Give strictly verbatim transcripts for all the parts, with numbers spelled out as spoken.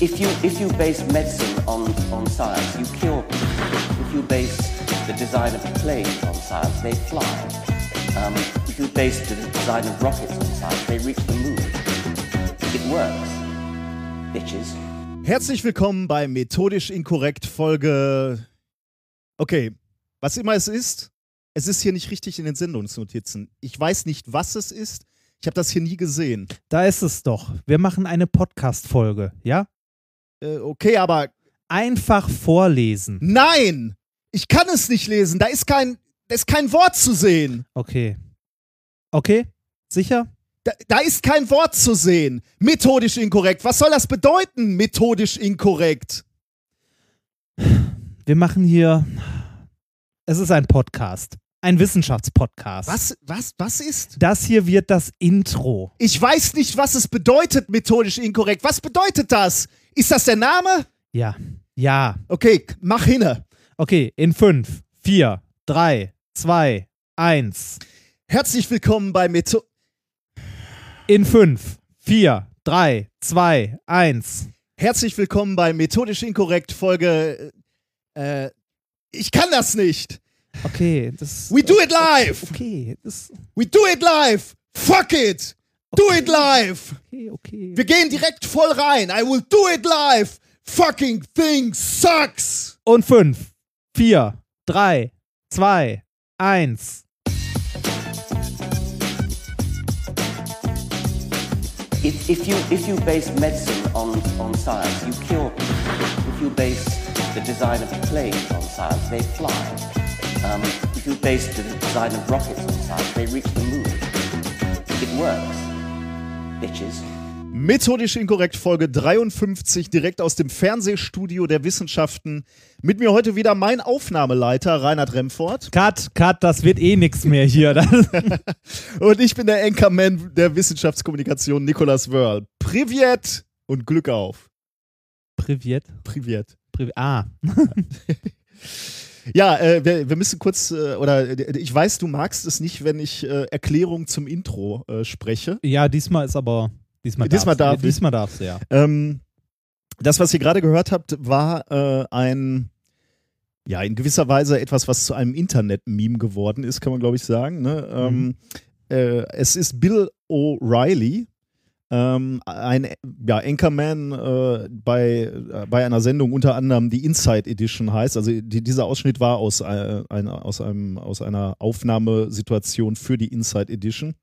If you if you base medicine on, on science, you cure people. If you base the design of planes on science, they fly. Um, if you base the design of rockets on science, they reach the moon. It works, bitches. Herzlich willkommen bei Methodisch Inkorrekt Folge... Okay, was immer es ist, es ist hier nicht richtig in den Sendungsnotizen. Ich weiß nicht, was es ist. Ich habe das hier nie gesehen. Da ist es doch. Wir machen eine Podcast-Folge, ja? Äh, okay, aber... Einfach vorlesen. Nein! Ich kann es nicht lesen. Da ist kein, da ist kein Wort zu sehen. Okay. Okay? Sicher? Da, da ist kein Wort zu sehen. Methodisch inkorrekt. Was soll das bedeuten, methodisch inkorrekt? Wir machen hier... Es ist ein Podcast. Ein Wissenschaftspodcast. Was, was, was ist? Das hier wird das Intro. Ich weiß nicht, was es bedeutet, methodisch inkorrekt. Was bedeutet das? Ist das der Name? Ja. Ja. Okay, mach hinne. Okay, in fünf, vier, drei, zwei, eins. Herzlich willkommen bei Metho... In fünf, vier, drei, zwei, eins. Herzlich willkommen bei Methodisch Inkorrekt Folge... Äh, ich kann das nicht. Okay, das... We do it live. Okay, das... We do it live. Fuck it. Do Okay. it live. Okay, okay. Wir gehen direkt voll rein. I will do it live. Fucking thing sucks. Und fünf, vier, drei, zwei, eins. If, if you if you base medicine on, on science, you cure people. If you base the design of planes on science, they fly. Um, if you base the design of rockets on science, they reach the moon. It works, bitches. Methodisch Inkorrekt Folge dreiundfünfzig, direkt aus dem Fernsehstudio der Wissenschaften. Mit mir heute wieder mein Aufnahmeleiter Reinhard Remford. Cut, cut, das wird eh nix mehr hier. Und ich bin der Anchorman der Wissenschaftskommunikation Nicolas Wörl. Privet und Glück auf. Privet? Privet. Privet. Ah. Ja, äh, wir, wir müssen kurz, äh, oder äh, ich weiß, du magst es nicht, wenn ich äh, Erklärung zum Intro äh, spreche. Ja, diesmal ist aber... Diesmal, Diesmal darf ich. Diesmal darfst du, ja. Ähm, das, was ihr gerade gehört habt, war äh, ein, ja, in gewisser Weise etwas, was zu einem Internet-Meme geworden ist, kann man, glaube ich, sagen. Ne? Mhm. Ähm, äh, es ist Bill O'Reilly, ähm, ein ja, Anchorman äh, bei, äh, bei einer Sendung, unter anderem die Inside Edition heißt. Also die, dieser Ausschnitt war aus, äh, ein, aus, einem, aus einer Aufnahmesituation für die Inside Edition.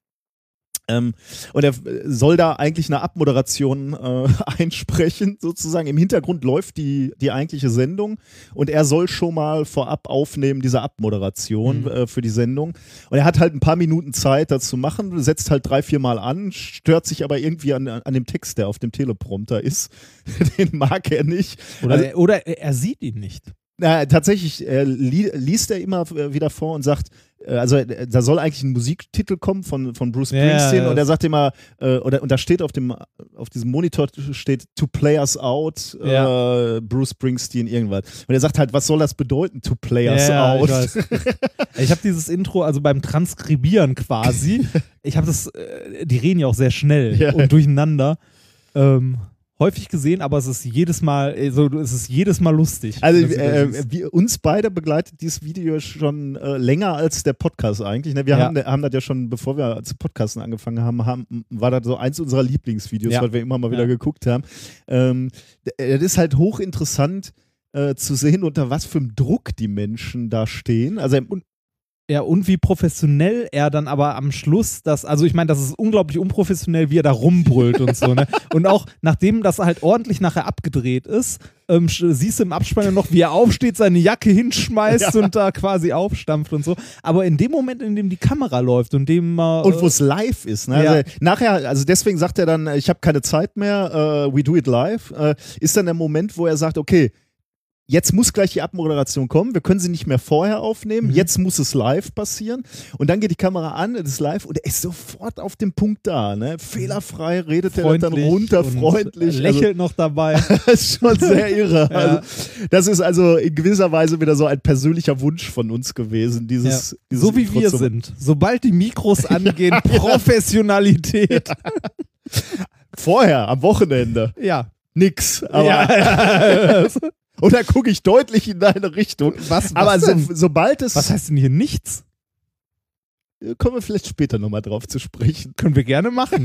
Ähm, und er soll da eigentlich eine Abmoderation äh, einsprechen, sozusagen. Im Hintergrund läuft die, die eigentliche Sendung und er soll schon mal vorab aufnehmen, diese Abmoderation mhm. äh, für die Sendung. Und er hat halt ein paar Minuten Zeit, das zu machen, setzt halt drei, vier Mal an, stört sich aber irgendwie an, an dem Text, der auf dem Teleprompter ist. Den mag er nicht. Oder, also, er, oder er sieht ihn nicht. Na, tatsächlich äh, li- liest er immer wieder vor und sagt, äh, also äh, da soll eigentlich ein Musiktitel kommen von, von Bruce Springsteen ja, ja. und er sagt immer, äh, oder, und da steht auf dem auf diesem Monitor steht To Play Us Out, ja. äh, Bruce Springsteen irgendwas. Und er sagt halt, was soll das bedeuten, To Play Us ja, Out? Ich, weiß. Ich habe dieses Intro, also beim Transkribieren quasi, ich habe das, äh, die reden ja auch sehr schnell ja. und durcheinander, ähm, häufig gesehen, aber es ist jedes Mal, also es ist jedes Mal lustig. Also äh, wir, uns beide begleitet dieses Video schon äh, länger als der Podcast eigentlich. Ne? Wir ja. haben, haben das ja schon, bevor wir zu Podcasten angefangen haben, haben war das so eins unserer Lieblingsvideos, ja. weil wir immer mal wieder ja. geguckt haben. Ähm, das ist halt hochinteressant äh, zu sehen, unter was für einem Druck die Menschen da stehen. Also und Ja, und wie professionell er dann aber am Schluss das, also ich meine, das ist unglaublich unprofessionell, wie er da rumbrüllt und so, ne? Und auch nachdem das halt ordentlich nachher abgedreht ist, ähm, siehst du im Abspann noch, wie er aufsteht, seine Jacke hinschmeißt ja. und da quasi aufstampft und so. Aber in dem Moment, in dem die Kamera läuft und dem äh, Und wo es live ist, ne? Ja. Also nachher, also deswegen sagt er dann, ich habe keine Zeit mehr, uh, we do it live, uh, ist dann der Moment, wo er sagt, okay, jetzt muss gleich die Abmoderation kommen, wir können sie nicht mehr vorher aufnehmen, mhm. jetzt muss es live passieren und dann geht die Kamera an, es ist live und er ist sofort auf dem Punkt da, ne? Fehlerfrei redet er dann runter, freundlich. Lächelt also, noch dabei. Das ist schon sehr irre. Ja. Also, das ist also in gewisser Weise wieder so ein persönlicher Wunsch von uns gewesen. Dieses, ja. dieses so wie wir sind. Sobald die Mikros angehen, Professionalität. Ja. Vorher, am Wochenende. Ja. nix. Aber Ja. und dann gucke ich deutlich in deine Richtung. Was, was aber so, denn? sobald es. Was heißt denn hier nichts? Kommen wir vielleicht später nochmal drauf zu sprechen. Können wir gerne machen.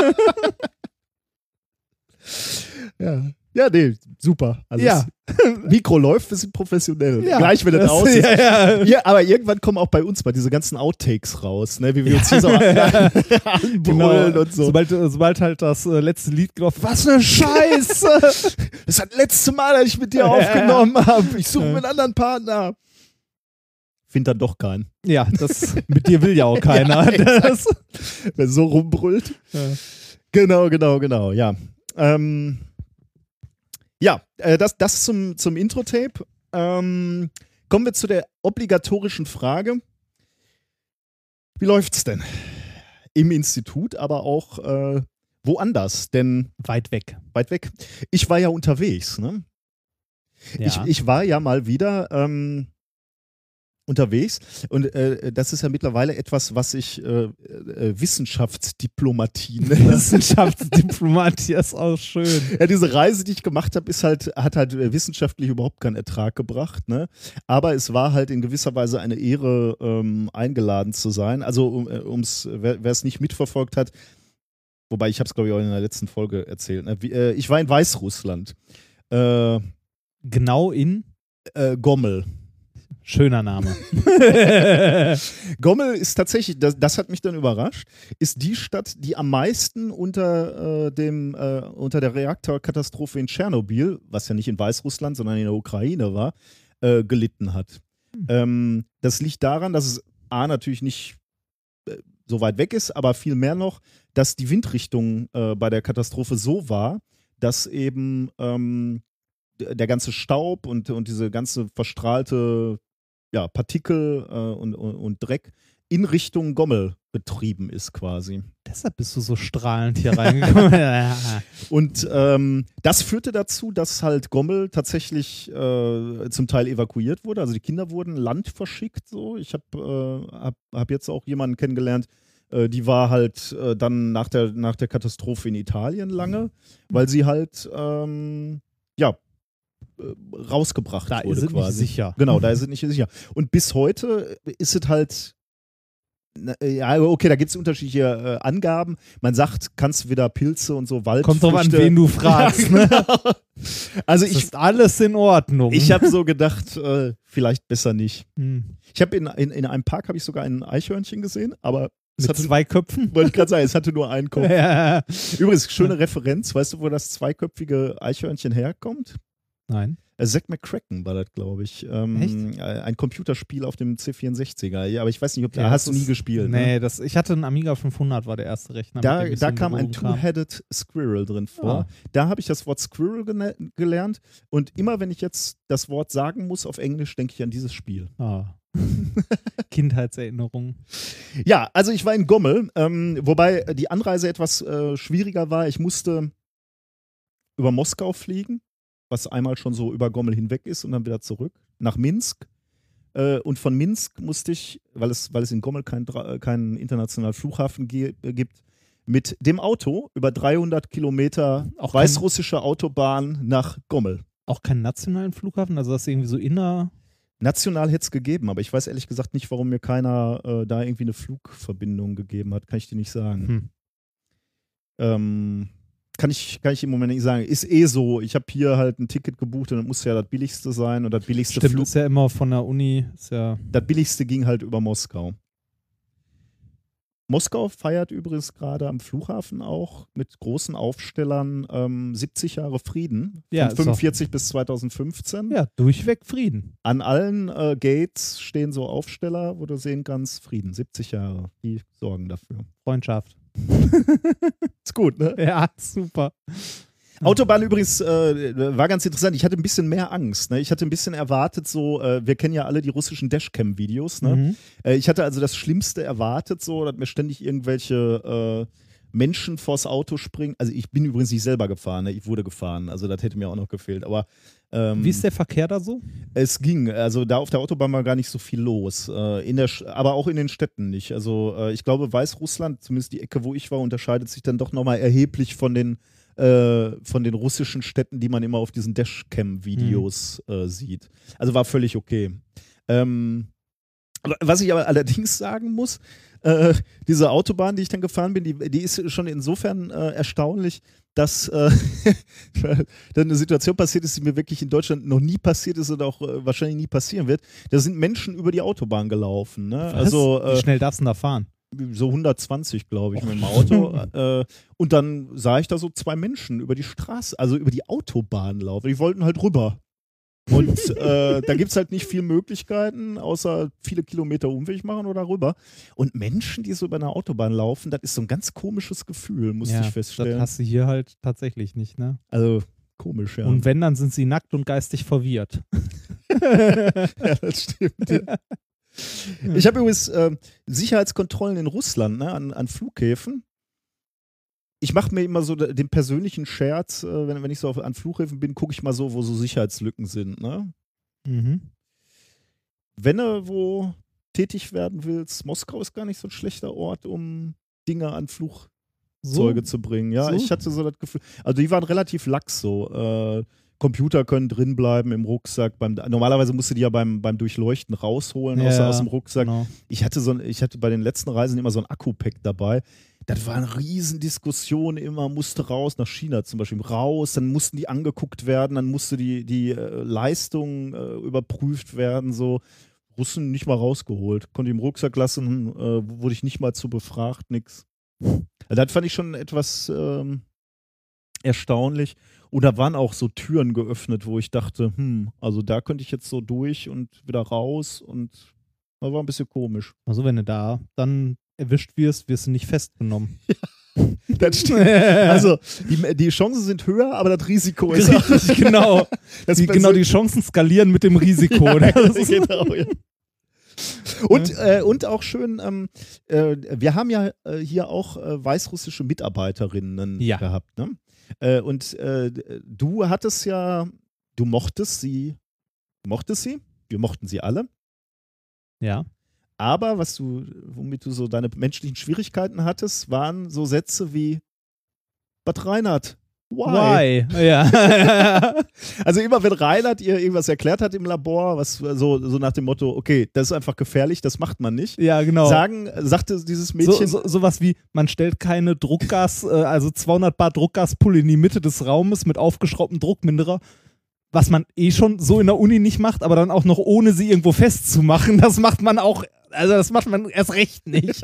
Ja. Ja, nee, super. Also Ja. das Mikro läuft, wir sind professionell. Ja. Gleich, wenn das, Das- aus ist. ja, ja. Ja, aber irgendwann kommen auch bei uns mal diese ganzen Outtakes raus, ne? Wie wir uns hier so anbrüllen Genau. und so. Sobald, sobald halt das äh, letzte Lied gelaufen, was eine Scheiße! Das ist das letzte Mal, dass ich mit dir aufgenommen habe. Ich suche mir einen anderen Partner. Find dann doch keinen. Ja, das mit dir will ja auch keiner. Ja, das, Wer so rumbrüllt. ja. Genau, genau, genau, ja. Ähm, ja, äh, das, das zum, zum Intro-Tape. Ähm, kommen wir zu der obligatorischen Frage. Wie läuft's denn? Im Institut, aber auch äh, woanders, denn Weit weg. weit weg. Ich war ja unterwegs, ne? Ja. Ich, ich war ja mal wieder ähm, unterwegs und äh, das ist ja mittlerweile etwas, was ich äh, äh, Wissenschaftsdiplomatie nenne. Wissenschaftsdiplomatie ist auch schön. Ja, diese Reise, die ich gemacht habe, ist halt, hat halt wissenschaftlich überhaupt keinen Ertrag gebracht, ne? Aber es war halt in gewisser Weise eine Ehre, ähm, eingeladen zu sein. Also um, äh, ums, wer es nicht mitverfolgt hat, wobei ich habe es glaube ich auch in der letzten Folge erzählt. Ne? Wie, äh, ich war in Weißrussland. Äh, Genau in äh, Gommel. schöner Name. Gommel ist tatsächlich, das, das hat mich dann überrascht, ist die Stadt, die am meisten unter, äh, dem, äh, unter der Reaktorkatastrophe in Tschernobyl, was ja nicht in Weißrussland, sondern in der Ukraine war, äh, gelitten hat. Hm. Ähm, das liegt daran, dass es A, natürlich nicht äh, so weit weg ist, aber viel mehr noch, dass die Windrichtung äh, bei der Katastrophe so war, dass eben ähm, der ganze Staub und, und diese ganze verstrahlte ja, Partikel äh, und, und, und Dreck in Richtung Gommel getrieben ist quasi. Deshalb bist du so strahlend hier reingekommen. Ja. Und ähm, das führte dazu, dass halt Gommel tatsächlich äh, zum Teil evakuiert wurde. Also die Kinder wurden Land verschickt. So. Ich habe äh, hab, hab jetzt auch jemanden kennengelernt, äh, die war halt äh, dann nach der, nach der Katastrophe in Italien lange, weil sie halt ähm, ja rausgebracht Da wurde ist es quasi. nicht sicher. Genau, da ist es nicht sicher. Und bis heute ist es halt, na, ja, okay, da gibt es unterschiedliche äh, Angaben. Man sagt, kannst du wieder Pilze und so Wald. Kommt drauf an, wen du fragst. Ja, Ne? genau. Also Es ich, ist alles in Ordnung. ich habe so gedacht, äh, vielleicht besser nicht. Hm. Ich habe in, in, in einem Park habe ich sogar ein Eichhörnchen gesehen, aber es Mit hatte, zwei Köpfen. wollte ich gerade sagen, es hatte nur einen Kopf. Ja. Übrigens, schöne Referenz. Weißt du, wo das zweiköpfige Eichhörnchen herkommt? Nein. Äh, Zack McCracken war das, glaube ich. Ähm, Echt? äh, Ein Computerspiel auf dem C vierundsechziger. Ja, aber ich weiß nicht, ob Ja, da hast du das nie ist- gespielt. Nee, Ne? das, ich hatte einen Amiga fünfhundert, war der erste Rechner. Da, mit dem ich da so in kam ein Berührung kam. Two-Headed Squirrel drin vor. Ah. Da habe ich das Wort Squirrel gene- gelernt. Und immer, wenn ich jetzt das Wort sagen muss auf Englisch, denke ich an dieses Spiel. Ah. Kindheitserinnerungen. Ja, also ich war in Gommel, ähm, wobei die Anreise etwas äh, schwieriger war. Ich musste über Moskau fliegen, was einmal schon so über Gommel hinweg ist und dann wieder zurück nach Minsk. Äh, und von Minsk musste ich, weil es, weil es in Gommel keinen kein internationalen Flughafen ge- äh, gibt, mit dem Auto über dreihundert Kilometer Auch kein- weißrussische Autobahn nach Gommel. Auch keinen nationalen Flughafen, also das ist irgendwie so inner. National hätte es gegeben, aber ich weiß ehrlich gesagt nicht, warum mir keiner äh, da irgendwie eine Flugverbindung gegeben hat. Kann ich dir nicht sagen. Hm. Ähm, kann ich, kann ich im Moment nicht sagen. Ist eh so. Ich habe hier halt ein Ticket gebucht und das muss ja das billigste sein und das billigste Stimmt, Flug. ist ja immer von der Uni. Ist ja Das billigste ging halt über Moskau. Moskau feiert übrigens gerade am Flughafen auch mit großen Aufstellern ähm, siebzig Jahre Frieden. Von Ja, ist fünfundvierzig bis zweitausendfünfzehn. ja durchweg Frieden. An allen äh, Gates stehen so Aufsteller, wo du sehen kannst, Frieden, siebzig Jahre. Die sorgen dafür. Freundschaft. Ist gut, ne? Ja, super. Autobahn übrigens äh, war ganz interessant. Ich hatte ein bisschen mehr Angst. Ne? Ich hatte ein bisschen erwartet, so, äh, wir kennen ja alle die russischen Dashcam-Videos. Ne? Mhm. Äh, ich hatte also das Schlimmste erwartet, so, dass mir ständig irgendwelche äh, Menschen vors Auto springen. Also ich bin übrigens nicht selber gefahren, ne? Ich wurde gefahren. Also das hätte mir auch noch gefehlt. Aber ähm, Wie ist der Verkehr da so? es ging. Also da auf der Autobahn war gar nicht so viel los. Äh, in der Sch- aber auch in den Städten nicht. Also äh, ich glaube, Weißrussland, zumindest die Ecke, wo ich war, unterscheidet sich dann doch nochmal erheblich von den äh, von den russischen Städten, die man immer auf diesen Dashcam-Videos mhm. äh, sieht. Also war völlig okay. Ähm, was ich aber allerdings sagen muss, äh, diese Autobahn, die ich dann gefahren bin, die, die ist schon insofern äh, erstaunlich, dass äh, da eine Situation passiert ist, die mir wirklich in Deutschland noch nie passiert ist und auch äh, wahrscheinlich nie passieren wird. Da sind Menschen über die Autobahn gelaufen. Ne? Also, äh, wie schnell darfst du da fahren? So hundertzwanzig, glaube ich, mit dem Auto. äh, und dann sah ich da so zwei Menschen über die Straße, also über die Autobahn laufen. Die wollten halt rüber. Und äh, da gibt es halt nicht viele Möglichkeiten, außer viele Kilometer Umweg machen oder rüber. Und Menschen, die so über eine Autobahn laufen, das ist so ein ganz komisches Gefühl, musste ja, ich feststellen. Das hast du hier halt tatsächlich nicht, ne? Also komisch, ja. Und wenn, dann sind sie nackt und geistig verwirrt. Ja, das stimmt. Ja. Ich habe übrigens äh, Sicherheitskontrollen in Russland, ne, an, an Flughäfen. Ich mache mir immer so den persönlichen Scherz, äh, wenn, wenn ich so auf, an Flughäfen bin, gucke ich mal so, wo so Sicherheitslücken sind. Ne? Mhm. Wenn du wo tätig werden willst, Moskau ist gar nicht so ein schlechter Ort, um Dinge an Flugzeuge so? zu bringen. Ja, so? Ich hatte so das Gefühl, also die waren relativ lax so. Äh, Computer können drin bleiben im Rucksack. Beim, normalerweise musst du die ja beim, beim Durchleuchten rausholen ja, aus, aus dem Rucksack. Genau. Ich hatte so ein, ich hatte bei den letzten Reisen immer so ein Akku-Pack dabei. Das war eine Riesendiskussion immer, musste raus, nach China zum Beispiel, raus, dann mussten die angeguckt werden, dann musste die, die äh, Leistung äh, überprüft werden, so. Russen nicht mal rausgeholt, konnte ich im Rucksack lassen, äh, wurde ich nicht mal zu befragt, nix. Also das fand ich schon etwas ähm, erstaunlich. Und da waren auch so Türen geöffnet, wo ich dachte, hm, also da könnte ich jetzt so durch und wieder raus und das war ein bisschen komisch. Also wenn du da dann erwischt wirst, wirst du nicht festgenommen. Ja, das stimmt. Also die, die Chancen sind höher, aber das Risiko ist richtig, genau. Das die, genau, die Chancen skalieren mit dem Risiko. Ja, genau, ja. Und, äh, und auch schön, ähm, äh, wir haben ja äh, hier auch äh, weißrussische Mitarbeiterinnen ja. gehabt, ne? Äh, und äh, du hattest ja, du mochtest sie, mochtest sie, wir mochten sie alle. Ja. Aber was du, womit du so deine menschlichen Schwierigkeiten hattest, waren so Sätze wie Bad Reinhard. Why? Why? Ja. Also immer wenn Reinhard ihr irgendwas erklärt hat im Labor, was so, so nach dem Motto, okay, das ist einfach gefährlich, das macht man nicht. Ja, genau. Sagen, sagte dieses Mädchen. So, so, sowas wie, man stellt keine Druckgas, äh, also zweihundert Bar Druckgaspulle in die Mitte des Raumes mit aufgeschraubtem Druckminderer, was man eh schon so in der Uni nicht macht, aber dann auch noch ohne sie irgendwo festzumachen, das macht man auch, also das macht man erst recht nicht.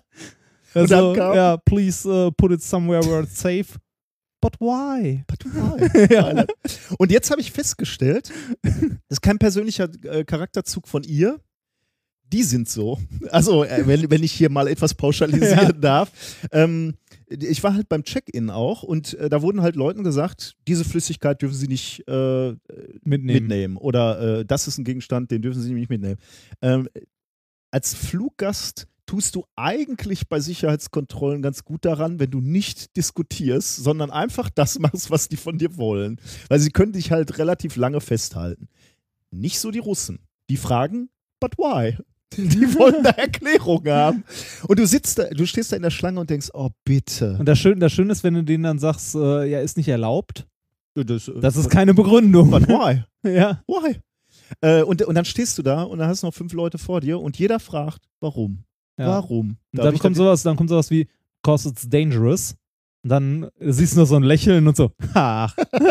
Also, ja, please uh, put it somewhere where it's safe. But why? But why? Ja. Und jetzt habe ich festgestellt, das ist kein persönlicher äh, Charakterzug von ihr. Die sind so. Also, äh, wenn, wenn ich hier mal etwas pauschalisieren ja. darf. Ähm, ich war halt beim Check-in auch und äh, da wurden halt Leuten gesagt, diese Flüssigkeit dürfen sie nicht äh, mitnehmen. mitnehmen. Oder äh, das ist ein Gegenstand, den dürfen sie nicht mitnehmen. Ähm, als Fluggast tust du eigentlich bei Sicherheitskontrollen ganz gut daran, wenn du nicht diskutierst, sondern einfach das machst, was die von dir wollen. Weil sie können dich halt relativ lange festhalten. Nicht so die Russen. Die fragen, but why? Die wollen da Erklärungen haben. Und du sitzt da, du stehst da in der Schlange und denkst, oh bitte. Und das Schöne, das Schöne ist, wenn du denen dann sagst, äh, ja, ist nicht erlaubt. Das, das ist keine Begründung. But why? Ja. Why? Äh, und, und dann stehst du da und dann hast du noch fünf Leute vor dir und jeder fragt, warum? Ja. Warum? Und dann kommt sowas, dann kommt sowas wie, cause it's dangerous. Und dann siehst du nur so ein Lächeln und so, ach.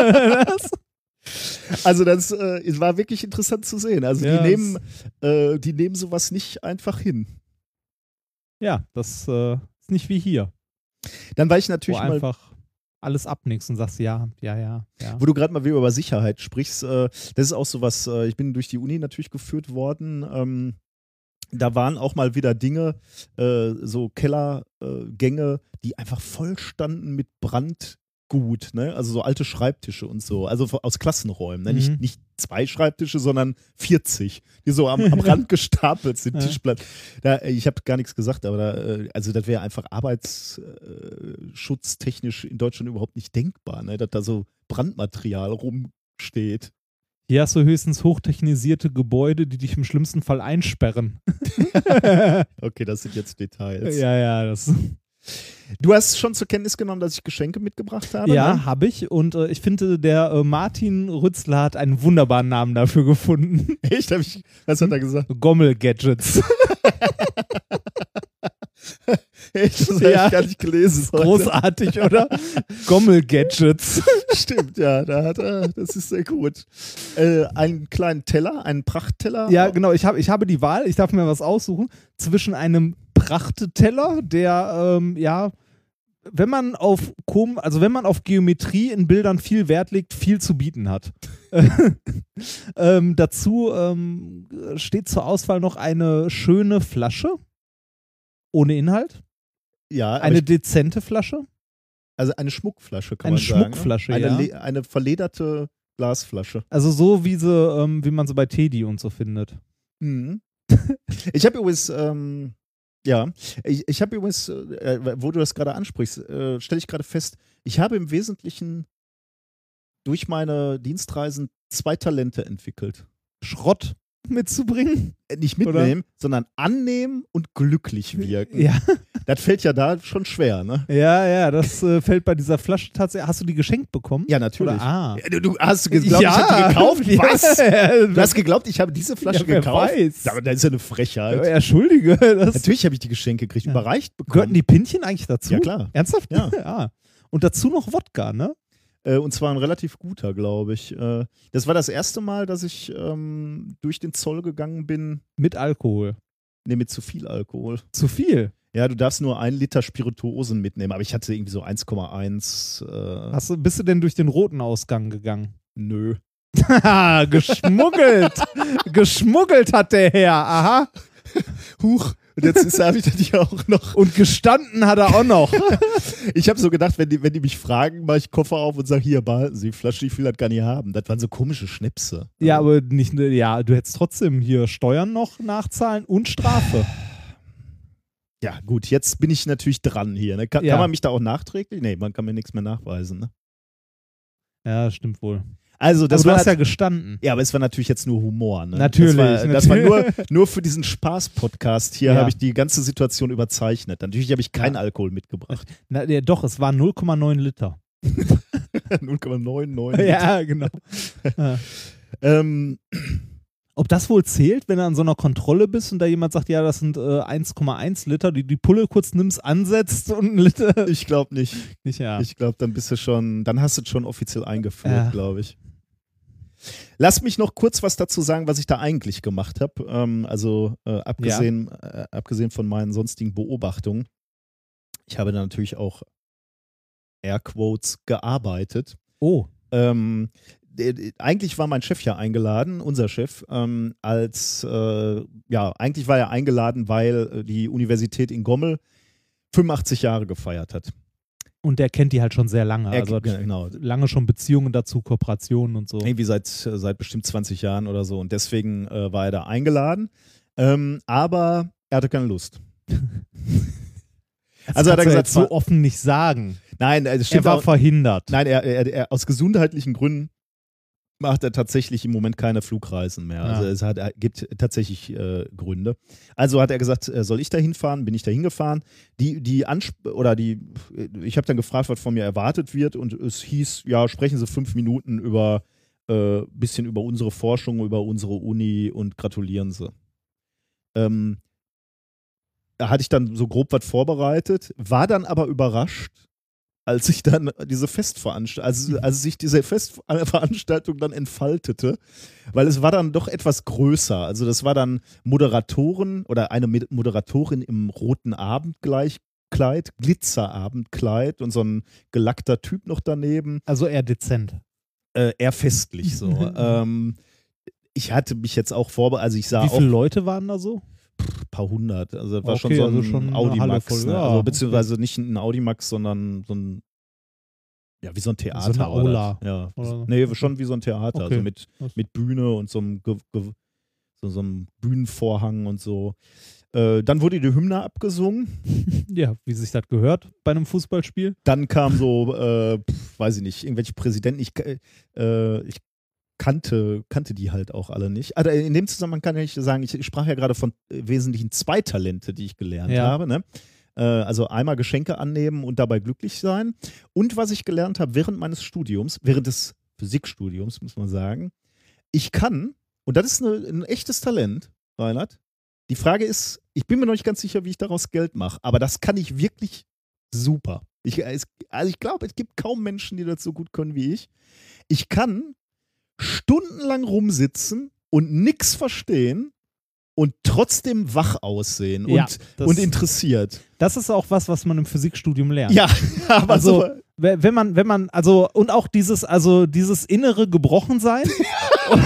Also das äh, war wirklich interessant zu sehen. Also ja, die nehmen, äh, die nehmen sowas nicht einfach hin. Ja, das äh, ist nicht wie hier. Dann war ich natürlich wo mal einfach alles abnickst und sagst, ja, ja, ja. ja. Wo du gerade mal wieder über Sicherheit sprichst, äh, das ist auch sowas, äh, ich bin durch die Uni natürlich geführt worden, ähm, da waren auch mal wieder Dinge, äh, so Kellergänge, äh, die einfach voll standen mit Brandgut, ne? Also so alte Schreibtische und so, also aus Klassenräumen, ne? Mhm. Nicht, nicht zwei Schreibtische, sondern vierzig, die so am, am Rand gestapelt sind, ja. Tischplatten. Da, ich habe gar nichts gesagt, aber da, also das wäre einfach arbeitsschutztechnisch in Deutschland überhaupt nicht denkbar, ne? Dass da so Brandmaterial rumsteht. Hier hast du höchstens hochtechnisierte Gebäude, die dich im schlimmsten Fall einsperren. Okay, das sind jetzt Details. Ja, ja, das. Du hast schon zur Kenntnis genommen, dass ich Geschenke mitgebracht habe? Ja, ne? habe ich. Und äh, ich finde, der äh, Martin Rützler hat einen wunderbaren Namen dafür gefunden. Echt? Hab ich, was hat er gesagt? Gommel-Gadgets. Echt? Das habe Ja. ich gar nicht gelesen. heute. Großartig, oder? Gommel-Gadgets. Stimmt, ja, da hat er, das ist sehr gut. Äh, einen kleinen Teller, einen Prachtteller. Ja, genau. Ich, hab, ich habe die Wahl, ich darf mir was aussuchen, zwischen einem Prachteteller, der, ähm, ja, wenn man auf Kom also wenn man auf Geometrie in Bildern viel Wert legt, viel zu bieten hat. ähm, dazu ähm, steht zur Auswahl noch eine schöne Flasche ohne Inhalt, Ja, aber eine ich, dezente Flasche. also eine Schmuckflasche kann Eine man sagen. Schmuckflasche, eine, ja. le- eine verlederte Glasflasche. Also so wie sie, ähm, wie man sie bei Teddy und so findet. Mhm. Ich habe übrigens, ähm, ja, ich, ich habe übrigens, äh, wo du das gerade ansprichst, äh, stelle ich gerade fest, ich habe im Wesentlichen durch meine Dienstreisen zwei Talente entwickelt. Schrott mitzubringen. Äh, Nicht mitnehmen, sondern annehmen und glücklich wirken. Ja. Das fällt ja da schon schwer, ne? Ja, ja, das äh, fällt bei dieser Flasche tatsächlich. Hast du die geschenkt bekommen? Ja, natürlich. Oder, ah. Ja, Du, du hast geglaubt, ich habe die gekauft? Ja, Was? ja, Du hast geglaubt, ich habe diese Flasche Ja, wer gekauft? weiß. Ja, aber das ist ja eine Frechheit. Ja, Entschuldige. Das Natürlich habe ich die Geschenke gekriegt, Ja. überreicht bekommen. gehörten die Pinchen eigentlich dazu? Ja, klar. Ernsthaft? Ja. ja. Und dazu noch Wodka, ne? Äh, und zwar ein relativ guter, glaube ich. Äh, das war das erste Mal, dass ich ähm, durch den Zoll gegangen bin. Mit Alkohol. Ne, mit zu viel Alkohol. Zu viel. Ja, du darfst nur ein Liter Spirituosen mitnehmen, aber ich hatte irgendwie so eins Komma eins. Äh, Hast du, bist du denn durch den roten Ausgang gegangen? nö. Haha, geschmuggelt. Geschmuggelt hat der Herr. Aha. Huch. Und jetzt habe ich das ja auch noch. Und gestanden hat er auch noch. Ich habe so gedacht, wenn die, wenn die mich fragen, mache ich Koffer auf und sage, hier, behalten Sie die Flasche, ich will das gar nicht haben. Das waren so komische Schnäpse. Ja, aber nicht, ja, du hättest trotzdem hier Steuern noch nachzahlen und Strafe. Ja, gut, jetzt bin ich natürlich dran hier. Ne? Kann, Ja. kann man mich da auch nachträglich? Nee, man kann mir nichts mehr nachweisen. Ne? Ja, stimmt wohl. Also, das aber du war hast ja gestanden. Ja, aber es war natürlich jetzt nur Humor. Ne? Natürlich, Das war, das war nur, natürlich. nur für diesen Spaß-Podcast hier Ja. habe ich die ganze Situation überzeichnet. Natürlich habe ich keinen Ja. Alkohol mitgebracht. Na, ja, doch, es waren null Komma neun Liter. null Komma neunundneunzig. Ja, genau. Ja. Ähm, Ob das wohl zählt, wenn du an so einer Kontrolle bist und da jemand sagt, ja, das sind äh, eins Komma eins Liter, die die Pulle kurz nimmst, ansetzt und ein Liter. ich glaube nicht. Nicht, ja. Ich glaube, dann bist du schon, dann hast du es schon offiziell eingeführt, Ja. glaube ich. Lass mich noch kurz was dazu sagen, was ich da eigentlich gemacht habe. Ähm, also äh, abgesehen, äh, abgesehen von meinen sonstigen Beobachtungen. Ich habe da natürlich auch Airquotes gearbeitet. Oh. Ähm, d- d- eigentlich war mein Chef ja eingeladen, unser Chef, ähm, als, äh, ja, eigentlich war er eingeladen, weil äh, die Universität in Gommel fünfundachtzig Jahre gefeiert hat. Und der kennt die halt schon sehr lange. Er- Also hat genau. lange schon Beziehungen dazu, Kooperationen und so. Irgendwie seit, seit bestimmt zwanzig Jahren oder so. Und deswegen äh, war er da eingeladen. Ähm, aber er hatte keine Lust. Das also hat er kannst du gesagt, jetzt so war- offen nicht sagen. Nein, äh, das Er stimmt war auch, verhindert. nein, er, er, er, aus gesundheitlichen Gründen macht er tatsächlich im Moment keine Flugreisen mehr. Ja. Also es hat, er gibt tatsächlich äh, Gründe. Also hat er gesagt, äh, soll ich da hinfahren? Bin ich da hingefahren? Die, die Ansp- oder die, ich habe dann gefragt, was von mir erwartet wird, und es hieß, ja, sprechen Sie fünf Minuten über äh, bisschen über unsere Forschung, über unsere Uni und gratulieren Sie. Ähm, da hatte ich dann so grob was vorbereitet, war dann aber überrascht, als ich dann diese Festveranstaltung, also als sich diese Festveranstaltung dann entfaltete, weil es war dann doch etwas größer. Also das war dann Moderatoren oder eine Moderatorin im roten Abendkleid, Glitzerabendkleid und so ein gelackter Typ noch daneben. Also eher dezent. Äh, eher festlich so. ähm, ich hatte mich jetzt auch vorbereitet, also ich sah Wie auch viele Leute waren da so? ein paar hundert. Also das war Okay, schon so ein also schon eine Audimax. Halle voll, Ne? ja, Also okay. beziehungsweise nicht ein Audimax, sondern so ein, ja, wie so ein Theater. So eine war Aula. das. Ja. Oder? Nee, schon wie so ein Theater. Okay. Also mit, mit Bühne und so einem, ge, ge, so, so einem Bühnenvorhang und so. Äh, dann wurde die Hymne abgesungen. Ja, wie sich das gehört bei einem Fußballspiel. Dann kam so, äh, pf, weiß ich nicht, irgendwelche Präsidenten. Ich, äh, ich kannte, kannte die halt auch alle nicht. Also in dem Zusammenhang kann ich sagen, ich sprach ja gerade von äh, wesentlichen zwei Talente, die ich gelernt Ja. habe. Ne? Äh, also einmal Geschenke annehmen und dabei glücklich sein. Und was ich gelernt habe während meines Studiums, während des Physikstudiums, muss man sagen, ich kann, und das ist eine, ein echtes Talent, Reinhard, die Frage ist, ich bin mir noch nicht ganz sicher, wie ich daraus Geld mache, aber das kann ich wirklich super. Ich, es, also ich glaube, es gibt kaum Menschen, die das so gut können wie ich. Ich kann stundenlang rumsitzen und nichts verstehen und trotzdem wach aussehen Ja, und, das- und interessiert. Das ist auch was, was man im Physikstudium lernt. Ja, aber Also, so, we- wenn man, wenn man, also, und auch dieses, also dieses innere Gebrochensein und,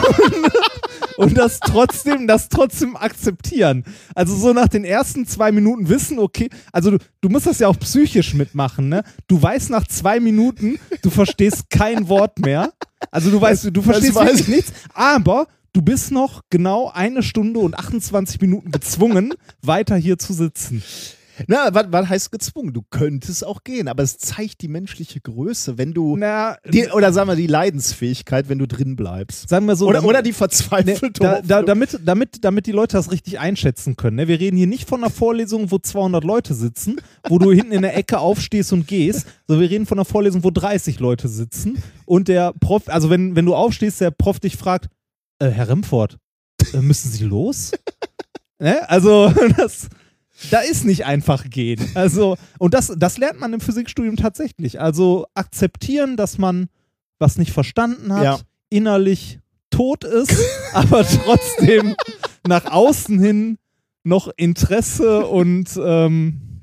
und das trotzdem, das trotzdem akzeptieren. Also so nach den ersten zwei Minuten wissen, okay, also du, du musst das ja auch psychisch mitmachen, ne? Du weißt nach zwei Minuten, du verstehst kein Wort mehr. Also du weißt, du verstehst weiß wirklich nichts, aber du bist noch genau eine Stunde und achtundzwanzig Minuten gezwungen, weiter hier zu sitzen. na, was, was heißt gezwungen? Du könntest auch gehen, aber es zeigt die menschliche Größe, wenn du, Na, die, oder sagen wir die Leidensfähigkeit, wenn du drin bleibst. sagen wir so. Oder, damit- oder die Ne, verzweifelte da, da, Hoffnung. damit, damit, damit die Leute das richtig einschätzen können. Ne? Wir reden hier nicht von einer Vorlesung, wo zweihundert Leute sitzen, wo du hinten in der Ecke aufstehst und gehst, sondern wir reden von einer Vorlesung, wo dreißig Leute sitzen und der Prof, also wenn, wenn du aufstehst, der Prof dich fragt, äh, Herr Remford, äh, müssen Sie los? Ne? Also das, da ist nicht einfach gehen. Also, und das, das lernt man im Physikstudium tatsächlich. Also akzeptieren, dass man was nicht verstanden hat, Ja. innerlich tot ist, aber trotzdem nach außen hin noch Interesse und ähm,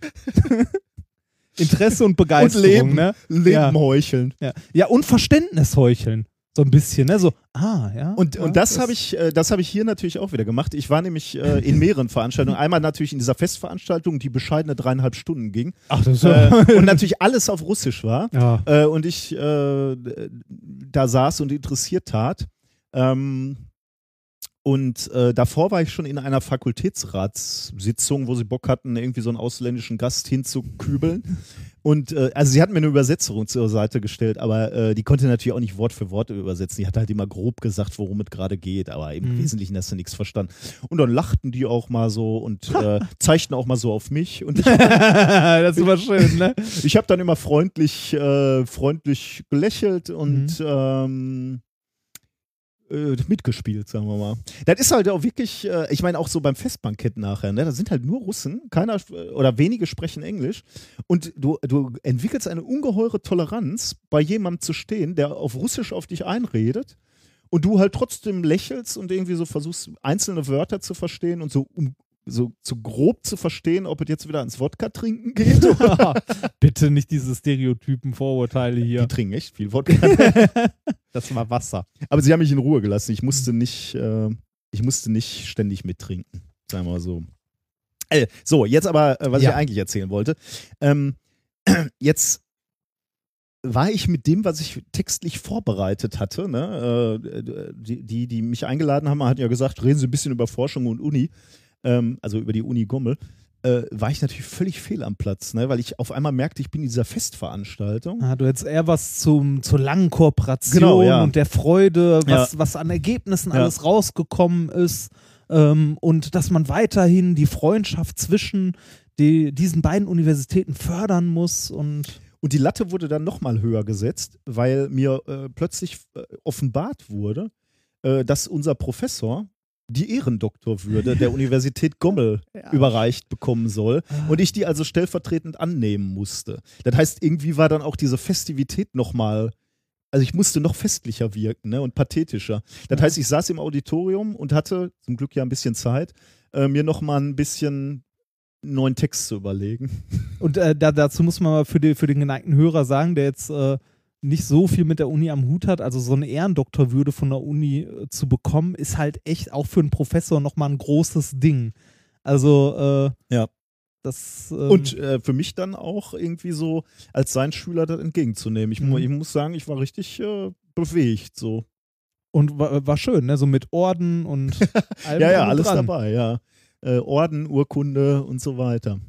Interesse und Begeisterung. Und Leben. Ne? Leben Ja. heucheln. Ja. ja, und Verständnis heucheln. So ein bisschen, ne? So, ah, ja. Und, ja, und das habe ich, äh, das habe ich hier natürlich auch wieder gemacht. Ich war nämlich äh, in mehreren Veranstaltungen. Einmal natürlich in dieser Festveranstaltung, die bescheidene dreieinhalb Stunden ging. Ach, das ist Äh, und natürlich alles auf Russisch war. ja. Äh, und ich äh, da saß und interessiert tat. Ähm, und äh, davor war ich schon in einer Fakultätsratssitzung, wo sie Bock hatten, irgendwie so einen ausländischen Gast hinzukübeln. Und äh, also sie hatten mir eine Übersetzung zur Seite gestellt, aber äh, die konnte natürlich auch nicht Wort für Wort übersetzen. Die hat halt immer grob gesagt, worum es gerade geht, aber im Mhm. Wesentlichen hast du nichts verstanden. Und dann lachten die auch mal so und äh, zeigten auch mal so auf mich. Und ich Das ist immer schön, ne? ich habe dann immer freundlich, äh, freundlich gelächelt und Mhm. ähm, äh, mitgespielt, sagen wir mal. Das ist halt auch wirklich, äh, ich meine auch so beim Festbankett nachher, ne? Da sind halt nur Russen, keiner äh, oder wenige sprechen Englisch und du, du entwickelst eine ungeheure Toleranz, bei jemandem zu stehen, der auf Russisch auf dich einredet und du halt trotzdem lächelst und irgendwie so versuchst, einzelne Wörter zu verstehen und so um so zu grob zu verstehen, ob es jetzt wieder ans Wodka trinken geht. Oder Bitte nicht diese Stereotypen, Vorurteile hier. die trinken echt viel Wodka. Das war Wasser. Aber sie haben mich in Ruhe gelassen. Ich musste nicht, äh, ich musste nicht ständig mittrinken. Sagen wir mal so. Äh, so, jetzt aber, äh, was Ja. ich eigentlich erzählen wollte. Ähm, jetzt war ich mit dem, was ich textlich vorbereitet hatte, ne? äh, die, die, die mich eingeladen haben, hatten ja gesagt, reden Sie ein bisschen über Forschung und Uni, ähm, also über die Uni Gommel, äh, war ich natürlich völlig fehl am Platz, ne? Weil ich auf einmal merkte, ich bin in dieser Festveranstaltung. Ah, du hättest eher was zum, zur langen Kooperation Genau, ja. und der Freude, was, was an Ergebnissen Ja. alles rausgekommen ist. Ähm, und dass man weiterhin die Freundschaft zwischen die, diesen beiden Universitäten fördern muss. Und Und die Latte wurde dann nochmal höher gesetzt, weil mir äh, plötzlich äh, offenbart wurde, äh, dass unser Professor die Ehrendoktorwürde der Universität Gommel Ja. überreicht bekommen soll und ich die also stellvertretend annehmen musste. Das heißt, irgendwie war dann auch diese Festivität nochmal, also ich musste noch festlicher wirken, ne, und pathetischer. Das Ja. heißt, ich saß im Auditorium und hatte zum Glück ja ein bisschen Zeit, äh, mir nochmal ein bisschen neuen Text zu überlegen. Und äh, da, dazu muss man mal für, die, für den geneigten Hörer sagen, der jetzt äh, nicht so viel mit der Uni am Hut hat, also so eine Ehrendoktorwürde von der Uni äh, zu bekommen, ist halt echt auch für einen Professor nochmal ein großes Ding. Also, äh, Ja. das. Ähm, Und äh, für mich dann auch irgendwie so als sein Schüler das entgegenzunehmen. Ich, mu- Mhm. ich muss sagen, ich war richtig äh, bewegt. So. und war, war schön, ne? So mit Orden und allem Ja, ja, drum und alles dran. dabei, ja. Äh, Orden, Urkunde und so weiter.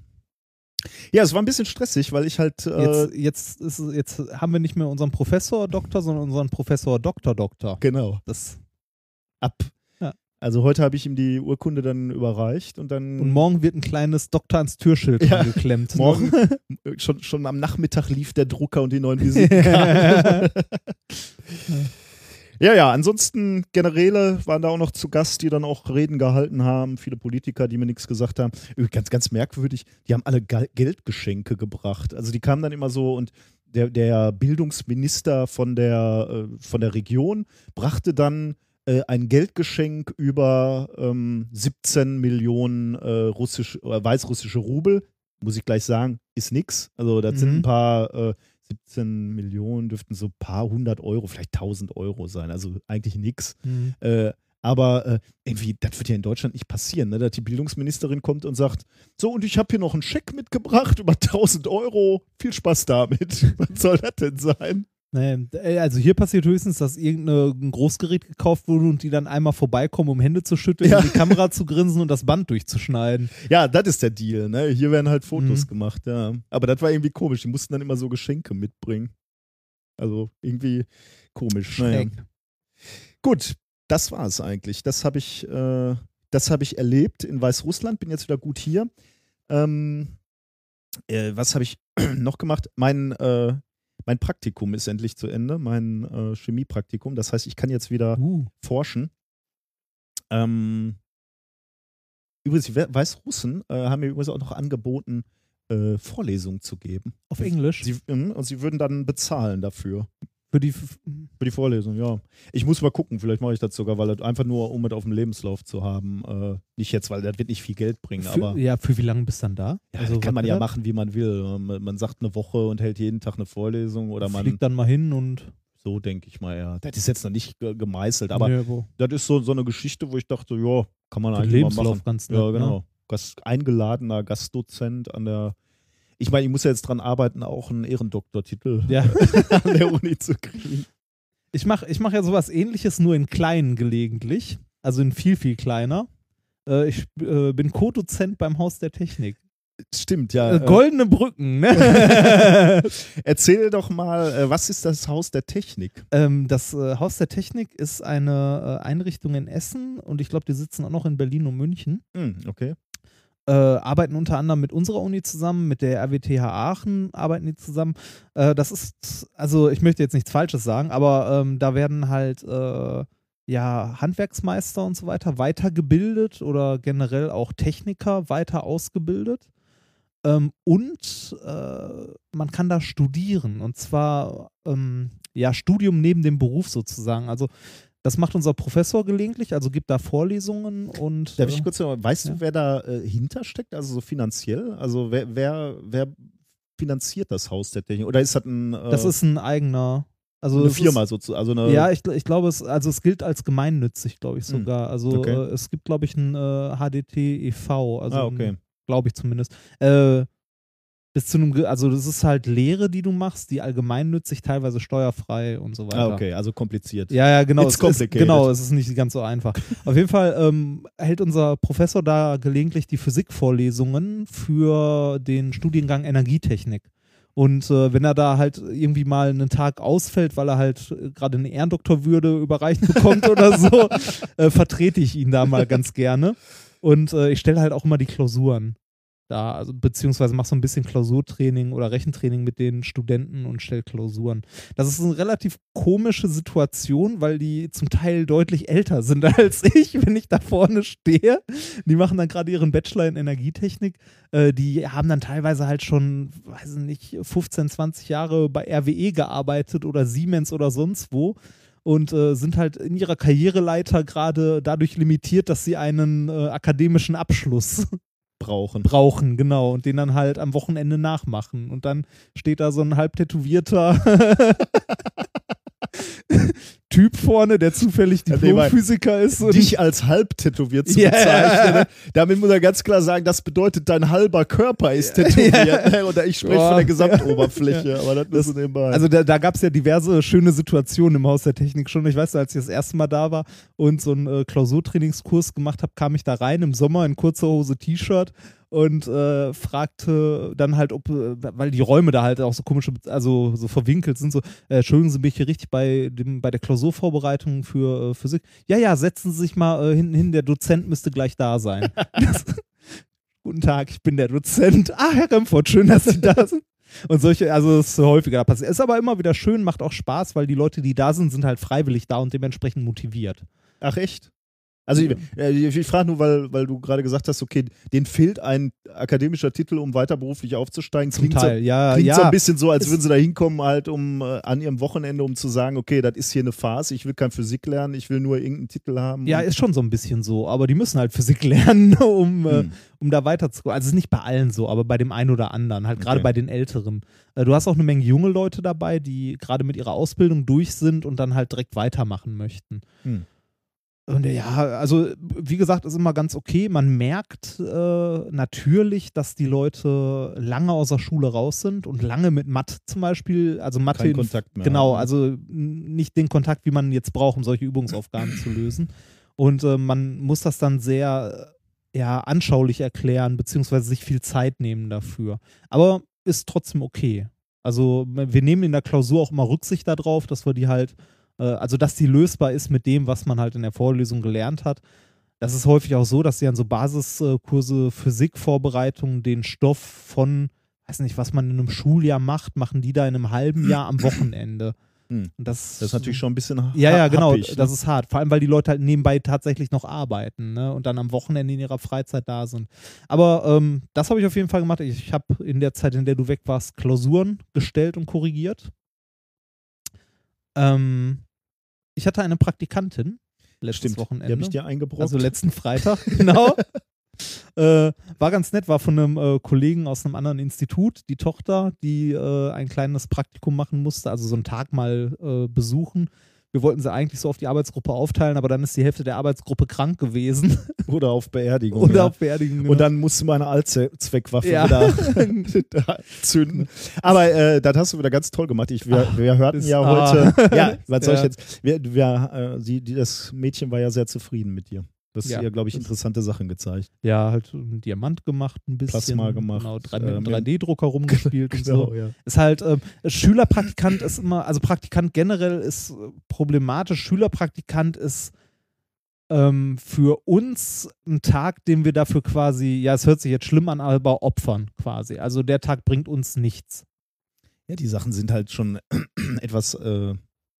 Ja, es war ein bisschen stressig, weil ich halt. Äh, Jetzt, jetzt, ist, es- jetzt haben wir nicht mehr unseren Professor Doktor, sondern unseren Professor Doktor Doktor. genau. Das, Ab, Ja. Also heute habe ich ihm die Urkunde dann überreicht und dann. Und morgen wird ein kleines Doktor ans Türschild Ja, geklemmt. morgen, schon, schon am Nachmittag lief der Drucker und die neuen Visitenkarten. Ja, ja, ansonsten Generäle waren da auch noch zu Gast, die dann auch Reden gehalten haben. Viele Politiker, die mir nichts gesagt haben. Ganz, ganz merkwürdig, die haben alle Ge- Geldgeschenke gebracht. Also die kamen dann immer so und der, der Bildungsminister von der, äh, von der Region brachte dann äh, ein Geldgeschenk über ähm, siebzehn Millionen äh, russisch, äh, weißrussische Rubel. Muss ich gleich sagen, ist nix. Also das Mhm. sind ein paar äh, siebzehn Millionen, dürften so ein paar hundert Euro, vielleicht tausend Euro sein. Also eigentlich nix. Mhm. Äh, aber äh, irgendwie, das wird ja in Deutschland nicht passieren, ne? Dass die Bildungsministerin kommt und sagt, so und ich habe hier noch einen Scheck mitgebracht über tausend Euro. Viel Spaß damit. Was soll das denn sein? Nee, also hier passiert höchstens, dass irgendein Großgerät gekauft wurde und die dann einmal vorbeikommen, um Hände zu schütteln, Ja. in die Kamera zu grinsen und das Band durchzuschneiden. Ja, das ist der Deal, ne? Hier werden halt Fotos Mhm. gemacht, ja. Aber das war irgendwie komisch. Die mussten dann immer so Geschenke mitbringen. Also irgendwie komisch. Naja. Schräg. Gut, das war es eigentlich. Das habe ich, äh, das habe ich erlebt in Weißrussland. Bin jetzt wieder gut hier. Ähm, äh, was habe ich noch gemacht? Mein, äh, mein Praktikum ist endlich zu Ende, mein äh, Chemiepraktikum. Das heißt, ich kann jetzt wieder Uh. forschen. Ähm, übrigens, die We- Weißrussen äh, haben mir übrigens auch noch angeboten, äh, Vorlesungen zu geben. Auf Englisch? Sie, ähm, und sie würden dann bezahlen dafür. Für die. F- Für die Vorlesung, ja. Ich muss mal gucken, vielleicht mache ich das sogar, weil das einfach nur, um es auf dem Lebenslauf zu haben. Äh, nicht jetzt, weil das wird nicht viel Geld bringen, für, aber ja, für wie lange bist du dann da? ja, Also, das kann was man ja wird machen, wie man will. Man, man sagt eine Woche und hält jeden Tag eine Vorlesung oder das? man, Fliegt dann mal hin und. so denke ich mal, ja. Das ist jetzt noch nicht ge- gemeißelt, aber Nee, wo? das ist so, so eine Geschichte, wo ich dachte, ja, kann man Den eigentlich mal Lebenslauf machen. ganz nett, Ja, genau. ne? Gast, eingeladener Gastdozent an der, ich meine, ich muss ja jetzt dran arbeiten, auch einen Ehrendoktortitel Ja. an der Uni zu kriegen. Ich mache ich mach ja sowas ähnliches, nur in kleinen gelegentlich. Also in viel, viel kleiner. Äh, ich äh, bin Co-Dozent beim Haus der Technik. Stimmt, ja. Äh, äh, goldene Brücken, ne? Erzähl doch mal, äh, was ist das Haus der Technik? ähm, das äh, Haus der Technik ist eine äh, Einrichtung in Essen und ich glaube, die sitzen auch noch in Berlin und München. Hm, okay. Äh, arbeiten unter anderem mit unserer Uni zusammen, mit der R W T H Aachen arbeiten die zusammen. Äh, das ist, also ich möchte jetzt nichts Falsches sagen, aber ähm, da werden halt äh, ja Handwerksmeister und so weiter weitergebildet oder generell auch Techniker weiter ausgebildet. Ähm, und äh, man kann da studieren und zwar ähm, ja Studium neben dem Beruf sozusagen. Also das macht unser Professor gelegentlich, also gibt da Vorlesungen und Darf äh, ich kurz noch, weißt ja. du, wer da äh, hintersteckt, also so finanziell? Also wer, wer, wer finanziert das Haus der Technik? Oder ist das ein, äh, das ist ein eigener, also eine es Firma ist, sozusagen? Also eine, ja, ich, ich glaube, es, also es gilt als gemeinnützig, glaube ich Hm, sogar. Also okay. äh, es gibt, glaube ich, ein äh, H D T e V, also ah, okay. glaube ich zumindest. Äh, bis zu einem, Ge- also das ist halt Lehre, die du machst, die allgemeinnützig, teilweise steuerfrei und so weiter. Ah, okay, also kompliziert. Ja, ja, genau. It's es ist, complicated. genau, es ist nicht ganz so einfach. Auf jeden Fall ähm, hält unser Professor da gelegentlich die Physikvorlesungen für den Studiengang Energietechnik. Und äh, wenn er da halt irgendwie mal einen Tag ausfällt, weil er halt äh, gerade eine Ehrendoktorwürde überreicht bekommt oder so, äh, vertrete ich ihn da mal ganz gerne. Und äh, ich stelle halt auch immer die Klausuren da, also beziehungsweise mache so ein bisschen Klausurtraining oder Rechentraining mit den Studenten und stelle Klausuren. Das ist eine relativ komische Situation, weil die zum Teil deutlich älter sind als ich, wenn ich da vorne stehe. Die machen dann gerade ihren Bachelor in Energietechnik. Äh, die haben dann teilweise halt schon, weiß ich nicht, fünfzehn, zwanzig Jahre bei R W E gearbeitet oder Siemens oder sonst wo. Und äh, sind halt in ihrer Karriereleiter gerade dadurch limitiert, dass sie einen äh, akademischen Abschluss Brauchen. brauchen, genau, und den dann halt am Wochenende nachmachen. Und dann steht da so ein halb tätowierter Typ vorne, der zufällig Ja, nee, weil Diplomphysiker ist. Und Dich als halb tätowiert zu Ja. bezeichnen. Ne? Damit muss er ganz klar sagen, das bedeutet, dein halber Körper ist tätowiert. Ja. Ne? Oder ich spreche Boah. von der Gesamtoberfläche, aber das ist nebenbei. Also da, da gab es ja diverse schöne Situationen im Haus der Technik schon. Ich weiß, als ich das erste Mal da war und so einen äh, Klausurtrainingskurs gemacht habe, kam ich da rein im Sommer in kurzer Hose T-Shirt und äh, fragte dann halt, ob, weil die Räume da halt auch so komische, also so verwinkelt sind, so, äh, entschuldigen Sie, bin ich hier richtig bei, dem, bei der Klausurvorbereitung für äh, Physik? Ja, ja, setzen Sie sich mal äh, hinten hin, der Dozent müsste gleich da sein. Das, guten Tag, ich bin der Dozent. Ah, Herr Remford, schön, dass Sie da sind. Und solche, also es ist häufiger da passiert. Ist aber immer wieder schön, macht auch Spaß, weil die Leute, die da sind, sind halt freiwillig da und dementsprechend motiviert. Ach echt? Also ich, ich, ich frage nur, weil, weil du gerade gesagt hast, okay, denen fehlt ein akademischer Titel, um weiter beruflich aufzusteigen. Zum Teil, so, ja. Klingt ja. so ein bisschen so, als würden sie da hinkommen, halt um äh, an ihrem Wochenende, um zu sagen, okay, das ist hier eine Farce, ich will kein Physik lernen, ich will nur irgendeinen Titel haben. Ja, ist schon so ein bisschen so, aber die müssen halt Physik lernen, um, hm. äh, um da weiterzukommen. Also es ist nicht bei allen so, aber bei dem einen oder anderen, halt gerade okay. bei den Älteren. Äh, du hast auch eine Menge junge Leute dabei, die gerade mit ihrer Ausbildung durch sind und dann halt direkt weitermachen möchten. Hm. Und ja, also wie gesagt, ist immer ganz okay. Man merkt äh, natürlich, dass die Leute lange aus der Schule raus sind und lange mit Mathe zum Beispiel, also Mathe. Kein Kontakt mehr. Genau, also nicht den Kontakt, wie man jetzt braucht, um solche Übungsaufgaben zu lösen. Und äh, man muss das dann sehr ja, anschaulich erklären, beziehungsweise sich viel Zeit nehmen dafür. Aber ist trotzdem okay. Also wir nehmen in der Klausur auch immer Rücksicht darauf, dass wir die halt also dass die lösbar ist mit dem, was man halt in der Vorlesung gelernt hat. Das ist häufig auch so, dass sie an so Basiskurse Physikvorbereitung den Stoff von, weiß nicht, was man in einem Schuljahr macht, machen die da in einem halben Jahr am Wochenende. Hm. Und das, das ist natürlich schon ein bisschen hart. Ja, ja, genau, happig, ne? Das ist hart. Vor allem, weil die Leute halt nebenbei tatsächlich noch arbeiten, ne? Und dann am Wochenende in ihrer Freizeit da sind. Aber ähm, das habe ich auf jeden Fall gemacht. Ich habe in der Zeit, in der du weg warst, Klausuren gestellt und korrigiert. Ähm, Ich hatte eine Praktikantin letztes Stimmt, Wochenende. Die habe ich dir eingebrockt. Also letzten Freitag, genau. äh, war ganz nett, war von einem äh, Kollegen aus einem anderen Institut, die Tochter, die äh, ein kleines Praktikum machen musste, also so einen Tag mal äh, besuchen. Wir wollten sie eigentlich so auf die Arbeitsgruppe aufteilen, aber dann ist die Hälfte der Arbeitsgruppe krank gewesen. Oder auf Beerdigung. Oder ja. auf Beerdigung. Genau. Und dann musste man eine Allzweckwaffe ja. wieder zünden. Aber äh, das hast du wieder ganz toll gemacht. Ich, wir, Ach, wir hörten ja ah. heute, ja, was soll ja. ich jetzt? Wir, wir, äh, sie, die, das Mädchen war ja sehr zufrieden mit dir. Das ist ja, ihr, glaube ich, interessante Sachen gezeigt. Ja, halt einen Diamant gemacht, ein bisschen. Plasma gemacht. Genau, drei, ähm, drei D Drucker rumgespielt und genau, so. Ja. Ist halt, ähm, Schülerpraktikant ist immer, also Praktikant generell ist problematisch. Schülerpraktikant ist ähm, für uns ein Tag, den wir dafür quasi, ja, es hört sich jetzt schlimm an, aber opfern quasi. Also der Tag bringt uns nichts. Ja, die Sachen sind halt schon etwas, äh,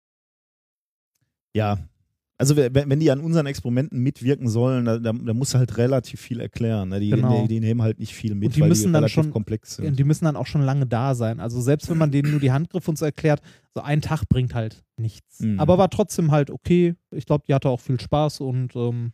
ja, also wenn die an unseren Experimenten mitwirken sollen, da, da, da musst du halt relativ viel erklären. Ne? Die, genau. die, die nehmen halt nicht viel mit, und die weil müssen die dann relativ schon, komplex sind. Die müssen dann auch schon lange da sein. Also selbst wenn man denen nur die Handgriffe und so erklärt, so ein Tag bringt halt nichts. Mhm. Aber war trotzdem halt okay. Ich glaube, die hatte auch viel Spaß und ähm,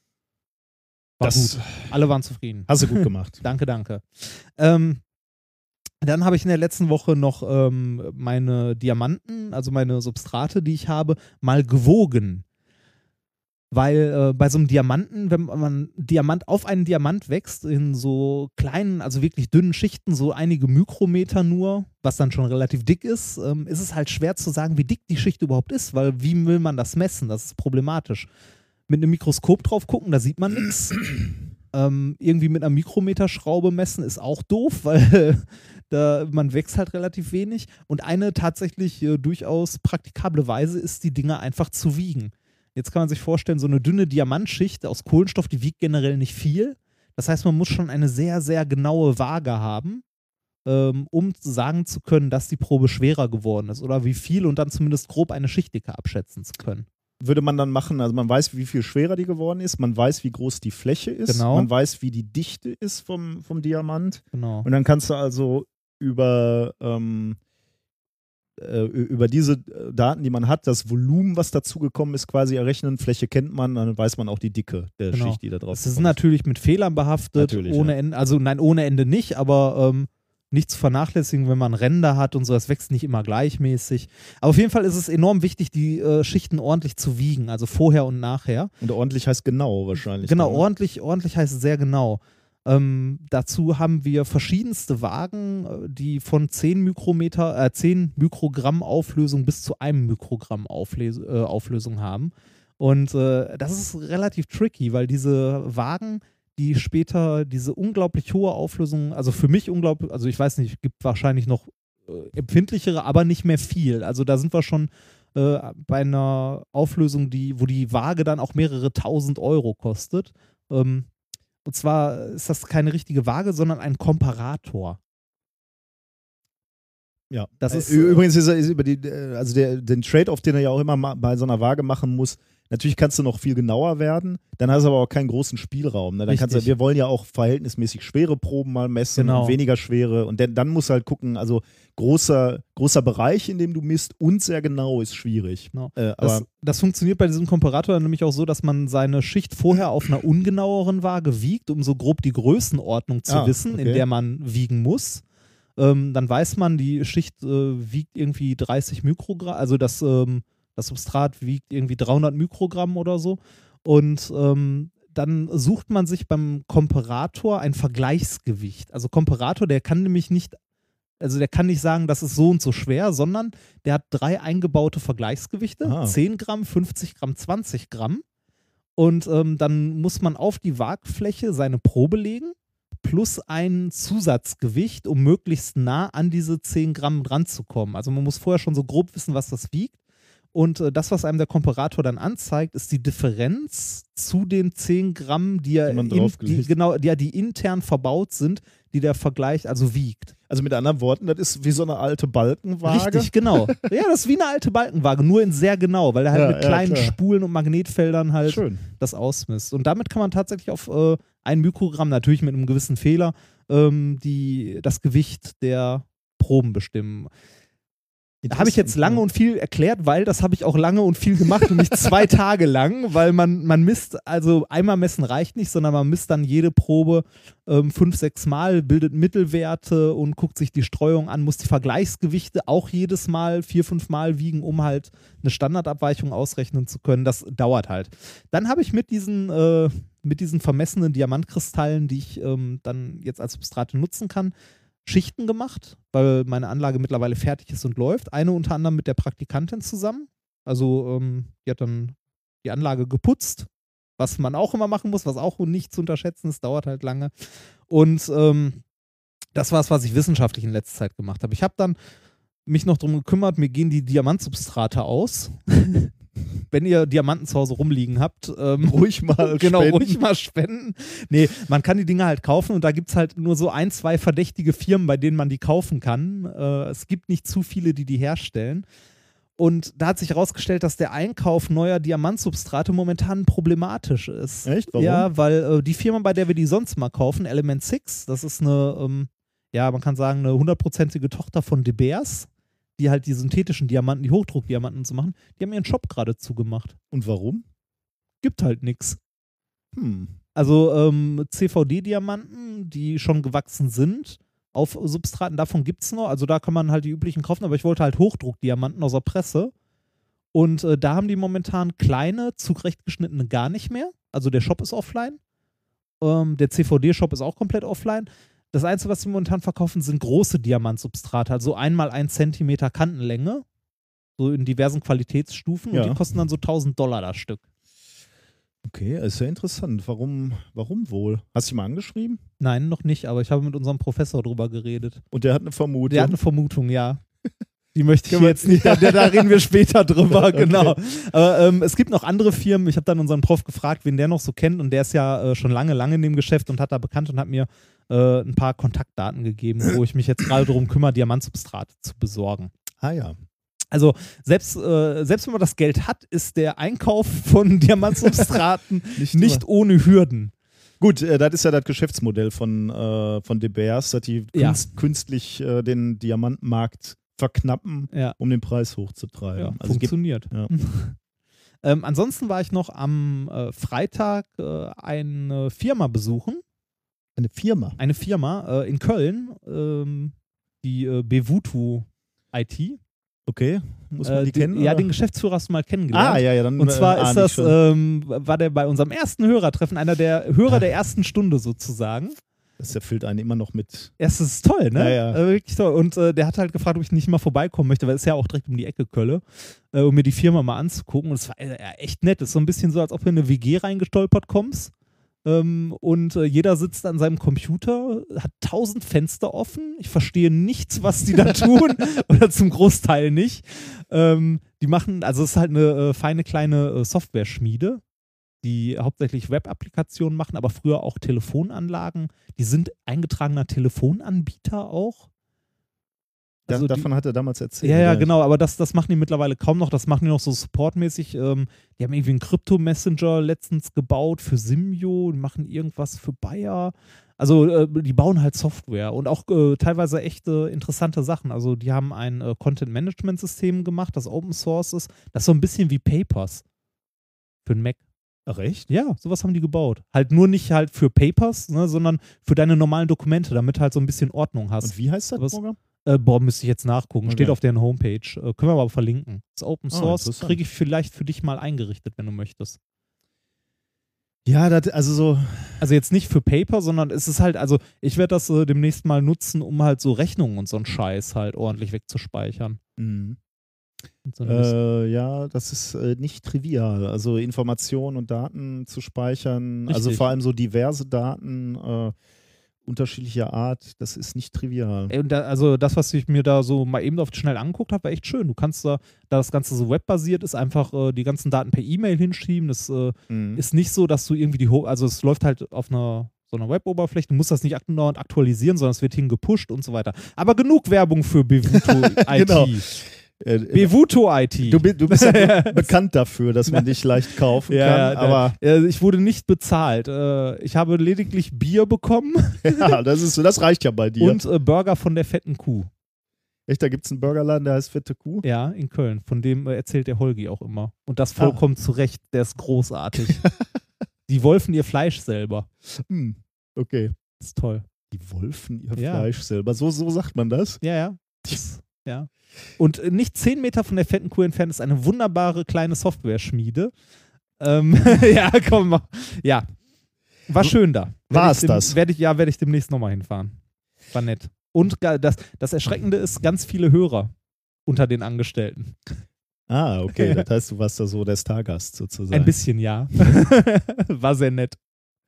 war das gut. Alle waren zufrieden. Hast du gut gemacht. Danke, danke. Ähm, Dann habe ich in der letzten Woche noch ähm, meine Diamanten, also meine Substrate, die ich habe, mal gewogen. Weil äh, bei so einem Diamanten, wenn man Diamant auf einen Diamant wächst, in so kleinen, also wirklich dünnen Schichten, so einige Mikrometer nur, was dann schon relativ dick ist, ähm, ist es halt schwer zu sagen, wie dick die Schicht überhaupt ist, weil wie will man das messen? Das ist problematisch. Mit einem Mikroskop drauf gucken, da sieht man nichts. Ähm, irgendwie mit einer Mikrometerschraube messen ist auch doof, weil da, man wächst halt relativ wenig. Und eine tatsächlich äh, durchaus praktikable Weise ist, die Dinger einfach zu wiegen. Jetzt kann man sich vorstellen, so eine dünne Diamantschicht aus Kohlenstoff, die wiegt generell nicht viel. Das heißt, man muss schon eine sehr, sehr genaue Waage haben, ähm, um sagen zu können, dass die Probe schwerer geworden ist oder wie viel und dann zumindest grob eine Schichtdicke abschätzen zu können. Würde man dann machen, also man weiß, wie viel schwerer die geworden ist, man weiß, wie groß die Fläche ist, genau. Man weiß, wie die Dichte ist vom, vom Diamant. Genau. Und dann kannst du also über, ähm, äh, über diese Daten, die man hat, das Volumen, was dazugekommen ist, quasi errechnen. Fläche kennt man, dann weiß man auch die Dicke der genau. Schicht, die da drauf ist. Das ist natürlich mit Fehlern behaftet, natürlich, ohne ja. Ende, also nein, ohne Ende nicht, aber ähm, nicht zu vernachlässigen, wenn man Ränder hat und so, das wächst nicht immer gleichmäßig. Aber auf jeden Fall ist es enorm wichtig, die äh, Schichten ordentlich zu wiegen, also vorher und nachher. Und ordentlich heißt genau wahrscheinlich. Genau, dann, ordentlich, ordentlich heißt sehr genau. Ähm, dazu haben wir verschiedenste Wagen, die von zehn Mikrometer, äh, zehn Mikrogramm Auflösung bis zu einem Mikrogramm Aufles- äh, Auflösung haben. Und äh, das ist relativ tricky, weil diese Wagen, die später diese unglaublich hohe Auflösung, also für mich unglaublich, also ich weiß nicht, gibt wahrscheinlich noch äh, empfindlichere, aber nicht mehr viel. Also da sind wir schon äh, bei einer Auflösung, die, wo die Waage dann auch mehrere tausend Euro kostet. Ähm, und zwar ist das keine richtige Waage, sondern ein Komparator. Ja, das ist äh, übrigens ist er ist über die, also der, den Trade-off, den er ja auch immer ma- bei so einer Waage machen muss. Natürlich kannst du noch viel genauer werden, dann hast du aber auch keinen großen Spielraum. Ne? Dann kannst du, wir wollen ja auch verhältnismäßig schwere Proben mal messen, Genau. und weniger schwere. Und dann, dann musst du halt gucken, also großer, großer Bereich, in dem du misst und sehr genau ist schwierig. Genau. Äh, aber das, das funktioniert bei diesem Komparator nämlich auch so, dass man seine Schicht vorher auf einer ungenaueren Waage wiegt, um so grob die Größenordnung zu Ah, wissen, okay. in der man wiegen muss. Ähm, dann weiß man, die Schicht äh, wiegt irgendwie dreißig Mikrogramm, also das, ähm, das Substrat wiegt irgendwie dreihundert Mikrogramm oder so. Und ähm, dann sucht man sich beim Komparator ein Vergleichsgewicht. Also Komparator, der kann nämlich nicht, also der kann nicht sagen, das ist so und so schwer, sondern der hat drei eingebaute Vergleichsgewichte, Ah. zehn Gramm, fünfzig Gramm, zwanzig Gramm. Und ähm, dann muss man auf die Waagfläche seine Probe legen, plus ein Zusatzgewicht, um möglichst nah an diese zehn Gramm ranzukommen. Also man muss vorher schon so grob wissen, was das wiegt. Und äh, das, was einem der Komparator dann anzeigt, ist die Differenz zu den zehn Gramm, die, er Die man in, die, draufgelegt. genau, die, ja, die intern verbaut sind, die der Vergleich also wiegt. Also mit anderen Worten, das ist wie so eine alte Balkenwaage. Richtig, genau. Ja, das ist wie eine alte Balkenwaage, nur in sehr genau, weil er halt Ja, mit ja, kleinen klar. Spulen und Magnetfeldern halt Schön. das ausmisst. Und damit kann man tatsächlich auf äh, ein Mikrogramm, natürlich mit einem gewissen Fehler, ähm, die, das Gewicht der Proben bestimmen. Da habe ich jetzt lange und viel erklärt, weil das habe ich auch lange und viel gemacht und nicht zwei Tage lang, weil man, man misst, also einmal messen reicht nicht, sondern man misst dann jede Probe ähm, fünf, sechs Mal, bildet Mittelwerte und guckt sich die Streuung an, muss die Vergleichsgewichte auch jedes Mal vier, fünf Mal wiegen, um halt eine Standardabweichung ausrechnen zu können. Das dauert halt. Dann habe ich mit diesen, äh, mit diesen vermessenen Diamantkristallen, die ich ähm, dann jetzt als Substrate nutzen kann, Schichten gemacht, weil meine Anlage mittlerweile fertig ist und läuft. Eine unter anderem mit der Praktikantin zusammen. Also ähm, die hat dann die Anlage geputzt, was man auch immer machen muss, was auch nicht zu unterschätzen ist, dauert halt lange. Und ähm, das war es, was ich wissenschaftlich in letzter Zeit gemacht habe. Ich habe dann mich noch darum gekümmert, mir gehen die Diamantsubstrate aus. Wenn ihr Diamanten zu Hause rumliegen habt, ähm, Ruhig mal genau, spenden. ruhig mal spenden. Nee, man kann die Dinge halt kaufen und da gibt es halt nur so ein, zwei verdächtige Firmen, bei denen man die kaufen kann. Äh, es gibt nicht zu viele, die die herstellen. Und da hat sich herausgestellt, dass der Einkauf neuer Diamantsubstrate momentan problematisch ist. Echt? Warum? Ja, weil äh, die Firma, bei der wir die sonst mal kaufen, Element six, das ist eine, ähm, ja, man kann sagen, eine hundertprozentige Tochter von De Beers, die halt die synthetischen Diamanten, die Hochdruckdiamanten und so machen, die haben ihren Shop gerade zugemacht. Und warum? Gibt halt nichts. Hm. Also ähm, C V D-Diamanten, die schon gewachsen sind, auf Substraten, davon gibt es noch. Also da kann man halt die üblichen kaufen, aber ich wollte halt Hochdruckdiamanten aus der Presse. Und äh, da haben die momentan kleine, zurechtgeschnittene gar nicht mehr. Also der Shop ist offline. Ähm, der C V D-Shop ist auch komplett offline. Das Einzige, was sie momentan verkaufen, sind große Diamantsubstrate, also einmal ein Zentimeter Kantenlänge, so in diversen Qualitätsstufen. Ja. Und die kosten dann so tausend Dollar das Stück. Okay, ist ja interessant. Warum, warum wohl? Hast du ihn mal angeschrieben? Nein, noch nicht, aber ich habe mit unserem Professor drüber geredet. Und der hat eine Vermutung. Der hat eine Vermutung, ja. Die möchte ich Können wir- jetzt nicht, da, da reden wir später drüber, Okay. genau. Aber ähm, es gibt noch andere Firmen, ich habe dann unseren Prof gefragt, wen der noch so kennt und der ist ja äh, schon lange, lange in dem Geschäft und hat da bekannt und hat mir äh, ein paar Kontaktdaten gegeben, wo ich mich jetzt gerade darum kümmere, Diamantsubstrate zu besorgen. Ah ja. Also selbst, äh, selbst wenn man das Geld hat, ist der Einkauf von Diamantsubstraten Nicht nicht immer. ohne Hürden. Gut, äh, das ist ja das Geschäftsmodell von, äh, von De Beers, dass die Ja. künst, künstlich äh, den Diamantenmarkt verknappen, Ja. um den Preis hochzutreiben. Ja, also es gibt, funktioniert. ja. ähm, ansonsten war ich noch am äh, Freitag äh, eine Firma besuchen. eine Firma. Eine Firma äh, in Köln, ähm, die äh, Bevutu I T. Okay, muss man Äh, die den- kennen? Ja, oder? den Geschäftsführer hast du mal kennengelernt. Ah, ja, ja, dann Und zwar äh, ist ahne das, ich schon. ähm, war der bei unserem ersten Hörertreffen, einer der Hörer der ersten Stunde sozusagen. Das erfüllt einen immer noch mit. Es ist toll, ne? Ja, ja. Äh, wirklich toll. Und äh, der hat halt gefragt, ob ich nicht mal vorbeikommen möchte, weil es ist ja auch direkt um die Ecke Kölle, äh, um mir die Firma mal anzugucken. Und es war äh, echt nett. Es ist so ein bisschen so, als ob du in eine W G reingestolpert kommst. Ähm, und äh, jeder sitzt an seinem Computer, hat tausend Fenster offen. Ich verstehe nichts, was die da tun oder zum Großteil nicht. Ähm, die machen, also es ist halt eine äh, feine kleine äh, Software-Schmiede, die hauptsächlich Web-Applikationen machen, aber früher auch Telefonanlagen. Die sind eingetragener Telefonanbieter auch. Also Da, davon die, hat er damals erzählt. Ja, ja, genau, aber das, das machen die mittlerweile kaum noch. Das machen die noch so supportmäßig. Ähm, die haben irgendwie einen Krypto-Messenger letztens gebaut für Simyo, die machen irgendwas für Bayer. Also äh, die bauen halt Software und auch äh, teilweise echt äh, interessante Sachen. Also die haben ein äh, Content-Management-System gemacht, das Open Source ist. Das ist so ein bisschen wie Papers für den Mac. Ach echt? Ja, sowas haben die gebaut. Halt nur nicht halt für Papers, ne, sondern für deine normalen Dokumente, damit halt so ein bisschen Ordnung hast. Und wie heißt das Was- Programm? Äh, boah, müsste ich jetzt nachgucken. Steht Okay. auf deren Homepage. Äh, können wir aber verlinken. Das ist Open Ah, Source. interessant. Kriege ich vielleicht für dich mal eingerichtet, wenn du möchtest. Ja, das, also so. Also jetzt nicht für Paper, sondern es ist halt, also ich werde das äh, demnächst mal nutzen, um halt so Rechnungen und so einen Scheiß halt ordentlich wegzuspeichern. Mhm. Und so ein bisschen- Äh, ja, das ist äh, nicht trivial. Also Informationen und Daten zu speichern, also Richtig. vor allem so diverse Daten äh, unterschiedlicher Art, das ist nicht trivial. Ey, und da, also das, was ich mir da so mal eben auf schnell angeguckt habe, war echt schön. Du kannst da, da das Ganze so webbasiert ist, einfach äh, die ganzen Daten per E-Mail hinschieben. Das äh, Mhm. ist nicht so, dass du irgendwie die, Ho also es läuft halt auf einer so einer Web-Oberfläche, du musst das nicht andauernd aktualisieren, sondern es wird hingepusht und so weiter. Aber genug Werbung für Bevuto I T. Genau. Äh, Bevuto I T. Du, bi- du bist ja be bekannt dafür, dass man dich leicht kaufen ja, kann, ja, aber äh, ich wurde nicht bezahlt. Äh, ich habe lediglich Bier bekommen ja, das, ist, das reicht ja bei dir. und äh, Burger von der fetten Kuh. Echt, da gibt es einen Burgerladen, der heißt Fette Kuh? Ja, in Köln. Von dem äh, erzählt der Holgi auch immer. Und das Ah. vollkommen zu Recht. Der ist großartig. Die wolfen ihr Fleisch selber. Hm, okay. Das ist toll. Die wolfen ihr Ja. Fleisch selber. So, so sagt man das? Ja, ja. Das, ja. Und äh, nicht zehn Meter von der fetten Kuh entfernt ist eine wunderbare kleine Software-Schmiede. Ähm, ja, komm mal. Ja. War schön da. War Werd es ich dem- das? Werd ich, ja, werde ich demnächst nochmal hinfahren. War nett. Und ga- das, das Erschreckende ist, ganz viele Hörer unter den Angestellten. Ah, okay. Das heißt, du warst da so der Stargast sozusagen. Ein bisschen, ja. War sehr nett.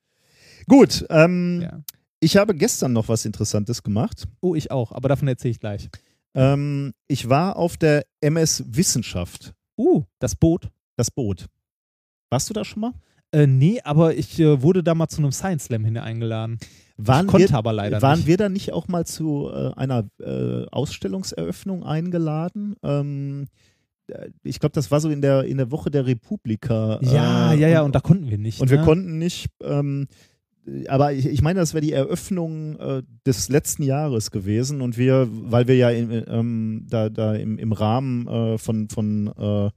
Gut, ähm, Ja. ich habe gestern noch was Interessantes gemacht. Oh, ich auch, aber davon erzähle ich gleich. Ähm, ich war auf der M S Wissenschaft, Uh, das Boot. das Boot. Warst du da schon mal? Äh, nee, aber ich äh, wurde da mal zu einem Science Slam hin eingeladen. Waren ich konnte wir, aber leider waren nicht. wir da nicht auch mal zu äh, einer äh, Ausstellungseröffnung eingeladen? Ähm, äh, ich glaube, das war so in der, in der Woche der Republika. Ja, äh, ja, ja, und, und da konnten wir nicht. und wir ne? konnten nicht. Ähm, aber ich, ich meine, das wäre die Eröffnung äh, des letzten Jahres gewesen und wir, weil wir ja in, ähm, da, da im, im Rahmen äh, von, von äh,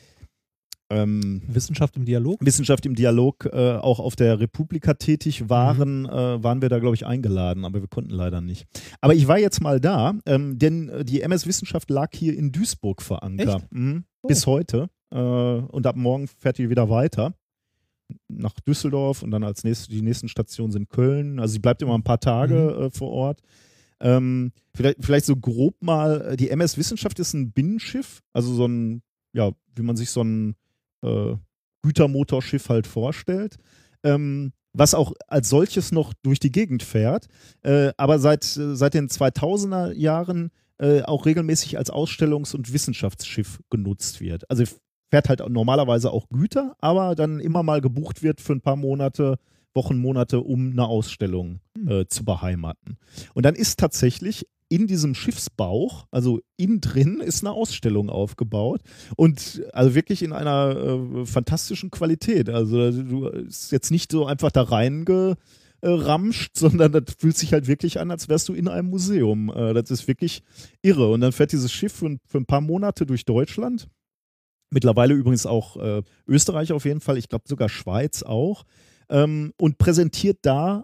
ähm, Wissenschaft im Dialog? Wissenschaft im Dialog äh, auch auf der Republika tätig waren, mhm. äh, waren wir da, glaube ich, eingeladen, aber wir konnten leider nicht. Aber ich war jetzt mal da, ähm, denn äh, die M S Wissenschaft lag hier in Duisburg verankert. Mhm. Oh. Bis heute. Äh, und ab morgen fährt die wieder weiter nach Düsseldorf und dann als nächste, die nächsten Stationen sind Köln. Also sie bleibt immer ein paar Tage mhm. äh, vor Ort. Ähm, vielleicht, vielleicht so grob mal, die M S Wissenschaft ist ein Binnenschiff, also so ein, ja, wie man sich so ein äh, Gütermotorschiff halt vorstellt, ähm, was auch als solches noch durch die Gegend fährt, äh, aber seit, seit den zweitausender Jahren äh, auch regelmäßig als Ausstellungs- und Wissenschaftsschiff genutzt wird. Also fährt halt normalerweise auch Güter, aber dann immer mal gebucht wird für ein paar Monate, Wochen, Monate, um eine Ausstellung äh, zu beheimaten. Und dann ist tatsächlich in diesem Schiffsbauch, also innen drin, ist eine Ausstellung aufgebaut und also wirklich in einer äh, fantastischen Qualität. Also du ist jetzt nicht so einfach da reingeramscht, sondern das fühlt sich halt wirklich an, als wärst du in einem Museum. Äh, das ist wirklich irre. Und dann fährt dieses Schiff für, für ein paar Monate durch Deutschland. Mittlerweile übrigens auch äh, Österreich auf jeden Fall, ich glaube sogar Schweiz auch, ähm, und präsentiert da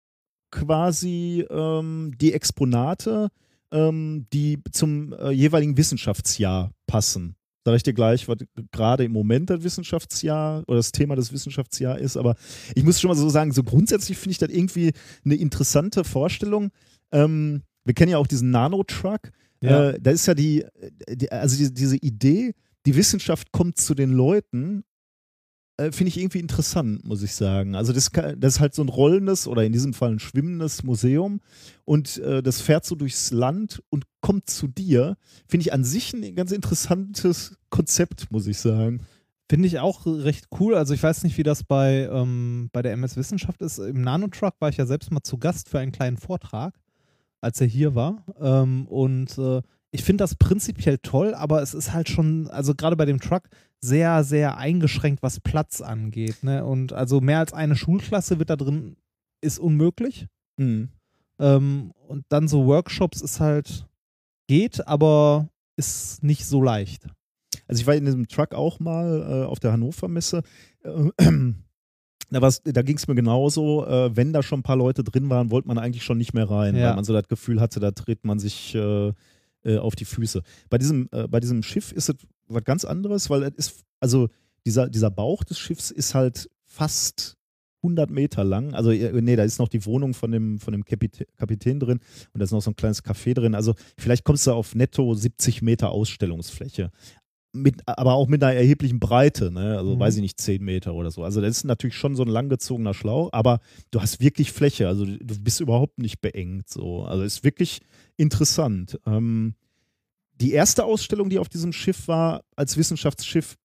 quasi ähm, die Exponate, ähm, die zum äh, jeweiligen Wissenschaftsjahr passen. Sag ich dir gleich, was gerade im Moment das Wissenschaftsjahr oder das Thema des Wissenschaftsjahres ist, aber ich muss schon mal so sagen, so grundsätzlich finde ich das irgendwie eine interessante Vorstellung. Ähm, wir kennen ja auch diesen Nanotruck. Ja. Äh, da ist ja die, die also die, diese Idee, die Wissenschaft kommt zu den Leuten äh, finde ich irgendwie interessant, muss ich sagen. Also das, das ist halt so ein rollendes oder in diesem Fall ein schwimmendes Museum und äh, das fährt so durchs Land und kommt zu dir. Finde ich an sich ein ganz interessantes Konzept, muss ich sagen. Finde ich auch recht cool. Also ich weiß nicht, wie das bei, ähm, bei der M S Wissenschaft ist. Im Nanotruck war ich ja selbst mal zu Gast für einen kleinen Vortrag, als er hier war. Ähm, und äh, ich finde das prinzipiell toll, aber es ist halt schon, also gerade bei dem Truck, sehr, sehr eingeschränkt, was Platz angeht. Ne? Und also mehr als eine Schulklasse wird da drin, ist unmöglich. Mhm. Ähm, und dann so Workshops ist halt, geht, aber ist nicht so leicht. Also ich war in diesem Truck auch mal äh, auf der Hannover Messe. Äh, da, da ging es mir genauso. Äh, wenn da schon ein paar Leute drin waren, wollte man eigentlich schon nicht mehr rein, Ja. weil man so das Gefühl hatte, da tritt man sich äh, äh, auf die Füße. Bei diesem, äh, bei diesem Schiff ist es was ganz anderes, weil es ist, also dieser, dieser Bauch des Schiffs ist halt fast hundert Meter lang. Also nee, da ist noch die Wohnung von dem, von dem Kapitän, Kapitän drin und da ist noch so ein kleines Café drin. Also vielleicht kommst du auf netto siebzig Meter Ausstellungsfläche. Mit, aber auch mit einer erheblichen Breite, ne? Also Mhm. weiß ich nicht, zehn Meter oder so. Also das ist natürlich schon so ein langgezogener Schlauch, aber du hast wirklich Fläche, also du bist überhaupt nicht beengt so. Also ist wirklich interessant. Ähm, die erste Ausstellung, die auf diesem Schiff war, als Wissenschaftsschiff,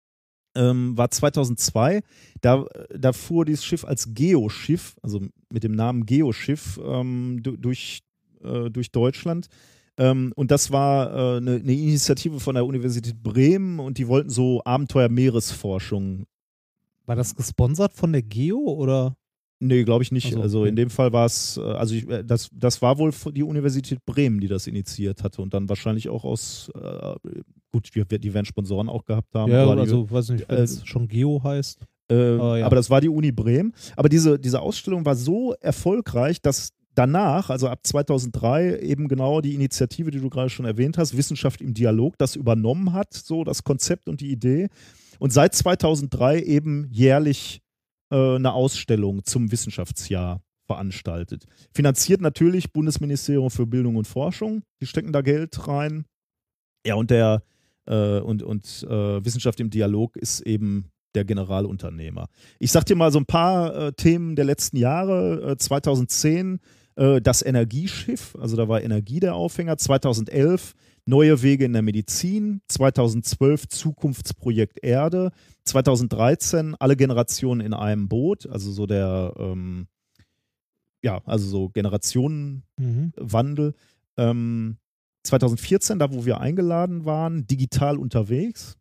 ähm, war zweitausendzwei. Da, da fuhr dieses Schiff als Geoschiff, also mit dem Namen Geoschiff, ähm, du, durch, äh, durch Deutschland. Ähm, und das war äh, eine, eine Initiative von der Universität Bremen und die wollten so Abenteuer-Meeresforschung. War das gesponsert von der Geo oder? Nee, glaube ich nicht. Ach so, also okay. in dem Fall war es, äh, also ich, äh, das, das war wohl die Universität Bremen, die das initiiert hatte und dann wahrscheinlich auch aus, äh, gut, die, die werden Sponsoren auch gehabt haben. Ja, aber also weiß nicht, wenn es äh, schon Geo heißt. Äh, Oh, ja. Aber das war die Uni Bremen. Aber diese, diese Ausstellung war so erfolgreich, dass danach, also ab zweitausenddrei, eben genau die Initiative, die du gerade schon erwähnt hast, Wissenschaft im Dialog, das übernommen hat, so das Konzept und die Idee. Und seit zweitausenddrei eben jährlich äh, eine Ausstellung zum Wissenschaftsjahr veranstaltet. Finanziert natürlich Bundesministerium für Bildung und Forschung. Die stecken da Geld rein. Ja, und der äh, und, und äh, Wissenschaft im Dialog ist eben der Generalunternehmer. Ich sag dir mal so ein paar äh, Themen der letzten Jahre. Äh, zweitausendzehn äh, das Energieschiff, also da war Energie der Aufhänger. zweitausendelf neue Wege in der Medizin. zweitausendzwölf Zukunftsprojekt Erde. zweitausenddreizehn alle Generationen in einem Boot, also so der, ähm, ja, also so Generationenwandel. Mhm. Ähm, zweitausendvierzehn, da wo wir eingeladen waren, digital unterwegs.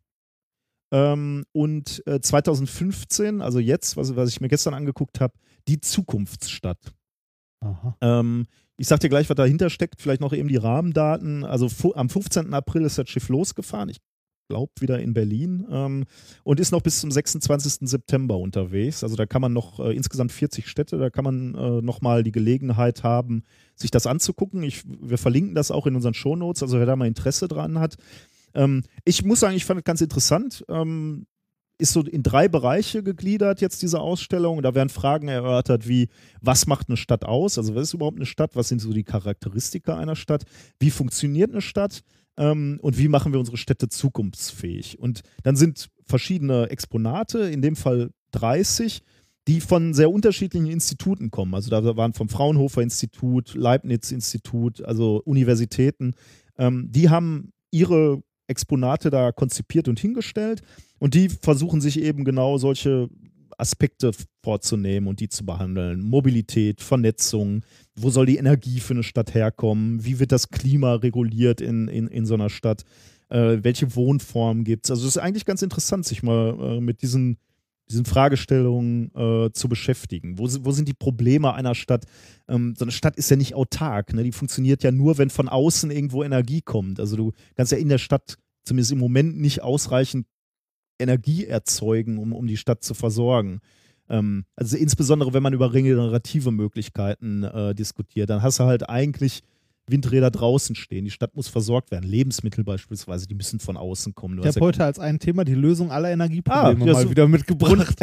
Ähm, und äh, zweitausendfünfzehn, also jetzt, was, was ich mir gestern angeguckt habe, die Zukunftsstadt. Aha. Ähm, ich sag dir gleich, was dahinter steckt, vielleicht noch eben die Rahmendaten. Also fu- am fünfzehnten April ist das Schiff losgefahren, ich glaube wieder in Berlin, ähm, und ist noch bis zum sechsundzwanzigsten September unterwegs. Also da kann man noch äh, insgesamt vierzig Städte, da kann man äh, nochmal die Gelegenheit haben, sich das anzugucken. Ich, wir verlinken das auch in unseren Shownotes, also wer da mal Interesse dran hat. Ähm, ich muss sagen, ich fand es ganz interessant. Ähm, ist so in drei Bereiche gegliedert jetzt diese Ausstellung. Da werden Fragen erörtert wie, was macht eine Stadt aus? Also was ist überhaupt eine Stadt? Was sind so die Charakteristika einer Stadt? Wie funktioniert eine Stadt? Ähm, und wie machen wir unsere Städte zukunftsfähig? Und dann sind verschiedene Exponate, in dem Fall dreißig, die von sehr unterschiedlichen Instituten kommen. Also da waren vom Fraunhofer Institut, Leibniz-Institut, also Universitäten. Ähm, die haben ihre Exponate da konzipiert und hingestellt und die versuchen sich eben genau solche Aspekte vorzunehmen und die zu behandeln. Mobilität, Vernetzung, wo soll die Energie für eine Stadt herkommen, wie wird das Klima reguliert in, in, in so einer Stadt, äh, welche Wohnformen gibt es. Also es ist eigentlich ganz interessant, sich mal äh, mit diesen, diesen Fragestellungen äh, zu beschäftigen. Wo, wo sind die Probleme einer Stadt? Ähm, so eine Stadt ist ja nicht autark, ne? Die funktioniert ja nur, wenn von außen irgendwo Energie kommt. Also du kannst ja in der Stadt zumindest im Moment nicht ausreichend Energie erzeugen, um, um die Stadt zu versorgen. Ähm, also insbesondere, wenn man über regenerative Möglichkeiten äh, diskutiert, dann hast du halt eigentlich Windräder draußen stehen. Die Stadt muss versorgt werden. Lebensmittel beispielsweise, die müssen von außen kommen. Du Ich hast habe ja heute als ein Thema die Lösung aller Energieprobleme Ah, ja, mal so- wieder mitgebracht.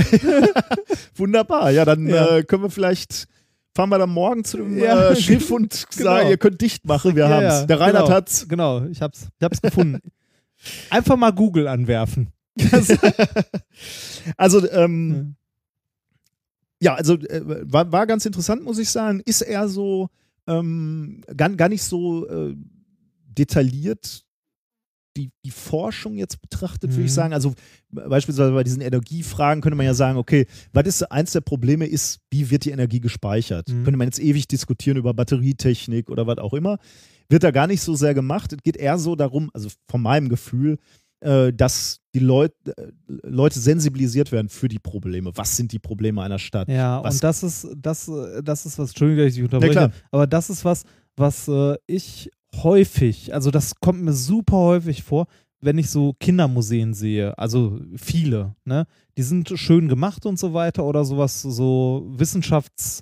Wunderbar, ja, dann Ja. Äh, können wir vielleicht, fahren wir dann morgen zu dem Ja, äh, Schiff und genau. sagen, ihr könnt dicht machen, wir Ja, haben's. ja, Der Reinhard genau, hat's. Genau, ich hab's, ich hab's gefunden. Einfach mal Google anwerfen. Also, ähm, ja, also äh, war, war ganz interessant, muss ich sagen. Ist er so ähm, gar, gar nicht so äh, detailliert die, die Forschung jetzt betrachtet, würde Mhm. ich sagen. Also beispielsweise bei diesen Energiefragen könnte man ja sagen, okay, was ist eins der Probleme ist, wie wird die Energie gespeichert? Mhm. Könnte man jetzt ewig diskutieren über Batterietechnik oder was auch immer. Wird da gar nicht so sehr gemacht. Es geht eher so darum, also von meinem Gefühl, äh, dass die Leut, äh, Leute sensibilisiert werden für die Probleme. Was sind die Probleme einer Stadt? Ja, Was- und das ist, das, äh, das ist was, Entschuldigung, dass ich dich Ja, unterbreche, klar. aber das ist was, was äh, ich häufig, also das kommt mir super häufig vor, wenn ich so Kindermuseen sehe, also viele, ne, die sind schön gemacht und so weiter oder sowas, so Wissenschafts,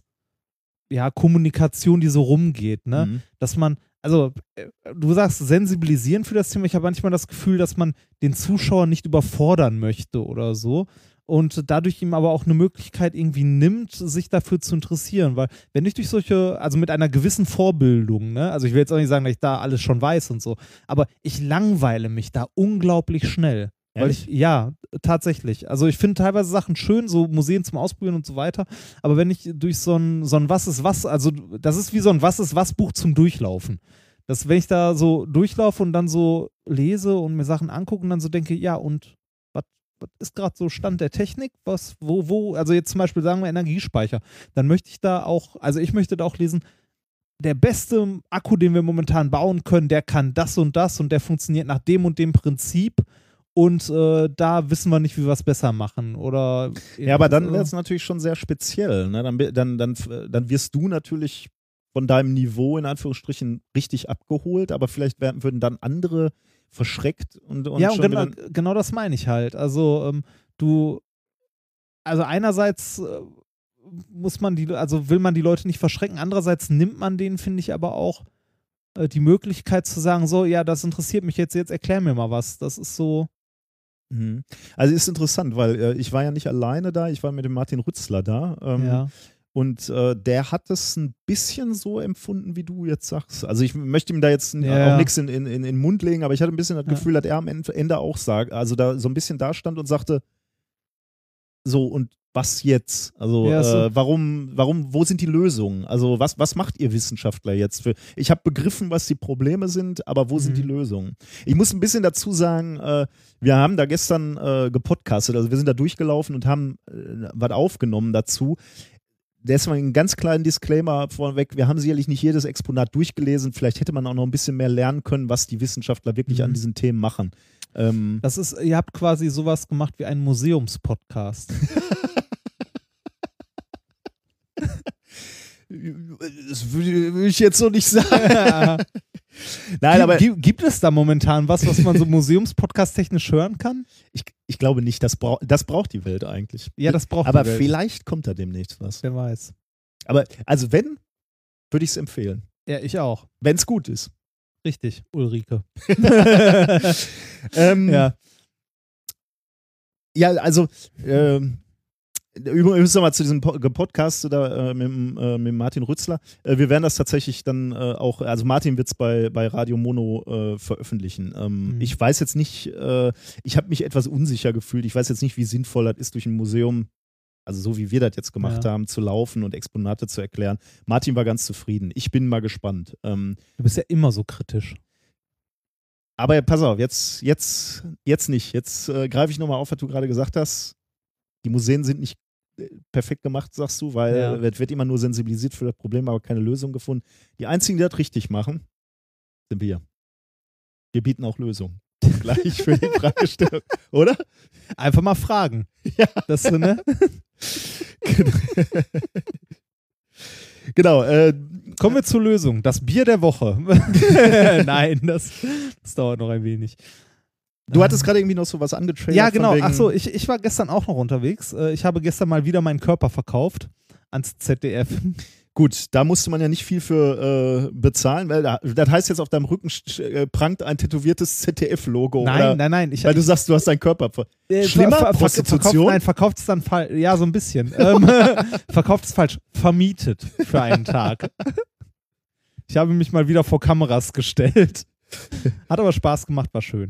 ja, Kommunikation, die so rumgeht, ne, Mhm. dass man, also äh, du sagst sensibilisieren für das Thema, ich habe manchmal das Gefühl, dass man den Zuschauer nicht überfordern möchte oder so und dadurch ihm aber auch eine Möglichkeit irgendwie nimmt, sich dafür zu interessieren, weil wenn ich durch solche, also mit einer gewissen Vorbildung, ne, also ich will jetzt auch nicht sagen, dass ich da alles schon weiß und so, aber ich langweile mich da unglaublich schnell. Weil ich, ja, tatsächlich. Also ich finde teilweise Sachen schön, so Museen zum Ausprobieren und so weiter, aber wenn ich durch so ein, so ein Was ist was, also das ist wie so ein Was ist was Buch zum Durchlaufen. Das, wenn ich da so durchlaufe und dann so lese und mir Sachen angucke und dann so denke, ja und was was ist gerade so Stand der Technik? Was, wo, wo, also jetzt zum Beispiel sagen wir Energiespeicher, dann möchte ich da auch, also ich möchte da auch lesen, der beste Akku, den wir momentan bauen können, der kann das und das und der funktioniert nach dem und dem Prinzip. Und äh, da wissen wir nicht, wie wir es besser machen. Oder Ja, aber dann äh, wäre es natürlich schon sehr speziell. Ne? Dann, dann, dann, dann wirst du natürlich von deinem Niveau in Anführungsstrichen richtig abgeholt, aber vielleicht werden, würden dann andere verschreckt und, und ja, und schon genau, wieder, genau das meine ich halt. Also ähm, du, also einerseits äh, muss man die, also will man die Leute nicht verschrecken, andererseits nimmt man denen, finde ich, aber auch äh, die Möglichkeit zu sagen, so, ja, das interessiert mich jetzt, jetzt erklär mir mal was. Das ist so, Mhm. Also ist interessant, weil äh, ich war ja nicht alleine da, ich war mit dem Martin Rützler da. Ähm, ja. Und äh, der hat es ein bisschen so empfunden, wie du jetzt sagst. Also ich möchte ihm da jetzt n- Ja. auch nichts in, in, in den Mund legen, aber ich hatte ein bisschen das Ja. Gefühl, dass er am Ende Ende auch sagt, also da so ein bisschen da stand und sagte, so und was jetzt? Also Ja, so. äh, warum, warum, wo sind die Lösungen? Also was, was macht ihr Wissenschaftler jetzt für? Ich habe begriffen, was die Probleme sind, aber wo sind die Mhm. Lösungen? Ich muss ein bisschen dazu sagen, äh, wir haben da gestern äh, gepodcastet, also wir sind da durchgelaufen und haben äh, was aufgenommen dazu. Deswegen einen ganz kleinen Disclaimer vorweg. Wir haben sicherlich nicht jedes Exponat durchgelesen. Vielleicht hätte man auch noch ein bisschen mehr lernen können, was die Wissenschaftler wirklich Mhm. an diesen Themen machen. Ähm, Das ist, ihr habt quasi sowas gemacht wie einen Museumspodcast. das würde würde ich jetzt so nicht sagen. Nein, aber gibt, gibt es da momentan was, was man so Museumspodcast-technisch hören kann? ich, ich glaube nicht. Das, brau das braucht die Welt eigentlich. Ja, das braucht aber die Welt. vielleicht kommt da demnächst was. Wer weiß. Aber also wenn, würde ich es empfehlen. Ja, ich auch. Wenn es gut ist. Richtig, Ulrike. ähm, Ja. Ja, also ähm, übrigens nochmal zu diesem Po- Podcast da, äh, mit, dem, äh, mit dem Martin Rützler. Äh, wir werden das tatsächlich dann äh, auch, also Martin wird es bei, bei Radio Mono äh, veröffentlichen. Ähm, Mhm. Ich weiß jetzt nicht, äh, ich habe mich etwas unsicher gefühlt. Ich weiß jetzt nicht, wie sinnvoll das ist, durch ein Museum, also so wie wir das jetzt gemacht Ja. haben, zu laufen und Exponate zu erklären. Martin war ganz zufrieden. Ich bin mal gespannt. Ähm, Du bist ja immer so kritisch. aber pass auf, jetzt, jetzt, jetzt nicht. Jetzt äh, greife ich nochmal auf, was du gerade gesagt hast. Die Museen sind nicht äh, perfekt gemacht, sagst du, weil Ja. es wird immer nur sensibilisiert für das Problem, aber keine Lösung gefunden. Die einzigen, die das richtig machen, sind wir. Wir bieten auch Lösungen. Gleich für die Fragestellung, oder? Einfach mal fragen. Ja. Das, ne? Genau. Äh, Kommen wir zur Lösung. Das Bier der Woche. Nein, das, das dauert noch ein wenig. du hattest gerade irgendwie noch so was angetrailert. Ja, von genau. wegen- Achso, ich, ich war gestern auch noch unterwegs. Äh, Ich habe gestern mal wieder meinen Körper verkauft ans Z D F. Gut, da musste man ja nicht viel für äh, bezahlen, weil da, das heißt jetzt auf deinem Rücken sch- äh, prangt ein tätowiertes Z D F-Logo. Nein, oder, nein, nein. Ich, Weil du sagst, du hast deinen Körper. ver- Äh, Schlimmer? ver- ver- Prostitution? Verkauft, nein, verkauft es dann falsch. Ja, so ein bisschen. ähm, verkauft es falsch. Vermietet für einen Tag. Ich habe mich mal wieder vor Kameras gestellt. Hat aber Spaß gemacht, war schön.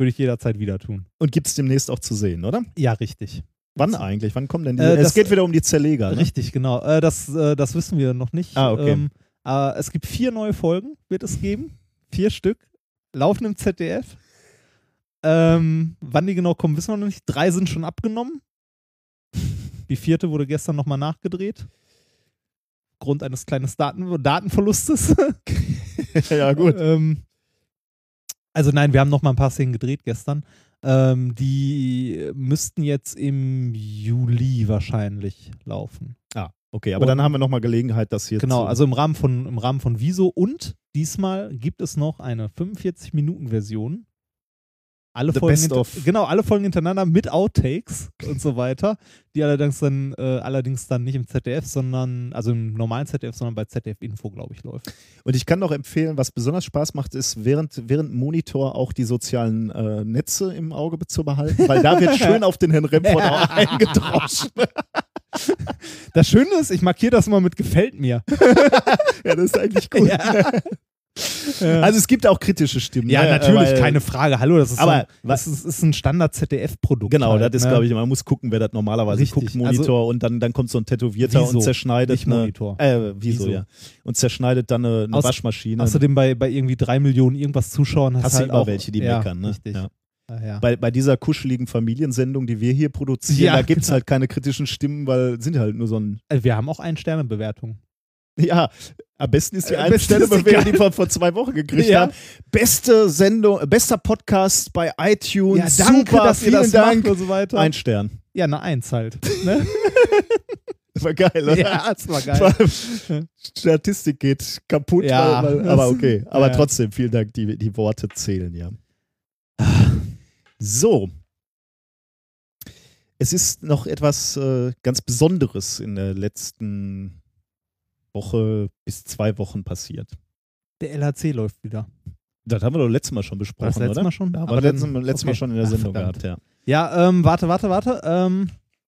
Würde ich jederzeit wieder tun. Und gibt es demnächst auch zu sehen, oder? Ja, richtig. Wann eigentlich? Wann kommen denn die? Äh, es das- geht wieder um die Zerleger, ne? Richtig, genau. Äh, das, äh, das wissen wir noch nicht. Ah, okay. Ähm, äh, es gibt vier neue Folgen, wird es geben. Vier Stück. Laufen im Z D F. Ähm, wann die genau kommen, wissen wir noch nicht. Drei sind schon abgenommen. Die vierte wurde gestern nochmal nachgedreht. Aufgrund eines kleinen Daten Datenverlustes. Ja, gut. ähm, also nein, wir haben noch mal ein paar Szenen gedreht gestern. Ähm, die müssten jetzt im Juli wahrscheinlich laufen. Ah, okay, aber Und- dann haben wir nochmal Gelegenheit, das hier Genau, zu... also im Rahmen von, im Rahmen von Wieso. Und diesmal gibt es noch eine fünfundvierzig-Minuten-Version. Alle The Folgen best hinter- of. Genau, alle Folgen hintereinander mit Outtakes und so weiter, die allerdings dann, äh, allerdings dann nicht im Z D F, sondern, also im normalen Z D F, sondern bei Z D F Info, glaube ich, läuft. Und ich kann noch empfehlen, was besonders Spaß macht, ist während, während Monitor auch die sozialen äh, Netze im Auge zu behalten, weil da wird schön auf den Herrn Remford auch eingedroschen. Das Schöne ist, ich markiere das immer mit gefällt mir. Ja, das ist eigentlich gut. Ja. Also es gibt auch kritische Stimmen. Ja, ne? natürlich, Weil- keine Frage. Hallo, das ist, Aber so ein, was- das ist, ist ein Standard-Z D F-Produkt. Genau, halt, das ist, ne? glaube ich, man muss gucken, wer das normalerweise Richtig, guckt, Monitor, und dann, dann kommt so ein Tätowierter Wieso, und zerschneidet nicht eine, Monitor. Äh, wieso, Wieso. ja. Und zerschneidet dann eine, eine Auß- Waschmaschine. Außerdem bei, bei irgendwie drei Millionen irgendwas Zuschauern hast, Hast du halt immer auch welche, die ja, meckern, ne? Richtig. Ja. Ja, ja. Bei, bei dieser kuscheligen Familiensendung, die wir hier produzieren, Ja, da gibt es genau. halt keine kritischen Stimmen, weil sind halt nur so ein. Also wir haben auch Ein-Sterne-Bewertung. Ja, am besten ist die Äh, eine besten Stelle, ist die wir egal. die wir vor zwei Wochen gekriegt Ja. haben. Beste Sendung, äh, bester Podcast bei iTunes. Ja, danke, Super, dass ihr vielen das Dank. macht und so weiter. Ein Stern. Ja, eine Eins halt. Ne? Das war geil, oder? Ja, das war Vor geil. allem, Statistik geht kaputt, Ja. weil, weil, aber okay. Aber Ja. trotzdem, vielen Dank, die, die Worte zählen, ja. So. Es ist noch etwas äh, ganz Besonderes in der letzten Woche bis zwei Wochen passiert. Der L H C läuft wieder. Das haben wir doch letztes Mal schon besprochen, Das letzte oder? Mal schon? Ja, haben Aber wir dann- letztes, letztes Mal okay. schon in der Ach, Sendung verdammt. gehabt, ja. Ja, ähm, warte, warte, warte. Ähm,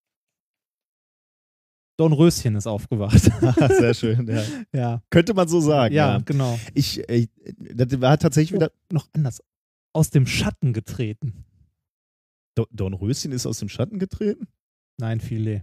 Dornröschen ist aufgewacht. Sehr schön, ja. ja. Könnte man so sagen, Ja, ja. genau. Ich, äh, das war tatsächlich wieder. Oh, noch anders. Aus dem Schatten getreten. Do- Dornröschen ist aus dem Schatten getreten? Nein, Filet.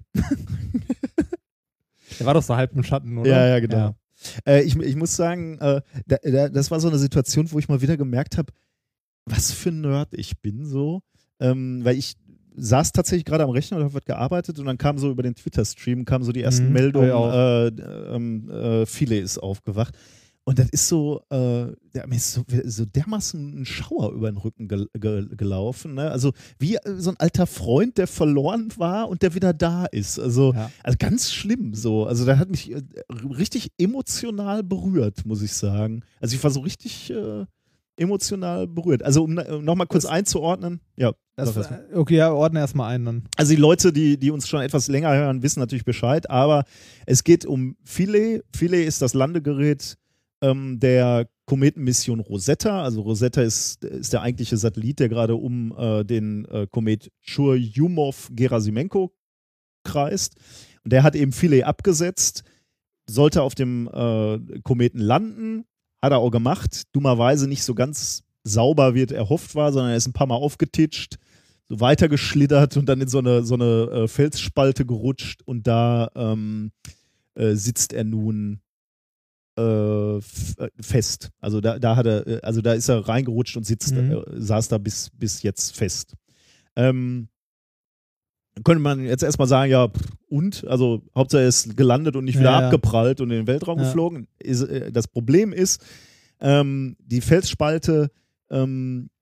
Der war doch so halb im Schatten, oder? Ja, ja, genau. Äh, ich, ich muss sagen, äh, da, da, das war so eine Situation, wo ich mal wieder gemerkt habe, was für ein Nerd ich bin so. Ähm, weil ich saß tatsächlich gerade am Rechner und habe was gearbeitet und dann kam so über den Twitter-Stream, kamen so die ersten Mhm, Meldungen, hab ich äh, ähm, äh, Filet ist aufgewacht. Und das ist so, äh, der, mir ist so, so dermaßen ein Schauer über den Rücken gel gel gelaufen. Ne? Also wie äh, so ein alter Freund, der verloren war und der wieder da ist. Also, Ja. also ganz schlimm so. Also da hat mich äh, richtig emotional berührt, muss ich sagen. Also ich war so richtig äh, emotional berührt. Also um, um nochmal kurz Das- einzuordnen. Ja, Das, sag erst mal. äh, okay, ja, ordne erstmal ein dann. Also die Leute, die, die uns schon etwas länger hören, wissen natürlich Bescheid, aber es geht um Philae. Philae ist das Landegerät ähm, der Kometenmission Rosetta. Also Rosetta ist, ist der eigentliche Satellit, der gerade um äh, den äh, Komet Churyumov-Gerasimenko kreist. Und der hat eben Philae abgesetzt, sollte auf dem äh, Kometen landen, hat er auch gemacht. Dummerweise nicht so ganz sauber, wie es erhofft war, sondern er ist ein paar Mal aufgetitscht, so weitergeschlittert und dann in so eine, so eine äh, Felsspalte gerutscht und da ähm, äh, sitzt er nun äh, f- äh, fest. Also da, da hat er, äh, also da ist er reingerutscht und sitzt, Mhm. äh, saß da bis, bis jetzt fest. Ähm, könnte man jetzt erstmal sagen, ja, pff, und? Also Hauptsache er ist gelandet und nicht wieder Ja, ja. abgeprallt und in den Weltraum Ja. geflogen. Ist, äh, das Problem ist, ähm, die Felsspalte ähm,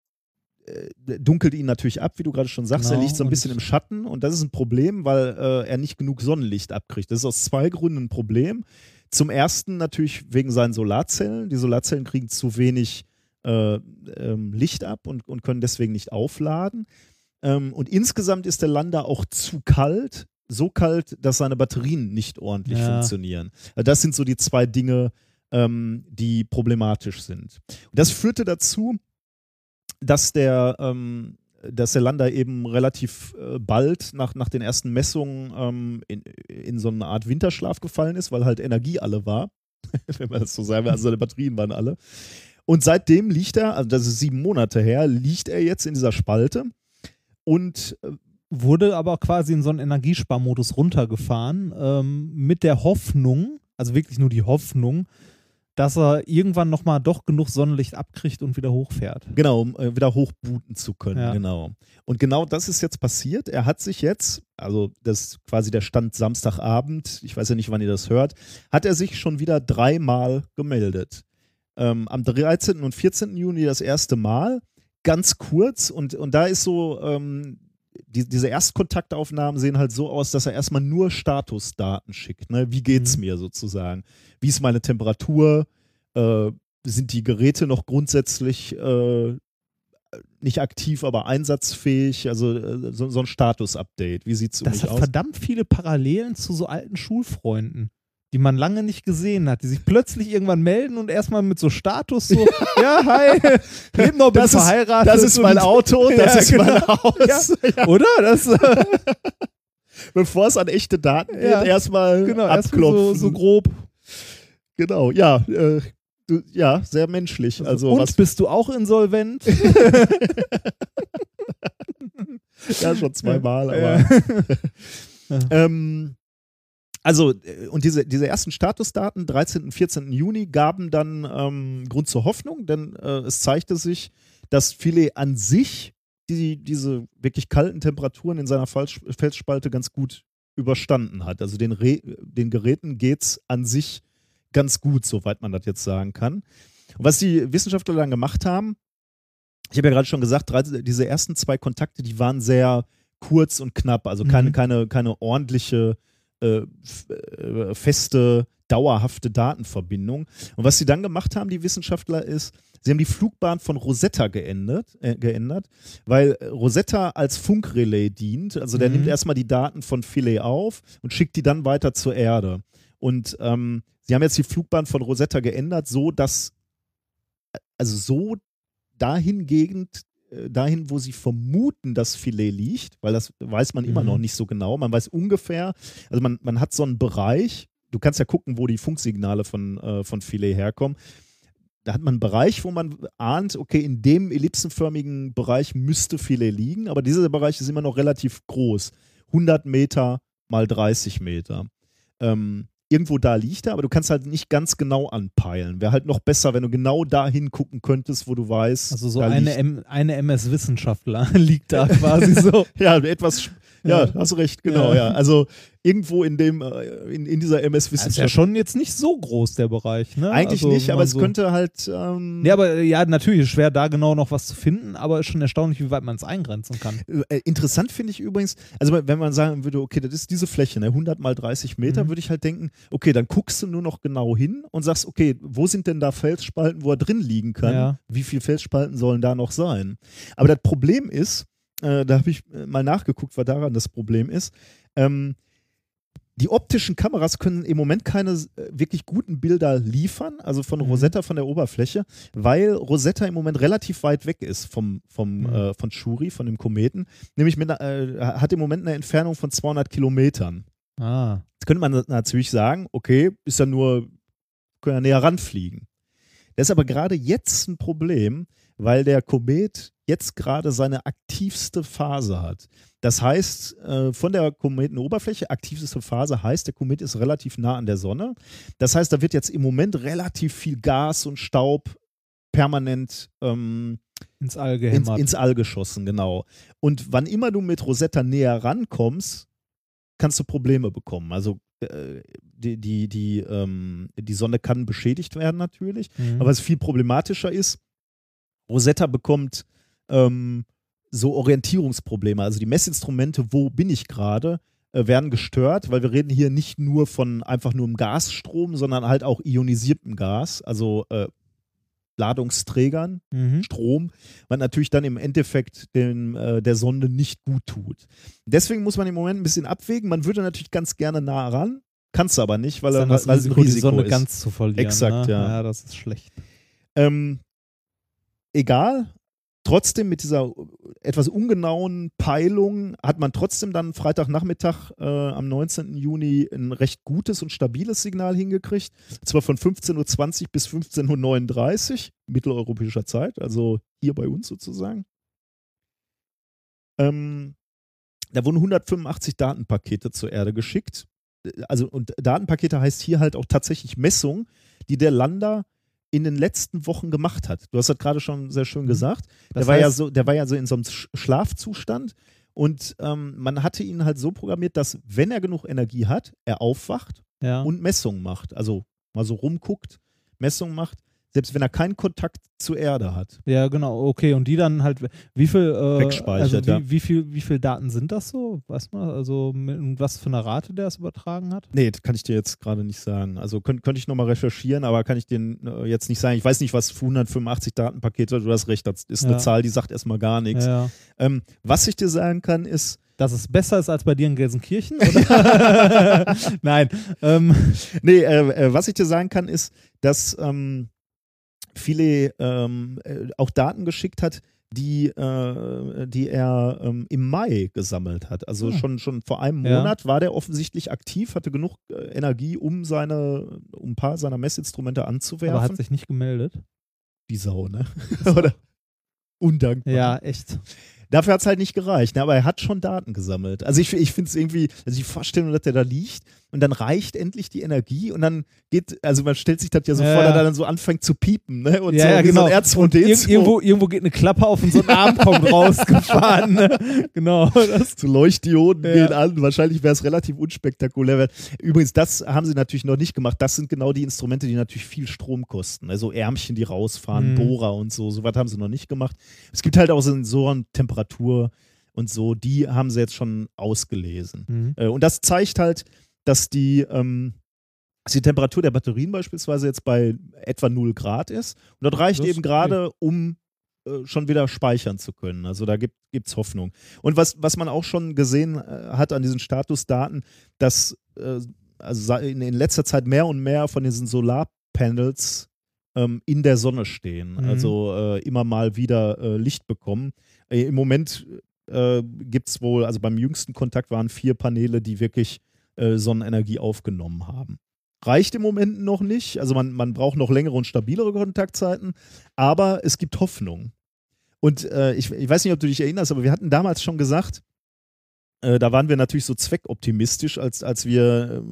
äh, dunkelt ihn natürlich ab, wie du gerade schon sagst. Genau, Er liegt so ein und- bisschen im Schatten und das ist ein Problem, weil äh, er nicht genug Sonnenlicht abkriegt. Das ist aus zwei Gründen ein Problem. Zum ersten natürlich wegen seinen Solarzellen. Die Solarzellen kriegen zu wenig äh, ähm, Licht ab und, und können deswegen nicht aufladen. Ähm, und insgesamt ist der Lander auch zu kalt, so kalt, dass seine Batterien nicht ordentlich Ja. funktionieren. Also das sind so die zwei Dinge, ähm, die problematisch sind. Und das führte dazu, dass der, ähm, dass der Lander eben relativ äh, bald nach, nach den ersten Messungen ähm, in, in so eine Art Winterschlaf gefallen ist, weil halt Energie alle war, wenn man das so sagen will, also seine Batterien waren alle. Und seitdem liegt er, also das ist sieben Monate her, liegt er jetzt in dieser Spalte und äh, wurde aber quasi in so einen Energiesparmodus runtergefahren, ähm, mit der Hoffnung, also wirklich nur die Hoffnung, dass er irgendwann nochmal doch genug Sonnenlicht abkriegt und wieder hochfährt. Genau, um äh, wieder hochbooten zu können, Ja. genau. Und genau das ist jetzt passiert. Er hat sich jetzt, also das ist quasi der Stand Samstagabend, ich weiß ja nicht, wann ihr das hört, hat er sich schon wieder dreimal gemeldet. Ähm, am dreizehnten und vierzehnten Juni das erste Mal, ganz kurz und, und da ist so, ähm, die, diese Erstkontaktaufnahmen sehen halt so aus, dass er erstmal nur Statusdaten schickt. Ne? Wie geht's Mhm. mir sozusagen? Wie ist meine Temperatur? Äh, sind die Geräte noch grundsätzlich äh, nicht aktiv, aber einsatzfähig? Also äh, so, so ein Status-Update. Wie sieht's um Das mich hat aus? verdammt viele Parallelen zu so alten Schulfreunden, die man lange nicht gesehen hat, die sich plötzlich irgendwann melden und erstmal mit so Status so, ja, hi, leben noch, bin Das ist- verheiratet. Das ist mein und- Auto, das Ja, ist mein genau. Haus. Ja. Oder? Das, äh, Bevor es an echte Daten geht, Ja, erstmal genau, erstmal abklopfen. so, so grob. Genau, ja. Äh, du, ja, sehr menschlich. Also, und was, bist du auch insolvent? ja, schon zweimal, aber. Ja. Ähm, also, äh, und diese, diese ersten Statusdaten, dreizehnten, vierzehnten Juni, gaben dann ähm, Grund zur Hoffnung, denn äh, es zeigte sich, dass Philae an sich die, diese wirklich kalten Temperaturen in seiner Fals- Felsspalte ganz gut überstanden hat. Also den, Re den Geräten geht es an sich ganz gut, soweit man das jetzt sagen kann. Und was die Wissenschaftler dann gemacht haben, ich habe ja gerade schon gesagt, drei, diese ersten zwei Kontakte, die waren sehr kurz und knapp, also keine, Mhm. keine, keine ordentliche, äh, f- äh, feste, dauerhafte Datenverbindung. Und was sie dann gemacht haben, die Wissenschaftler, ist, sie haben die Flugbahn von Rosetta geändert, äh, geändert weil Rosetta als Funkrelais dient. Also der Mhm. nimmt erstmal die Daten von Philae auf und schickt die dann weiter zur Erde. Und ähm, sie haben jetzt die Flugbahn von Rosetta geändert, so dass, also so dahingehend, äh, dahin, wo sie vermuten, dass Philae liegt, weil das weiß man immer Mhm. noch nicht so genau. Man weiß ungefähr, also man, man hat so einen Bereich, du kannst ja gucken, wo die Funksignale von, äh, von Philae herkommen. Da hat man einen Bereich, wo man ahnt, okay, in dem ellipsenförmigen Bereich müsste Philae liegen, aber dieser Bereich ist immer noch relativ groß. hundert Meter mal dreißig Meter. Ähm, irgendwo da liegt er, aber du kannst halt nicht ganz genau anpeilen. Wäre halt noch besser, wenn du genau dahin gucken könntest, wo du weißt, Also so da eine, liegt- M eine M S-Wissenschaftler liegt da quasi so. ja, etwas, sch- ja, Ja. hast recht, genau, ja. Ja. Also irgendwo in dem, äh, in, in dieser Das ist ja M S-Wissenschaft. schon jetzt nicht so groß, der Bereich, ne? Eigentlich Also, nicht, wenn aber man es so könnte halt. Ähm, Ja, aber ja, natürlich ist schwer, da genau noch was zu finden, aber ist schon erstaunlich, wie weit man es eingrenzen kann. Äh, Interessant finde ich übrigens, also wenn man sagen würde, okay, das ist diese Fläche, ne, hundert mal dreißig Meter, Mhm. würde ich halt denken, okay, dann guckst du nur noch genau hin und sagst, okay, wo sind denn da Felsspalten, wo er drin liegen kann? Ja. Wie viele Felsspalten sollen da noch sein? Aber das Problem ist, äh, da habe ich äh, mal nachgeguckt, was daran das Problem ist, ähm, die optischen Kameras können im Moment keine äh, wirklich guten Bilder liefern, also von Mhm. Rosetta, von der Oberfläche, weil Rosetta im Moment relativ weit weg ist vom, vom, Mhm. äh, von Chury, von dem Kometen. Nämlich mit, einer- äh, hat im Moment eine Entfernung von zweihundert Kilometern. Ah. Jetzt könnte man natürlich sagen, okay, ist ja nur, können ja näher ranfliegen. Das ist aber gerade jetzt ein Problem, weil der Komet jetzt gerade seine aktivste Phase hat. Das heißt, äh, von der Kometenoberfläche, aktivste Phase heißt, der Komet ist relativ nah an der Sonne. Das heißt, da wird jetzt im Moment relativ viel Gas und Staub permanent ähm, Ins All ins, gehämmert. ins All geschossen, genau. Und wann immer du mit Rosetta näher rankommst, kannst du Probleme bekommen. Also äh, die, die, die, ähm, die Sonne kann beschädigt werden natürlich. Mhm. Aber was viel problematischer ist, Rosetta bekommt ähm, so Orientierungsprobleme. Also die Messinstrumente, wo bin ich gerade, äh, werden gestört, weil wir reden hier nicht nur von einfach nur einem Gasstrom, sondern halt auch ionisiertem Gas, also äh, Ladungsträgern, Mhm. Strom, was natürlich dann im Endeffekt dem, äh, der Sonde nicht gut tut. Deswegen muss man im Moment ein bisschen abwägen. Man würde natürlich ganz gerne nah ran, kannst du aber nicht, weil, Ist er, dann das weil es ein Risiko, die Risiko Sonne ist. ganz zu verlieren. Exakt, ne? ja. Ja, das ist schlecht. Ähm, egal, trotzdem mit dieser etwas ungenauen Peilung hat man trotzdem dann Freitagnachmittag äh, am neunzehnten Juni ein recht gutes und stabiles Signal hingekriegt. Und zwar von fünfzehn Uhr zwanzig bis fünfzehn Uhr neununddreißig mitteleuropäischer Zeit, also hier bei uns sozusagen. Ähm, da wurden hundertfünfundachtzig Datenpakete zur Erde geschickt. Also, und Datenpakete heißt hier halt auch tatsächlich Messung, die der Lander in den letzten Wochen gemacht hat. Du hast das gerade schon sehr schön gesagt. Der war, ja so, der war ja so in so einem Schlafzustand und ähm, man hatte ihn halt so programmiert, dass, wenn er genug Energie hat, er aufwacht ja. und Messungen macht. Also mal so rumguckt, Messungen macht, selbst wenn er keinen Kontakt zur Erde hat. Ja, genau, okay. Und die dann halt, wie viel, äh, wegspeichert, also wie, ja. wie viel, wie viel Daten sind das so? Weiß man, also mit was für eine Rate der es übertragen hat? Nee, das kann ich dir jetzt gerade nicht sagen. Also könnte könnt ich nochmal recherchieren, aber kann ich dir äh, jetzt nicht sagen. Ich weiß nicht, was für hundertfünfundachtzig Datenpakete, du hast recht, das ist eine ja. Zahl, die sagt erstmal gar nichts. Ja. Ähm, was ich dir sagen kann, ist, dass es besser ist als bei dir in Gelsenkirchen? Oder? Nein. Ähm. Nee, äh, äh, was ich dir sagen kann, ist, dass ähm, viele ähm, äh, auch Daten geschickt hat, die, äh, die er ähm, im Mai gesammelt hat. Also hm. schon, schon vor einem ja. Monat war der offensichtlich aktiv, hatte genug äh, Energie, um seine, um ein paar seiner Messinstrumente anzuwerfen. Aber hat sich nicht gemeldet? Die Sau, ne? Oder? Undankbar. Ja, echt. Dafür hat es halt nicht gereicht, ne? Aber er hat schon Daten gesammelt. Also ich, ich finde es irgendwie, also die Vorstellung, dass der da liegt und dann reicht endlich die Energie und dann geht, also man stellt sich das ja so ja, vor, ja. dass er dann so anfängt zu piepen, ne? Und ja, so, ja, wie genau. so ein R zwei D zwei. Und ir irgendwo, irgendwo geht eine Klappe auf und so ein Arm kommt rausgefahren. Ne? Genau. Das. So Leuchtdioden ja. gehen an. Wahrscheinlich wäre es relativ unspektakulär. Übrigens, das haben sie natürlich noch nicht gemacht. Das sind genau die Instrumente, die natürlich viel Strom kosten. Also Ärmchen, die rausfahren, mhm. Bohrer und so. So was haben sie noch nicht gemacht. Es gibt halt auch Sensoren, Temperatur und so, die haben sie jetzt schon ausgelesen. Mhm. Äh, und das zeigt halt, dass die, ähm, dass die Temperatur der Batterien beispielsweise jetzt bei etwa null Grad ist. Und das reicht das eben gerade, um äh, schon wieder speichern zu können. Also da gibt es Hoffnung. Und was, was man auch schon gesehen äh, hat an diesen Statusdaten, dass äh, also in, in letzter Zeit mehr und mehr von diesen Solarpanels ähm, in der Sonne stehen. Mhm. Also äh, immer mal wieder äh, Licht bekommen. Äh, Im Moment Äh, gibt es wohl, also beim jüngsten Kontakt waren vier Paneele, die wirklich äh, Sonnenenergie aufgenommen haben. Reicht im Moment noch nicht, also man, man braucht noch längere und stabilere Kontaktzeiten, aber es gibt Hoffnung. Und äh, ich, ich weiß nicht, ob du dich erinnerst, aber wir hatten damals schon gesagt, äh, da waren wir natürlich so zweckoptimistisch, als, als wir äh,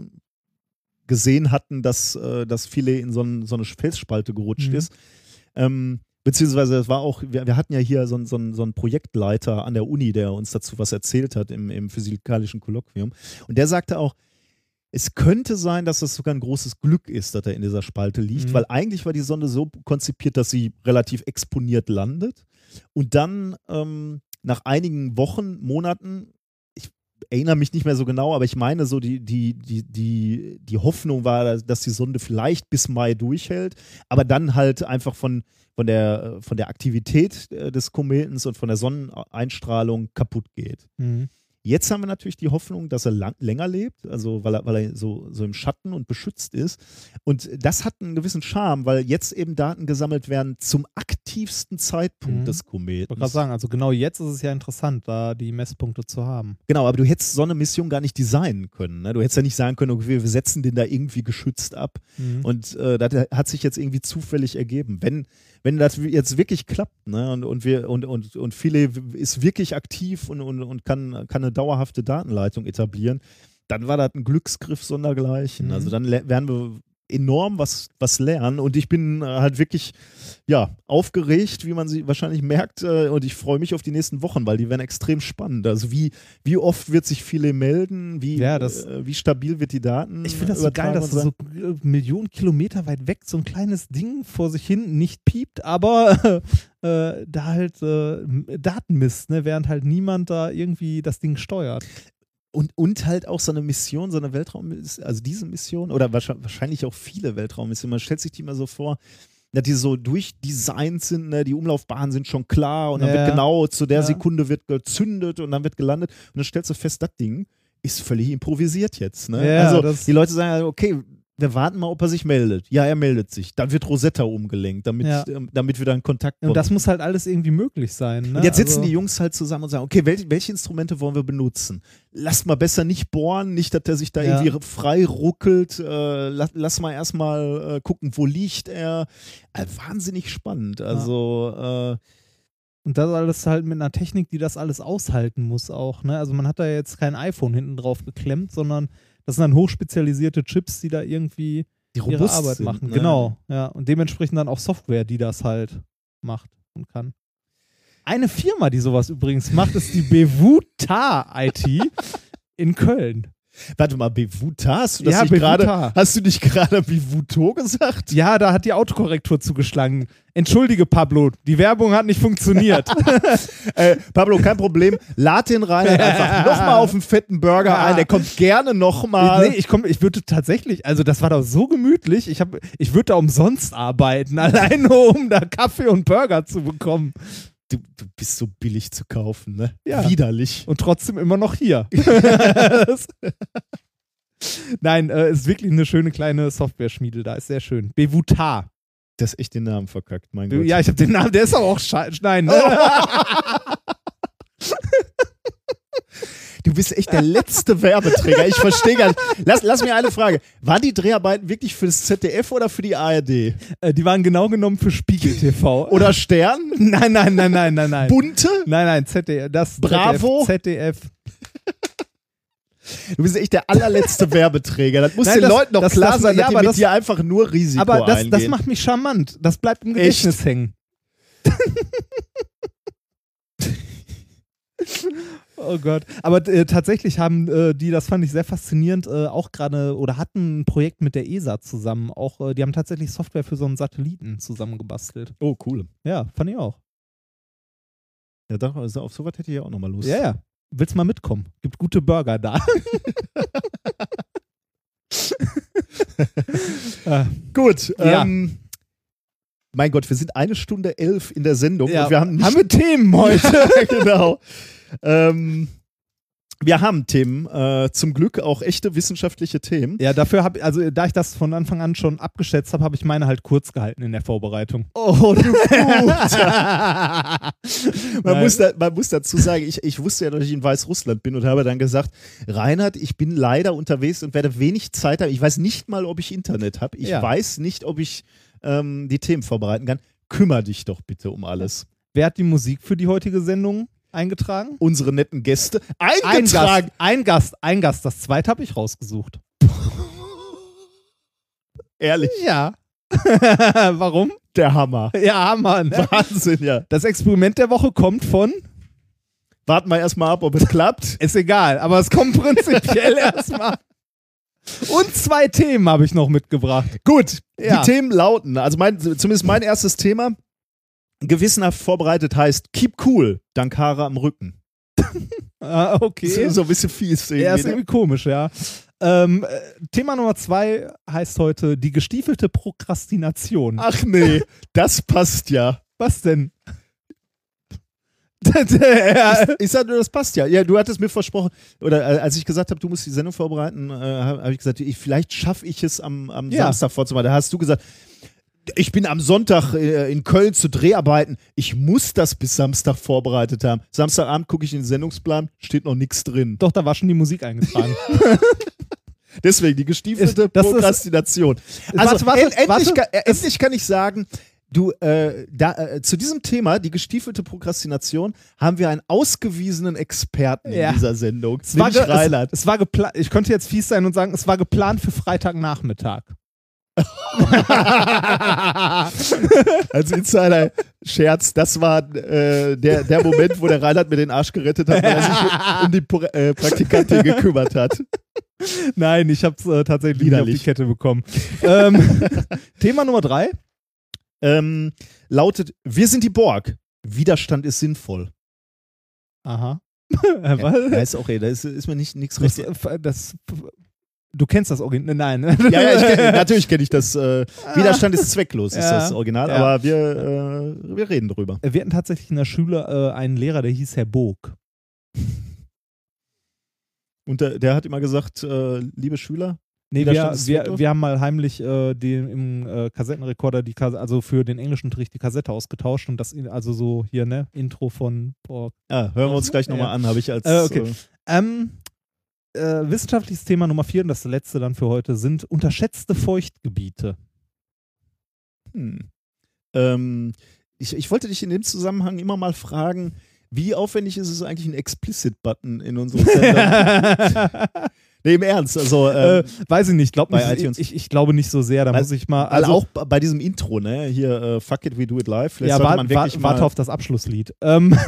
gesehen hatten, dass äh, das Filet in so, ein, so eine Felsspalte gerutscht mhm. ist. Ähm, Beziehungsweise es war auch, wir, wir hatten ja hier so einen so so ein Projektleiter an der Uni, der uns dazu was erzählt hat im, im physikalischen Kolloquium. Und der sagte auch, es könnte sein, dass das sogar ein großes Glück ist, dass er in dieser Spalte liegt, mhm. weil eigentlich war die Sonde so konzipiert, dass sie relativ exponiert landet. Und dann ähm, nach einigen Wochen, Monaten, ich erinnere mich nicht mehr so genau, aber ich meine so, die, die, die, die, die Hoffnung war, dass die Sonde vielleicht bis Mai durchhält, aber dann halt einfach von Von der, von der Aktivität des Kometens und von der Sonneneinstrahlung kaputt geht. Mhm. Jetzt haben wir natürlich die Hoffnung, dass er lang, länger lebt, also weil er, weil er so, so im Schatten und beschützt ist. Und das hat einen gewissen Charme, weil jetzt eben Daten gesammelt werden zum aktivsten Zeitpunkt mhm. des Kometens. Ich wollte gerade sagen, also genau jetzt ist es ja interessant, da die Messpunkte zu haben. Genau, aber du hättest so eine Mission gar nicht designen können. Ne? Du hättest ja nicht sagen können, okay, wir setzen den da irgendwie geschützt ab. Mhm. Und äh, das hat sich jetzt irgendwie zufällig ergeben. Wenn, wenn das jetzt wirklich klappt, ne? und, und, wir, und, und, und Philae ist wirklich aktiv und, und, und kann, kann eine dauerhafte Datenleitung etablieren, dann war das ein Glücksgriff sondergleichen. Mhm. Also dann werden wir enorm was, was lernen und ich bin halt wirklich ja, aufgeregt, wie man sie wahrscheinlich merkt, und ich freue mich auf die nächsten Wochen, weil die werden extrem spannend. Also wie, wie oft wird sich Philae melden, wie, ja, das, äh, wie stabil wird die Daten Ich finde das so geil, dass das so Millionen Kilometer weit weg so ein kleines Ding vor sich hin nicht piept, aber äh, da halt äh, Daten misst, ne, während halt niemand da irgendwie das Ding steuert. Und, und halt auch so eine Mission, so eine Weltraum, also diese Mission oder wahrscheinlich auch viele Weltraummissionen, man stellt sich die mal so vor, dass die so durchdesignt sind, ne? Die Umlaufbahnen sind schon klar und dann ja. wird genau zu der ja. Sekunde wird gezündet und dann wird gelandet und dann stellst du fest, das Ding ist völlig improvisiert jetzt. Ne? Ja, also die Leute sagen, okay, wir warten mal, ob er sich meldet. Ja, er meldet sich. Dann wird Rosetta umgelenkt, damit, Ja. ähm, damit wir dann Kontakt kommen. Und das muss halt alles irgendwie möglich sein. Ne? Und jetzt sitzen also, die Jungs halt zusammen und sagen, okay, welche, welche Instrumente wollen wir benutzen? Lass mal besser nicht bohren, nicht, dass der sich da Ja. irgendwie frei ruckelt. Äh, lass, lass mal erstmal äh, gucken, wo liegt er. Äh, wahnsinnig spannend. Also, äh, Und das alles halt mit einer Technik, die das alles aushalten muss auch. Ne? Also man hat da jetzt kein iPhone hinten drauf geklemmt, sondern das sind dann hochspezialisierte Chips, die da irgendwie die ihre robust Arbeit sind, machen. ne? Genau, ja. Und dementsprechend dann auch Software, die das halt macht und kann. Eine Firma, die sowas übrigens macht, ist die Bewuta I T in Köln. Warte mal, Bewuta? Hast du das Ja, nicht gerade? Bewuta. Hast du nicht gerade Bevuto gesagt? Ja, da hat die Autokorrektur zugeschlagen. Entschuldige, Pablo, die Werbung hat nicht funktioniert. Äh, Pablo, kein Problem. Lad den rein einfach nochmal auf einen fetten Burger Ja. ein. Der kommt gerne nochmal. Nee, ich, komm, ich würde tatsächlich, also das war doch so gemütlich, ich, hab, ich würde da umsonst arbeiten, allein nur um da Kaffee und Burger zu bekommen. Du, du bist so billig zu kaufen, ne? Ja. Widerlich. Und trotzdem immer noch hier. Nein, äh, ist wirklich eine schöne kleine Software-Schmiede da, ist sehr schön. Bewuta. Das ist echt den Namen verkackt, mein Gott. Ja, ich habe den Namen, der ist aber auch scheiße. Nein. Ne? Du bist echt der letzte Werbeträger. Ich verstehe gar nicht. Lass, lass mir eine Frage. Waren die Dreharbeiten wirklich für das Z D F oder für die A R D? Äh, die waren genau genommen für Spiegel T V. Oder Stern? Nein, nein, nein, nein, nein, nein. Bunte? Nein, nein, Z D F. Das Bravo? Z D F. Du bist echt der allerletzte Werbeträger. Das muss Nein, den das- Leuten doch das- klar das- sein, dass ja, die aber mit das- dir einfach nur Risiko Aber das, eingehen. das macht mich charmant. Das bleibt im Gedächtnis hängen. Oh Gott. Aber äh, tatsächlich haben äh, die, das fand ich sehr faszinierend, äh, auch gerade oder hatten ein Projekt mit der E S A zusammen. Auch, äh, die haben tatsächlich Software für so einen Satelliten zusammengebastelt. Oh, cool. Ja, fand ich auch. Ja, doch, also auf sowas hätte ich ja auch nochmal Lust. Ja, ja. Willst mal mitkommen? Gibt gute Burger da. Ah, Gut. Ja. Ähm, mein Gott, wir sind eine Stunde elf in der Sendung ja. und wir haben nicht haben wir Themen heute? genau. Ähm, wir haben Themen, äh, zum Glück auch echte wissenschaftliche Themen. Ja, dafür habe also da ich das von Anfang an schon abgeschätzt habe, habe ich meine halt kurz gehalten in der Vorbereitung. Oh, du Guter. man, Nein. muss da, man muss dazu sagen, ich, ich wusste ja, dass ich in Weißrussland bin und habe dann gesagt, Reinhard, ich bin leider unterwegs und werde wenig Zeit haben. Ich weiß nicht mal, ob ich Internet habe. Ich Ja. weiß nicht, ob ich ähm, die Themen vorbereiten kann. Kümmer dich doch bitte um alles. Wer hat die Musik für die heutige Sendung eingetragen? Unsere netten Gäste Ein eingetragen. Gast, ein Gast, ein Gast. Das zweite habe ich rausgesucht. Ehrlich, Ja. Warum? der Hammer. Ja, Mann. Wahnsinn, ja. Das Experiment der Woche kommt von, Warten wir erstmal ab, ob es klappt. ist egal, aber es kommt prinzipiell erstmal. Und zwei Themen habe ich noch mitgebracht. Gut, Ja. die Themen lauten, also mein, zumindest mein erstes Thema, gewissenhaft vorbereitet heißt Keep cool, dank Haare am Rücken. Ah, okay. So, so ein bisschen fies. Ja, ist ne? irgendwie komisch, ja. Ähm, äh, Thema Nummer zwei heißt heute die gestiefelte Prokrastination. Ach nee, das passt ja. Was denn? Ja, Ich, ich sag nur, das passt ja. Ja, du hattest mir versprochen, oder äh, als ich gesagt habe, du musst die Sendung vorbereiten, äh, habe hab ich gesagt, ich, vielleicht schaffe ich es am, am Ja. Samstag vorzumachen. Da hast du gesagt, ich bin am Sonntag äh, in Köln zu Dreharbeiten. Ich muss das bis Samstag vorbereitet haben. Samstagabend gucke ich in den Sendungsplan, steht noch nichts drin. Doch, da war schon die Musik eingetragen. Deswegen die gestiefelte Ist- das ist- Prokrastination. Also Warte, warte, en- endlich, warte. Kann, äh, endlich kann ich sagen, du, äh, da, äh, zu diesem Thema, die gestiefelte Prokrastination, haben wir einen ausgewiesenen Experten Ja. in dieser Sendung. Es war, Nämlich ge- Reinhard. es, es war geplant, ich könnte jetzt fies sein und sagen, es war geplant für Freitagnachmittag. Als Insider-Scherz, das war äh, der, der Moment, wo der Reinhard mir den Arsch gerettet hat, weil er sich um die Pro- äh, Praktikantin gekümmert hat. Nein, ich habe es äh, tatsächlich nicht Widerlich. auf die Kette bekommen. ähm, Thema Nummer drei. Ähm, lautet, wir sind die Borg. Widerstand ist sinnvoll. Aha. Ja, Was? ja, ist auch, ey, da ist, ist mir nicht nichts Das, richtig. äh, das, du kennst das Original? Nein. Ja, ja, ich kenn, natürlich kenne ich das. Äh, Widerstand ist zwecklos, ist Ja, das Original, ja. aber wir, äh, wir reden drüber. Wir hatten tatsächlich in der Schule äh, einen Lehrer, der hieß Herr Bog. Und der, der hat immer gesagt, äh, liebe Schüler, Nee, wir, Widerstandsfoto? wir, wir haben mal heimlich äh, den, im äh, Kassettenrekorder, die Kas also für den Englischunterricht die Kassette ausgetauscht und das, in, also so hier, ne, Intro von Pork. Ah, hören wir uns gleich nochmal Ja. an, habe ich als. Äh, okay. Äh, Ähm, äh, wissenschaftliches Thema Nummer vier und das letzte dann für heute sind unterschätzte Feuchtgebiete. hm. ähm, ich, ich wollte dich in dem Zusammenhang immer mal fragen, wie aufwendig ist es eigentlich, einen Explicit-Button in unserem Sender? Nee, im Ernst. Also, äh, ähm, weiß ich nicht, glaub bei nicht iTunes. ich, ich glaube nicht so sehr, da Weil- muss ich mal. also Also, auch b- bei diesem Intro, ne? Hier, äh, Fuck it, we do it live. Vielleicht ja, sollte wart, man wirklich wart, mal, warte auf das Abschlusslied. Ähm,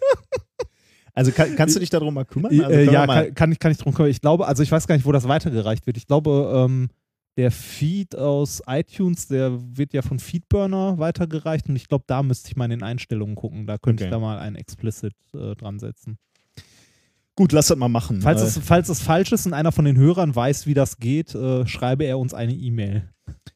also kann, kannst du dich darum mal kümmern? Also äh, können wir ja, mal, kann, kann, ich, kann ich drum kümmern. Ich glaube, also ich weiß gar nicht, wo das weitergereicht wird. Ich glaube, ähm, der Feed aus iTunes, der wird ja von Feedburner weitergereicht und ich glaube, da müsste ich mal in den Einstellungen gucken. Da könnte Okay. ich da mal ein Explicit äh, dran setzen. Gut, lass das mal machen. Falls, äh, es, falls es falsch ist und einer von den Hörern weiß, wie das geht, äh, schreibe er uns eine E-Mail.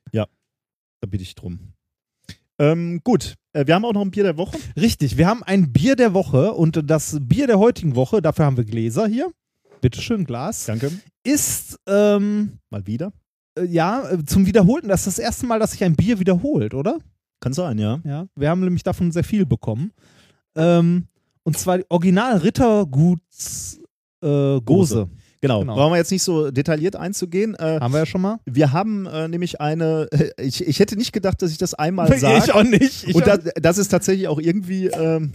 Da bitte ich drum. Ähm, gut, äh, wir haben auch noch ein Bier der Woche. Richtig, wir haben ein Bier der Woche und das Bier der heutigen Woche, dafür haben wir Gläser hier. Bitteschön, Glas. Danke. Ist, ähm, Mal wieder. äh, ja, äh, zum Wiederholten. Das ist das erste Mal, dass sich ein Bier wiederholt, oder? Kann sein, ja. Ja, wir haben nämlich davon sehr viel bekommen. Ähm, und zwar Original Ritterguts äh, Gose. Genau. Genau. Brauchen wir jetzt nicht so detailliert einzugehen. Äh, Haben wir ja schon mal? wir haben äh, nämlich eine, äh, ich, ich hätte nicht gedacht, dass ich das einmal sage. Ich auch nicht. Ich Und auch das, das ist tatsächlich auch irgendwie ähm,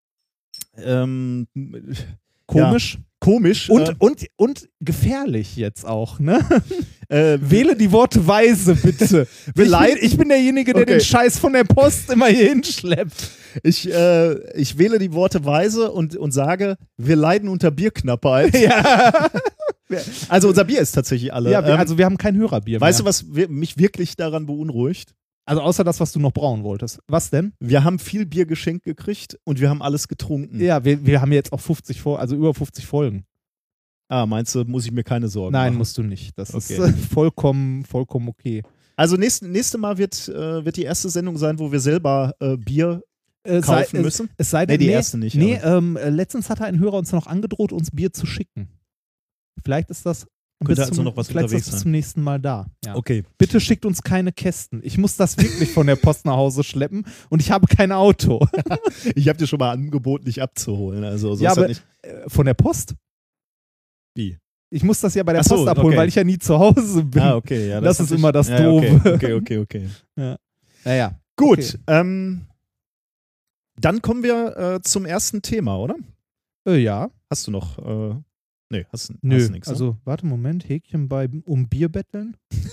ähm, komisch. komisch. Und, äh, und, und gefährlich jetzt auch, ne? äh, Wähle die Worte weise, bitte. ich, bin, leiden- ich bin derjenige, der Okay. den Scheiß von der Post immer hier hinschleppt. ich, äh, ich wähle die Worte weise und, und sage, wir leiden unter Bierknappheit. Ja, Also unser Bier ist tatsächlich alle. ja wir, ähm, also wir haben kein Hörerbier weißt mehr. du, was wir, mich wirklich daran beunruhigt? Also außer das, was du noch brauen wolltest. Was denn? Wir haben viel Bier geschenkt gekriegt und wir haben alles getrunken. Ja, wir, wir haben jetzt auch fünfzig, Fol- also über fünfzig Folgen. Ah, meinst du, muss ich mir keine Sorgen Nein, machen? musst du nicht. Das ist Okay. äh, vollkommen, vollkommen okay. Also nächste, nächste Mal wird, äh, wird die erste Sendung sein, wo wir selber äh, Bier Äh, kaufen sei, müssen. Es, es sei denn, Nee, die nee, erste nicht, Nee, ähm, äh, letztens hatte ein Hörer uns noch angedroht, uns Bier zu schicken. Vielleicht ist das Könnte bis also zum, noch was vielleicht ist das unterwegs bis sein. zum nächsten Mal da. Ja. Okay. Bitte schickt uns keine Kästen. Ich muss das wirklich von der Post nach Hause schleppen und ich habe kein Auto. Ich habe dir schon mal angeboten, dich abzuholen. Also so Ja, ist aber- das nicht. Äh, Von der Post? Wie? Ich muss das ja bei der Ach so, Post abholen, okay. weil ich ja nie zu Hause bin. Ah, okay. Ja, Das ist natürlich- immer das ja, okay, Doofe. Okay, okay, okay. Naja. Gut, Okay. ähm, dann kommen wir äh, zum ersten Thema, oder? Äh, ja. Hast du noch? Äh, nee, hast, Nö. hast du nichts. Also, warte, Moment. Häkchen bei um Bier betteln.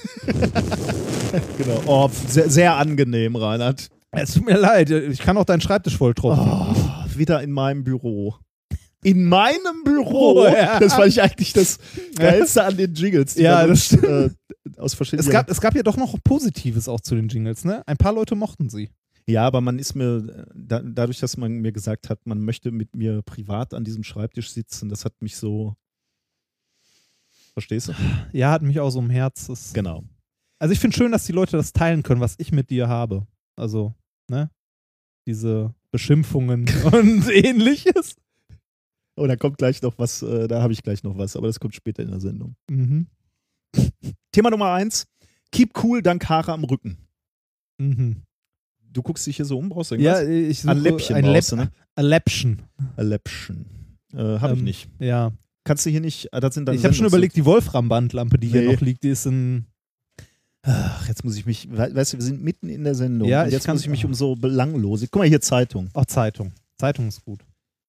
Ne? Genau. Oh, sehr, sehr angenehm, Reinhard. Es tut mir leid. Ich kann auch deinen Schreibtisch voll tropfen. Oh, wieder in meinem Büro. In meinem Büro? Oh, ja. Das fand ich eigentlich das Geilste an den Jingles. Die Ja, man das uns, äh, aus verschiedenen. Es gab, es gab ja doch noch Positives auch zu den Jingles, ne? Ein paar Leute mochten sie. Ja, aber man ist mir, da, dadurch, dass man mir gesagt hat, man möchte mit mir privat an diesem Schreibtisch sitzen, das hat mich so. Verstehst du? Ja, hat mich auch so im Herz. Das, Genau. also ich finde schön, dass die Leute das teilen können, was ich mit dir habe. Also, ne? Diese Beschimpfungen und ähnliches. Oh, da kommt gleich noch was, äh, da habe ich gleich noch was, aber das kommt später in der Sendung. Mhm. Thema Nummer eins: Keep cool, dank Haare am Rücken. Mhm. Du guckst dich hier so um, brauchst du Ja, irgendwas? ich suche Ein Läppchen ein brauchst Läpp du, ne? ein Läppchen. Ein Läppchen. Äh, hab ich Ähm, nicht. Ja. Kannst du hier nicht, ah, das sind dann Ich habe schon Sendungs- überlegt, die Wolfram-Bandlampe, die hier Nee. noch liegt, die ist ein. Ach, jetzt muss ich mich, we- weißt du, wir sind mitten in der Sendung. Ja, und ich jetzt kann- muss ich mich um so belanglose. Guck mal hier, Zeitung. Auch Zeitung. Zeitung ist gut.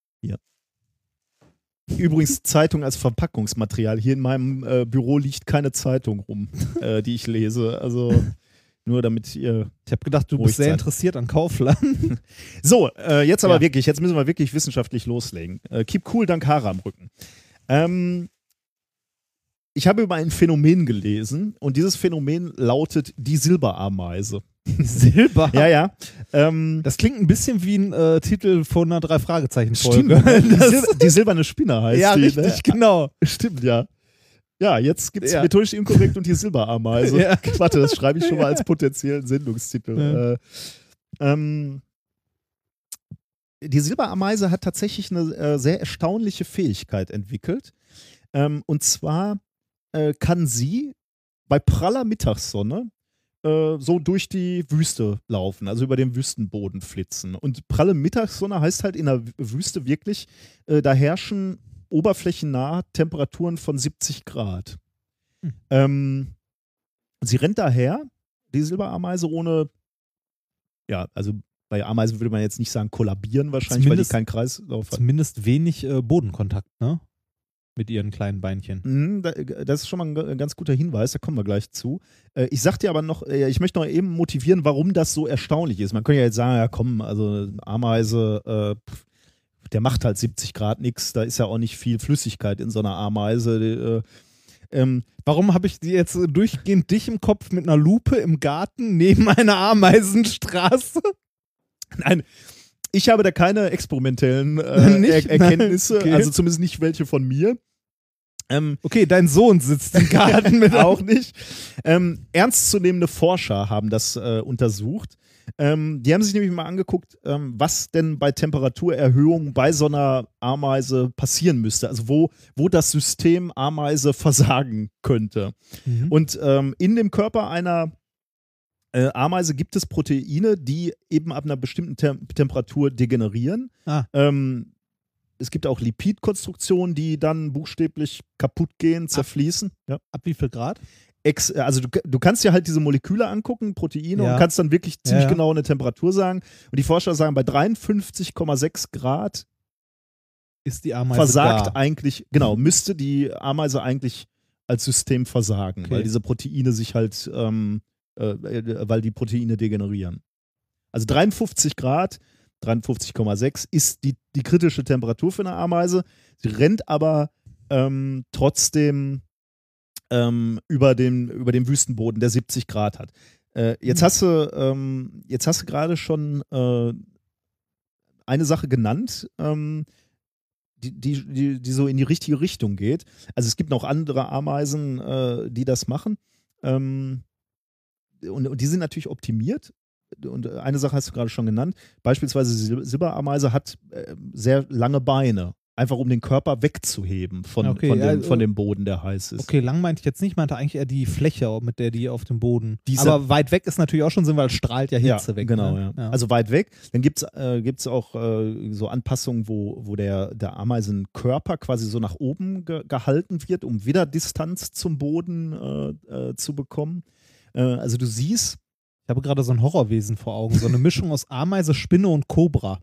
Übrigens Zeitung als Verpackungsmaterial. Hier in meinem äh, Büro liegt keine Zeitung rum, äh, die ich lese. Also nur damit ihr. Ich habe gedacht, du Ruhig bist sehr sein. interessiert an Kaufland. So, äh, jetzt aber Ja. wirklich, jetzt müssen wir wirklich wissenschaftlich loslegen. Äh, keep cool, dank Haare am Rücken. Ähm, ich habe über ein Phänomen gelesen und dieses Phänomen lautet die Silberameise. Silber. Ja, ja. Ähm, Das klingt ein bisschen wie ein äh, Titel von einer stimmt. Drei-Fragezeichen-Folge. Die, Das- Sil die silberne Spinne heißt Ja, die. richtig, Ne? genau. Stimmt, ja. Ja, jetzt gibt es Ja. methodisch inkorrekt und die Silberameise. Ja. Warte, das schreibe ich schon mal als potenziellen Sendungstitel. Ja. Äh, ähm, die Silberameise hat tatsächlich eine äh, sehr erstaunliche Fähigkeit entwickelt. Ähm, und zwar äh, kann sie bei praller Mittagssonne äh, so durch die Wüste laufen, also über den Wüstenboden flitzen. Und pralle Mittagssonne heißt halt in der Wüste wirklich, äh, da herrschen oberflächennah Temperaturen von siebzig Grad. Hm. Ähm, sie rennt daher, die Silberameise, ohne, ja, also bei Ameisen würde man jetzt nicht sagen kollabieren wahrscheinlich, zumindest, weil die keinen Kreislauf hat. Zumindest wenig äh, Bodenkontakt, ne? Mit ihren kleinen Beinchen. Mhm, das ist schon mal ein ganz guter Hinweis, da kommen wir gleich zu. Äh, ich sag dir aber noch, ich möchte noch eben motivieren, warum das so erstaunlich ist. Man könnte ja jetzt sagen, ja komm, also Ameise, äh, der macht halt siebzig Grad nichts, da ist ja auch nicht viel Flüssigkeit in so einer Ameise. Äh, ähm, Warum habe ich jetzt durchgehend dich im Kopf mit einer Lupe im Garten neben einer Ameisenstraße? Nein, ich habe da keine experimentellen äh, nicht? er Erkenntnisse, Okay. also zumindest nicht welche von mir. Ähm, okay, dein Sohn sitzt im Garten mit auch nicht. Ähm, ernstzunehmende Forscher haben das äh, untersucht. Ähm, die haben sich nämlich mal angeguckt, ähm, was denn bei Temperaturerhöhung bei so einer Ameise passieren müsste. Also wo, wo das System Ameise versagen könnte. Mhm. Und ähm, in dem Körper einer äh, Ameise gibt es Proteine, die eben ab einer bestimmten Tem- Temperatur degenerieren. Ah. Ähm, es gibt auch Lipidkonstruktionen, die dann buchstäblich kaputt gehen, zerfließen. Ab, ja. ab wie viel Grad? Ex, also du, du kannst dir halt diese Moleküle angucken, Proteine, ja. und kannst dann wirklich ziemlich ja, ja. genau eine Temperatur sagen. Und die Forscher sagen, bei dreiundfünfzig Komma sechs Grad ist die Ameise versagt gar. eigentlich, genau, müsste die Ameise eigentlich als System versagen, okay. weil diese Proteine sich halt, ähm, äh, weil die Proteine degenerieren. Also dreiundfünfzig Grad, dreiundfünfzig Komma sechs ist die, die kritische Temperatur für eine Ameise. Sie rennt aber ähm, trotzdem ähm, über, den, über den Wüstenboden, der siebzig Grad hat. Äh, jetzt, hast du, ähm, jetzt hast du gerade schon äh, eine Sache genannt, ähm, die, die, die, die so in die richtige Richtung geht. Also es gibt noch andere Ameisen, äh, die das machen. Ähm, und, und die sind natürlich optimiert. Und eine Sache hast du gerade schon genannt, beispielsweise die Silberameise hat äh, sehr lange Beine, einfach um den Körper wegzuheben von, okay, von, dem, also, von dem Boden, der heiß ist. Okay, lang meinte ich jetzt nicht, meinte eigentlich eher die Fläche, mit der die auf dem Boden. Diese, aber weit weg ist natürlich auch schon Sinn, weil es strahlt ja Hitze ja, weg. Genau, ne? ja. ja. Also weit weg. Dann gibt es äh, gibt's auch äh, so Anpassungen, wo, wo der, der Ameisenkörper quasi so nach oben ge gehalten wird, um wieder Distanz zum Boden äh, äh, zu bekommen. Äh, also du siehst, ich habe gerade so ein Horrorwesen vor Augen, so eine Mischung aus Ameise, Spinne und Kobra.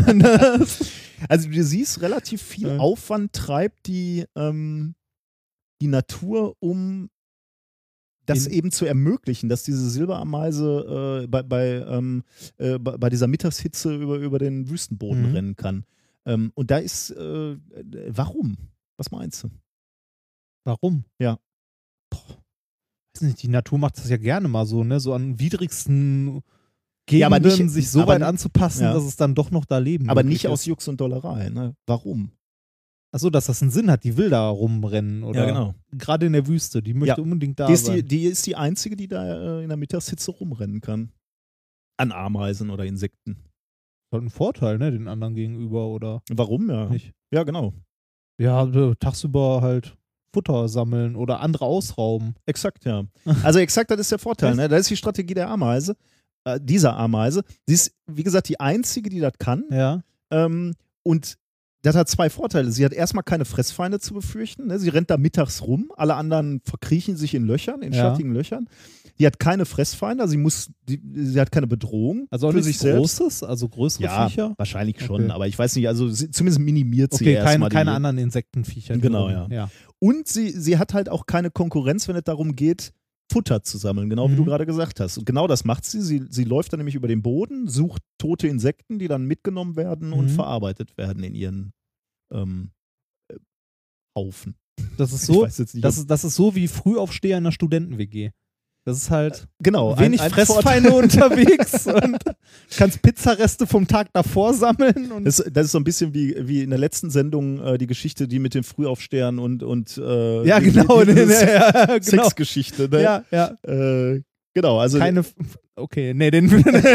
Also du siehst, relativ viel ja. Aufwand treibt die, ähm, die Natur, um das In eben zu ermöglichen, dass diese Silberameise äh, bei, bei, ähm, äh, bei, bei dieser Mittagshitze über, über den Wüstenboden mhm. rennen kann. Ähm, und da ist, äh, warum? Was meinst du? Warum? Ja. Boah. Nicht, die Natur macht das ja gerne mal so, ne? So an widrigsten Gegenden ja, aber nicht, sich so aber, weit anzupassen, ja. dass es dann doch noch da leben Aber nicht ist. aus Jux und Dollerei, ne? Warum? Achso, dass das einen Sinn hat, die will da rumrennen, oder? Ja, genau. Gerade in der Wüste, die möchte ja. unbedingt da die ist sein. Die, die ist die einzige, die da äh, in der Mittagshitze rumrennen kann. An Ameisen oder Insekten. Das hat einen Vorteil, ne, den anderen gegenüber, oder? Warum, ja? Nicht? Ja, genau. Ja, tagsüber halt Futter sammeln oder andere ausrauben. Exakt, ja. Also exakt, das ist der Vorteil. Ne? Das ist die Strategie der Ameise, äh, dieser Ameise. Sie ist, wie gesagt, die einzige, die das kann. Ja. Ähm, und das hat zwei Vorteile. Sie hat erstmal keine Fressfeinde zu befürchten. Ne? Sie rennt da mittags rum. Alle anderen verkriechen sich in Löchern, in ja. schattigen Löchern. Die hat keine Fressfeinde, also sie muss, die, sie hat keine Bedrohung also auch für nichts sich Großes, selbst. Also größere ja, Viecher? Wahrscheinlich schon, okay. aber ich weiß nicht, also sie, zumindest minimiert sie okay, erstmal keine, keine die, anderen Insektenviecher. Genau, ja. ja. Und sie, sie hat halt auch keine Konkurrenz, wenn es darum geht, Futter zu sammeln, genau wie mhm. du gerade gesagt hast. Und genau das macht sie. sie. Sie läuft dann nämlich über den Boden, sucht tote Insekten, die dann mitgenommen werden und mhm. verarbeitet werden in ihren ähm, äh, Haufen. Das ist so, nicht, das, ist, das ist so wie Frühaufsteher in einer Studenten-W G. Das ist halt genau, wenig ein, ein Fressfeinde unterwegs und kannst Pizzareste vom Tag davor sammeln. Und das, das ist so ein bisschen wie, wie in der letzten Sendung äh, die Geschichte, die mit den Frühaufstehern und, und äh, ja, die, genau, die, die ja, genau. Sexgeschichte. Ne? Ja, ja. Äh, genau, also keine. Okay, nee, den.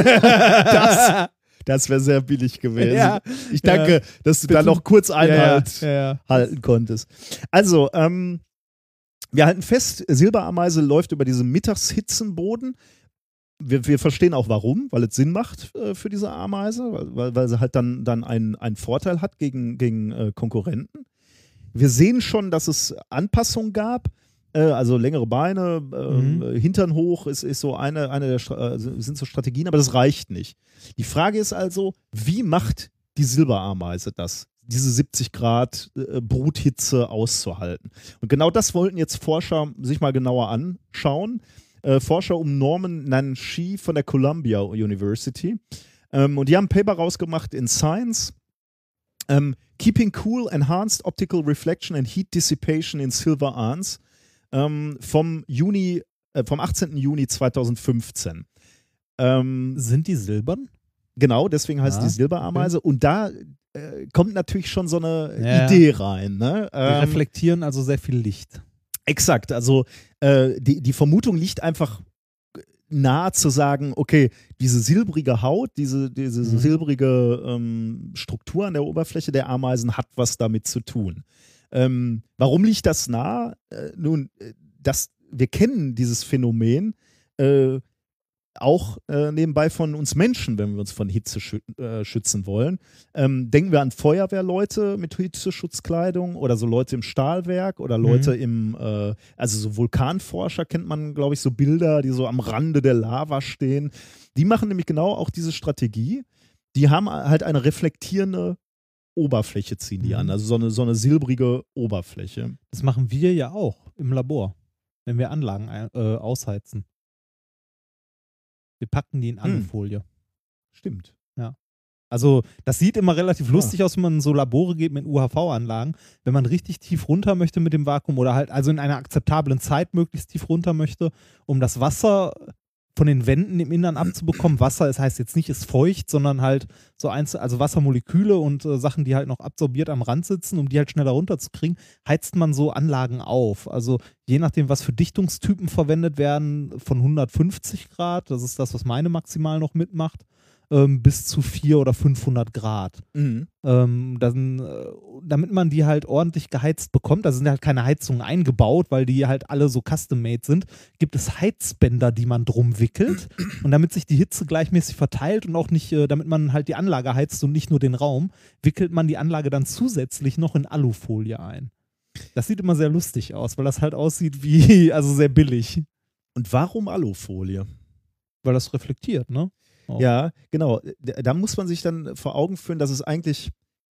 das das wäre sehr billig gewesen. Ja, ich danke, ja. dass du da noch kurz Einhalt ja, ja, ja. halten konntest. Also, ähm, Wir halten fest, Silberameise läuft über diesen Mittagshitzenboden. Wir, wir verstehen auch warum, weil es Sinn macht äh, für diese Ameise, weil, weil sie halt dann, dann einen, einen Vorteil hat gegen, gegen äh, Konkurrenten. Wir sehen schon, dass es Anpassungen gab, äh, also längere Beine, äh, mhm. Hintern hoch ist, ist so eine, eine der Stra- äh, sind so Strategien, aber das reicht nicht. Die Frage ist also, wie macht die Silberameise das, diese siebzig Grad äh, Bruthitze auszuhalten? Und genau das wollten jetzt Forscher sich mal genauer anschauen. Äh, Forscher um Norman Nanshi von der Columbia University. Ähm, und die haben ein Paper rausgemacht in Science. Ähm, Keeping Cool, Enhanced Optical Reflection and Heat Dissipation in Silver Arms ähm, vom, Juni, äh, vom achtzehnten Juni zweitausendfünfzehn. Ähm, Sind die silbern? Genau, deswegen heißt ja, die Silberameise. Okay. Und da äh, kommt natürlich schon so eine ja. Idee rein. Ne? Die ähm, reflektieren also sehr viel Licht. Exakt, also äh, die, die Vermutung liegt einfach nahe zu sagen, okay, diese silbrige Haut, diese, diese Mhm. silbrige ähm, Struktur an der Oberfläche der Ameisen hat was damit zu tun. Ähm, warum liegt das nahe? Äh, nun, äh, das, wir kennen dieses Phänomen äh, auch äh, nebenbei von uns Menschen, wenn wir uns von Hitze schü- äh, schützen wollen. Ähm, denken wir an Feuerwehrleute mit Hitzeschutzkleidung oder so Leute im Stahlwerk oder Leute Mhm. im, äh, also so Vulkanforscher kennt man, glaube ich, so Bilder, die so am Rande der Lava stehen. Die machen nämlich genau auch diese Strategie. Die haben halt eine reflektierende Oberfläche, ziehen die Mhm. an, also so eine, so eine silbrige Oberfläche. Das machen wir ja auch im Labor, wenn wir Anlagen ein- äh, ausheizen. Wir packen die in Alufolie. Stimmt. Also das sieht immer relativ Ja. lustig aus, wenn man in so Labore geht mit U H V-Anlagen. Wenn man richtig tief runter möchte mit dem Vakuum oder halt also in einer akzeptablen Zeit möglichst tief runter möchte, um das Wasser von den Wänden im Innern abzubekommen. Wasser, das heißt jetzt nicht ist feucht, sondern halt so einzel also Wassermoleküle und äh, Sachen, die halt noch absorbiert am Rand sitzen, um die halt schneller runterzukriegen, heizt man so Anlagen auf. Also je nachdem, was für Dichtungstypen verwendet werden, von hundertfünfzig Grad, das ist das, was meine maximal noch mitmacht, ähm, bis zu vierhundert oder fünfhundert Grad. Mhm. Ähm, dann, äh, damit man die halt ordentlich geheizt bekommt, da sind halt keine Heizungen eingebaut, weil die halt alle so custom-made sind, gibt es Heizbänder, die man drum wickelt und damit sich die Hitze gleichmäßig verteilt und auch nicht, äh, damit man halt die Anlage heizt und nicht nur den Raum, wickelt man die Anlage dann zusätzlich noch in Alufolie ein. Das sieht immer sehr lustig aus, weil das halt aussieht wie, also sehr billig, Und warum Alufolie? weil das reflektiert, ne? Auch. Ja, genau. Da da muss man sich dann vor Augen führen, dass es eigentlich,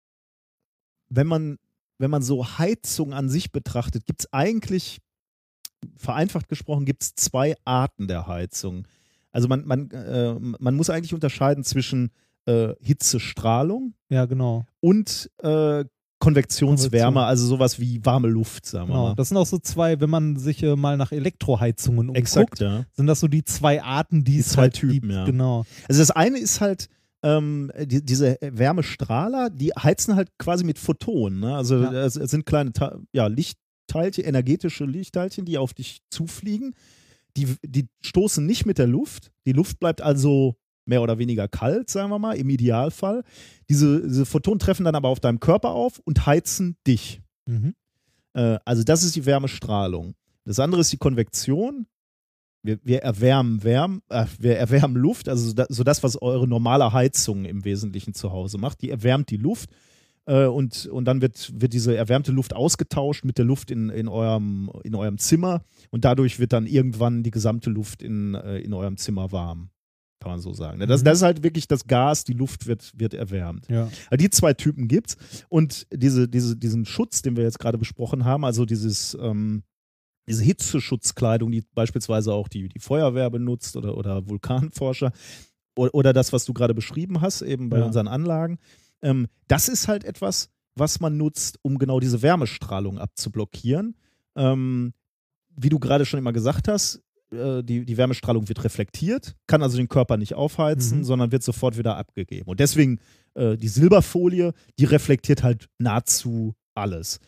wenn man, wenn man so Heizung an sich betrachtet, gibt es eigentlich, vereinfacht gesprochen, gibt es zwei Arten der Heizung. Also man, man, äh, man muss eigentlich unterscheiden zwischen äh, Hitzestrahlung Ja, genau. und äh, Konvektionswärme, Konvektion. also sowas wie warme Luft, sagen wir Genau, mal. das sind auch so zwei, wenn man sich äh, mal nach Elektroheizungen umguckt, Exakt, ja. sind das so die zwei Arten, die, Die es zwei halt Typen, gibt. ja. Genau. Also das eine ist halt, ähm, die, diese Wärmestrahler, die heizen halt quasi mit Photonen. Ne? Also Ja. es, es sind kleine Ta- ja, Lichtteilchen, energetische Lichtteilchen, die auf dich zufliegen. Die, die stoßen nicht mit der Luft. Die Luft bleibt also mehr oder weniger kalt, sagen wir mal, im Idealfall. Diese, diese Photonen treffen dann aber auf deinem Körper auf und heizen dich. Mhm. Äh, also das ist die Wärmestrahlung. Das andere ist die Konvektion. Wir, wir, erwärmen Wärm, äh, wir erwärmen Luft, also so das, so das, was eure normale Heizung im Wesentlichen zu Hause macht. Die erwärmt die Luft äh, und, und dann wird, wird diese erwärmte Luft ausgetauscht mit der Luft in, in, eurem, in eurem Zimmer und dadurch wird dann irgendwann die gesamte Luft in, äh, in eurem Zimmer warm. Kann man so sagen. Das, Mhm. das ist halt wirklich das Gas, die Luft wird, wird erwärmt. Ja. Also die zwei Typen gibt's. Und diese, diese, diesen Schutz, den wir jetzt gerade besprochen haben, also dieses, ähm, diese Hitzeschutzkleidung, die beispielsweise auch die, die Feuerwehr benutzt oder, oder Vulkanforscher oder, oder das, was du gerade beschrieben hast, eben bei Ja. unseren Anlagen, ähm, das ist halt etwas, was man nutzt, um genau diese Wärmestrahlung abzublockieren. Ähm, wie du gerade schon immer gesagt hast, Die, die Wärmestrahlung wird reflektiert, kann also den Körper nicht aufheizen, Mhm. sondern wird sofort wieder abgegeben. Und deswegen äh, die Silberfolie, die reflektiert halt nahezu alles.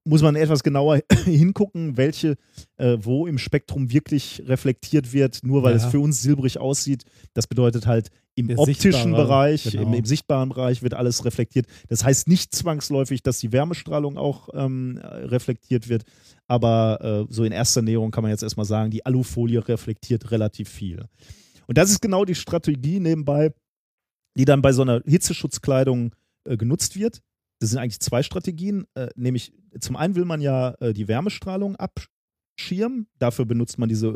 muss man etwas genauer hingucken, welche, äh, wo im Spektrum wirklich reflektiert wird, nur weil Ja. es für uns silbrig aussieht. Das bedeutet halt, im Der optischen sichtbare, Bereich, genau. im, im sichtbaren Bereich wird alles reflektiert. Das heißt nicht zwangsläufig, dass die Wärmestrahlung auch ähm, reflektiert wird, aber äh, so in erster Näherung kann man jetzt erstmal sagen, die Alufolie reflektiert relativ viel. Und das ist genau die Strategie nebenbei, die dann bei so einer Hitzeschutzkleidung äh, genutzt wird. Das sind eigentlich zwei Strategien, äh, nämlich zum einen will man ja äh, die Wärmestrahlung abschirmen, dafür benutzt man diese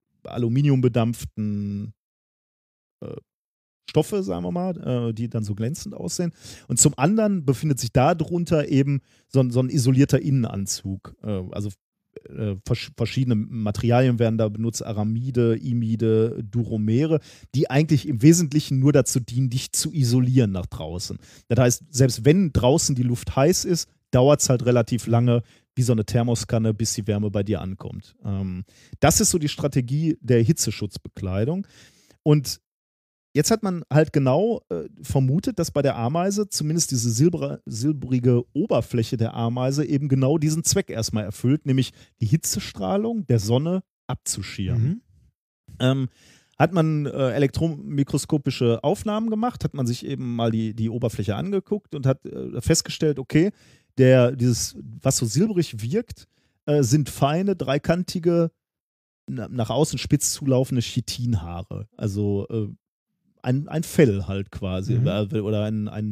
aluminiumbedampften äh, Stoffe, sagen wir mal, äh, die dann so glänzend aussehen. Und zum anderen befindet sich darunter eben so, ein- so ein isolierter Innenanzug. Äh, also äh, vers verschiedene Materialien werden da benutzt, Aramide, Imide, Duromere, die eigentlich im Wesentlichen nur dazu dienen, dich zu isolieren nach draußen. Das heißt, selbst wenn draußen die Luft heiß ist, dauert es halt relativ lange, wie so eine Thermoskanne, bis die Wärme bei dir ankommt. Ähm, das ist so die Strategie der Hitzeschutzbekleidung. Und jetzt hat man halt genau äh, vermutet, dass bei der Ameise zumindest diese silber, silbrige Oberfläche der Ameise eben genau diesen Zweck erstmal erfüllt, nämlich die Hitzestrahlung der Sonne abzuschirmen. Mhm. Ähm, hat man äh, elektromikroskopische Aufnahmen gemacht, hat man sich eben mal die, die Oberfläche angeguckt und hat äh, festgestellt, okay, der, dieses, was so silbrig wirkt, äh, sind feine, dreikantige, na, nach außen spitz zulaufende Chitinhaare. Also äh, ein, ein Fell halt quasi. Mhm. Oder, oder ein, ein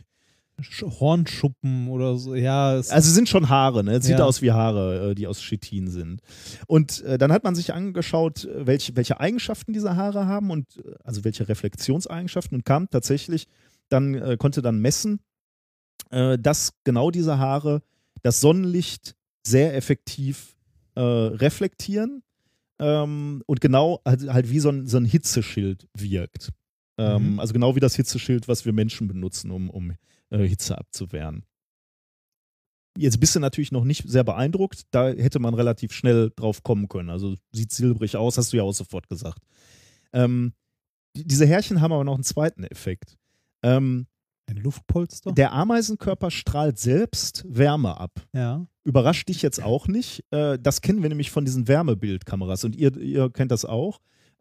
Sch- Hornschuppen oder so, ja. Es Also es sind schon Haare, ne? Es sieht Ja. aus wie Haare, äh, die aus Chitin sind. Und äh, dann hat man sich angeschaut, äh, welche, welche Eigenschaften diese Haare haben und äh, also welche Reflexionseigenschaften und kam tatsächlich, dann äh, konnte dann messen, äh, dass genau diese Haare das Sonnenlicht sehr effektiv äh, reflektieren ähm, und genau halt, halt wie so ein, so ein Hitzeschild wirkt. Ähm, Mhm. Also genau wie das Hitzeschild, was wir Menschen benutzen, um, um äh, Hitze abzuwehren. Jetzt bist du natürlich noch nicht sehr beeindruckt. Da hätte man relativ schnell drauf kommen können. Also sieht silbrig aus, hast du ja auch sofort gesagt. Ähm, die, diese Härchen haben aber noch einen zweiten Effekt. Ähm, Ein Luftpolster? der Ameisenkörper strahlt selbst Wärme ab. Ja. Überrascht dich jetzt auch nicht. Äh, das kennen wir nämlich von diesen Wärmebildkameras und ihr, ihr kennt das auch.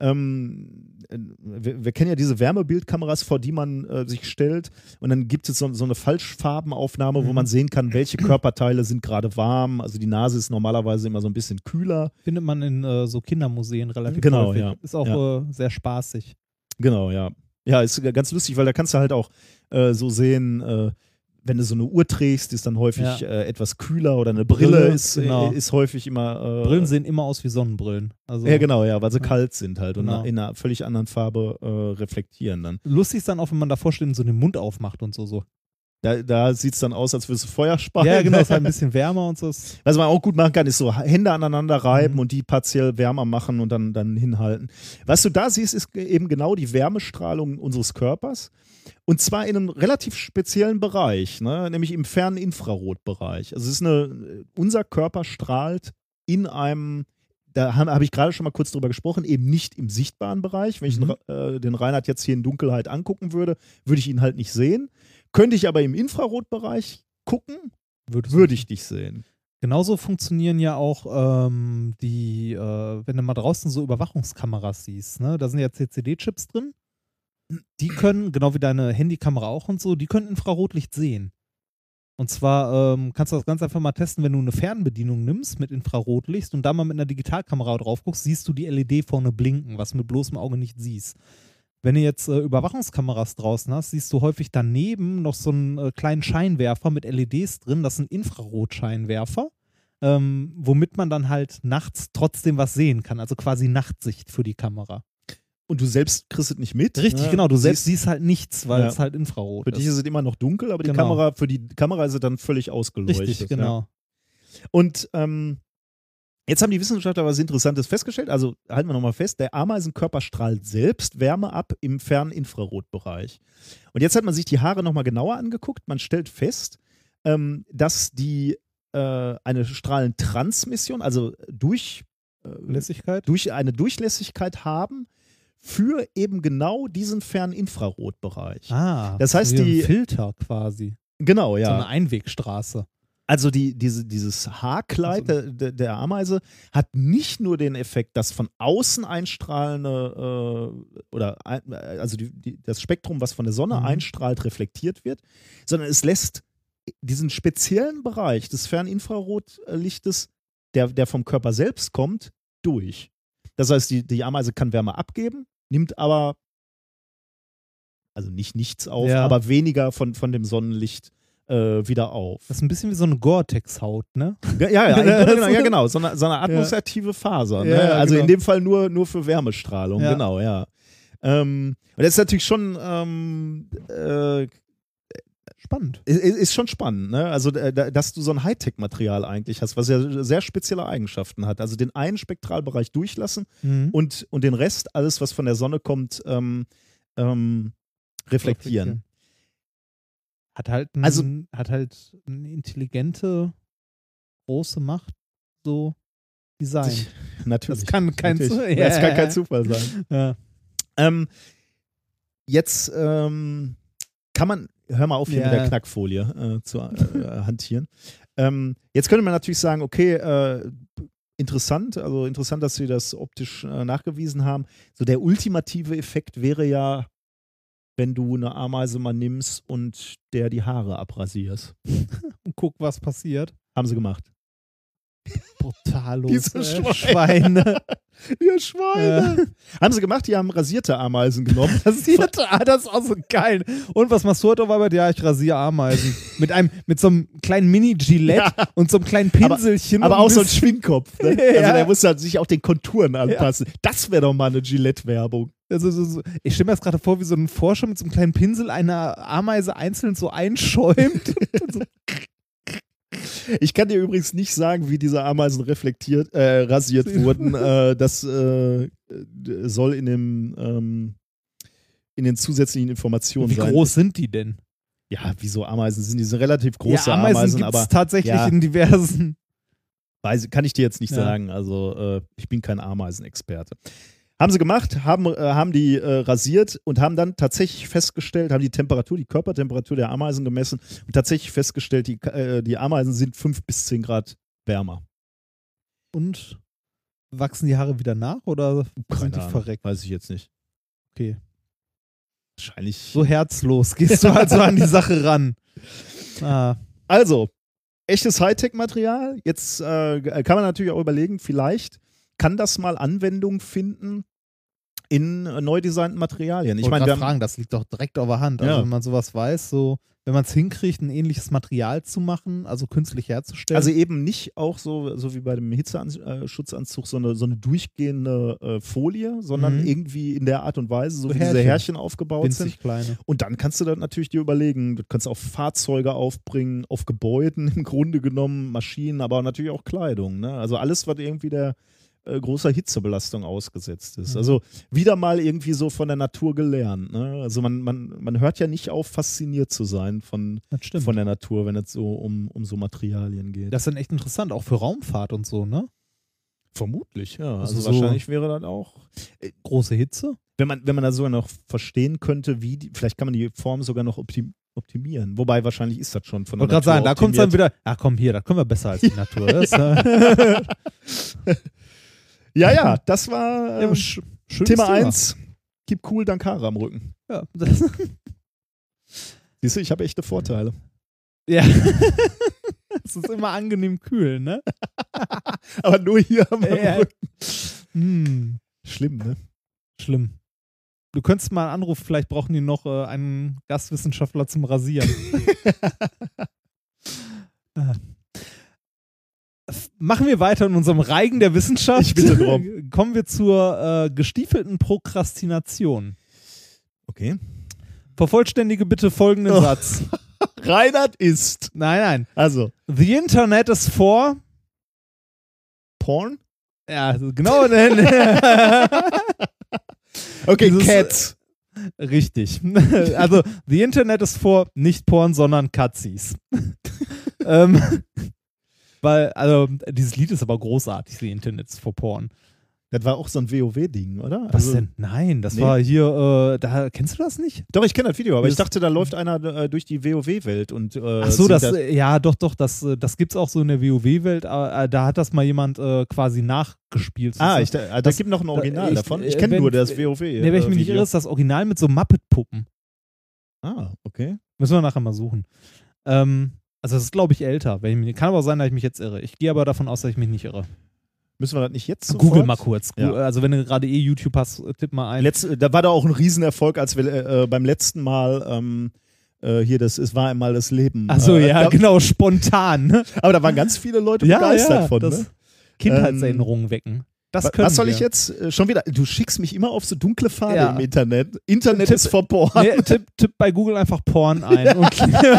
Ähm, wir, wir kennen ja diese Wärmebildkameras, vor die man äh, sich stellt und dann gibt es so, so eine Falschfarbenaufnahme, wo Mhm. man sehen kann, welche Körperteile sind gerade warm. Also die Nase ist normalerweise immer so ein bisschen kühler. Findet man in äh, so Kindermuseen relativ Genau, häufig. ja. Ist auch Ja. äh, sehr spaßig. Genau, ja. Ja, ist ganz lustig, weil da kannst du halt auch äh, so sehen, äh, wenn du so eine Uhr trägst, ist dann häufig Ja. äh, etwas kühler oder eine Brille, Brille, ist, genau. äh, ist häufig immer. Äh, Brillen sehen immer aus wie Sonnenbrillen. Also Ja, genau, ja, weil sie Ja. kalt sind halt Genau. und in einer völlig anderen Farbe äh, reflektieren dann. lustig ist dann auch, wenn man davor steht und so den Mund aufmacht und so. so. Da, da sieht es dann aus, als würdest du Feuer speien. Ja, genau, ist halt ein bisschen wärmer und so. Ist- Was man auch gut machen kann, ist so Hände aneinander reiben Mhm. und die partiell wärmer machen und dann, dann hinhalten. Was du da siehst, ist eben genau die Wärmestrahlung unseres Körpers. Und zwar in einem relativ speziellen Bereich, ne? Nämlich im fernen Infrarotbereich. Also es ist eine, unser Körper strahlt in einem, da habe hab ich gerade schon mal kurz drüber gesprochen, eben nicht im sichtbaren Bereich. Wenn ich Mhm. den, äh, den Reinhard jetzt hier in Dunkelheit angucken würde, würde ich ihn halt nicht sehen. Könnte ich aber im Infrarotbereich gucken, Würdest würde ich dich sehen. Genauso funktionieren ja auch ähm, die, äh, wenn du mal draußen so Überwachungskameras siehst, ne? Da sind ja C C D-Chips drin. Die können, genau wie deine Handykamera auch und so, die können Infrarotlicht sehen. Und zwar ähm, kannst du das ganz einfach mal testen, wenn du eine Fernbedienung nimmst mit Infrarotlicht und da mal mit einer Digitalkamera drauf guckst, siehst du die L E D vorne blinken, was du mit bloßem Auge nicht siehst. Wenn du jetzt äh, Überwachungskameras draußen hast, siehst du häufig daneben noch so einen äh, kleinen Scheinwerfer mit L E Ds drin. Das sind Infrarotscheinwerfer, ähm, womit man dann halt nachts trotzdem was sehen kann. Also quasi Nachtsicht für die Kamera. Und du selbst kriegst es nicht mit. Richtig, ne? genau. Du selbst siehst, siehst halt nichts, weil Ja. es halt Infrarot für dich ist. ist es immer noch dunkel, aber die Genau. Kamera, für die Kamera ist es dann völlig ausgeleuchtet. Richtig, genau. Ja. Und ähm, jetzt haben die Wissenschaftler was Interessantes festgestellt. Also halten wir nochmal fest, der Ameisenkörper strahlt selbst Wärme ab im fernen Infrarotbereich. Und jetzt hat man sich die Haare nochmal genauer angeguckt. Man stellt fest, ähm, dass die äh, eine Strahlentransmission, also durch, äh, Lässigkeit? durch eine Durchlässigkeit haben für eben genau diesen fernen Infrarotbereich. Ah, Das heißt, wie ein die- Filter quasi. Genau, So ja. eine Einwegstraße. Also die, diese, dieses Haarkleid Also- der, der, der Ameise hat nicht nur den Effekt, dass von außen einstrahlende äh, oder ein, also die, die, das Spektrum, was von der Sonne Mhm. einstrahlt, reflektiert wird, sondern es lässt diesen speziellen Bereich des Ferninfrarotlichtes, der, der vom Körper selbst kommt, durch. Das heißt, die, die Ameise kann Wärme abgeben, nimmt aber also nicht nichts auf, Ja. aber weniger von, von dem Sonnenlicht äh, wieder auf. Das ist ein bisschen wie so eine Gore-Tex-Haut, ne? Ja, ja, ja, im Grunde genommen, ja genau. So eine, so eine atmosphäre Faser. Ne? Ja, ja, also genau. in dem Fall nur, nur für Wärmestrahlung, Ja. genau, ja. Ähm, und das ist natürlich schon ähm, äh, Spannend. ist, ist schon spannend, ne? Also, äh, da- dass du so ein Hightech-Material eigentlich hast, was ja sehr spezielle Eigenschaften hat. Also den einen Spektralbereich durchlassen Mhm. und, und den Rest, alles, was von der Sonne kommt, ähm, ähm, reflektieren. Hat halt, ein, Also- hat halt eine intelligente, große Macht so designt. Natürlich. Das kann kein Natürlich. Zu- Das kann Ja. kein Zufall sein. Ja. Ähm, jetzt ähm, kann man, hör mal auf hier Ja. mit der Knackfolie äh, zu äh, hantieren. Ähm, jetzt könnte man natürlich sagen, okay, äh, interessant, also interessant, dass sie das optisch äh, nachgewiesen haben. So der ultimative Effekt wäre ja, wenn du eine Ameise mal nimmst und der die Haare abrasierst. Und guck, was passiert. Haben sie gemacht. Brutal Diese äh, Schweine. Schweine. Ihr Schweine! Haben sie gemacht, die haben rasierte Ameisen genommen. Rasiert, ah, das ist auch so geil. Und was machst du heute auf Arbeit? Ja, ich rasiere Ameisen. Mit einem, mit so einem kleinen Mini-Gillette Ja. und so einem kleinen Pinselchen. Aber und auch so ein bisschen- Schwingkopf. Ne? Ja. Also der muss halt sich auch den Konturen anpassen. Das wäre doch mal eine Gillette-Werbung. Also, so, so. Ich stelle mir das gerade vor, wie so ein Forscher mit so einem kleinen Pinsel eine Ameise einzeln so einschäumt. Und so. Ich kann dir übrigens nicht sagen, wie diese Ameisen reflektiert, äh, rasiert wurden. Äh, das äh, soll in dem ähm, in den zusätzlichen Informationen Wie sein. groß sind die denn? Ja, wieso Ameisen sind diese relativ große ja, Ameisen, Ameisen, gibt's aber tatsächlich ja. in diversen. weiß, kann ich dir jetzt nicht Ja. sagen. Also äh, ich bin kein Ameisenexperte. Haben sie gemacht, haben, äh, haben die äh, rasiert und haben dann tatsächlich festgestellt, haben die Temperatur, die Körpertemperatur der Ameisen gemessen und tatsächlich festgestellt, die, äh, die Ameisen sind fünf bis zehn Grad wärmer. Und wachsen die Haare wieder nach oder sind die Ahnung, verreckt? weiß ich jetzt nicht. Okay. Wahrscheinlich. So herzlos gehst du also an die Sache ran. Ah. Also, echtes Hightech-Material. Jetzt äh, kann man natürlich auch überlegen, vielleicht kann das mal Anwendung finden in äh, neu designten Materialien. Ich Ich meine, wollte wir gerade haben fragen, das liegt doch direkt auf der Hand. Also Ja. wenn man sowas weiß, so, wenn man es hinkriegt, ein ähnliches Material zu machen, also künstlich herzustellen. also eben nicht auch so, so wie bei dem Hitzeschutzanzug so eine, so eine durchgehende äh, Folie, sondern Mhm. irgendwie in der Art und Weise, so So wie diese Härchen. Härchen aufgebaut sind. winzig kleine. Und dann kannst du dann natürlich dir überlegen, du kannst auf Fahrzeuge aufbringen, auf Gebäuden im Grunde genommen, Maschinen, aber natürlich auch Kleidung. Ne? Also alles, was irgendwie der äh, großer Hitzebelastung ausgesetzt ist. Mhm. Also wieder mal irgendwie so von der Natur gelernt. Ne? Also man, man, man hört ja nicht auf, fasziniert zu sein von, Das stimmt. von der Natur, wenn es so um, um so Materialien geht. Das ist dann echt interessant, auch für Raumfahrt und so, ne? Vermutlich, ja. Also Also, so- wahrscheinlich wäre das auch, Große Hitze. wenn man, wenn man das sogar noch verstehen könnte, wie die, vielleicht kann man die Form sogar noch optim, optimieren. Wobei wahrscheinlich ist das schon von Ich der wollte gerade Natur sagen, da kommt es dann optimiert. wieder, ach komm hier, da können wir besser als die Natur. Das, äh, Ja, ja, das war ja, ähm, sch- schönes Thema eins. Gib cool Dankara am Rücken. Ja, das, Siehst du, ich habe echte Vorteile. ja. Es ist immer angenehm kühl, ne? Aber nur hier am Ja. Rücken. Hm, Schlimm, ne? schlimm. Du könntest mal anrufen, vielleicht brauchen die noch äh, einen Gastwissenschaftler zum Rasieren. Ah. F- Machen wir weiter in unserem Reigen der Wissenschaft. Ich bitte drum. Kommen wir zur äh, gestiefelten Prokrastination. Okay. Vervollständige bitte folgenden Oh. Satz. Reinhard ist. Nein, nein. Also, The Internet is for. Porn? Ja, genau. Okay, Dieses- Cats. Richtig. Also, the Internet ist for nicht Porn, sondern Cutsies. ähm, weil, also, dieses Lied ist aber großartig, The Internet is for Porn. Das war auch so ein WoW-Ding, oder? Was Also, denn? Nein, das nee. war hier, äh, da, kennst du das nicht? Doch, ich kenne das Video, aber Das- ich dachte, da läuft einer äh, durch die WoW-Welt und äh, Ach so, singt das, äh, ja, doch, doch, das, äh, das gibt's auch so in der WoW-Welt, äh, da hat das mal jemand äh, quasi nachgespielt. Ah, sozusagen. ich, da, da Das- gibt noch ein Original ich- davon. Ich äh, kenne wenn- nur das WoW. Ne, wenn ich mich nicht äh, irre, ist das Original mit so Muppet-Puppen. Ah, okay. Müssen wir nachher mal suchen. Ähm, also das ist, glaube ich, älter. Wenn ich mich, kann aber sein, dass ich mich jetzt irre. Ich gehe aber davon aus, dass ich mich nicht irre. Müssen wir das nicht jetzt sofort? Google mal kurz. Ja. Gu- Also wenn du gerade eh YouTube hast, tipp mal ein. Letz, da war da auch ein Riesenerfolg, als wir äh, beim letzten Mal ähm, äh, hier, das es war einmal das Leben. Ach so, äh, ja, da, genau, spontan. Ne? Aber da waren ganz viele Leute Ja, begeistert ja, von. das Ne? Kindheitserinnerungen wecken. Das Wa- können Was soll wir. ich jetzt äh, schon wieder? Du schickst mich immer auf so dunkle Pfade Ja. im Internet. Internet Tipp- ist for Porn. Nee, tipp, tipp bei Google einfach Porn ein. Und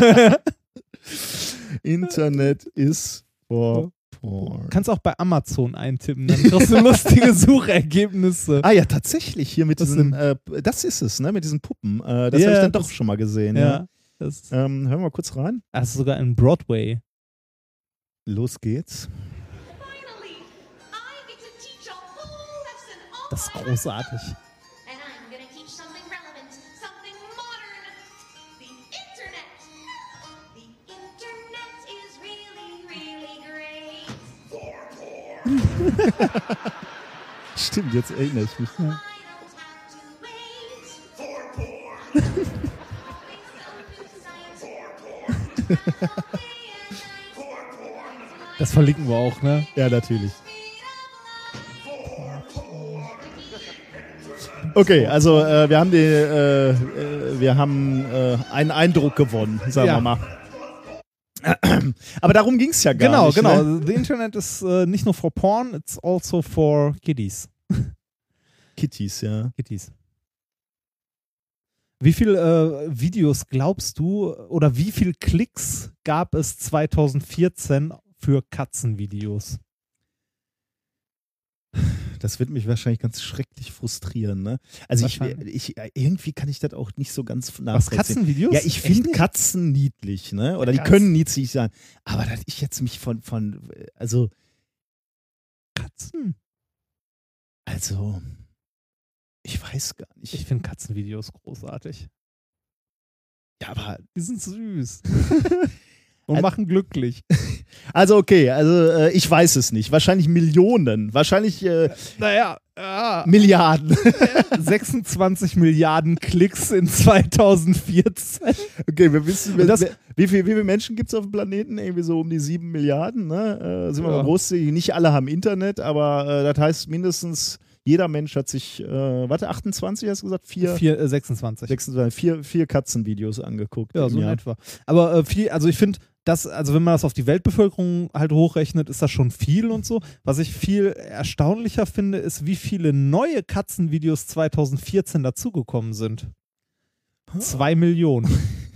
Internet ist for Porn. kannst auch bei Amazon eintippen, dann kriegst du lustige Suchergebnisse. Ah ja, tatsächlich hier mit Was diesen, denn? äh, das ist es, ne, mit diesen Puppen. Äh, das Ja, habe ich dann das- doch schon mal gesehen. Ja. Ja, das, Ähm, hören wir mal kurz rein. das ist sogar in Broadway. Los geht's. Finally, I get to teach a whole lesson all Das ist by großartig. myself. And I'm gonna teach something relevant, something modern. The Internet. The Internet is really, really great. Stimmt, jetzt erinnere ich mich. I don't have to wait. For porn. Das verlinken wir auch, ne? Ja, natürlich. Okay, also äh, wir haben die, äh, äh, wir haben äh, einen Eindruck gewonnen, sagen Ja. wir mal. Aber darum ging es ja gar Genau, nicht. genau. Ne? The Internet ist äh, nicht nur for Porn, it's also for Kiddies. Kitties, ja. Kitties. Wie viele äh, Videos glaubst du oder wie viele Klicks gab es zwanzig vierzehn für Katzenvideos? Das wird mich wahrscheinlich ganz schrecklich frustrieren. Ne? Also ich, Wahrscheinlich. ich, irgendwie kann ich das auch nicht so ganz Was, nachvollziehen. Katzenvideos? Ja, ich Echt finde nicht? Katzen niedlich, ne? Oder die Katz- können niedlich sein. Aber dass ich jetzt mich von, von, also, Katzen. also, ich weiß gar nicht. Ich finde Katzenvideos großartig. ja, aber, Die sind süß. Und Also- machen glücklich. also okay, also äh, ich weiß es nicht. Wahrscheinlich Millionen, wahrscheinlich äh, Naja, ja. Milliarden. sechsundzwanzig Milliarden Klicks in zwanzig vierzehn. Okay, wir wissen, wir, Und das- wir, wie, viel, wie viele Menschen gibt es auf dem Planeten? Irgendwie so um die sieben Milliarden. Ne? Äh, sind wir Ja. mal großzügig. Nicht alle haben Internet, aber äh, das heißt mindestens jeder Mensch hat sich, äh, warte, achtundzwanzig hast du gesagt? Vier, Vier, äh, sechsundzwanzig. sechsundzwanzig, vier, vier Katzenvideos angeguckt. Ja, im so in Jahr. etwa. Aber äh, viel, also ich finde, das, also wenn man das auf die Weltbevölkerung halt hochrechnet, ist das schon viel und so. Was ich viel erstaunlicher finde, ist, wie viele neue Katzenvideos zwanzig vierzehn dazugekommen sind. Zwei Millionen.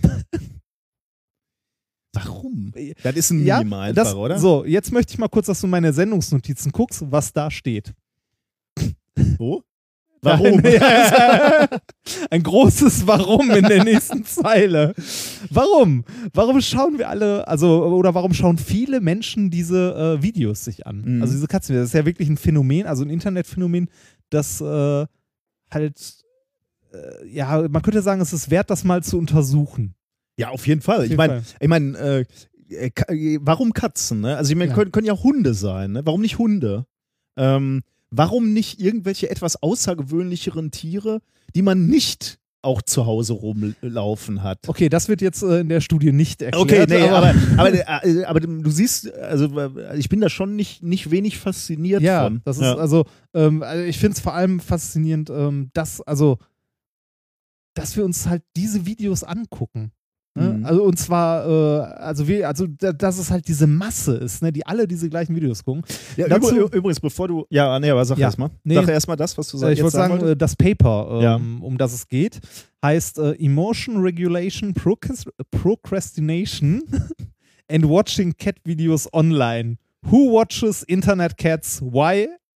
Warum? Das ist ein Ja, Meme einfach, das, oder? So, jetzt möchte ich mal kurz, dass du meine Sendungsnotizen guckst, was da steht. Wo? Warum? Ja. Ein großes Warum in der nächsten Zeile. Warum? Warum schauen wir alle, also, oder warum schauen viele Menschen diese äh, Videos sich an? Mhm. Also diese Katzenvideos, das ist ja wirklich ein Phänomen, also ein Internetphänomen, das äh, halt, äh, ja, man könnte sagen, es ist wert, das mal zu untersuchen. Ja, auf jeden Fall. Auf Ich jeden meine, Fall. ich mein, äh, äh, Ka- äh, warum Katzen? Ne? Also ich meine, Ja. können, können ja Hunde sein. Ne? Warum nicht Hunde? Ähm, warum nicht irgendwelche etwas außergewöhnlicheren Tiere, die man nicht auch zu Hause rumlaufen hat? Okay, das wird jetzt äh, in der Studie nicht erklärt. Okay, nee, aber, aber, aber, äh, aber du siehst, also äh, ich bin da schon nicht, nicht wenig fasziniert ja, von. das ist also, ähm, also ich finde es vor allem faszinierend, ähm, dass, also, dass wir uns halt diese Videos angucken. Ne? Mhm. Also und zwar, äh, also wir, also da, dass es halt diese Masse ist, ne, die alle diese gleichen Videos gucken. Ja, Dazu- übr- übrigens, bevor du. Ja, nee, aber sag Ja, erst mal. nee. Sag erst mal das, was du Äh, sagst. ich wollte sagen, äh, das Paper, ähm, um das es geht, heißt äh, Emotion Regulation Procras- Procrastination and Watching Cat Videos Online. Who watches Internet Cats? Why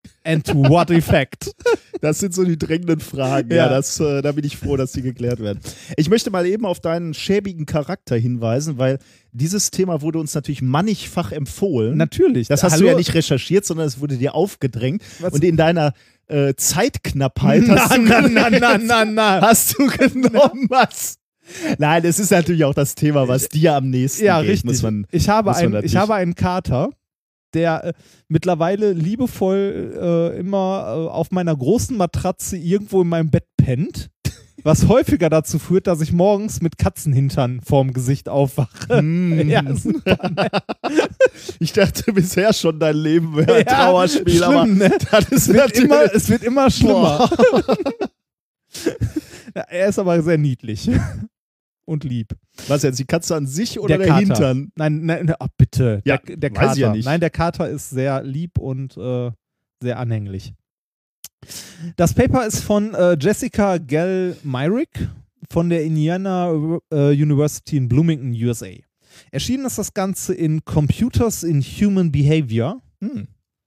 And to what effect? Das sind so die drängenden Fragen. Ja, Ja. das, äh, da bin ich froh, dass die geklärt werden. Ich möchte mal eben auf deinen schäbigen Charakter hinweisen, weil dieses Thema wurde uns natürlich mannigfach empfohlen. Natürlich. Das hast Hallo? du ja nicht recherchiert, sondern es wurde dir aufgedrängt. Was? Und in deiner äh, Zeitknappheit Na, hast, du, na, na, na, na, na. hast du genommen, was? Nein, es ist natürlich auch das Thema, was dir am nächsten Ja, geht. richtig. Muss man, ich, habe muss man ein, natürlich- ich habe einen Kater, der äh, mittlerweile liebevoll äh, immer äh, auf meiner großen Matratze irgendwo in meinem Bett pennt. Was häufiger dazu führt, dass ich morgens mit Katzenhintern vorm Gesicht aufwache. Mm. Ja, super. Ne? Ich dachte bisher schon, dein Leben wäre ein Ja, Trauerspiel, schlimm, aber ne? das ist Es wird, natürlich- immer, es wird immer schlimmer. Boah. Ja, er ist aber sehr niedlich und lieb. Was jetzt, die Katze an sich oder der, Kater. Hintern? Nein, nein, nein, ach, bitte. Ja, der, der weiß Kater. ich ja nicht. Nein, der Kater ist sehr lieb und äh, sehr anhänglich. Das Paper ist von äh, Jessica Gell Myrick von der Indiana äh, University in Bloomington, U S A. Erschienen ist das Ganze in Computers in Human Behavior. Hm.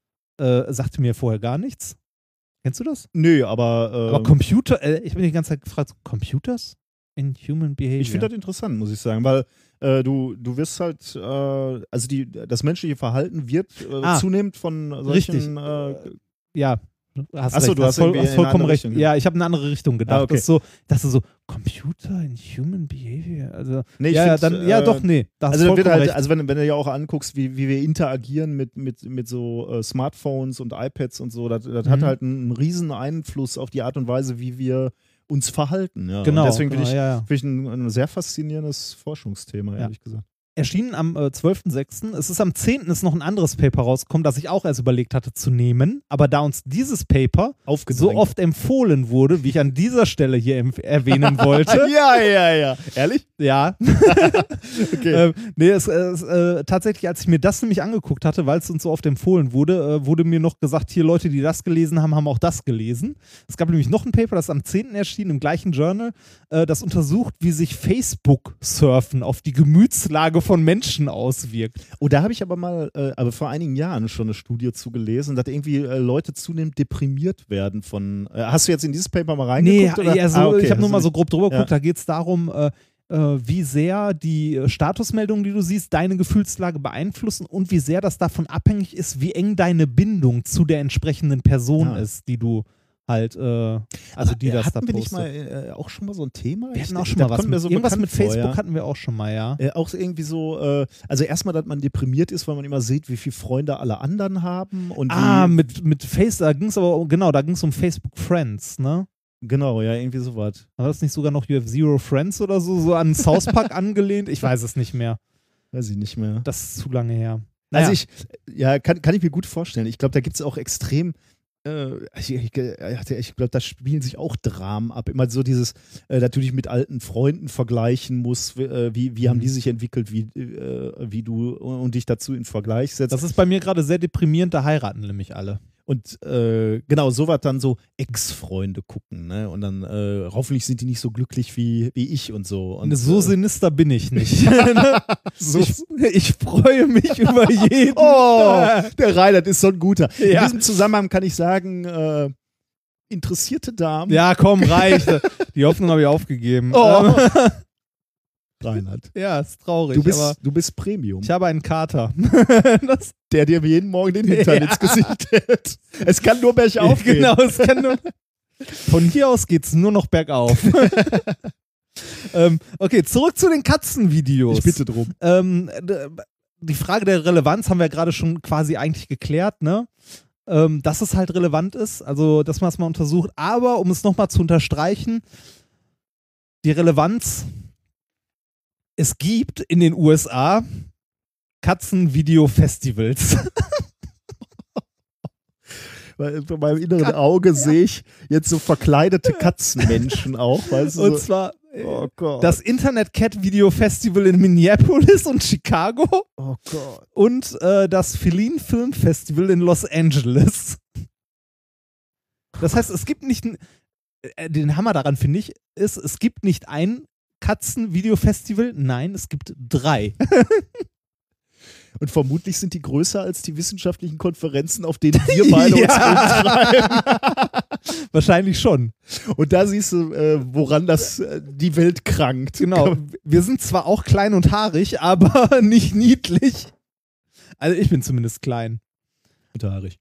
Äh, sagte mir vorher gar nichts. Kennst du das? Nö, aber, äh, Aber Computer, äh, ich bin die ganze Zeit gefragt, Computers in Human Behavior? ich finde das interessant, muss ich sagen, weil äh, du, du wirst halt, äh, also die, das menschliche Verhalten wird äh, Ah, zunehmend von richtig. solchen, äh, Ja, hast Ach so, recht, du hast voll, irgendwie in hast eine vollkommen andere recht. Richtung Ja, ich habe in eine andere Richtung gedacht. Ah, okay. Das ist so, das ist so, Computer in Human Behavior? Also, nee, ich ja, ja, find, dann, ja, äh, doch, nee. Da hast Also, du dann wird vollkommen halt, recht. also wenn, wenn du ja auch anguckst, wie, wie wir interagieren mit, mit, mit so äh, Smartphones und iPads und so, das, das hat Mhm. halt einen, einen riesen Einfluss auf die Art und Weise, wie wir uns verhalten. Ja. Genau, Und deswegen genau, finde ich, ja, ja. find ich ein, ein sehr faszinierendes Forschungsthema, Ja. ehrlich gesagt. Erschienen am äh, zwölften sechsten Es ist am zehnten ist noch ein anderes Paper rausgekommen, das ich auch erst überlegt hatte zu nehmen. Aber da uns dieses Paper Aufgedrängt. so oft empfohlen wurde, wie ich an dieser Stelle hier empf- erwähnen wollte. ja, ja, ja. Ehrlich? Ja. Okay. ähm, nee, es, es, äh, tatsächlich, als ich mir das nämlich angeguckt hatte, weil es uns so oft empfohlen wurde, äh, wurde mir noch gesagt, hier Leute, die das gelesen haben, haben auch das gelesen. Es gab nämlich noch ein Paper, das ist am zehnten erschienen, im gleichen Journal, äh, das untersucht, wie sich Facebook-Surfen auf die Gemütslage von Menschen auswirkt. Oh, da habe ich aber mal, äh, aber vor einigen Jahren schon eine Studie zu gelesen, dass irgendwie äh, Leute zunehmend deprimiert werden von. Äh, hast du jetzt in dieses Paper mal Nee, reingeguckt? oder? also, Ah, okay, ich habe nur hast mal du so grob drüber geguckt, Ja. da geht es darum, äh, äh, wie sehr die äh, Statusmeldungen, die du siehst, deine Gefühlslage beeinflussen und wie sehr das davon abhängig ist, wie eng deine Bindung zu der entsprechenden Person Ah. ist, die du halt, äh, also die äh, das hatten da wir nicht postet. mal äh, auch schon mal so ein Thema? Wir Ich- hatten auch schon das mal was kommt mir mit, so irgendwas bekannt mit vor, Facebook ja. hatten wir auch schon mal, ja. Äh, auch irgendwie so, äh, also erstmal, dass man deprimiert ist, weil man immer sieht, wie viele Freunde alle anderen haben und Ah, wie, mit, mit Face, da ging es aber, genau, da ging es um Facebook Friends, ne? genau, ja, irgendwie sowas. War das nicht sogar noch You Have Zero Friends oder so, so an South Park angelehnt? Ich weiß es nicht mehr. Weiß ich nicht mehr. Das ist zu lange her. Also Naja. ich, ja, kann, kann ich mir gut vorstellen. Ich glaube, da gibt es auch extrem, äh, ich, ich, ich glaube, da spielen sich auch Dramen ab. Immer so dieses, äh, dass du dich mit alten Freunden vergleichen musst, äh, wie, wie haben Mhm. die sich entwickelt, wie, äh, wie du und dich dazu in Vergleich setzt. Das ist bei mir gerade sehr deprimierend, da heiraten nämlich alle. Und äh, genau, sowas dann so Ex-Freunde gucken, ne? Und dann äh, hoffentlich sind die nicht so glücklich wie, wie ich und so. Und, so äh, sinister bin ich nicht. so, ich, ich freue mich über jeden. oh, der Reinhard ist so ein guter. In Ja. diesem Zusammenhang kann ich sagen, äh, interessierte Damen. Ja, komm, reicht. Die Hoffnung habe ich aufgegeben. Oh. Ähm, Reinhard. ja, ist traurig. Du bist, aber du bist Premium, ich habe einen Kater. das, der dir jeden Morgen den Hintern Ja. ins Gesicht hält. Es kann nur bergauf gehen. genau, es kann nur, von hier aus geht es nur noch bergauf. ähm, okay, zurück zu den Katzenvideos. Ich bitte drum. Ähm, d- die Frage der Relevanz haben wir gerade schon quasi eigentlich geklärt, ne? Ähm, dass es halt relevant ist, also dass man es mal untersucht. Aber um es nochmal zu unterstreichen, die Relevanz, es gibt in den U S A Katzenvideo-Festivals. Weil in meinem inneren Auge sehe ich jetzt so verkleidete Katzenmenschen auch, weißt du? Und So, zwar oh Gott. das Internet Cat Video Festival in Minneapolis und Chicago oh Gott. und äh, das Feline Film Festival in Los Angeles. Das heißt, es gibt nicht ein, äh, den Hammer daran finde ich, ist, es gibt nicht ein Katzenvideo-Festival, nein, es gibt drei. Und vermutlich sind die größer als die wissenschaftlichen Konferenzen, auf denen wir beide uns rumtreiben. Wahrscheinlich schon. Und da siehst du, äh, woran das äh, die Welt krankt. Genau. Wir sind zwar auch klein und haarig, aber nicht niedlich. Also ich bin zumindest klein. Und haarig.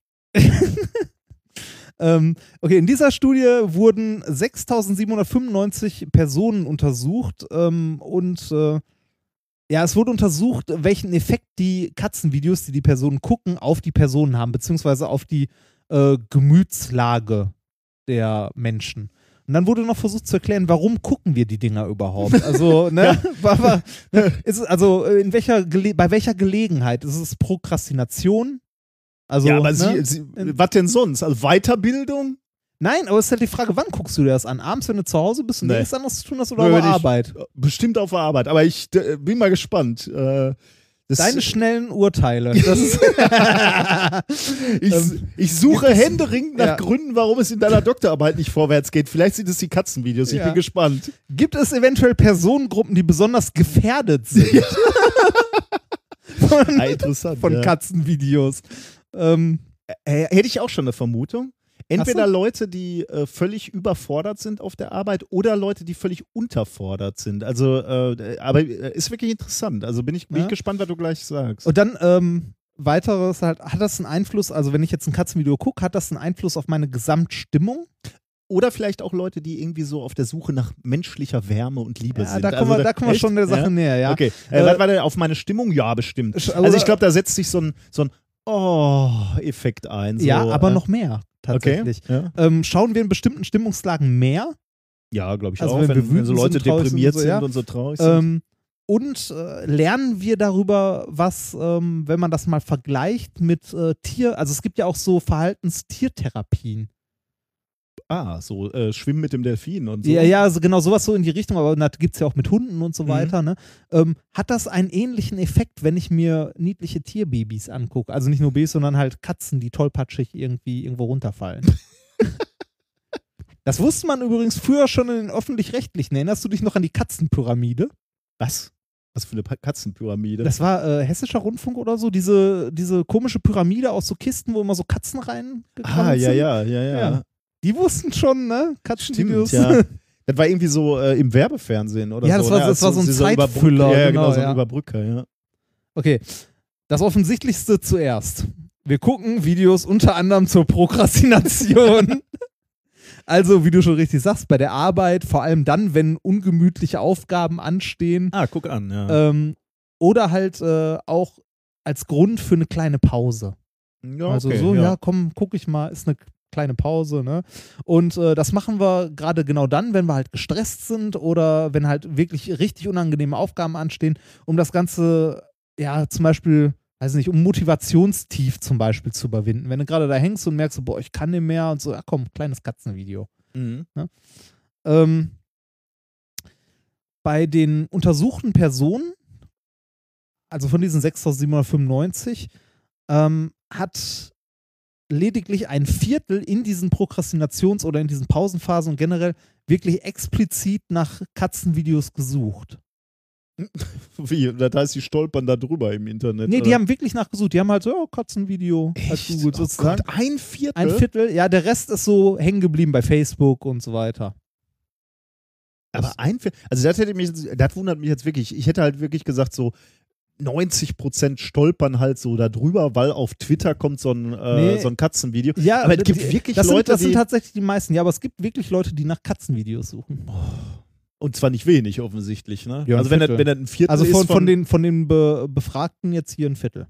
ähm, okay, in dieser Studie wurden sechstausendsiebenhundertfünfundneunzig Personen untersucht ähm, und äh, ja, es wurde untersucht, welchen Effekt die Katzenvideos, die die Personen gucken, auf die Personen haben, beziehungsweise auf die äh, Gemütslage der Menschen. Und dann wurde noch versucht zu erklären, warum gucken wir die Dinger überhaupt? Also, ne, war, war, ne ist es, also in welcher Gele- bei welcher Gelegenheit? Ist es Prokrastination? Also, Ja, aber ne? sie, sie, was denn sonst? Also Weiterbildung? Nein, aber es ist halt die Frage, wann guckst du dir das an? Abends, wenn du zu Hause bist und Nee. nichts anderes zu tun hast oder Nö, auf wenn ich- Arbeit? Bestimmt auf der Arbeit. Aber ich äh, bin mal gespannt. Äh, das, Deine schnellen Urteile. Das ist ich, ähm, ich suche händeringend nach ja. Gründen, warum es in deiner Doktorarbeit nicht vorwärts geht. Vielleicht sind es die Katzenvideos. Ich Ja. bin gespannt. Gibt es eventuell Personengruppen, die besonders gefährdet sind von, Ah, interessant. von ja. Katzenvideos? Ähm, Äh, hätte ich auch schon eine Vermutung. Entweder Ach so. Leute, die äh, völlig überfordert sind auf der Arbeit oder Leute, die völlig unterfordert sind. Also, äh, aber äh, ist wirklich interessant. Also bin ich, bin Ja. ich gespannt, was du gleich sagst. und dann ähm, weiteres halt, hat das einen Einfluss, also wenn ich jetzt ein Katzenvideo gucke, hat das einen Einfluss auf meine Gesamtstimmung? Oder vielleicht auch Leute, die irgendwie so auf der Suche nach menschlicher Wärme und Liebe Ja, sind. da kommen, also, wir, da kommen wir echt? schon der Sache Ja? näher, ja. Okay. Äh, Äh, was war denn auf meine Stimmung? Ja, bestimmt. Sch- Also ich oder- glaube, da setzt sich so ein, so ein Oh-Effekt ein. So, Ja, aber äh, noch mehr, tatsächlich. Okay. Ja, Ähm, schauen wir in bestimmten Stimmungslagen mehr? ja glaube ich Also auch. wenn Wenn, wir wenn, wütend so Leute sind, traurig sind deprimiert und so, sind ja. und so traurig sind. Ähm, und äh, lernen wir darüber, was, ähm, wenn man das mal vergleicht mit äh, Tier, also es gibt ja auch so Verhaltenstiertherapien. ah, so äh, Schwimmen mit dem Delfin und so. Ja, ja, also genau sowas so in die Richtung, aber das gibt es ja auch mit Hunden und so Mhm. weiter. Ne? Ähm, hat das einen ähnlichen Effekt, wenn ich mir niedliche Tierbabys angucke? Also nicht nur Babys, sondern halt Katzen, die tollpatschig irgendwie irgendwo runterfallen. Das wusste man übrigens früher schon in den Öffentlich-Rechtlichen. Erinnerst du dich noch an die Katzenpyramide? Was? Was für eine Pa- Katzenpyramide? Das war äh, Hessischer Rundfunk oder so, diese, diese komische Pyramide aus so Kisten, wo immer so Katzen reingekommen ah, ja, sind. ja, ja, ja. Ja. Die wussten schon, ne? Katzenvideos. Stimmt, ja. Das war irgendwie so äh, im Werbefernsehen oder Ja, so. das war- ne? das war so ein dieser Überbrücker- Zeitfüller, Ja, ja, genau, genau, so ein ja. Überbrücker, ja. Okay, das Offensichtlichste zuerst. Wir gucken Videos unter anderem zur Prokrastination. Also, wie du schon richtig sagst, bei der Arbeit, vor allem dann, wenn ungemütliche Aufgaben anstehen. Ah, guck an, ja. Ähm, oder halt äh, auch als Grund für eine kleine Pause. ja Also okay, so, ja, komm, guck ich mal, ist eine kleine Pause, ne? Und äh, das machen wir gerade genau dann, wenn wir halt gestresst sind oder wenn halt wirklich richtig unangenehme Aufgaben anstehen, um das Ganze, ja, zum Beispiel, weiß nicht, um Motivationstief zum Beispiel zu überwinden. Wenn du gerade da hängst und merkst, so, boah, ich kann nicht mehr und so, ja komm, kleines Katzenvideo. Mhm. Ähm, bei den untersuchten Personen, also von diesen sechstausendsiebenhundertfünfundneunzig, ähm, hat lediglich ein Viertel in diesen Prokrastinations- oder in diesen Pausenphasen und generell wirklich explizit nach Katzenvideos gesucht. Wie? Das heißt, die stolpern da drüber im Internet. Nee, oder? die haben wirklich nachgesucht. Die haben halt so, oh, Katzenvideo, als Echt? Google Oh sozusagen. Gott, ein Viertel? Ein Viertel, ja, der Rest ist so hängen geblieben bei Facebook und so weiter. Aber ein Viertel? Also das hätte mich, das wundert mich jetzt wirklich. Ich hätte halt wirklich gesagt, so neunzig Prozent stolpern halt so da drüber, weil auf Twitter kommt so ein, äh, Nee. so ein Katzenvideo. Ja, aber es gibt die- wirklich das Leute, sind, das sind die, tatsächlich die meisten. Ja, aber es gibt wirklich Leute, die nach Katzenvideos suchen. und zwar nicht wenig offensichtlich, ne? Ja, ein also wenn das, Viertel. wenn das ein Viertel Also von, ist von, den, von den Be Befragten jetzt hier ein Viertel.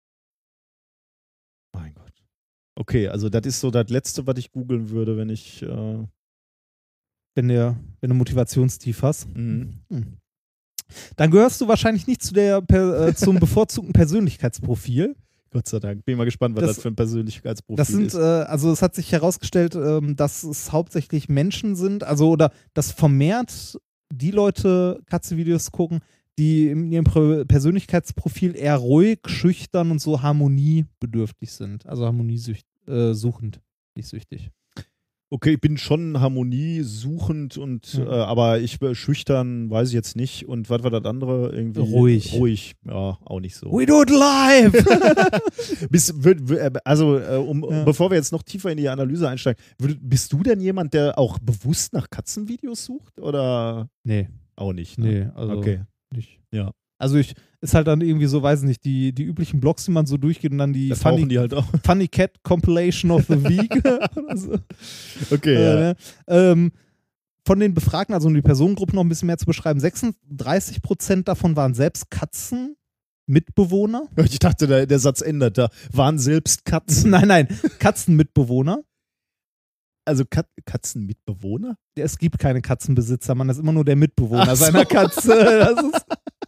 Mein Gott. Okay, also das ist so das Letzte, was ich googeln würde, wenn ich äh, Wenn du, wenn du Motivationstief hast. mhm. Hm. Dann gehörst du wahrscheinlich nicht zu der per, äh, zum bevorzugten Persönlichkeitsprofil. Gott sei Dank. Bin mal gespannt, was Das- das, für ein Persönlichkeitsprofil Das sind, ist. äh, also es hat sich herausgestellt, ähm, dass es hauptsächlich Menschen sind, also oder dass vermehrt die Leute Katzenvideos gucken, die in ihrem Prä- Persönlichkeitsprofil eher ruhig, schüchtern und so harmoniebedürftig sind. Also harmoniesuchend, äh, suchend, nicht süchtig. Okay, ich bin schon harmoniesuchend und Mhm. äh, aber ich äh, schüchtern, weiß ich jetzt nicht. Und was war das andere? Irgendwie Ruhig. Ruhig, ja, auch nicht so. We do it live! Bist, würd, würd, also, äh, um, Ja. bevor wir jetzt noch tiefer in die Analyse einsteigen, würd, bist du denn jemand, der auch bewusst nach Katzenvideos sucht? Oder nee, auch nicht? Ne? nee, also Okay. nicht. Ja. Also ich, ist halt dann irgendwie so, weiß nicht, die, die üblichen Blogs, die man so durchgeht und dann die Da Funny, tauchen die halt auch. Funny Cat Compilation of the Week oder so. Okay, Äh, ja. ne? ähm, von den Befragten, also um die Personengruppe noch ein bisschen mehr zu beschreiben, sechsunddreißig Prozent davon waren selbst Katzenmitbewohner. Ich dachte, der, der Satz ändert da. Waren selbst Katzen. nein, nein, Katzenmitbewohner. Also Kat Katzenmitbewohner? Es gibt keine Katzenbesitzer, man ist immer nur der Mitbewohner Ach so. seiner Katze. Das ist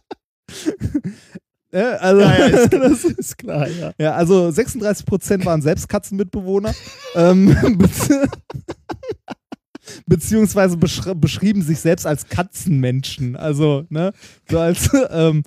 ja, also, Ja, ja, ist, das, ist klar, ja. ja, also sechsunddreißig Prozent waren selbst Katzenmitbewohner. ähm, be- beziehungsweise beschri beschrieben sich selbst als Katzenmenschen. Also, ne, so als, ähm,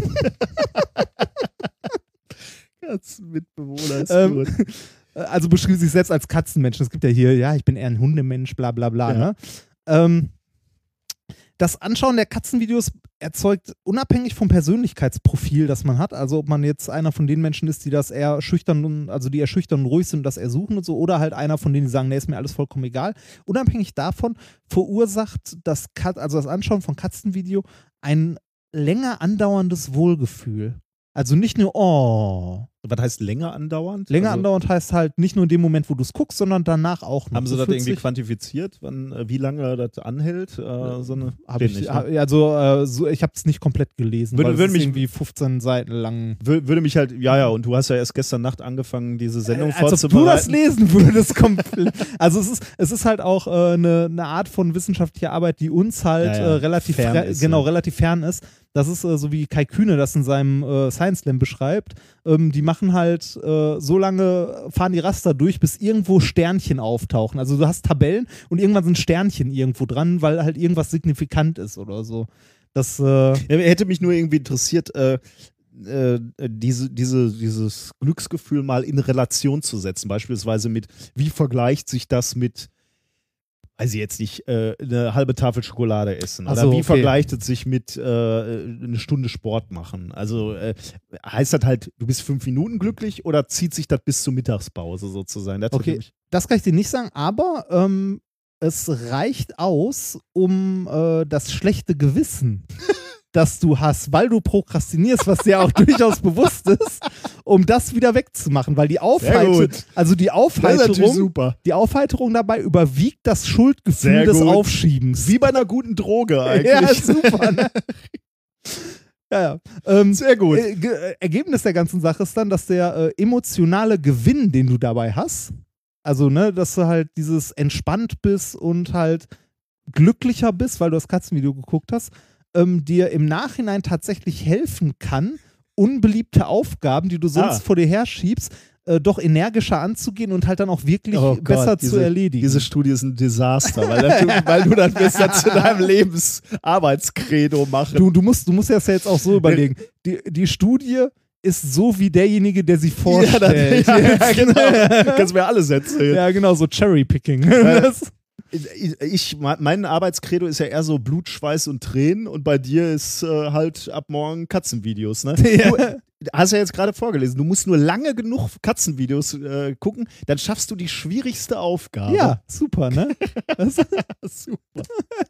Katzenmitbewohner ist Ähm, gut. also beschrieben sich selbst als Katzenmenschen. Es gibt ja hier, ja, ich bin eher ein Hundemensch, bla bla bla. Ja. Ne? Ähm, das Anschauen der Katzenvideos erzeugt unabhängig vom Persönlichkeitsprofil, das man hat, also ob man jetzt einer von den Menschen ist, die das eher schüchtern und, also die eher schüchtern und ruhig sind und das eher suchen und so, oder halt einer von denen, die sagen, nee, ist mir alles vollkommen egal. Unabhängig davon verursacht das, Kat also das Anschauen von Katzenvideo ein länger andauerndes Wohlgefühl. Also nicht nur, oh. Was heißt länger andauernd? Länger also, andauernd heißt halt nicht nur in dem Moment, wo du es guckst, sondern danach auch noch. Haben sie So das fühlt irgendwie sich- quantifiziert, wann, äh, wie lange das anhält? Äh, so eine, Hab steht ich, nicht, ha- ne? also äh, so, ich habe es nicht komplett gelesen, Würde- weil es würde ist mich- irgendwie fünfzehn Seiten lang. Wür- Würde mich halt, ja, ja, und du hast ja erst gestern Nacht angefangen, diese Sendung Äh, als ob du vorzubereiten. das lesen würdest komplett. Also es ist, es ist halt auch äh, eine, eine Art von wissenschaftlicher Arbeit, die uns halt Ja, ja, äh, relativ fern fre- ist, genau ja. relativ fern ist. Das ist äh, so wie Kai Kühne das in seinem äh, Science Slam beschreibt. Ähm, die machen halt äh, so lange, fahren die Raster durch, bis irgendwo Sternchen auftauchen. Also du hast Tabellen und irgendwann sind Sternchen irgendwo dran, weil halt irgendwas signifikant ist oder so. Das äh, Ja, hätte mich nur irgendwie interessiert, äh, äh, diese, diese, dieses Glücksgefühl mal in Relation zu setzen. Beispielsweise mit, wie vergleicht sich das mit, weiß ich jetzt nicht, äh, eine halbe Tafel Schokolade essen? Ach Oder so, wie okay. vergleicht es sich mit äh, eine Stunde Sport machen? Also äh, heißt das halt, du bist fünf Minuten glücklich oder zieht sich das bis zur Mittagspause sozusagen? Das hätte Okay. mich- Das kann ich dir nicht sagen, aber ähm, es reicht aus, um äh, das schlechte Gewissen, das du hast, weil du prokrastinierst, was dir auch durchaus bewusst ist, um das wieder wegzumachen, weil die Aufheiterung, gut. also die Das ist natürlich Aufheiterung, super. die Aufheiterung dabei überwiegt das Schuldgefühl Sehr des gut. Aufschiebens. Wie bei einer guten Droge eigentlich. Ja, super, ne? Ja, ja. Ähm, Sehr gut. äh, Ge- äh, Ergebnis der ganzen Sache ist dann, dass der äh, emotionale Gewinn, den du dabei hast, also, ne, dass du halt dieses entspannt bist und halt glücklicher bist, weil du das Katzenvideo geguckt hast, ähm, dir im Nachhinein tatsächlich helfen kann, unbeliebte Aufgaben, die du sonst Ah. vor dir herschiebst, äh, doch energischer anzugehen und halt dann auch wirklich Oh Gott, besser diese, zu erledigen. Diese Studie ist ein Desaster, weil, das, du, weil du das besser zu deinem Lebensarbeitskredo machen. Du, du, musst, du musst das ja jetzt auch so überlegen. Die, die Studie ist so wie derjenige, der sie vorstellt. ja, ja, genau. Kannst mir alles erzählen. Ja, genau, so Cherry-Picking. Ja. Das- Ich, ich, mein Arbeitskredo ist ja eher so Blut, Schweiß und Tränen und bei dir ist äh, halt ab morgen Katzenvideos. Ne? Du hast ja jetzt gerade vorgelesen, du musst nur lange genug Katzenvideos äh, gucken, dann schaffst du die schwierigste Aufgabe. Ja, super, ne? Das, super.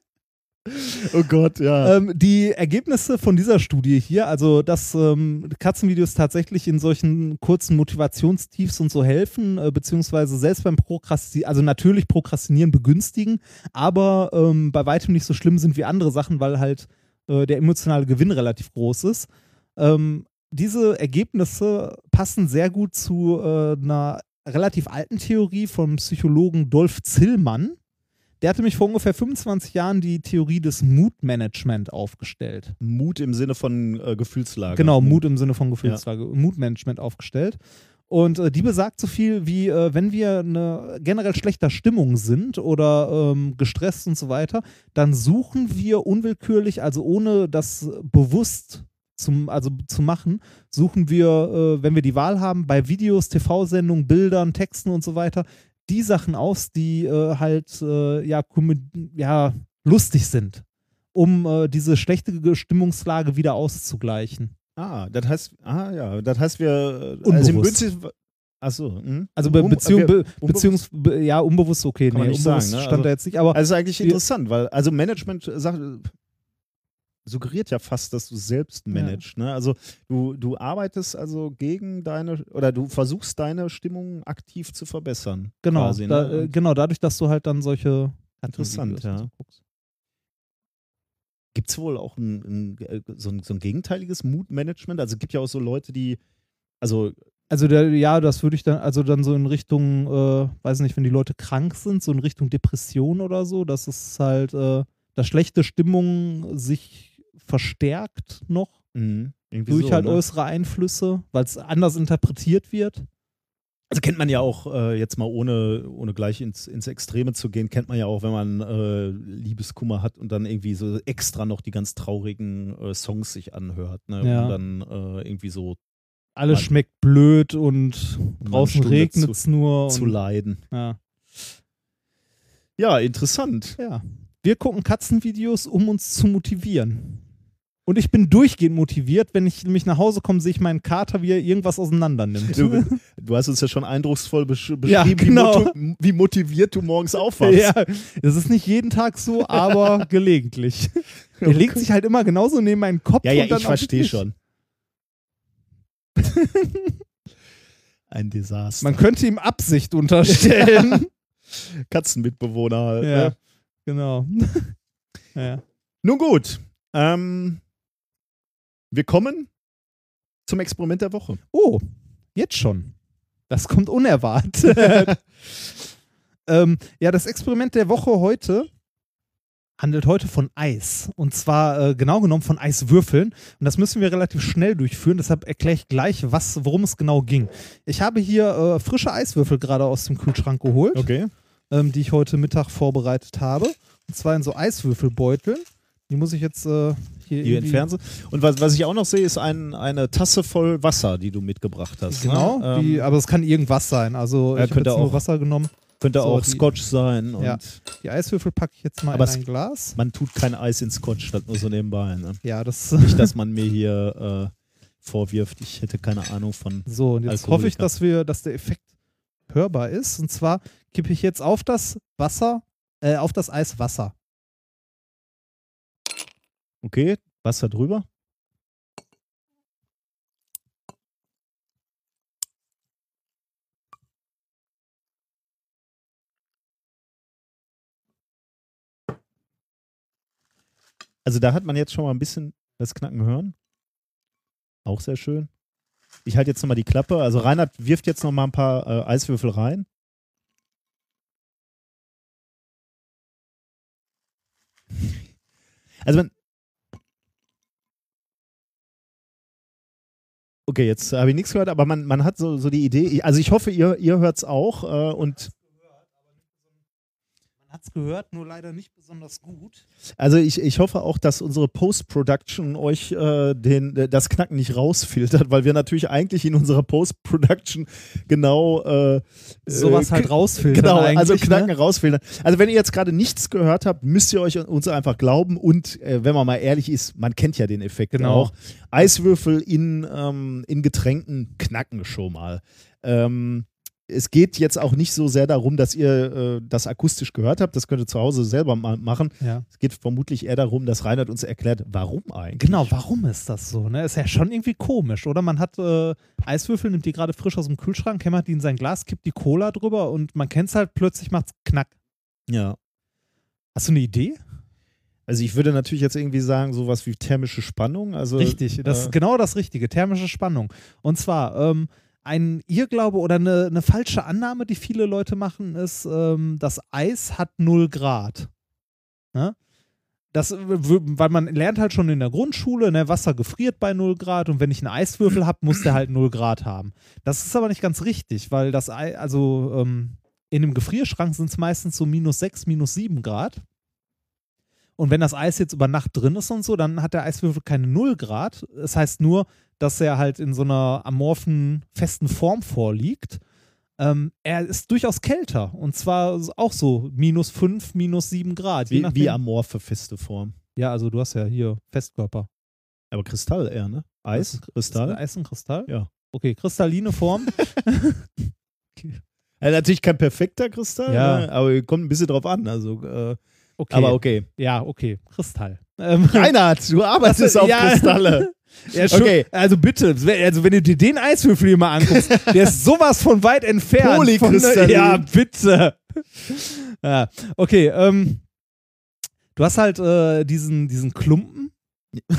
Oh Gott, ja. ähm, die Ergebnisse von dieser Studie hier, also dass ähm, Katzenvideos tatsächlich in solchen kurzen Motivationstiefs und so helfen, äh, beziehungsweise selbst beim Prokrastinieren, also natürlich Prokrastinieren begünstigen, aber ähm, bei weitem nicht so schlimm sind wie andere Sachen, weil halt äh, der emotionale Gewinn relativ groß ist. Ähm, diese Ergebnisse passen sehr gut zu äh, einer relativ alten Theorie vom Psychologen Dolf Zillmann. Der hatte mich vor ungefähr fünfundzwanzig Jahren die Theorie des Mood-Management aufgestellt. Mut im Sinne von äh, Gefühlslage. Genau, Mut im Sinne von Gefühlslage. Mood-Management aufgestellt. Und äh, die besagt so viel wie, äh, wenn wir eine generell schlechter Stimmung sind oder ähm, gestresst und so weiter, dann suchen wir unwillkürlich, also ohne das bewusst zum, also zu machen, suchen wir, äh, wenn wir die Wahl haben, bei Videos, T V-Sendungen, Bildern, Texten und so weiter, die Sachen aus, die äh, halt äh, ja, ja lustig sind, um äh, diese schlechte Stimmungslage wieder auszugleichen. Ah, das heißt, ah ja, das heißt, wir Unbewusst. also im Prinzip, achso, hm? Also Be Um- Beziehung, wir- Be unbewusst? Beziehungs, be ja, unbewusst, okay, Kann man nee, nicht unbewusst sagen, ne? stand Also- da jetzt nicht, aber Also ist eigentlich wir- interessant, weil also Management sagt, suggeriert ja fast, dass du selbst managst. Ne? Also du, du arbeitest also gegen deine oder du versuchst deine Stimmung aktiv zu verbessern. genau, quasi, da, ne? äh, genau, dadurch, dass du halt dann solche Interessant, Videos und ja. so guckst. Gibt es wohl auch ein, ein, äh, so, ein, so ein gegenteiliges Mood-Management? Also es gibt ja auch so Leute, die, also Also der, ja, das würde ich dann, also dann so in Richtung, äh, weiß nicht, wenn die Leute krank sind, so in Richtung Depression oder so, dass es halt, äh, dass schlechte Stimmung sich verstärkt noch mh, irgendwie durch so, halt ne? äußere Einflüsse, weil es anders interpretiert wird. Also kennt man ja auch, äh, jetzt mal ohne, ohne gleich ins, ins Extreme zu gehen, kennt man ja auch, wenn man äh, Liebeskummer hat und dann irgendwie so extra noch die ganz traurigen äh, Songs sich anhört, ne? Ja. Und dann äh, irgendwie so Alles Man- schmeckt blöd und eine draußen Stunde regnet es nur. zu Und, leiden. ja. Ja, interessant. ja. Wir gucken Katzenvideos, um uns zu motivieren. Und ich bin durchgehend motiviert, wenn ich nämlich nach Hause komme, sehe ich meinen Kater, wie er irgendwas auseinander nimmt. Du, du hast uns ja schon eindrucksvoll besch beschrieben, Ja, genau. wie, motu wie motiviert du morgens aufwachst. Ja, das ist nicht jeden Tag so, aber gelegentlich. Der legt sich halt immer genauso neben meinen Kopf. Ja, ja, und dann ich auch verstehe nicht. schon. Ein Desaster. Man könnte ihm Absicht unterstellen. Katzenmitbewohner halt. ja, Ne? genau. ja. Nun gut. Ähm, wir kommen zum Experiment der Woche. Oh, jetzt schon. Das kommt unerwartet. ähm, ja, das Experiment der Woche heute handelt heute von Eis. Und zwar äh, genau genommen von Eiswürfeln. Und das müssen wir relativ schnell durchführen. Deshalb erkläre ich gleich, was, worum es genau ging. Ich habe hier äh, frische Eiswürfel gerade aus dem Kühlschrank geholt, Okay. ähm, die ich heute Mittag vorbereitet habe. Und zwar in so Eiswürfelbeuteln. Die muss ich jetzt äh, hier Hier irgendwie- entfernen sie. Und was, was ich auch noch sehe, ist ein, eine Tasse voll Wasser, die du mitgebracht hast. Genau, Ne? die, Ähm, aber es kann irgendwas sein. Also Ja, ich habe könnte jetzt nur auch- Wasser genommen. könnte so, auch die- Scotch sein. Und Ja. Die Eiswürfel packe ich jetzt mal Aber in es- ein Glas. man tut kein Eis in Scotch, das nur so nebenbei. Ne? Ja, das Nicht, dass man mir hier äh, vorwirft, ich hätte keine Ahnung von. so. Und jetzt Alkoholiker. hoffe ich, dass wir, dass der Effekt hörbar ist. Und zwar kippe ich jetzt auf das Wasser, äh, auf das Eis Wasser. Okay, Wasser drüber. Also da hat man jetzt schon mal ein bisschen das Knacken hören. Auch sehr schön. Ich halte jetzt nochmal die Klappe. Also Reinhard wirft jetzt noch mal ein paar äh, Eiswürfel rein. Also man. Okay, jetzt habe ich nichts gehört, aber man, man hat so, so die Idee. Also ich hoffe, ihr, ihr hört es auch. Äh, und Man hat es gehört, nur leider nicht besonders gut. also ich, ich hoffe auch, dass unsere Post-Production euch äh, den, das Knacken nicht rausfiltert, weil wir natürlich eigentlich in unserer Post-Production genau äh, Sowas äh, halt rausfiltern Genau, eigentlich, also Knacken ne? rausfiltern. Also wenn ihr jetzt gerade nichts gehört habt, müsst ihr euch uns einfach glauben und äh, wenn man mal ehrlich ist, man kennt ja den Effekt Genau. auch. Eiswürfel in, ähm, in Getränken knacken schon mal. Ähm, es geht jetzt auch nicht so sehr darum, dass ihr äh, das akustisch gehört habt. Das könnt ihr zu Hause selber mal machen. Ja. Es geht vermutlich eher darum, dass Reinhard uns erklärt, warum eigentlich. Genau, warum ist das so? Ne? Ist ja schon irgendwie komisch, oder? Man hat äh, Eiswürfel, nimmt die gerade frisch aus dem Kühlschrank, hämmert die in sein Glas, kippt die Cola drüber und man kennt es halt, plötzlich macht's Knack. Ja. Hast du eine Idee? Also ich würde natürlich jetzt irgendwie sagen, sowas wie thermische Spannung. Also, Richtig, das äh, ist genau das Richtige, thermische Spannung. Und zwar, ähm, ein Irrglaube oder eine, eine falsche Annahme, die viele Leute machen, ist, ähm, das Eis hat null Grad. Ne? Das, w- weil man lernt halt schon in der Grundschule, ne, Wasser gefriert bei null Grad und wenn ich einen Eiswürfel habe, muss der halt null Grad haben. Das ist aber nicht ganz richtig, weil das Ei, also ähm, in einem Gefrierschrank sind es meistens so minus sechs, minus sieben Grad. Und wenn das Eis jetzt über Nacht drin ist und so, dann hat der Eiswürfel keine null Grad. Das heißt nur, dass er halt in so einer amorphen, festen Form vorliegt. Ähm, er ist durchaus kälter und zwar auch so minus fünf, minus sieben Grad. je Wie, nachdem. wie amorphe feste Form. Ja, also du hast ja hier Festkörper. Aber Kristall eher, ne? Eis, Ist Kristall. Eis und Kristall? Ja. Okay, kristalline Form. Ja, natürlich kein perfekter Kristall, Ja. ne? Aber kommt ein bisschen drauf an. Also, äh, Okay. aber okay. Ja, okay. Kristall. Ähm, Reinhard, du arbeitest Also, auf ja. Kristalle. Ja, schon, Okay. Also bitte, also wenn du dir den Eiswürfel hier mal anguckst, der ist sowas von weit entfernt. Polykristallin. Von, ja, bitte. Ja, okay, ähm, du hast halt äh, diesen, diesen Klumpen. du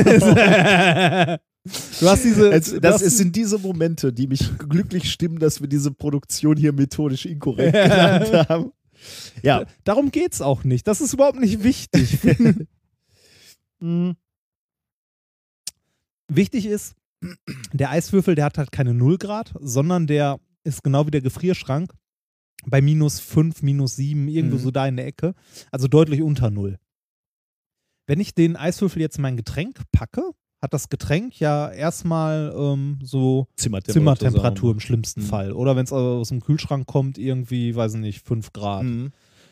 hast diese. Es, du das hast, es sind diese Momente, die mich glücklich stimmen, dass wir diese Produktion hier methodisch inkorrekt genannt haben. Ja, Darum geht's auch nicht. Das ist überhaupt nicht wichtig. Mhm. Wichtig ist, der Eiswürfel, der hat halt keine null Grad, sondern der ist genau wie der Gefrierschrank bei minus fünf, minus sieben, irgendwo Mhm. so da in der Ecke. Also deutlich unter null. Wenn ich den Eiswürfel jetzt in mein Getränk packe, hat das Getränk ja erstmal ähm, so Zimmertemperatur. Zimmertemperatur im schlimmsten Mhm. Fall. Oder wenn es aus dem Kühlschrank kommt, irgendwie, weiß ich nicht, fünf Grad. Mhm.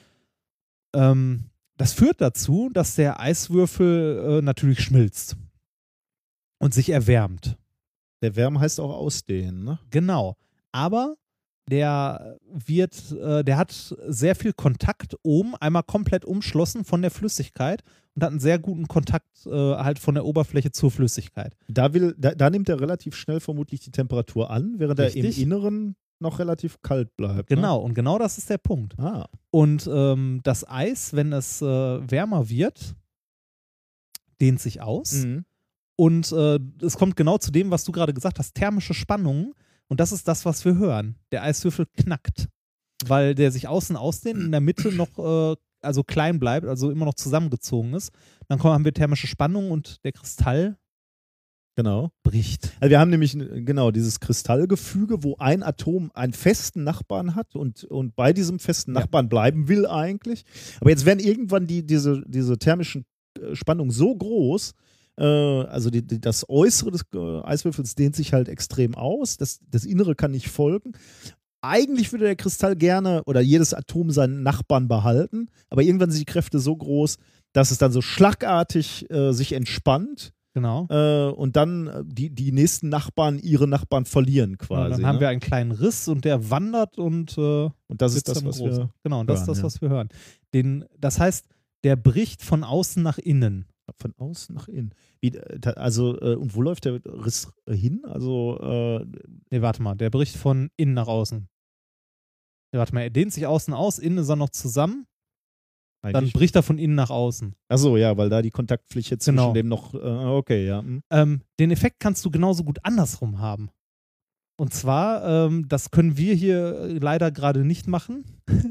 Ähm, das führt dazu, dass der Eiswürfel äh, natürlich schmilzt und sich erwärmt. Der Wärme heißt auch ausdehnen, ne? Genau. Aber der wird, äh, der hat sehr viel Kontakt oben, einmal komplett umschlossen von der Flüssigkeit und hat einen sehr guten Kontakt äh, halt von der Oberfläche zur Flüssigkeit. Da, will, da, da nimmt er relativ schnell vermutlich die Temperatur an, während Richtig. er im Inneren noch relativ kalt bleibt. Genau, und genau das ist der Punkt. Ne? Ah, Und ähm, das Eis, wenn es äh, wärmer wird, dehnt sich aus. mhm. Und äh, es kommt genau zu dem, was du gerade gesagt hast, thermische Spannungen. Und das ist das, was wir hören. Der Eiswürfel knackt, weil der sich außen ausdehnt und in der Mitte noch äh, also klein bleibt, also immer noch zusammengezogen ist. Dann kommen, haben wir thermische Spannungen und der Kristall Genau. bricht. Also wir haben nämlich äh, genau dieses Kristallgefüge, wo ein Atom einen festen Nachbarn hat und, und bei diesem festen Ja. Nachbarn bleiben will eigentlich. Aber jetzt werden irgendwann die, diese, diese thermischen äh, Spannungen so groß, äh, also die, die, das Äußere des äh, Eiswürfels dehnt sich halt extrem aus, das, das Innere kann nicht folgen. Eigentlich würde der Kristall gerne oder jedes Atom seinen Nachbarn behalten, aber irgendwann sind die Kräfte so groß, dass es dann so schlagartig äh, sich entspannt. Genau. Äh, und dann äh, die, die nächsten Nachbarn ihre Nachbarn verlieren Und quasi. dann haben ne? wir einen kleinen Riss und der wandert und äh, Und das ist wird das, dann was groß. wir Genau, und das ist hören, das, ja. was wir hören. Den, das heißt, der bricht von außen nach innen. von außen nach innen. Wie, äh, ta- also, äh, und wo läuft der Riss äh, hin? Also, äh, Nee, warte mal, der bricht von innen nach außen. Nee, warte mal, er dehnt sich außen aus, innen ist er noch zusammen, dann eigentlich. bricht er von innen nach außen. Achso, ja, weil da die Kontaktfläche zwischen Genau. dem noch. Äh, okay, ja. hm. Ähm, den Effekt kannst du genauso gut andersrum haben. Und zwar, ähm, das können wir hier äh, leider gerade nicht machen.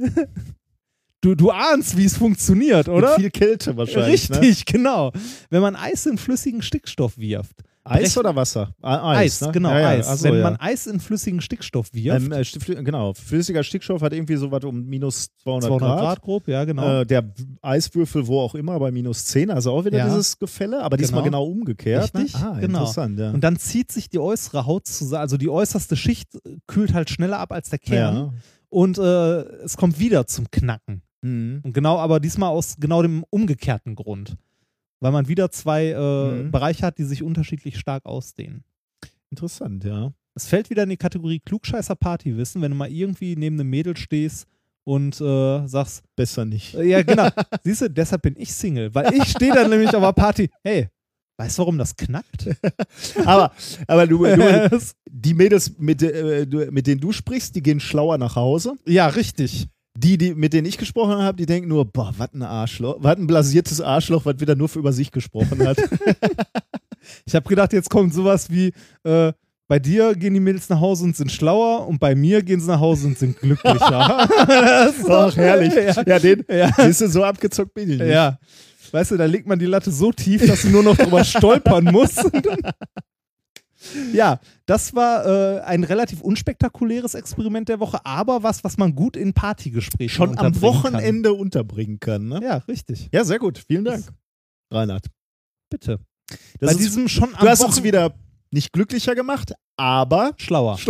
du, du ahnst, wie es funktioniert, oder? Mit viel Kälte wahrscheinlich. Ne? Richtig, genau. Wenn man Eis in flüssigen Stickstoff wirft. Eis brechen- oder Wasser? Ah, Eis, Eis, ne? genau, ja, ja. Eis. Achso, Wenn ja. man Eis in flüssigen Stickstoff wirft, Ähm, äh, Stif- genau, flüssiger Stickstoff hat irgendwie so was um minus zweihundert, zweihundert Grad. Grad grob, ja, genau. Äh, der Eiswürfel, wo auch immer, bei minus zehn, also auch wieder Ja. dieses Gefälle, aber diesmal Genau. genau umgekehrt. Richtig, ne? Ah, genau. interessant, ja. Und dann zieht sich die äußere Haut zusammen, also die äußerste Schicht äh, kühlt halt schneller ab als der Kern. ja. Und äh, es kommt wieder zum Knacken. Mhm. Und genau, aber diesmal aus genau dem umgekehrten Grund. Weil man wieder zwei äh, Mhm. Bereiche hat, die sich unterschiedlich stark ausdehnen. Interessant, ja. Es fällt wieder in die Kategorie Klugscheißer-Partywissen, wenn du mal irgendwie neben einem Mädel stehst und äh, sagst, Besser nicht. äh, ja genau, siehst du, deshalb bin ich Single, weil ich stehe dann nämlich auf einer Party, hey, weißt du, warum das knackt? aber aber du, du, die Mädels, mit, äh, du, mit denen du sprichst, die gehen schlauer nach Hause. Ja, richtig. Die, die, mit denen ich gesprochen habe, die denken nur, boah, was ein Arschloch, was ein blasiertes Arschloch, was wieder nur für über sich gesprochen hat. Ich habe gedacht, jetzt kommt sowas wie, äh, bei dir gehen die Mädels nach Hause und sind schlauer und bei mir gehen sie nach Hause und sind glücklicher. Das ist Ach, herrlich. Ja, Ja, den, ja. siehst du, so abgezockt bin ich nicht. ja. Weißt du, da legt man die Latte so tief, dass du nur noch drüber stolpern musst. Ja, das war äh, ein relativ unspektakuläres Experiment der Woche, aber was, was man gut in Partygesprächen Schon am unterbringen Wochenende unterbringen kann. Ne? Kann. Ja, richtig. Ja, sehr gut. Vielen Dank, Reinhard. Bitte. Das Bei ist, diesem schon du am hast uns Wochen- wieder nicht glücklicher gemacht, aber Schlauer.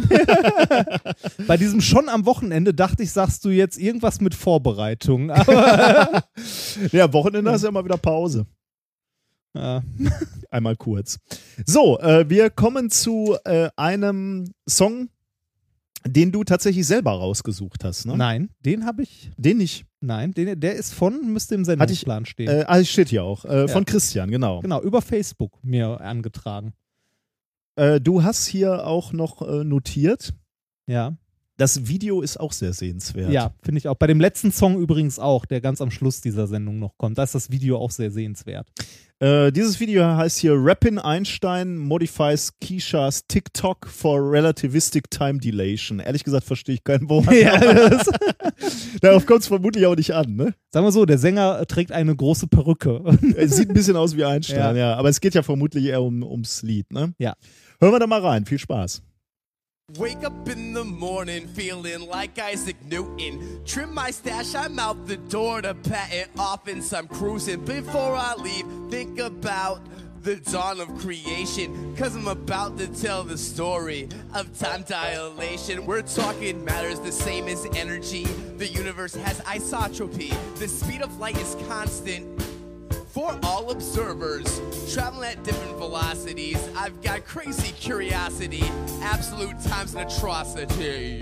Bei diesem schon am Wochenende dachte ich, sagst du jetzt irgendwas mit Vorbereitung. Aber ja, Wochenende ist ja immer wieder Pause. ja. Einmal kurz. So, äh, wir kommen zu äh, einem Song, den du tatsächlich selber rausgesucht hast, ne? Nein, den habe ich. Den nicht. Nein, den, der ist von, müsste im Hatte ich- Sendungsplan stehen. Äh, ah, steht hier auch. Äh, Ja. Von Christian, genau. Genau, über Facebook mir angetragen. Äh, du hast hier auch noch äh, notiert, Ja. das Video ist auch sehr sehenswert. Ja, finde ich auch. Bei dem letzten Song übrigens auch, der ganz am Schluss dieser Sendung noch kommt. Da ist das Video auch sehr sehenswert. Äh, dieses Video heißt hier Rappin Einstein modifies Keishas TikTok for relativistic time dilation. Ehrlich gesagt verstehe ich kein Wort. Ja, das- Darauf kommt es vermutlich auch nicht an, ne? Sagen wir so, der Sänger trägt eine große Perücke. Es sieht ein bisschen aus wie Einstein, ja. Ja. Aber es geht ja vermutlich eher um, ums Lied, ne? Ja. Hören wir da mal rein. Viel Spaß. Wake up in the morning feeling like Isaac Newton. Trim my stash, I'm out the door to pat it off and some cruising. Before I leave, think about the dawn of creation. Cause I'm about to tell the story of time dilation. We're talking matters the same as energy. The universe has isotropy. The speed of light is constant for all observers, traveling at different velocities. I've got crazy curiosity, absolute time's an atrocity.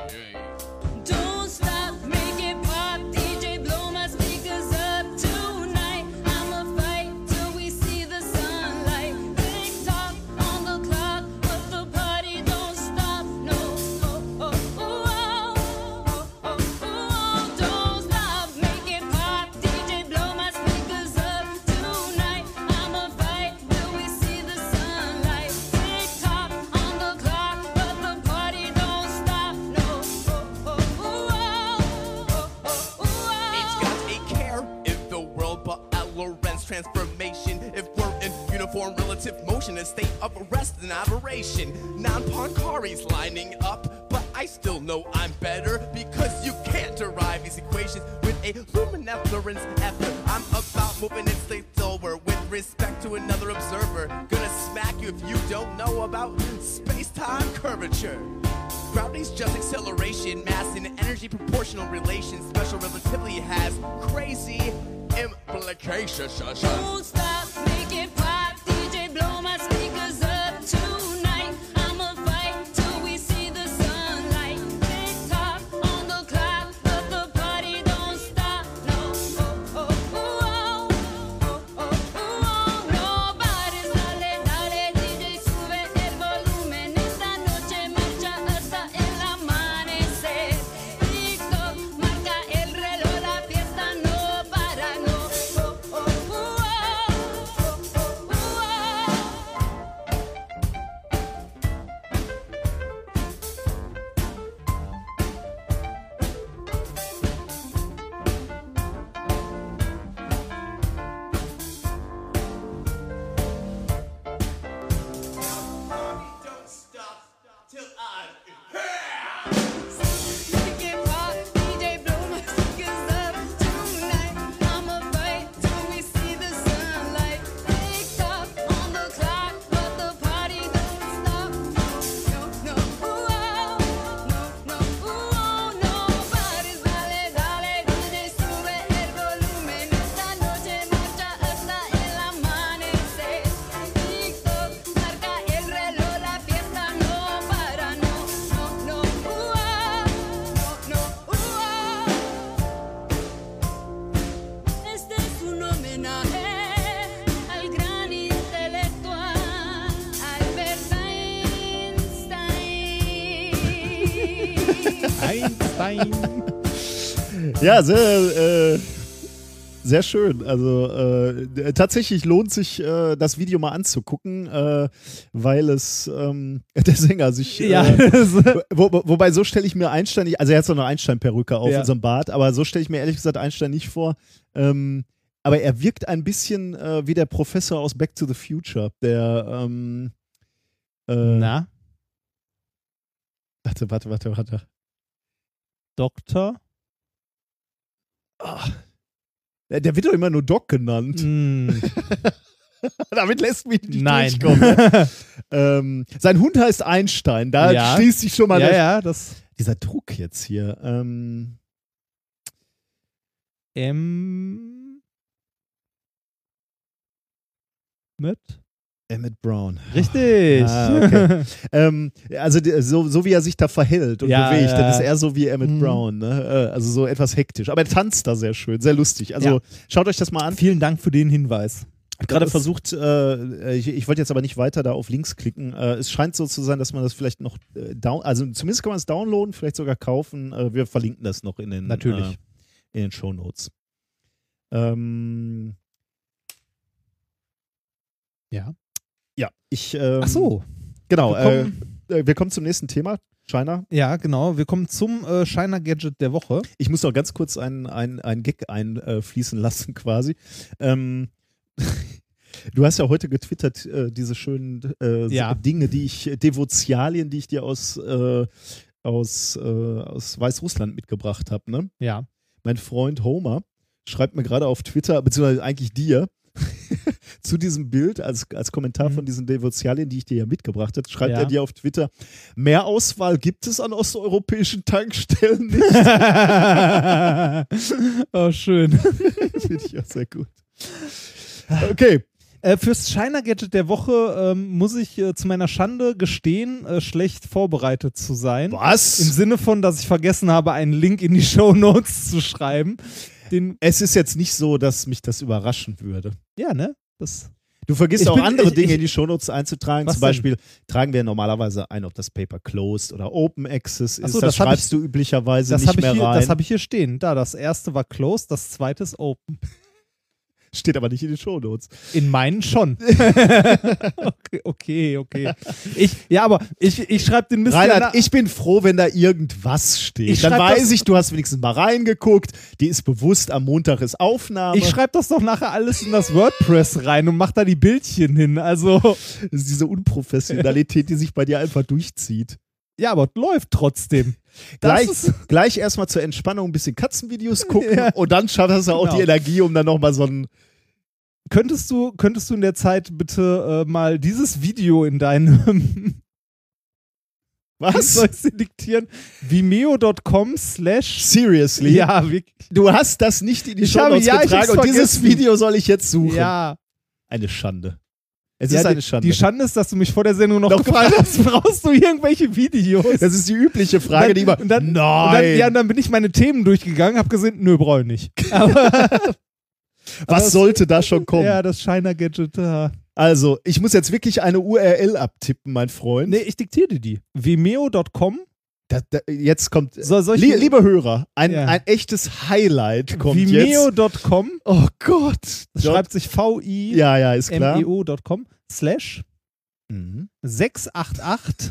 Don't stop, make it pop, D J blow my speakers up tonight. I'ma fight till we see the sunlight. Tick tock on the clock, but the party don't stop. No, oh, oh, oh, oh, oh, oh, oh. Don't stop, make it pop, D J blow my speakers up tonight. I'ma fight till we see the sunlight. Tick tock on the clock, but the party don't stop. No, oh, oh, oh, oh, oh, oh, Each oh. got a care if the world but at Lorentz transformation. If we're in uniform relative motion, a state of rest and aberration. Non-Poncari's lining up, but I still know I'm better because you can't derive these equations with a luminescence effort. I'm about moving in state over with respect to another observer. Gonna smack you if you don't know about space-time curvature. Gravity's just acceleration, mass and energy proportional relations. Special relativity has crazy implications. Don't stop, make it pop, D J blow my speakers up tonight. I'ma fight till we see the sunlight. Tick tock on the clock, but the party don't stop. No, oh, oh, oh, oh, oh, oh, oh. Nobody sale, dale, D J sube el volumen. Esta noche marcha hasta el amanecer. TikTok marca el reloj, la fiesta no para, no. Oh, oh, oh, oh, oh, oh, oh. Don't stop till I'm Make it pop, D J blow my speakers up tonight. I'ma fight till we see the sunlight. Tick tock on the clock, but the party don't stop. No, no, ooh, oh, no, no, ooh, oh, nobody sale, dale, D J sube el volumen. Esta noche marcha hasta el amanecer. TikTok marca el reloj, la fiesta no para, no, no, no, ooh, oh, no, no, ooh, oh. Este es un homenaje al gran intelectual Albert Einstein. Einstein. Ja, sehr, äh, sehr schön. Also äh, tatsächlich lohnt sich, äh, das Video mal anzugucken, äh, weil es ähm, der Sänger sich. Äh, Ja, wo, wo, wobei, so stelle ich mir Einstein nicht, also er hat so eine Einstein-Perücke auf Ja. in so einem Bart, aber so stelle ich mir ehrlich gesagt Einstein nicht vor. Ähm, aber er wirkt ein bisschen äh, wie der Professor aus Back to the Future, der ähm, äh, na, warte, warte, warte, warte. Doktor? Der, der wird doch immer nur Doc genannt. Hm. Damit lässt mich nicht Nein. durchkommen. ähm, sein Hund heißt Einstein. Da Ja. schließt sich schon mal ja, der, ja, das dieser Druck jetzt hier. Ähm, M mit Emmett Brown. Richtig. Ah, okay. ähm, also die, so, so wie er sich da verhält und Ja, bewegt, ja. dann ist er so wie Emmett Mhm. Brown. Ne? Äh, Also so etwas hektisch. Aber er tanzt da sehr schön, sehr lustig. Also Ja. schaut euch das mal an. Vielen Dank für den Hinweis. Ich habe gerade Das ist- versucht, äh, ich, ich wollte jetzt aber nicht weiter da auf Links klicken. Äh, es scheint so zu sein, dass man das vielleicht noch äh, down, also zumindest kann man es downloaden, vielleicht sogar kaufen. Äh, wir verlinken das noch in den, Natürlich. Äh, in den Shownotes. Ähm, Ja. ja, ich. Ähm, Ach so. Genau. Wir Äh, kommen- äh, wir kommen zum nächsten Thema. China. Ja, genau. Wir kommen zum äh, Shiner Gadget der Woche. Ich muss noch ganz kurz einen, einen, einen Gag einfließen lassen, quasi. Ähm, du hast ja heute getwittert, äh, diese schönen äh, Ja. Dinge, die ich, Devotialien, die ich dir aus, äh, aus, äh, aus Weißrussland mitgebracht habe. Ne? Ja. Mein Freund Homer schreibt mir gerade auf Twitter, beziehungsweise eigentlich dir, zu diesem Bild, als, als Kommentar Mhm. von diesen Devotialien, die ich dir ja mitgebracht habe, schreibt Ja. er dir auf Twitter, mehr Auswahl gibt es an osteuropäischen Tankstellen nicht. Oh, schön. Finde ich auch sehr gut. Okay. Äh, fürs Shiner Gadget der Woche ähm, muss ich äh, zu meiner Schande gestehen, äh, schlecht vorbereitet zu sein. Was? Im Sinne von, dass ich vergessen habe, einen Link in die Shownotes zu schreiben. Den, Es ist jetzt nicht so, dass mich das überraschen würde. ja, ne? Das, Du vergisst Ich auch bin- andere ich- Dinge ich- in die Shownotes einzutragen. Was Zum Beispiel tragen wir normalerweise ein, ob das Paper Closed oder Open Access ist. Ach so, das das hab schreibst du üblicherweise das nicht habe ich, mehr hier- rein. das hab ich hier stehen. Da, das erste war closed, das zweite ist open. Steht aber nicht in den Shownotes. In meinen schon. okay, okay, okay. Ich, ja, aber ich, ich schreibe den Mist ja Reinhard, nach- ich bin froh, wenn da irgendwas steht. Ich Dann schreib weiß das- ich, du hast wenigstens mal reingeguckt. Die ist bewusst, am Montag ist Aufnahme. Ich schreibe das doch nachher alles in das WordPress rein und mach da die Bildchen hin. Also, Das ist diese Unprofessionalität, die sich bei dir einfach durchzieht. ja, aber läuft trotzdem. Das Gleich, ist, gleich erstmal zur Entspannung ein bisschen Katzenvideos gucken Ja. und dann schaffst du auch Genau. die Energie, um dann nochmal so ein. könntest du, könntest du in der Zeit bitte äh, mal dieses Video in deinem Was? soll ich dir diktieren? Vimeo.com slash Seriously? Ja, wirklich. Du hast das nicht in die Ich habe- Shownotes ja, ich getragen hab's und dieses vergessen. Video soll ich jetzt suchen. Ja. Eine Schande. Es ja, ist die- eine Schande. Die Schande ist, dass du mich vor der Sendung noch Noch gefragt hast, brauchst du irgendwelche Videos? das ist die übliche Frage, die immer. und dann, Nein. Und dann, ja, und dann bin ich meine Themen durchgegangen, hab gesehen, nö, brauche ich nicht. Aber, Was das- sollte da schon kommen? ja, das Shiner Gadget. Ja. Also, ich muss jetzt wirklich eine U R L abtippen, mein Freund. Nee, ich diktiere dir die. Vimeo Punkt com. Da, da, jetzt kommt. So, soll ich Lie dir- liebe Hörer, ein, Ja. ein echtes Highlight kommt Vimeo jetzt. Punkt com. Oh Gott. Das Dort- schreibt sich V I Ja, ja, ist M klar. E O Punkt com slash Mhm. sechs acht acht.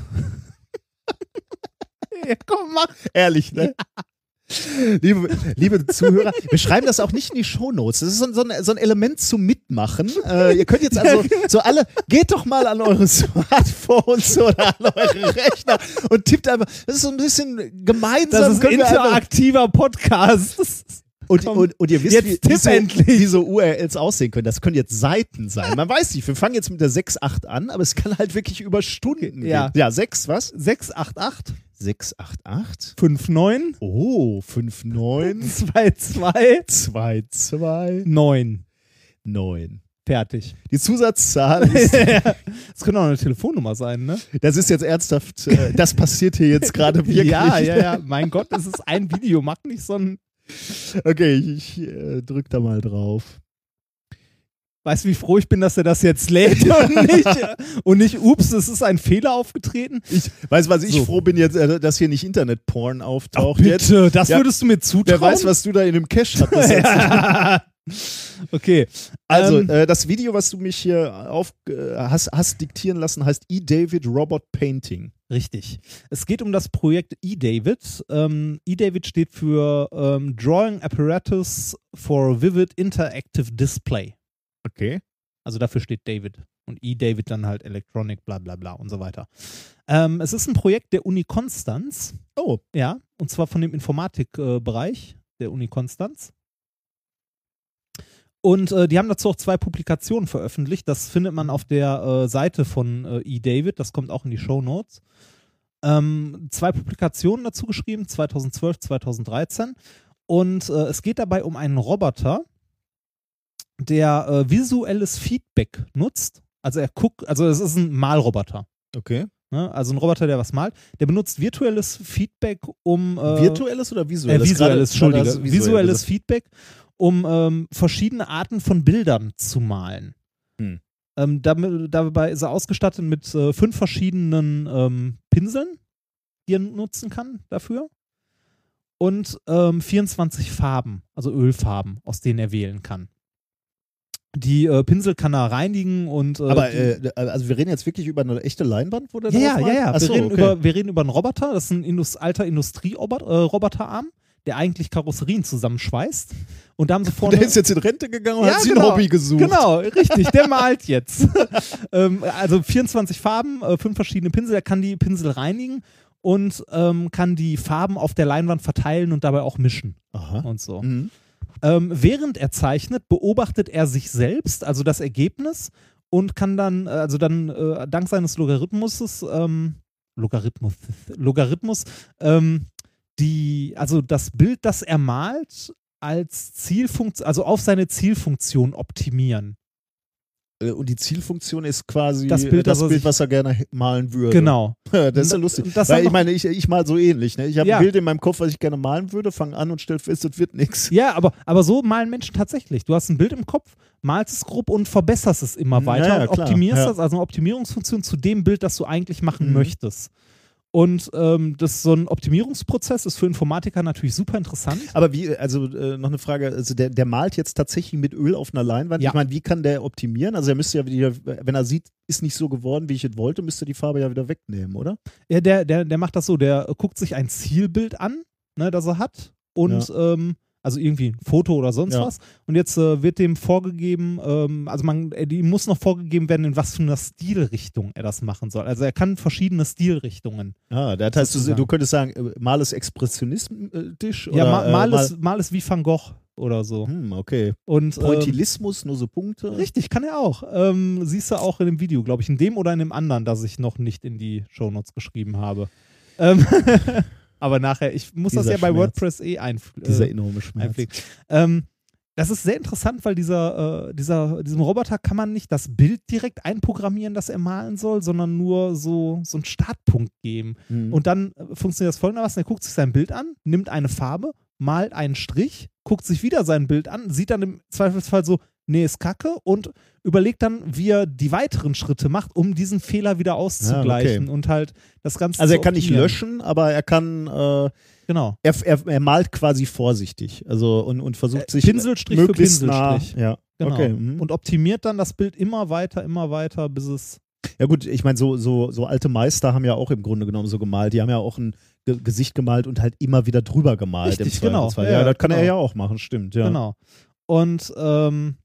Ja, komm, mach. Ehrlich, ne? Liebe, liebe Zuhörer, wir schreiben das auch nicht in die Shownotes. Das ist so, ein- so, ein, so ein Element zum Mitmachen. Äh, ihr könnt jetzt also so alle, geht doch mal an eure Smartphones oder an eure Rechner und tippt einfach, das ist so ein bisschen gemeinsam. Das ist ein können wir einfach- interaktiver Podcast. Das ist- Und, Komm. und, und ihr wisst, Jetzt wie, wie, tipp so, endlich. wie so U R Ls aussehen können. Das können jetzt Seiten sein. Man weiß nicht, wir fangen jetzt mit der sechs acht an, aber es kann halt wirklich über Stunden Ja. gehen. Ja, sechs, was? sechs acht acht sechs acht acht. fünf neun Oh, fünf neun zwei zwei zwei zwei neun. neun. Fertig. Die Zusatzzahl ist, Das könnte auch eine Telefonnummer sein, ne? das ist jetzt ernsthaft, äh, das passiert hier jetzt gerade wirklich. Ja, ja, ja. Mein Gott, das ist ein Video. Mach nicht so ein. Okay, ich, ich äh, drück da mal drauf. Weißt du, wie froh ich bin, dass er das jetzt lädt und nicht, und nicht, ups, es ist ein Fehler aufgetreten? Ich weiß, was ich So. froh bin jetzt, äh, dass hier nicht Internetporn auftaucht Ach, jetzt. bitte, das Ja. würdest du mir zutrauen? Wer weiß, was du da in dem Cache hattest. Ja. Okay. Also, ähm, äh, das Video, was du mich hier auf, äh, hast, hast diktieren lassen, heißt E-David Robot Painting. Richtig. Es geht um das Projekt eDavid. Ähm, eDavid steht für ähm, Drawing Apparatus for Vivid Interactive Display. Okay. Also dafür steht David. Und eDavid dann halt Electronic, bla bla bla und so weiter. Ähm, es ist ein Projekt der Uni Konstanz. Oh, Ja, und zwar von dem Informatikbereich der Uni Konstanz. Und äh, die haben dazu auch zwei Publikationen veröffentlicht. Das findet man auf der äh, Seite von äh, eDavid. Das kommt auch in die Shownotes. Ähm, zwei Publikationen dazu geschrieben, zweitausendzwölf, zweitausenddreizehn. Und äh, es geht dabei um einen Roboter, der äh, visuelles Feedback nutzt. Also er guckt, also es ist ein Malroboter. Okay. Ne? Also ein Roboter, der was malt. Der benutzt virtuelles Feedback, um äh, Virtuelles oder äh, visuelles? visuelles, Gerade- Entschuldige, gerade hast du visuelles visuell gesagt. Feedback, um ähm, verschiedene Arten von Bildern zu malen. Hm. Ähm, damit, dabei ist er ausgestattet mit äh, fünf verschiedenen ähm, Pinseln, die er nutzen kann dafür. Und ähm, vierundzwanzig Farben, also Ölfarben, aus denen er wählen kann. Die äh, Pinsel kann er reinigen und. Äh, Aber die, äh, also wir reden jetzt wirklich über eine echte Leinwand, wo der ja, ja, drauf ja, malt? ja. Ach Wir, so, reden okay. über, wir reden über einen Roboter, das ist ein Indus alter Industrie-Roboterarm, der eigentlich Karosserien zusammenschweißt. Und da haben sie vorne. Der ist jetzt in Rente gegangen und Ja, hat sich genau. ein Hobby gesucht. Genau, richtig, der malt jetzt. ähm, also vierundzwanzig Farben, äh, fünf verschiedene Pinsel, er kann die Pinsel reinigen und ähm, kann die Farben auf der Leinwand verteilen und dabei auch mischen Aha. und so. Mhm. Ähm, während er zeichnet, beobachtet er sich selbst, also das Ergebnis, und kann dann, äh, also dann äh, dank seines Logarithmuses, ähm, Logarithmus, Logarithmus, ähm, die, also das Bild, das er malt, als Zielfunktion, also auf seine Zielfunktion optimieren. Äh, Und die Zielfunktion ist quasi Das das Bild, Bild, das das er Bild sich- was er gerne malen würde. Genau. Das ist ja Und lustig. das Weil dann ich noch- meine, ich, ich mal so ähnlich. Ne? Ich habe Ja. ein Bild in meinem Kopf, was ich gerne malen würde, fange an und stelle fest, das wird nichts. Ja, aber, aber so malen Menschen tatsächlich. Du hast ein Bild im Kopf, malst es grob und verbesserst es immer Ja, weiter ja, und klar, optimierst ja. das, also eine Optimierungsfunktion zu dem Bild, das du eigentlich machen Mhm. möchtest. Und ähm, das, so ein Optimierungsprozess ist für Informatiker natürlich super interessant. Aber wie, also äh, noch eine Frage, also der, der malt jetzt tatsächlich mit Öl auf einer Leinwand. Ja. Ich meine, wie kann der optimieren? Also er müsste ja wieder, wenn er sieht, ist nicht so geworden, wie ich es wollte, müsste die Farbe ja wieder wegnehmen, oder? Ja, der, der, der macht das so, der äh, guckt sich ein Zielbild an, ne, das er hat und ähm, also irgendwie ein Foto oder sonst Ja. was. Und jetzt äh, wird dem vorgegeben, ähm, also man, äh, die muss noch vorgegeben werden, in was für einer Stilrichtung er das machen soll. Also er kann verschiedene Stilrichtungen. Ah, das heißt, du, Sozusagen. du könntest sagen, äh, mal es expressionistisch Ja, oder ma, äh, mal, mal, es, mal es wie Van Gogh oder so. hm, okay. Und ähm, Pointillismus, nur so Punkte. richtig, kann er auch. Ähm, siehst du auch in dem Video, glaube ich, in dem oder in dem anderen, das ich noch nicht in die Shownotes geschrieben habe. Ähm, aber nachher, ich muss das Dieser ja bei Schmerz. WordPress eh einfliegen. Dieser enorme Schmerz. einpflegen. Ähm, das ist sehr interessant, weil dieser, äh, dieser, diesem Roboter kann man nicht das Bild direkt einprogrammieren, das er malen soll, sondern nur so, so einen Startpunkt geben. Mhm. Und dann äh, funktioniert das folgendermaßen: Er guckt sich sein Bild an, nimmt eine Farbe, malt einen Strich, guckt sich wieder sein Bild an, sieht dann im Zweifelsfall so, nee, ist kacke, und überlegt dann, wie er die weiteren Schritte macht, um diesen Fehler wieder auszugleichen okay. und halt das Ganze Also zu er kann nicht optimieren. löschen, aber er kann, äh, Genau. er, er, er malt quasi vorsichtig, also und, und versucht Äh, sich Pinselstrich für möglichst Pinselstrich. nah. Ja, Genau. okay. Mhm. Und optimiert dann das Bild immer weiter, immer weiter, bis es. Ja gut, ich meine, so, so, so alte Meister haben ja auch im Grunde genommen so gemalt. Die haben ja auch ein Ge Gesicht gemalt und halt immer wieder drüber gemalt. Richtig, im genau. Zweifelsfall. Ja, Ja, das kann genau. er ja auch machen, stimmt. Ja. Genau. Und ähm,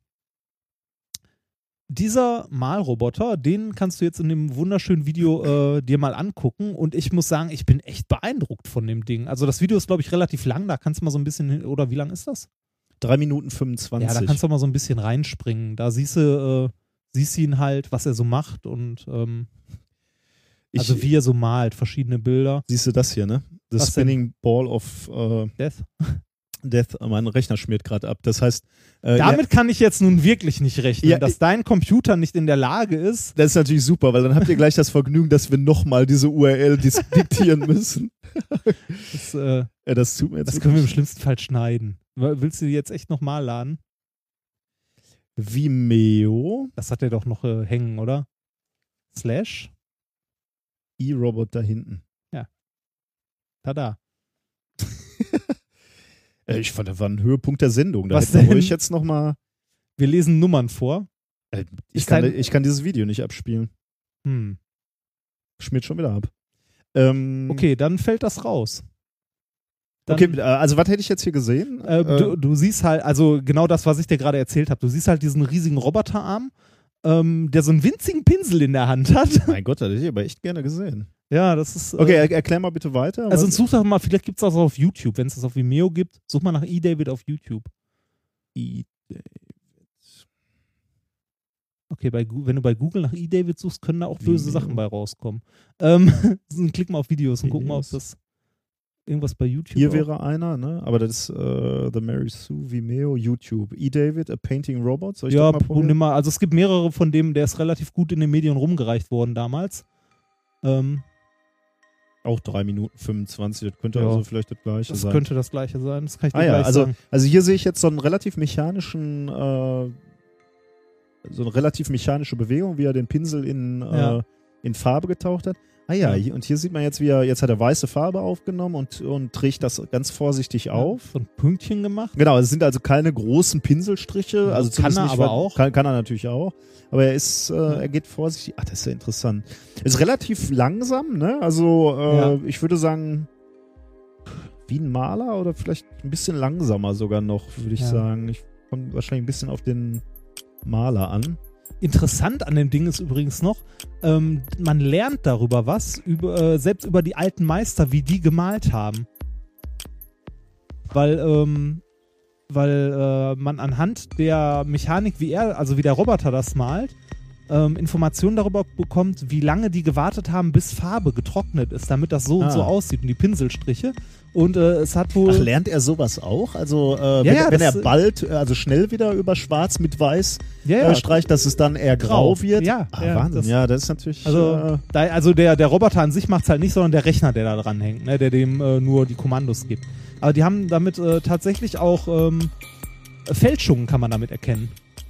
dieser Malroboter, den kannst du jetzt in dem wunderschönen Video äh, dir mal angucken. Und ich muss sagen, ich bin echt beeindruckt von dem Ding. Also das Video ist, glaube ich, relativ lang. Da kannst du mal so ein bisschen, hin- oder wie lang ist das? drei Minuten fünfundzwanzig. Ja, da kannst du mal so ein bisschen reinspringen. Da siehst du, äh, siehst du ihn halt, was er so macht und ähm, ich, also wie er so malt, verschiedene Bilder. siehst du das hier, ne? The Was denn? Spinning Ball of äh, Death. Death. Mein Rechner schmiert gerade ab. Das heißt, äh, Damit kann ich jetzt nun wirklich nicht rechnen, Ja, dass dein Computer nicht in der Lage ist. das ist natürlich super, weil dann habt ihr gleich das Vergnügen, dass wir nochmal diese U R L dis- diktieren müssen. Das, äh, Ja, das tut mir jetzt das können wir im wirklich- schlimmsten Fall schneiden. Willst du die jetzt echt nochmal laden? Vimeo, Das hat er doch noch äh, hängen, oder? Slash? E-Robot da hinten. Tada. Äh, Ich fand, das war ein Höhepunkt der Sendung. Da Was hätten wir denn? ruhig jetzt nochmal. Wir lesen Nummern vor. Äh, Ich Ist kann, dein- ich kann dieses Video nicht abspielen. Hm. Schmiert schon wieder ab. Ähm, Okay, dann fällt das raus. Dann, Okay, äh, also was hätte ich jetzt hier gesehen? äh, Äh, du, du siehst halt, also genau das, was ich dir gerade erzählt habe. Du siehst halt diesen riesigen Roboterarm, ähm, der so einen winzigen Pinsel in der Hand hat. mein Gott, das hätte ich aber echt gerne gesehen. Ja, das ist. Okay, Äh, er, erklär mal bitte weiter. also was- such doch mal, vielleicht gibt es das auch auf YouTube. Wenn es das auf Vimeo gibt, such mal nach eDavid auf YouTube. I- Okay, bei, Gu- wenn du bei Google nach E-David suchst, können da auch böse Vimeo. Sachen bei rauskommen. Ähm, klick mal auf Videos und guck mal, ob Videos. das irgendwas bei YouTube Hier auch- wäre einer, ne? Aber das ist äh, The Mary Sue, Vimeo, YouTube. E-David, A Painting Robot. Soll ich Ja, das mal probier probieren? mal. Also es gibt mehrere von dem, der ist relativ gut in den Medien rumgereicht worden damals. Ähm, Auch drei Minuten fünfundzwanzig. Das könnte Ja. also vielleicht das gleiche das sein. könnte das gleiche sein. Das kann ich dir Ah ja, gleich also, sagen. also hier sehe ich jetzt so einen relativ mechanischen, äh, so eine relativ mechanische Bewegung, wie er den Pinsel in, Ja. äh, in Farbe getaucht hat. Ah ja, Ja. hier, und hier sieht man jetzt, wie er, jetzt hat er weiße Farbe aufgenommen und, und trägt das ganz vorsichtig auf. So ein Pünktchen gemacht. Genau, es sind also keine großen Pinselstriche. Ja, Also kann zumindest er nicht, aber weil- auch. Kann, kann er natürlich auch. Aber er ist, äh, er geht vorsichtig. Ach, das ist ja interessant. Ist relativ langsam, ne? Also äh, Ja. ich würde sagen, wie ein Maler oder vielleicht ein bisschen langsamer sogar noch, würde ich Ja. sagen. Ich komme wahrscheinlich ein bisschen auf den Maler an. Interessant an dem Ding ist übrigens noch, ähm, man lernt darüber was, über, äh, selbst über die alten Meister, wie die gemalt haben. Weil, ähm, weil äh, man anhand der Mechanik, wie er, also wie der Roboter das malt, ähm, Informationen darüber bekommt, wie lange die gewartet haben, bis Farbe getrocknet ist, damit das so und Ah. so aussieht und die Pinselstriche. Und äh, es hat wohl... Ach, lernt er sowas auch? Also äh, wenn, ja, wenn das- er bald, äh, also schnell wieder über Schwarz mit Weiß ja, äh, ja, streicht, dass es dann eher grau, Grau. wird? Ja, ah, ja, Wahnsinn. das- ja, das ist natürlich... Also, äh, da, also der, der Roboter an sich macht es halt nicht, sondern der Rechner, der da dran hängt, ne, der dem äh, nur die Kommandos gibt. Aber die haben damit äh, tatsächlich auch ähm, Fälschungen kann man damit erkennen.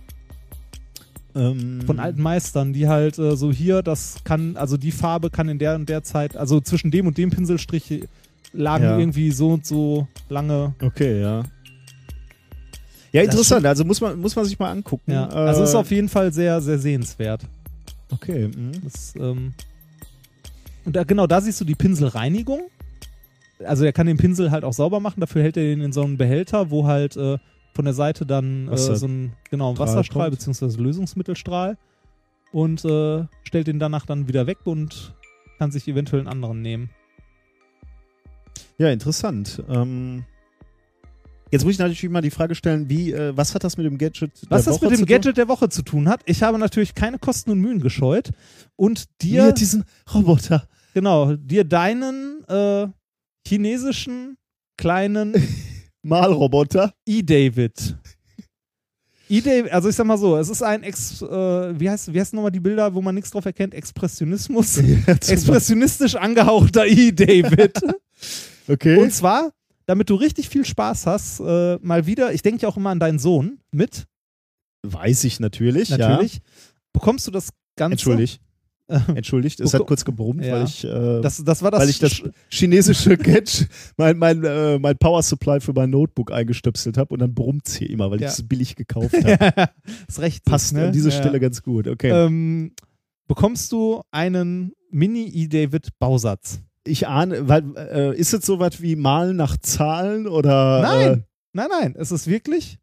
ähm, Von alten Meistern, die halt äh, so hier, das kann, also die Farbe kann in der und der Zeit, also zwischen dem und dem Pinselstrich lagen Ja. irgendwie so und so lange. Okay, ja. Ja, Das interessant. Also muss man, muss man sich mal angucken. Ja, Äh, also ist auf jeden Fall sehr, sehr sehenswert. Okay. mhm. Das, ähm, und da, genau, da siehst du die Pinselreinigung. Also er kann den Pinsel halt auch sauber machen, dafür hält er den in so einen Behälter, wo halt äh, von der Seite dann äh, Wasser- so ein, genau, ein Strahl Wasserstrahl kommt. beziehungsweise Lösungsmittelstrahl und äh, stellt den danach dann wieder weg und kann sich eventuell einen anderen nehmen. Ja, interessant. Ähm, jetzt muss ich natürlich mal die Frage stellen, wie, äh, was hat das mit dem Gadget Was der das Woche mit dem zu tun? Gadget der Woche zu tun hat, ich habe natürlich keine Kosten und Mühen gescheut und Hier dir, diesen Roboter. genau, dir deinen äh, chinesischen kleinen Malroboter. E-David. E-David, also ich sag mal so, es ist ein Ex, äh, wie heißt, wie heißen nochmal die Bilder, wo man nichts drauf erkennt? Expressionismus. Expressionistisch angehauchter E-David. Okay. Und zwar, damit du richtig viel Spaß hast, äh, mal wieder, ich denke ja auch immer an deinen Sohn mit, Weiß ich natürlich, natürlich, bekommst du das ja. Ganze. Entschuldigt. Entschuldigt, es Oh, hat kurz gebrummt, ja. weil ich, äh, Das, das war das. weil ich das Sch- chinesische Gadget, mein, mein, äh, mein Power Supply für mein Notebook eingestöpselt habe und dann brummt es hier immer, weil Ja. ich es billig gekauft habe. ist recht. Passt ne? an dieser Ja. Stelle ganz gut. Okay. Ähm, bekommst du einen Mini-E-David-Bausatz. Ich ahne, weil, äh, ist es sowas wie Malen nach Zahlen oder? Nein. Äh, Nein, nein, es ist wirklich.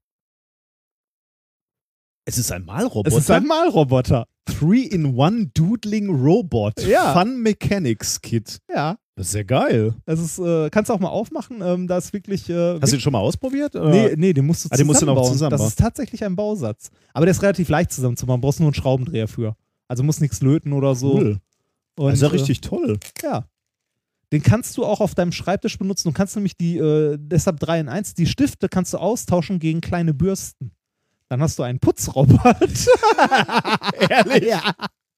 es ist ein Malroboter. Es ist ein Malroboter. Three-in-one Doodling Robot. Ja. Fun Mechanics Kit. Ja. Das ist ja geil. Es ist, äh, kannst du auch mal aufmachen. Ähm, da ist wirklich. Äh, Hast du den schon mal ausprobiert? Oder? nee, nee, den musst du Ah, den musst du noch zusammenbauen. zusammenbauen. Das ist tatsächlich ein Bausatz. Aber der ist relativ leicht zusammenzubauen. Du brauchst nur einen Schraubendreher für. Also musst nichts löten oder so. Cool. Und, Das ist ja äh, richtig toll. Ja. Den kannst du auch auf deinem Schreibtisch benutzen. Du kannst nämlich die, äh, deshalb drei in eins, die Stifte kannst du austauschen gegen kleine Bürsten. Dann hast du einen Putzrobot. Ehrlich? Ja.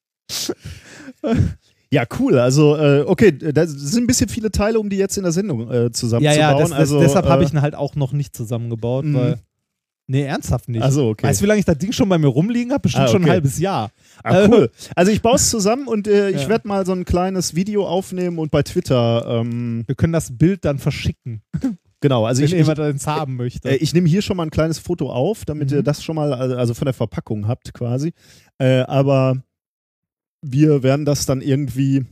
Ja, cool. Also, äh, okay, da sind ein bisschen viele Teile, um die jetzt in der Sendung äh, Ja, zusammenzubauen. ja, das, das, also, deshalb habe äh, ich ihn halt auch noch nicht zusammengebaut, Mhm. weil. Nee, ernsthaft nicht. Also, okay. Weißt du, wie lange ich das Ding schon bei mir rumliegen habe? Bestimmt Ah, schon ein okay. halbes Jahr. Ah, cool. Also ich baue es zusammen und äh, ich Ja. werde mal so ein kleines Video aufnehmen und bei Twitter, ähm, Wir können das Bild dann verschicken, genau, also wenn ich, ich, jemand eins haben möchte. äh, ich nehme hier schon mal ein kleines Foto auf, damit Mhm. ihr das schon mal, also also von der Verpackung habt quasi. Äh, aber wir werden das dann irgendwie,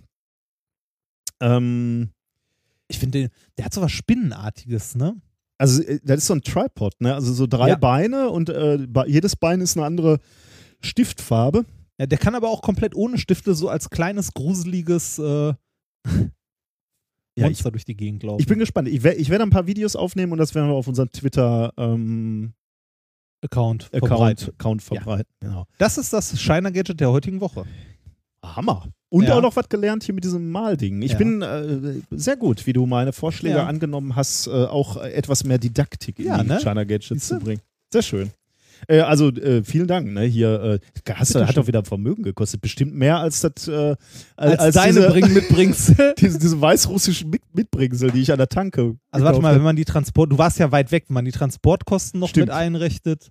ähm, Ich finde, der hat so was Spinnenartiges, ne? also äh, das ist so ein Tripod, ne? Also so drei Ja. Beine und äh, ba- jedes Bein ist eine andere Stiftfarbe. Ja, der kann aber auch komplett ohne Stifte so als kleines, gruseliges äh, Ja, Monster durch die Gegend laufen. Ich bin gespannt. Ich, wer- ich werde ein paar Videos aufnehmen und das werden wir auf unseren Twitter, ähm, Account Account, verbreiten. Account verbreiten. Genau. Das ist das Shiner Gadget der heutigen Woche. Hammer. Und Ja. auch noch was gelernt hier mit diesem Malding. Ich Ja. bin äh, sehr gut, wie du meine Vorschläge Ja. angenommen hast, äh, auch etwas mehr Didaktik Ja, in die ne? China Gadgets Siehste? zu bringen. Sehr schön. Äh, also äh, vielen Dank. Ne? Hier äh, hast du, Bitte hat schön. doch wieder Vermögen gekostet. Bestimmt mehr als das äh, Als, als deine diese, Bring Mitbringsel. diese, diese weißrussischen Mit Mitbringsel, die ich an der Tanke. Also warte gekauft mal, hab. wenn man die Transport, du warst ja weit weg, wenn man die Transportkosten noch Stimmt. mit einrechnet.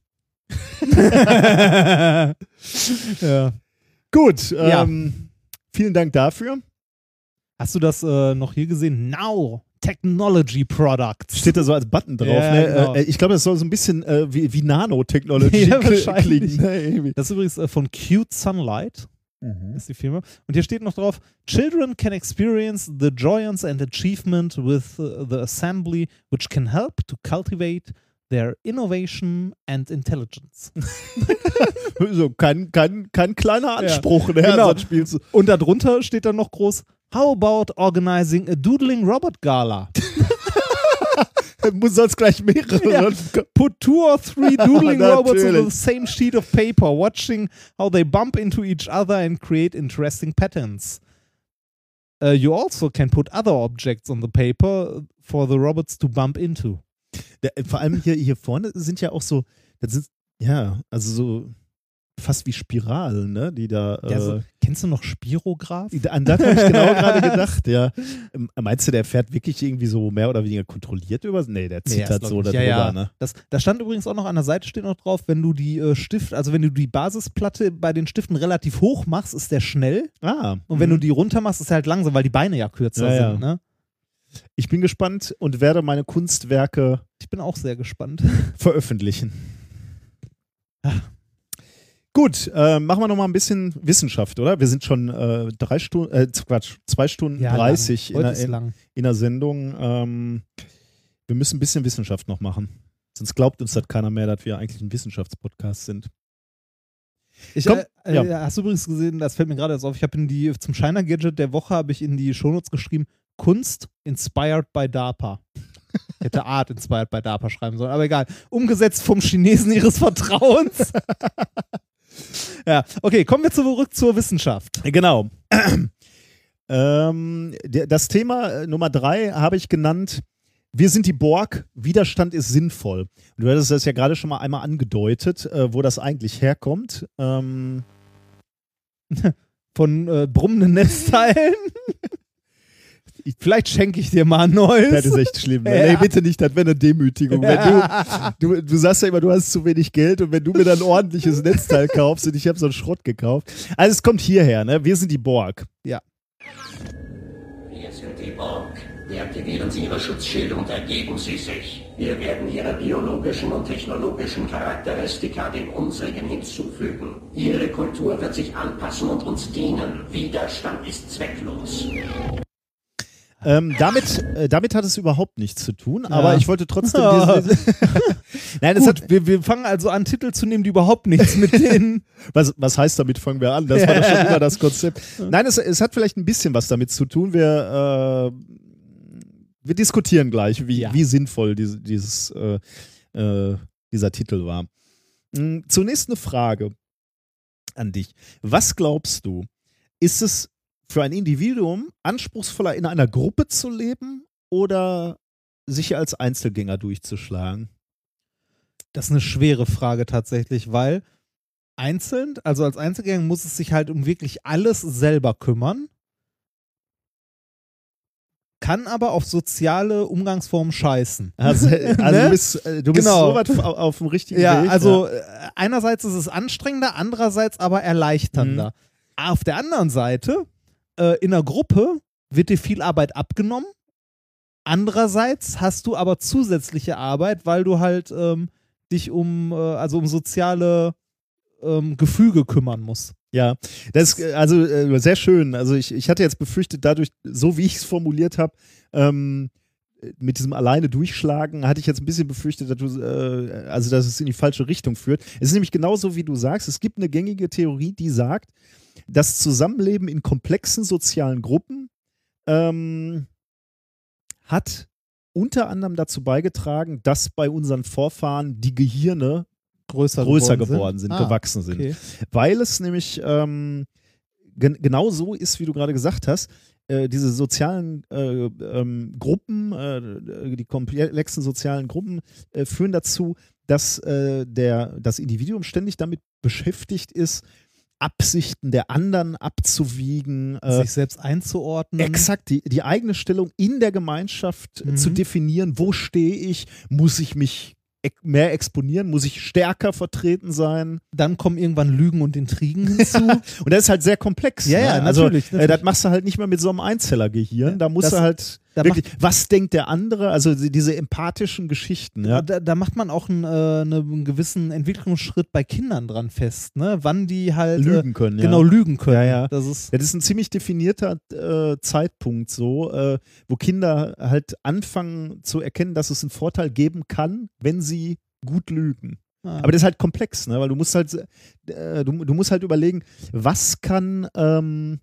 ja. Gut, Ja. ähm, vielen Dank dafür. Hast du das äh, noch hier gesehen? Now Technology Products. Steht da so als Button drauf. Ja, ne? genau. äh, ich glaube, das soll so ein bisschen äh, wie, wie Nanotechnology Ja, kli- wahrscheinlich. klingen. Ne? Irgendwie. Das ist übrigens äh, von Cute Sunlight. Ist die Firma. Und hier steht noch drauf: Children can experience the joyance and achievement with uh, the assembly, which can help to cultivate their innovation and intelligence. So, kein, kein, kein kleiner Ja, Anspruch, ne? genau. So ein Spiel zu- Und darunter steht dann noch groß: How about organizing a Doodling Robot Gala? Muss sonst gleich mehrere. Ja. Put two or three doodling robots on the Natürlich. same sheet of paper, watching how they bump into each other and create interesting patterns. Uh, you also can put other objects on the paper for the robots to bump into. Der, vor allem hier, hier vorne sind ja auch so, das sind, ja, also so fast wie Spiralen, ne? Die da. Ja, so, Äh, kennst du noch Spirograph? an das habe ich genau gerade gedacht, ja. Ähm, Meinst du, der fährt wirklich irgendwie so mehr oder weniger kontrolliert über? Nee, der Nee, zittert das so glaub ich. darüber, ja, ja. ne? Das, da stand übrigens auch noch an der Seite steht noch drauf, wenn du die äh, Stift, also wenn du die Basisplatte bei den Stiften relativ hoch machst, ist der schnell. Ah. Und wenn mhm. du die runter machst, ist er halt langsam, weil die Beine ja kürzer Ja, sind. ja. Ne? Ich bin gespannt und werde meine Kunstwerke Ich bin auch sehr gespannt. veröffentlichen. Gut, äh, machen wir noch mal ein bisschen Wissenschaft, oder? Wir sind schon äh, drei Stunden, äh, Quatsch, zwei Stunden dreißig in Heute der, ist in, lang. in der Sendung. Ähm, wir müssen ein bisschen Wissenschaft noch machen. Sonst glaubt uns das keiner mehr, dass wir eigentlich ein Wissenschaftspodcast sind. Ich, Komm, äh, ja. äh, Hast du übrigens gesehen, das fällt mir gerade jetzt auf, ich habe in die, zum Shiner Gadget der Woche habe ich in die Shownotes geschrieben, Kunst inspired by DARPA. Ich hätte Art inspired by DARPA schreiben sollen, aber egal. Umgesetzt vom Chinesen ihres Vertrauens. Ja, okay, kommen wir zurück zur Wissenschaft. Genau. ähm, der, das Thema äh, Nummer drei habe ich genannt, wir sind die Borg, Widerstand ist sinnvoll. Und du hattest das ja gerade schon mal einmal angedeutet, äh, wo das eigentlich herkommt. Ähm, Von äh, brummenden Netzteilen. Vielleicht schenke ich dir mal ein neues. das ist echt schlimm. Ne? Ja. Nee, bitte nicht, das wäre eine Demütigung. Wenn du, du, du sagst ja immer, du hast zu wenig Geld und wenn du mir dann ein ordentliches Netzteil kaufst und ich habe so einen Schrott gekauft. Also es kommt hierher, ne? Wir sind die Borg. Ja. Wir sind die Borg. Deaktivieren Sie Ihre Schutzschilde und ergeben Sie sich. Wir werden Ihre biologischen und technologischen Charakteristika dem unsrigen hinzufügen. Ihre Kultur wird sich anpassen und uns dienen. Widerstand ist zwecklos. Ähm, damit, äh, damit hat es überhaupt nichts zu tun, aber Ja. ich wollte trotzdem. Ja. Diese, Nein, es Gut, hat, wir, wir fangen also an, Titel zu nehmen, die überhaupt nichts mit denen. was, was heißt damit, fangen wir an? Das war doch schon immer das Konzept. Nein, es, es hat vielleicht ein bisschen was damit zu tun. Wir, äh, wir diskutieren gleich, wie, Ja. wie sinnvoll diese, dieses, äh, äh, dieser Titel war. Mm, Zunächst eine Frage an dich. Was glaubst du, ist es für ein Individuum anspruchsvoller, in einer Gruppe zu leben oder sich als Einzelgänger durchzuschlagen? Das ist eine schwere Frage tatsächlich, weil einzeln, also als Einzelgänger muss es sich halt um wirklich alles selber kümmern, kann aber auf soziale Umgangsformen scheißen. Also, also Ne? du bist, äh, du bist Genau. so weit auf, auf dem richtigen Ja, Weg. also äh, einerseits ist es anstrengender, andererseits aber erleichternder. Auf der anderen Seite, äh, in einer Gruppe wird dir viel Arbeit abgenommen. Andererseits hast du aber zusätzliche Arbeit, weil du halt ähm, dich um, äh, also um soziale ähm, Gefüge kümmern musst. Ja, das ist äh, also äh, sehr schön. Also ich, ich hatte jetzt befürchtet, dadurch, so wie ich es formuliert habe, ähm, mit diesem alleine durchschlagen, hatte ich jetzt ein bisschen befürchtet, dass, du, äh, also dass es in die falsche Richtung führt. Es ist nämlich genauso, wie du sagst. Es gibt eine gängige Theorie, die sagt, das Zusammenleben in komplexen sozialen Gruppen ähm, hat unter anderem dazu beigetragen, dass bei unseren Vorfahren die Gehirne größer, größer geworden, geworden sind, Ah, gewachsen sind. okay. Weil es nämlich ähm, gen genau so ist, wie du gerade gesagt hast, äh, diese sozialen äh, ähm, Gruppen, äh, die komplexen sozialen Gruppen äh, führen dazu, dass äh, der, das Individuum ständig damit beschäftigt ist, Absichten der anderen abzuwiegen, äh, Sich selbst einzuordnen. exakt die, die eigene Stellung in der Gemeinschaft äh, Mhm. zu definieren. Wo stehe ich? Muss ich mich e- mehr exponieren? Muss ich stärker vertreten sein? Dann kommen irgendwann Lügen und Intrigen hinzu. Und das ist halt sehr komplex. Ja, ne? ja, also, natürlich, Äh, natürlich. das machst du halt nicht mehr mit so einem Einzellergehirn. Ja, Da musst das- du halt da wirklich, was denkt der andere? Also die- diese empathischen Geschichten. Ja? Da, da macht man auch einen, äh, einen gewissen Entwicklungsschritt bei Kindern dran fest, ne? Wann die halt Lügen äh, können. Ja. Genau, lügen können. Ja, ja. Das ist Ja, das ist ein ziemlich definierter äh, Zeitpunkt so, äh, wo Kinder halt anfangen zu erkennen, dass es einen Vorteil geben kann, wenn sie gut lügen. ah, Aber das ist halt komplex, ne? Weil du musst halt, äh, du, du musst halt überlegen, was kann, ähm,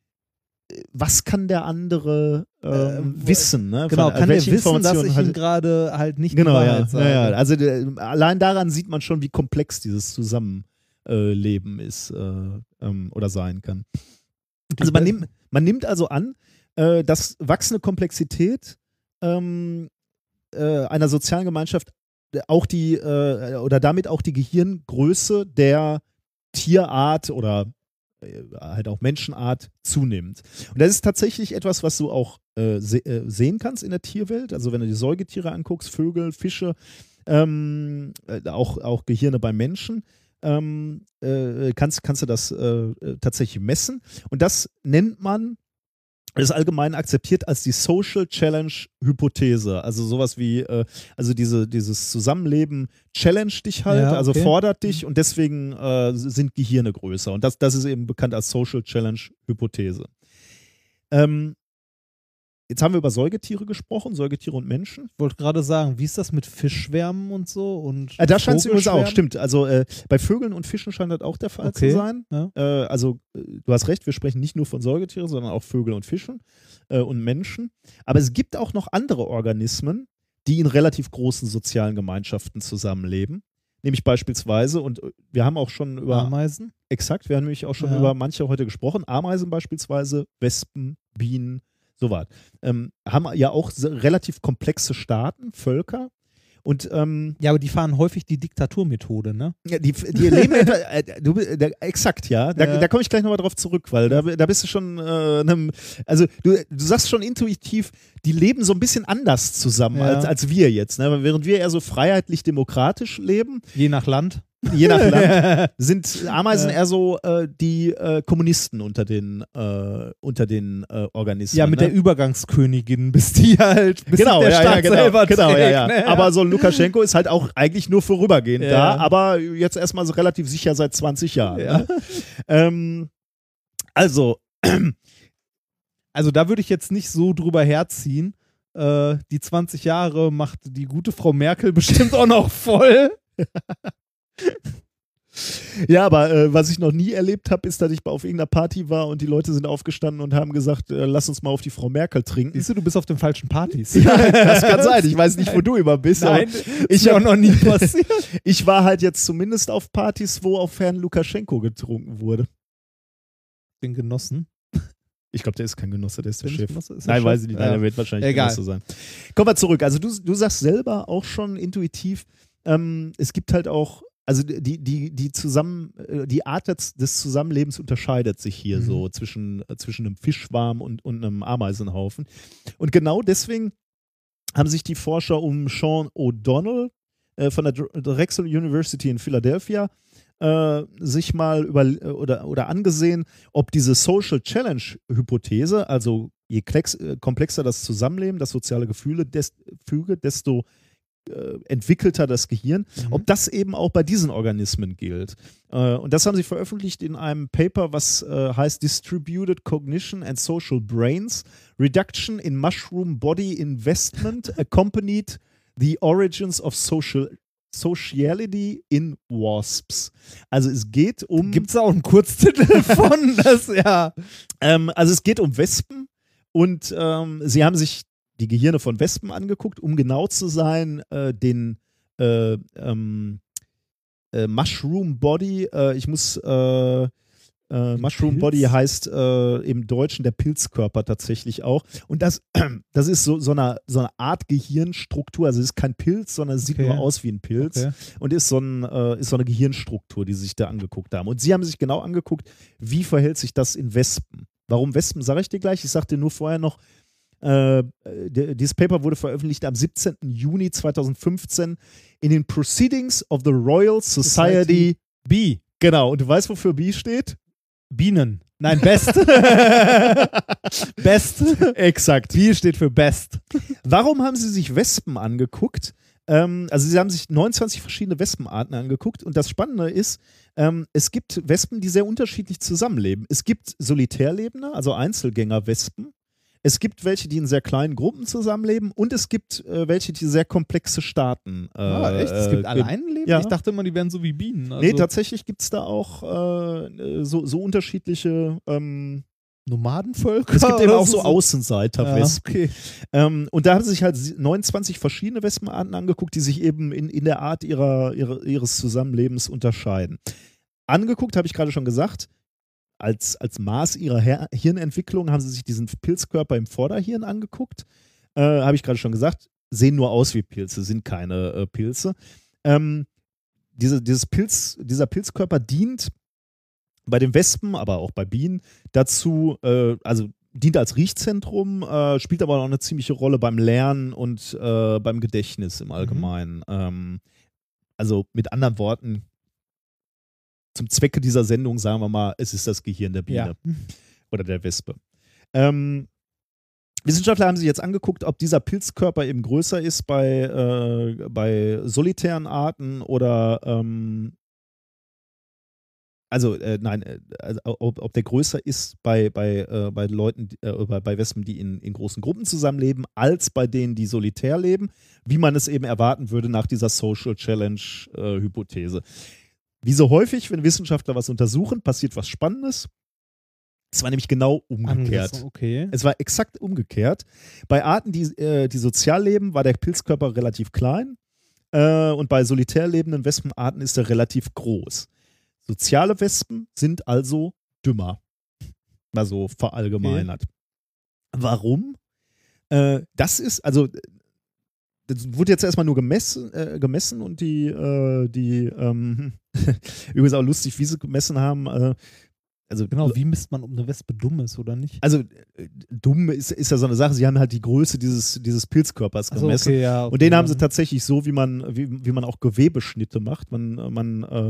was kann der andere ähm, Äh, wissen, ne? genau, Von, äh, kann der welche wissen, dass Informationen ich halt- ihm gerade halt nicht Genau, die ja, Wahrheit ja, sage. ja. Also der, allein daran sieht man schon, wie komplex dieses Zusammenleben ist äh, ähm, oder sein kann. Also man nimmt, man nimmt also an, äh, dass wachsende Komplexität ähm, äh, einer sozialen Gemeinschaft auch die äh, oder damit auch die Gehirngröße der Tierart oder äh, halt auch Menschenart zunimmt. Und das ist tatsächlich etwas, was du auch äh, se äh, sehen kannst in der Tierwelt. Also wenn du die Säugetiere anguckst, Vögel, Fische, ähm, äh, auch, auch Gehirne bei Menschen, ähm, äh, kannst, kannst du das äh, tatsächlich messen. Und das nennt man, das ist allgemein akzeptiert als die Social Challenge Hypothese. Also sowas wie, äh, also diese, dieses Zusammenleben challenge dich halt, Ja, also okay. fordert dich und deswegen äh, sind Gehirne größer. Und das, das ist eben bekannt als Social Challenge Hypothese. Ähm, jetzt haben wir über Säugetiere gesprochen, Säugetiere und Menschen. Ich wollte gerade sagen, wie ist das mit Fischschwärmen und so? Und Äh, da scheint es übrigens auch, Vogelschwärmen? stimmt. Also äh, bei Vögeln und Fischen scheint das auch der Fall Okay, zu sein. ja. Äh, also äh, du hast recht, wir sprechen nicht nur von Säugetieren, sondern auch Vögel und Fischen äh, und Menschen. Aber es gibt auch noch andere Organismen, die in relativ großen sozialen Gemeinschaften zusammenleben. Nämlich beispielsweise, und äh, wir haben auch schon über, Ameisen? exakt, wir haben nämlich auch schon Ja. über manche heute gesprochen, Ameisen beispielsweise, Wespen, Bienen, so was. Ähm, haben ja auch so relativ komplexe Staaten, Völker. Und ähm, Ja, aber die fahren häufig die Diktaturmethode, ne? ja, die, die leben etwa, äh, du, äh, exakt, ja. Da, Ja. da komme ich gleich nochmal drauf zurück, weil da, da bist du schon, äh, nem, also du, du sagst schon intuitiv, die leben so ein bisschen anders zusammen Ja. als, als wir jetzt. Ne? Während wir eher so freiheitlich-demokratisch leben, Je nach Land. je nach Land, sind Ameisen Ja. eher so äh, die äh, Kommunisten unter den, äh, unter den äh, Organismen. Ja, mit ne? der Übergangskönigin, bis die halt, bis Genau, sich der ja, Staat ja, genau, selber genau, trägt, ja, ja. ne? Aber so ein Lukaschenko ist halt auch eigentlich nur vorübergehend Ja. da, aber jetzt erstmal so relativ sicher seit zwanzig Jahren. Ja. Ne? Ähm, also, Also da würde ich jetzt nicht so drüber herziehen. Äh, die zwanzig Jahre macht die gute Frau Merkel bestimmt auch noch voll. ja, aber äh, was ich noch nie erlebt habe, ist, dass ich auf irgendeiner Party war und die Leute sind aufgestanden und haben gesagt, äh, lass uns mal auf die Frau Merkel trinken. Siehst du, du bist auf den falschen Partys. Ja, das kann sein. Ich weiß nicht, wo du immer bist. Nein, aber ist ich mir auch hab- noch nie passiert. Ich war halt jetzt zumindest auf Partys, wo auf Herrn Lukaschenko getrunken wurde. Den Genossen. Ich glaube, der ist kein Genosse, der ist der Bin ich Chef. Genosse? Ist der Nein, Chef? weiß ich nicht. Nein, Ja. der wird wahrscheinlich Egal. Genosse sein. Kommen wir zurück. Also du, du sagst selber auch schon intuitiv, ähm, es gibt halt auch, also die, die, die zusammen, äh, die Art des, des Zusammenlebens unterscheidet sich hier Mhm. so zwischen, äh, zwischen einem Fischschwarm und, und einem Ameisenhaufen. Und genau deswegen haben sich die Forscher um Sean O'Donnell äh, von der Dr- Drexel University in Philadelphia äh, sich mal über oder, oder angesehen, ob diese Social Challenge Hypothese, also je klex, äh, komplexer das Zusammenleben, das soziale Gefühle, des, Füge, desto äh, entwickelter das Gehirn, Mhm. ob das eben auch bei diesen Organismen gilt. Äh, und das haben sie veröffentlicht in einem Paper, was äh, heißt Distributed Cognition and Social Brains, Reduction in Mushroom Body Investment Accompanied the Origins of Social Sociality in Wasps. Also es geht um Gibt es auch einen Kurztitel von? Das, ja. ähm, also es geht um Wespen und ähm, sie haben sich die Gehirne von Wespen angeguckt, um genau zu sein, äh, den äh, ähm, äh, Mushroom Body. Äh, ich muss äh, Äh, Mushroom Pilz? Body heißt äh, im Deutschen der Pilzkörper tatsächlich auch. Und das, das ist so, so, eine, so eine Art Gehirnstruktur. Also es ist kein Pilz, sondern es sieht Okay. nur aus wie ein Pilz. Okay. Und ist so, ein, äh, ist so eine Gehirnstruktur, die sie sich da angeguckt haben. Und sie haben sich genau angeguckt, wie verhält sich das in Wespen. Warum Wespen, sage ich dir gleich. Ich sagte nur vorher noch, äh, d- dieses Paper wurde veröffentlicht am siebzehnten Juni zweitausendfünfzehn in den Proceedings of the Royal Society. B. Genau. Und du weißt, wofür B steht? Bienen. Nein, Best. Best. Exakt. B steht für Best. Warum haben sie sich Wespen angeguckt? Ähm, also sie haben sich neunundzwanzig verschiedene Wespenarten angeguckt und das Spannende ist, ähm, es gibt Wespen, die sehr unterschiedlich zusammenleben. Es gibt Solitärlebende, also Einzelgängerwespen. Es gibt welche, die in sehr kleinen Gruppen zusammenleben und es gibt äh, welche, die sehr komplexe Staaten. Äh, Ah, echt? Es gibt äh, Alleinleben? ja. Ich dachte immer, die wären so wie Bienen. Also Nee, tatsächlich gibt es da auch äh, so, so unterschiedliche. Ähm, Nomadenvölker? es gibt eben oder auch so Ja, Außenseiter-Wespen. okay. Ähm, und da haben sie sich halt neunundzwanzig verschiedene Wespenarten angeguckt, die sich eben in, in der Art ihrer, ihrer, ihres Zusammenlebens unterscheiden. Angeguckt, habe ich gerade schon gesagt, als, als Maß ihrer Her Hirnentwicklung haben sie sich diesen Pilzkörper im Vorderhirn angeguckt. Äh, habe ich gerade schon gesagt, sehen nur aus wie Pilze, sind keine äh, Pilze. Ähm, diese, dieses Pilz, dieser Pilzkörper dient bei den Wespen, aber auch bei Bienen dazu, äh, also dient als Riechzentrum, äh, spielt aber auch eine ziemliche Rolle beim Lernen und äh, beim Gedächtnis im Allgemeinen. Ähm, also mit anderen Worten, zum Zwecke dieser Sendung sagen wir mal, es ist das Gehirn der Biene Ja. oder der Wespe. Ähm, Wissenschaftler haben sich jetzt angeguckt, ob dieser Pilzkörper eben größer ist bei, äh, bei solitären Arten oder ähm, also äh, nein, äh, also, ob, ob der größer ist bei, bei, äh, bei Leuten, äh, bei, bei Wespen, die in, in großen Gruppen zusammenleben, als bei denen, die solitär leben, wie man es eben erwarten würde nach dieser Social Challenge-Hypothese. Wie so häufig, wenn Wissenschaftler was untersuchen, passiert was Spannendes. Es war nämlich genau umgekehrt. Andersrum, okay. Es war exakt umgekehrt. Bei Arten, die, äh, die sozial leben, war der Pilzkörper relativ klein äh, und bei solitär lebenden Wespenarten ist er relativ groß. Soziale Wespen sind also dümmer. Mal so verallgemeinert. Warum? Äh, das ist, also, das wurde jetzt erstmal nur gemessen, äh, gemessen und die, äh, die, ähm, übrigens auch lustig, wie sie gemessen haben. Äh, also, Genau, wie misst man, ob eine Wespe dumm ist oder nicht? also äh, dumm ist, ist ja so eine Sache, sie haben halt die Größe dieses, dieses Pilzkörpers Ach so, gemessen. okay, ja, okay, und den haben sie dann- tatsächlich so, wie man, wie, wie man auch Gewebeschnitte macht. Man, man, äh,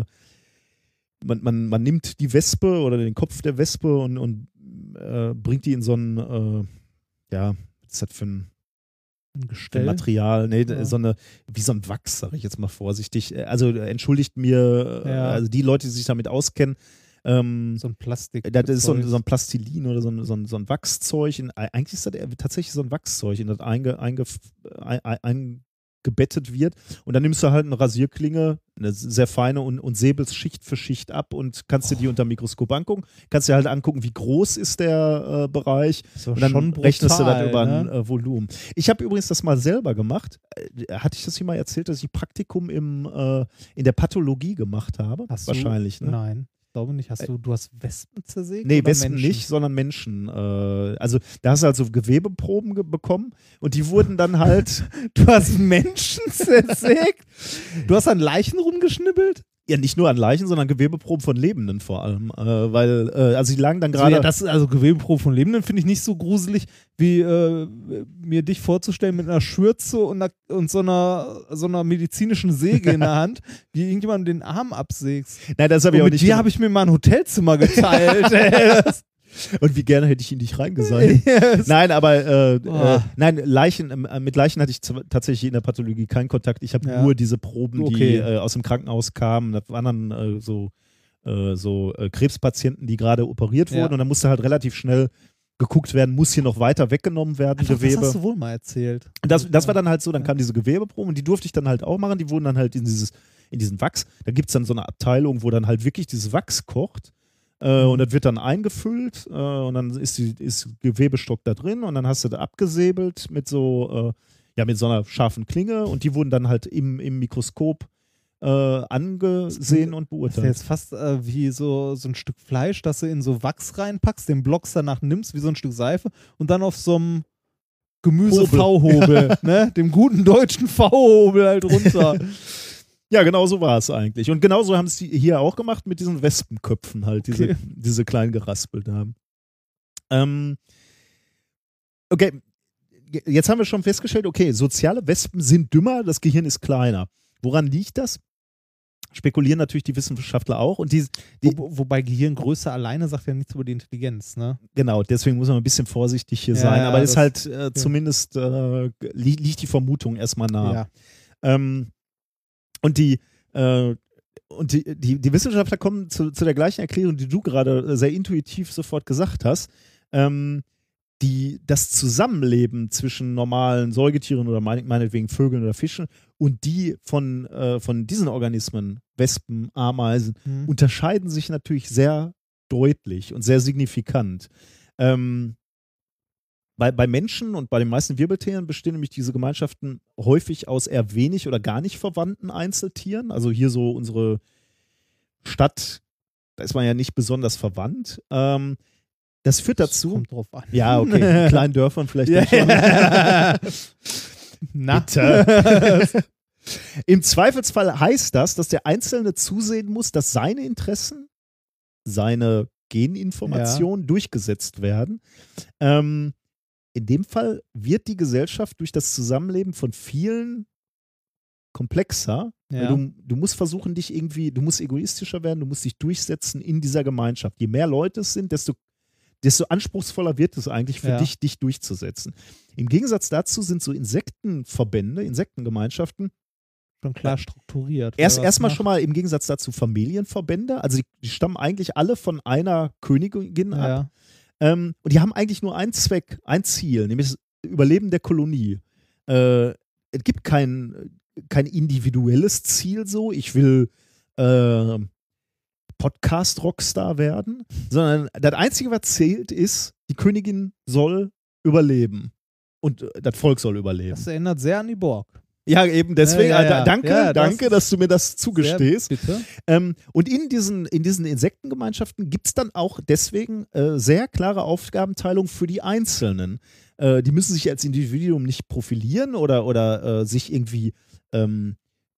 man, man, man nimmt die Wespe oder den Kopf der Wespe und, und äh, bringt die in so ein, äh, ja, was ist das für ein, ein für ein Gestell. Material? Nee, Ja. so eine, wie so ein Wachs, sage ich jetzt mal vorsichtig. Also äh, entschuldigt mir, äh, Ja. also die Leute, die sich damit auskennen, ähm, So ein Plastik. das ist so ein, so ein Plastilin oder so ein, so ein, so ein Wachszeug. In, eigentlich ist das eher tatsächlich so ein Wachszeug, in das einge, einge, ein, ein, eingebettet wird. Und dann nimmst du halt eine Rasierklinge, eine sehr feine und, und säbelst Schicht für Schicht ab und kannst dir die unter dem Mikroskop angucken. Kannst dir halt angucken, wie groß ist der äh, Bereich. So Und dann schon rechnest du brutal, das über ein ne? äh, Volumen. Ich habe übrigens das mal selber gemacht. Äh, hatte ich das hier mal erzählt, dass ich Praktikum im, äh, in der Pathologie gemacht habe? Hast Wahrscheinlich, du? ne? Nein, ich glaube nicht. Hast du, du hast Wespen zersägt? Nee, oder Wespen Menschen? nicht, sondern Menschen. Äh, also da hast du also Gewebeproben ge bekommen und die wurden dann halt, Du hast Menschen zersägt? Du hast an Leichen rumgeschnibbelt? ja nicht nur an Leichen, sondern Gewebeproben von Lebenden vor allem. Äh, weil, äh, also die lagen dann Also, gerade. ja, das, also Gewebeprobe von Lebenden finde ich nicht so gruselig, wie äh, mir dich vorzustellen mit einer Schürze und, einer, und so, einer, so einer medizinischen Säge in der Hand, wie irgendjemand den Arm absägst. Nein, das habe Und ich auch mit nicht dir gemacht. habe ich mir mal ein Hotelzimmer geteilt. ey. Das- Und wie gerne hätte ich in dich reingesagt. Yes. Nein, aber äh, Oh. äh, nein, Leichen, äh, mit Leichen hatte ich z- tatsächlich in der Pathologie keinen Kontakt. Ich habe Ja. nur diese Proben, die Okay. äh, aus dem Krankenhaus kamen. Das waren dann äh, so, äh, so äh, Krebspatienten, die gerade operiert wurden. Ja. Und dann musste halt relativ schnell geguckt werden, muss hier noch weiter weggenommen werden, Ach, das Gewebe. hast du wohl mal erzählt. Und das, das war dann halt so, dann Ja. kamen diese Gewebeproben und die durfte ich dann halt auch machen. Die wurden dann halt in dieses, in diesen Wachs. Da gibt es dann so eine Abteilung, wo dann halt wirklich dieses Wachs kocht. Äh, Mhm. und das wird dann eingefüllt äh, und dann ist, die, ist Gewebestock da drin und dann hast du das abgesäbelt mit so, äh, ja, mit so einer scharfen Klinge und die wurden dann halt im, im Mikroskop äh, angesehen und Das ist beurteilt. jetzt fast äh, wie so, so ein Stück Fleisch, das du in so Wachs reinpackst, den Blockst danach nimmst, wie so ein Stück Seife und dann auf so einem Gemüse-V-Hobel, ne? Dem guten deutschen V-Hobel halt runter. Ja, genau so war es eigentlich. Und genauso haben es die hier auch gemacht mit diesen Wespenköpfen halt, diese, Okay. diese klein geraspelt haben. Ähm, okay, jetzt haben wir schon festgestellt, okay, soziale Wespen sind dümmer, das Gehirn ist kleiner. Woran liegt das? Spekulieren natürlich die Wissenschaftler auch. Und die, die Wo, wobei Gehirngröße alleine sagt ja nichts über die Intelligenz, ne? genau, deswegen muss man ein bisschen vorsichtig hier Ja, sein. ja, Aber ist das- halt äh, zumindest äh, li liegt die Vermutung erstmal nah. Ja. Ähm, und die, äh, und die, die, die Wissenschaftler kommen zu, zu der gleichen Erklärung, die du gerade äh, sehr intuitiv sofort gesagt hast. Ähm, die, das Zusammenleben zwischen normalen Säugetieren oder mein, meinetwegen Vögeln oder Fischen und die von, äh, von diesen Organismen, Wespen, Ameisen, Mhm. unterscheiden sich natürlich sehr deutlich und sehr signifikant. Ähm, bei, bei Menschen und bei den meisten Wirbeltieren bestehen nämlich diese Gemeinschaften häufig aus eher wenig oder gar nicht verwandten Einzeltieren. Also hier so unsere Stadt, da ist man ja nicht besonders verwandt. Ähm, das führt dazu. Kommt drauf an. Ja, okay, in kleinen Dörfern vielleicht Ja, dann schon. Na, Bitte. Im Zweifelsfall heißt das, dass der Einzelne zusehen muss, dass seine Interessen, seine Geninformationen durchgesetzt werden. Ähm, in dem Fall wird die Gesellschaft durch das Zusammenleben von vielen komplexer. Ja. Du, du musst versuchen, dich irgendwie, du musst egoistischer werden, du musst dich durchsetzen in dieser Gemeinschaft. Je mehr Leute es sind, desto, desto anspruchsvoller wird es eigentlich für Ja. dich, dich durchzusetzen. Im Gegensatz dazu sind so Insektenverbände, Insektengemeinschaften, schon klar strukturiert. erst wer was erstmal macht. schon mal im Gegensatz dazu Familienverbände, also die, die stammen eigentlich alle von einer Königin ab. Ja. Ähm, und die haben eigentlich nur einen Zweck, ein Ziel, nämlich das Überleben der Kolonie. Äh, es gibt kein, kein individuelles Ziel so, ich will äh, Podcast-Rockstar werden, sondern das Einzige, was zählt, ist, die Königin soll überleben. Und äh, das Volk soll überleben. Das erinnert sehr an die Borg. Ja, eben deswegen, Ja, ja, äh, da- ja. danke, Ja, das danke, dass du mir das zugestehst. Sehr, bitte. Ähm, und in diesen, in diesen Insektengemeinschaften gibt es dann auch deswegen äh, sehr klare Aufgabenteilung für die Einzelnen. Äh, die müssen sich als Individuum nicht profilieren oder, oder äh, sich irgendwie ähm,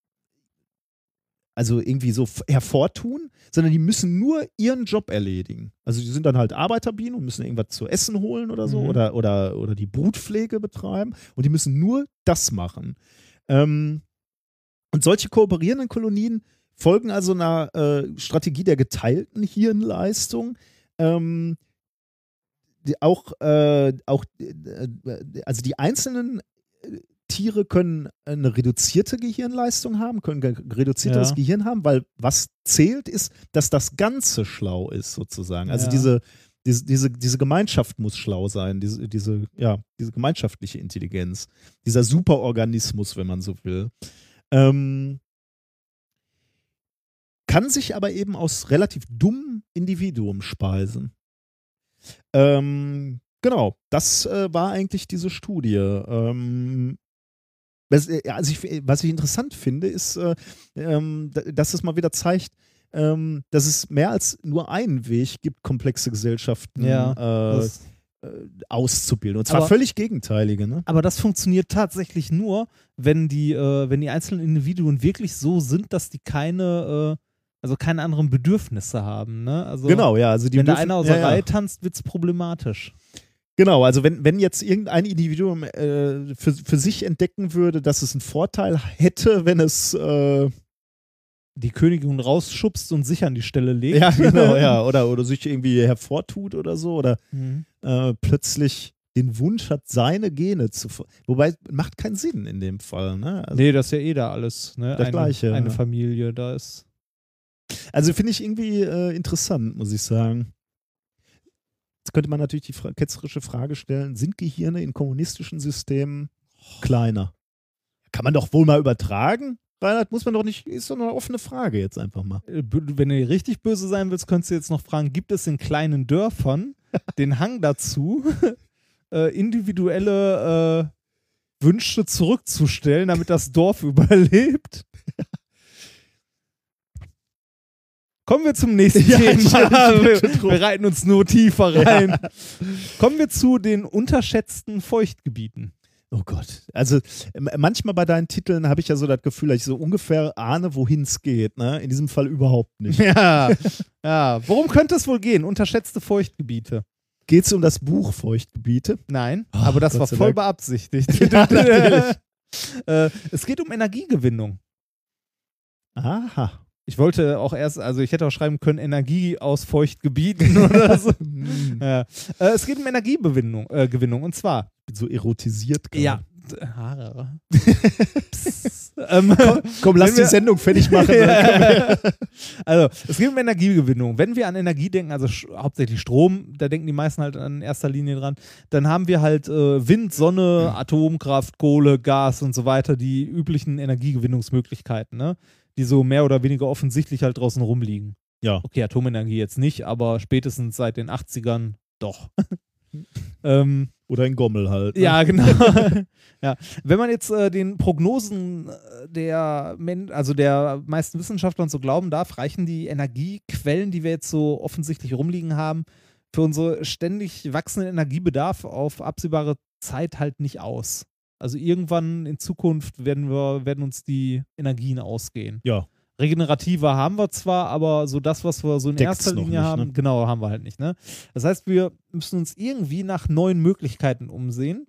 also irgendwie so f- hervortun, sondern die müssen nur ihren Job erledigen. Also die sind dann halt Arbeiterbienen und müssen irgendwas zu essen holen oder so Mhm. oder, oder, oder die Brutpflege betreiben und die müssen nur das machen. Ähm, und solche kooperierenden Kolonien folgen also einer äh, Strategie der geteilten Hirnleistung. Ähm, die auch, äh, auch äh, also die einzelnen äh, Tiere können eine reduzierte Gehirnleistung haben, können ge- reduzierteres Ja. Gehirn haben, weil was zählt ist, dass das Ganze schlau ist, sozusagen. Also Ja. diese, diese, diese, diese Gemeinschaft muss schlau sein, diese, diese, ja, diese gemeinschaftliche Intelligenz, dieser Superorganismus, wenn man so will. Ähm, kann sich aber eben aus relativ dummem Individuum speisen. Ähm, genau, das äh, war eigentlich diese Studie. Ähm, was, äh, also ich, was ich interessant finde, ist, äh, ähm, d- dass es mal wieder zeigt, ähm, dass es mehr als nur einen Weg gibt, komplexe Gesellschaften Ja, äh, Das, äh, auszubilden. Und zwar Aber- völlig gegenteilige. Ne? aber das funktioniert tatsächlich nur, wenn die, äh, wenn die einzelnen Individuen wirklich so sind, dass die keine, äh, also keine anderen Bedürfnisse haben. Ne? Also, Genau, ja. Also die wenn da dürfen- einer aus ja, der ja. Reihe tanzt, wird es problematisch. Genau, also wenn, wenn jetzt irgendein Individuum äh, für, für sich entdecken würde, dass es einen Vorteil hätte, wenn es äh, Die Königin rausschubst und sich an die Stelle legt. ja, genau, ja, oder, oder sich irgendwie hervortut oder so, oder Mhm. äh, plötzlich den Wunsch hat, seine Gene zu ver wobei macht keinen Sinn in dem Fall, ne? Also, Nee, das ist ja eh da alles. Ne? Das eine, Gleiche, Eine ja. Familie, da ist. also finde ich irgendwie äh, interessant, muss ich sagen. Jetzt könnte man natürlich die fra ketzerische Frage stellen, sind Gehirne in kommunistischen Systemen kleiner? Kann man doch wohl mal übertragen? Reinhard, muss man doch nicht, ist doch eine offene Frage jetzt einfach mal. Äh, b- Wenn du richtig böse sein willst, könntest du jetzt noch fragen, gibt es in kleinen Dörfern den Hang dazu, äh, individuelle äh, Wünsche zurückzustellen, damit das Dorf überlebt? Kommen wir zum nächsten Ja, Thema. ich hab mich wir, wir reiten uns nur tiefer rein. Kommen wir zu den unterschätzten Feuchtgebieten. Oh Gott. Also ähm, manchmal bei deinen Titeln habe ich ja so das Gefühl, dass ich so ungefähr ahne, wohin es geht. Ne? In diesem Fall überhaupt nicht. Ja, ja. Worum könnte es wohl gehen? Unterschätzte Feuchtgebiete. Geht es um das Buch Feuchtgebiete? Nein, Oh, aber das Gott war sei voll Dank. beabsichtigt. Ja, natürlich. äh, es geht um Energiegewinnung. Aha. Ich wollte auch erst, also ich hätte auch schreiben können, Energie aus Feuchtgebieten oder so. ja. äh, es geht um Energiegewinnung, äh, Gewinnung, und zwar. Bin so erotisiert gerade. Ja. Haare. Psst. ähm, Komm, komm, lass Wenn die wir- Sendung fertig machen. Ja. Also, es geht um Energiegewinnung. Wenn wir an Energie denken, also sch- hauptsächlich Strom, da denken die meisten halt in erster Linie dran, dann haben wir halt äh, Wind, Sonne, Atomkraft, Kohle, Gas und so weiter, die üblichen Energiegewinnungsmöglichkeiten, ne? Die so mehr oder weniger offensichtlich halt draußen rumliegen. Ja. Okay, Atomenergie jetzt nicht, aber spätestens seit den achtzigern doch. ähm, Oder in Gommel halt. Ne? ja, genau. ja. Wenn man jetzt äh, den Prognosen äh, der, Men also der meisten Wissenschaftler und so glauben darf, reichen die Energiequellen, die wir jetzt so offensichtlich rumliegen haben, für unseren ständig wachsenden Energiebedarf auf absehbare Zeit halt nicht aus. Also irgendwann in Zukunft werden wir, werden uns die Energien ausgehen. Ja. Regenerative haben wir zwar, aber so das, was wir so in Deckt's erster noch Linie nicht, haben, ne? genau, haben wir halt nicht. Ne? Das heißt, wir müssen uns irgendwie nach neuen Möglichkeiten umsehen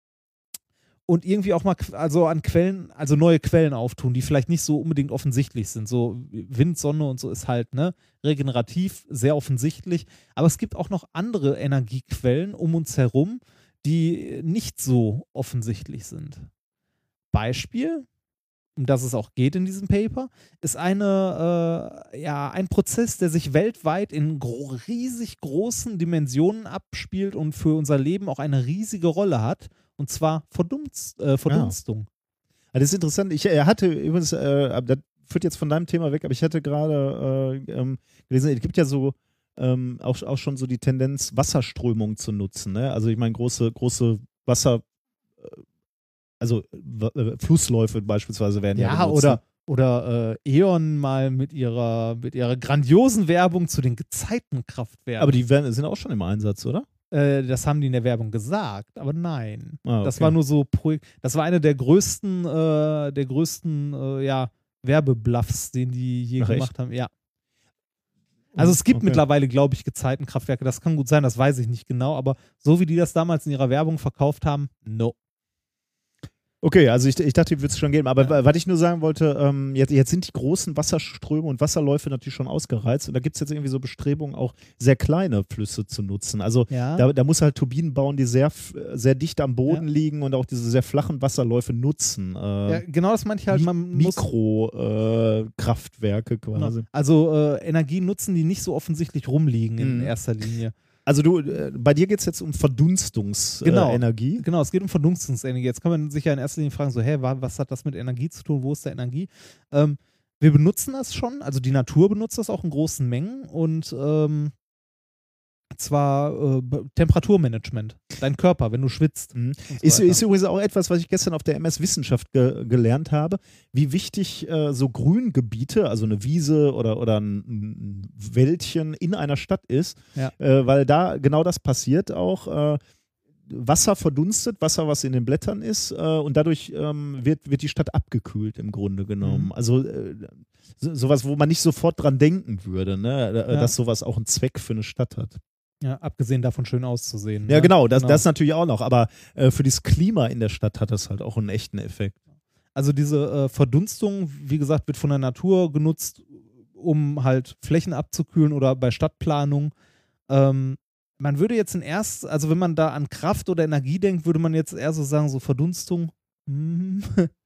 und irgendwie auch mal qu- also an Quellen, also neue Quellen auftun, die vielleicht nicht so unbedingt offensichtlich sind. So Wind, Sonne und so ist halt ne regenerativ, sehr offensichtlich. Aber es gibt auch noch andere Energiequellen um uns herum, die nicht so offensichtlich sind. Beispiel, um das es auch geht in diesem Paper, ist eine, äh, ja, ein Prozess, der sich weltweit in gro riesig großen Dimensionen abspielt und für unser Leben auch eine riesige Rolle hat, und zwar Verdunst, äh, Verdunstung. Ah, das ist interessant. Ich äh, hatte übrigens, äh, aber das führt jetzt von deinem Thema weg, aber ich hatte gerade äh, ähm, gelesen, es gibt ja so ähm, auch, auch schon so die Tendenz, Wasserströmung zu nutzen. Ne? Also ich meine, große, große Wasser, äh, also w- äh, Flussläufe beispielsweise werden ja, Ja, genutzt. oder, oder äh, E.ON mal mit ihrer, mit ihrer grandiosen Werbung zu den Gezeitenkraftwerken. Aber die werden, sind auch schon im Einsatz, oder? Äh, das haben die in der Werbung gesagt, aber nein. Ah, Das okay. war nur so, Pro das war einer der größten, äh, der größten, äh, ja, Werbebluffs, den die je Ach, echt? gemacht haben. Ja. Also es gibt Okay. mittlerweile, glaube ich, Gezeitenkraftwerke. Das kann gut sein, das weiß ich nicht genau, aber so wie die das damals in ihrer Werbung verkauft haben, no. Okay, also ich, ich dachte, die würde es schon geben. Aber Ja. wa- was ich nur sagen wollte, ähm, jetzt, jetzt sind die großen Wasserströme und Wasserläufe natürlich schon ausgereizt. Und da gibt es jetzt irgendwie so Bestrebungen, auch sehr kleine Flüsse zu nutzen. Also Ja. da, da muss halt Turbinen bauen, die sehr, f- sehr dicht am Boden Ja. liegen und auch diese sehr flachen Wasserläufe nutzen. Äh, Ja, genau das meinte ich halt. Man muss Mikro-Kraftwerke quasi. Genau. Also äh, Energien nutzen, die nicht so offensichtlich rumliegen in Mhm. erster Linie. Also du, äh, bei dir geht es jetzt um Verdunstungsenergie. Genau. Äh, Energie. Genau, es geht um Verdunstungsenergie. Jetzt kann man sich ja in erster Linie fragen, so, hä, wa- was hat das mit Energie zu tun? Wo ist da Energie? Ähm, wir benutzen das schon, also die Natur benutzt das auch in großen Mengen und ähm, zwar äh, B- Temperaturmanagement. Dein Körper, wenn du schwitzt. Mhm. und so Ist, weiter. ist übrigens auch etwas, was ich gestern auf der M S Wissenschaft ge gelernt habe, wie wichtig äh, so Grüngebiete, also eine Wiese oder, oder ein, ein Wäldchen in einer Stadt ist, Ja. äh, weil da genau das passiert auch. Äh, Wasser verdunstet, Wasser, was in den Blättern ist, äh, und dadurch ähm, wird, wird die Stadt abgekühlt im Grunde genommen. Mhm. Also äh, so, sowas, wo man nicht sofort dran denken würde, ne? äh, Ja. dass sowas auch einen Zweck für eine Stadt hat. Ja, abgesehen davon schön auszusehen. Ja, ne? genau, das, das natürlich auch noch, aber äh, für das Klima in der Stadt hat das halt auch einen echten Effekt. Also diese äh, Verdunstung, wie gesagt, wird von der Natur genutzt, um halt Flächen abzukühlen oder bei Stadtplanung. Ähm, man würde jetzt in erst, also wenn man da an Kraft oder Energie denkt, würde man jetzt eher so sagen, so Verdunstung. hm,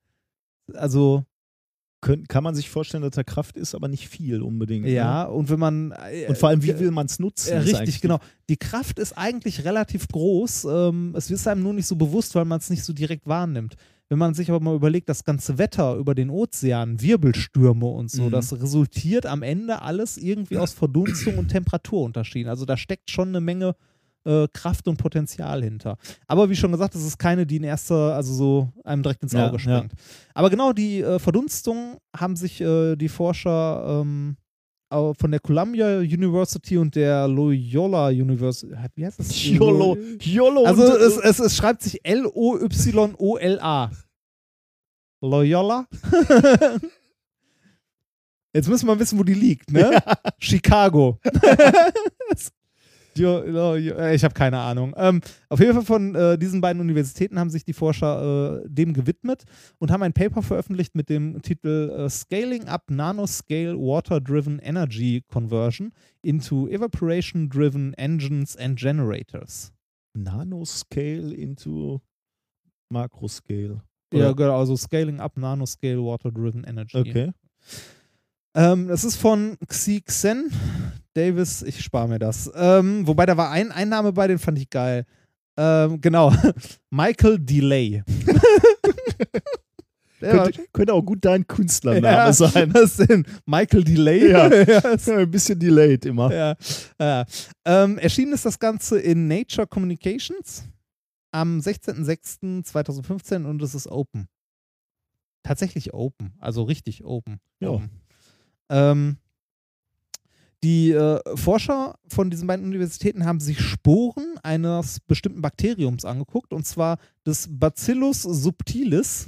also Kön kann man sich vorstellen, dass da Kraft ist, aber nicht viel unbedingt. ja, Ne? und wenn man äh, Und vor allem, wie äh, will man es nutzen? Äh, ist richtig, eigentlich genau. Die Kraft ist eigentlich relativ groß. Ähm, es ist einem nur nicht so bewusst, weil man es nicht so direkt wahrnimmt. Wenn man sich aber mal überlegt, das ganze Wetter über den Ozean, Wirbelstürme und so, Mhm. das resultiert am Ende alles irgendwie aus Verdunstung und Temperaturunterschieden. Also da steckt schon eine Menge äh, Kraft und Potenzial hinter. Aber wie schon gesagt, das ist keine, die in erster, also so einem direkt ins Ja, Auge springt. Aber genau die äh, Verdunstung haben sich äh, die Forscher ähm, äh, von der Columbia University und der Loyola University. Wie heißt das? Yolo, Yolo. Also und, es, es, es schreibt sich L O Y O L A. Loyola? Jetzt müssen wir wissen, wo die liegt, ne? Ja. Chicago. Jo, jo, jo, äh, ich habe keine Ahnung. Ähm, auf jeden Fall von äh, diesen beiden Universitäten haben sich die Forscher äh, dem gewidmet und haben ein Paper veröffentlicht mit dem Titel äh, Scaling Up Nanoscale Water-Driven Energy Conversion into Evaporation-Driven Engines and Generators. Nanoscale into Makroscale. Ja, genau, also Scaling Up Nanoscale Water-Driven Energy. Okay. Ähm, das ist von Xi Xen Davis, ich spare mir das. Ähm, wobei da war ein, ein Name bei, den fand ich geil. Ähm, genau. Michael Delay. Der war- Könnte, könnte auch gut dein Künstlername Ja, sein. Was denn? Michael Delay? Ja. ja, ist- Ja, ein bisschen delayed immer. ja, ja. Ähm, erschienen ist das Ganze in Nature Communications am sechzehnten sechsten zweitausendfünfzehn und es ist open. Tatsächlich open, also richtig open. Ja. Open. Ähm, die äh, Forscher von diesen beiden Universitäten haben sich Sporen eines bestimmten Bakteriums angeguckt, und zwar des Bacillus subtilis.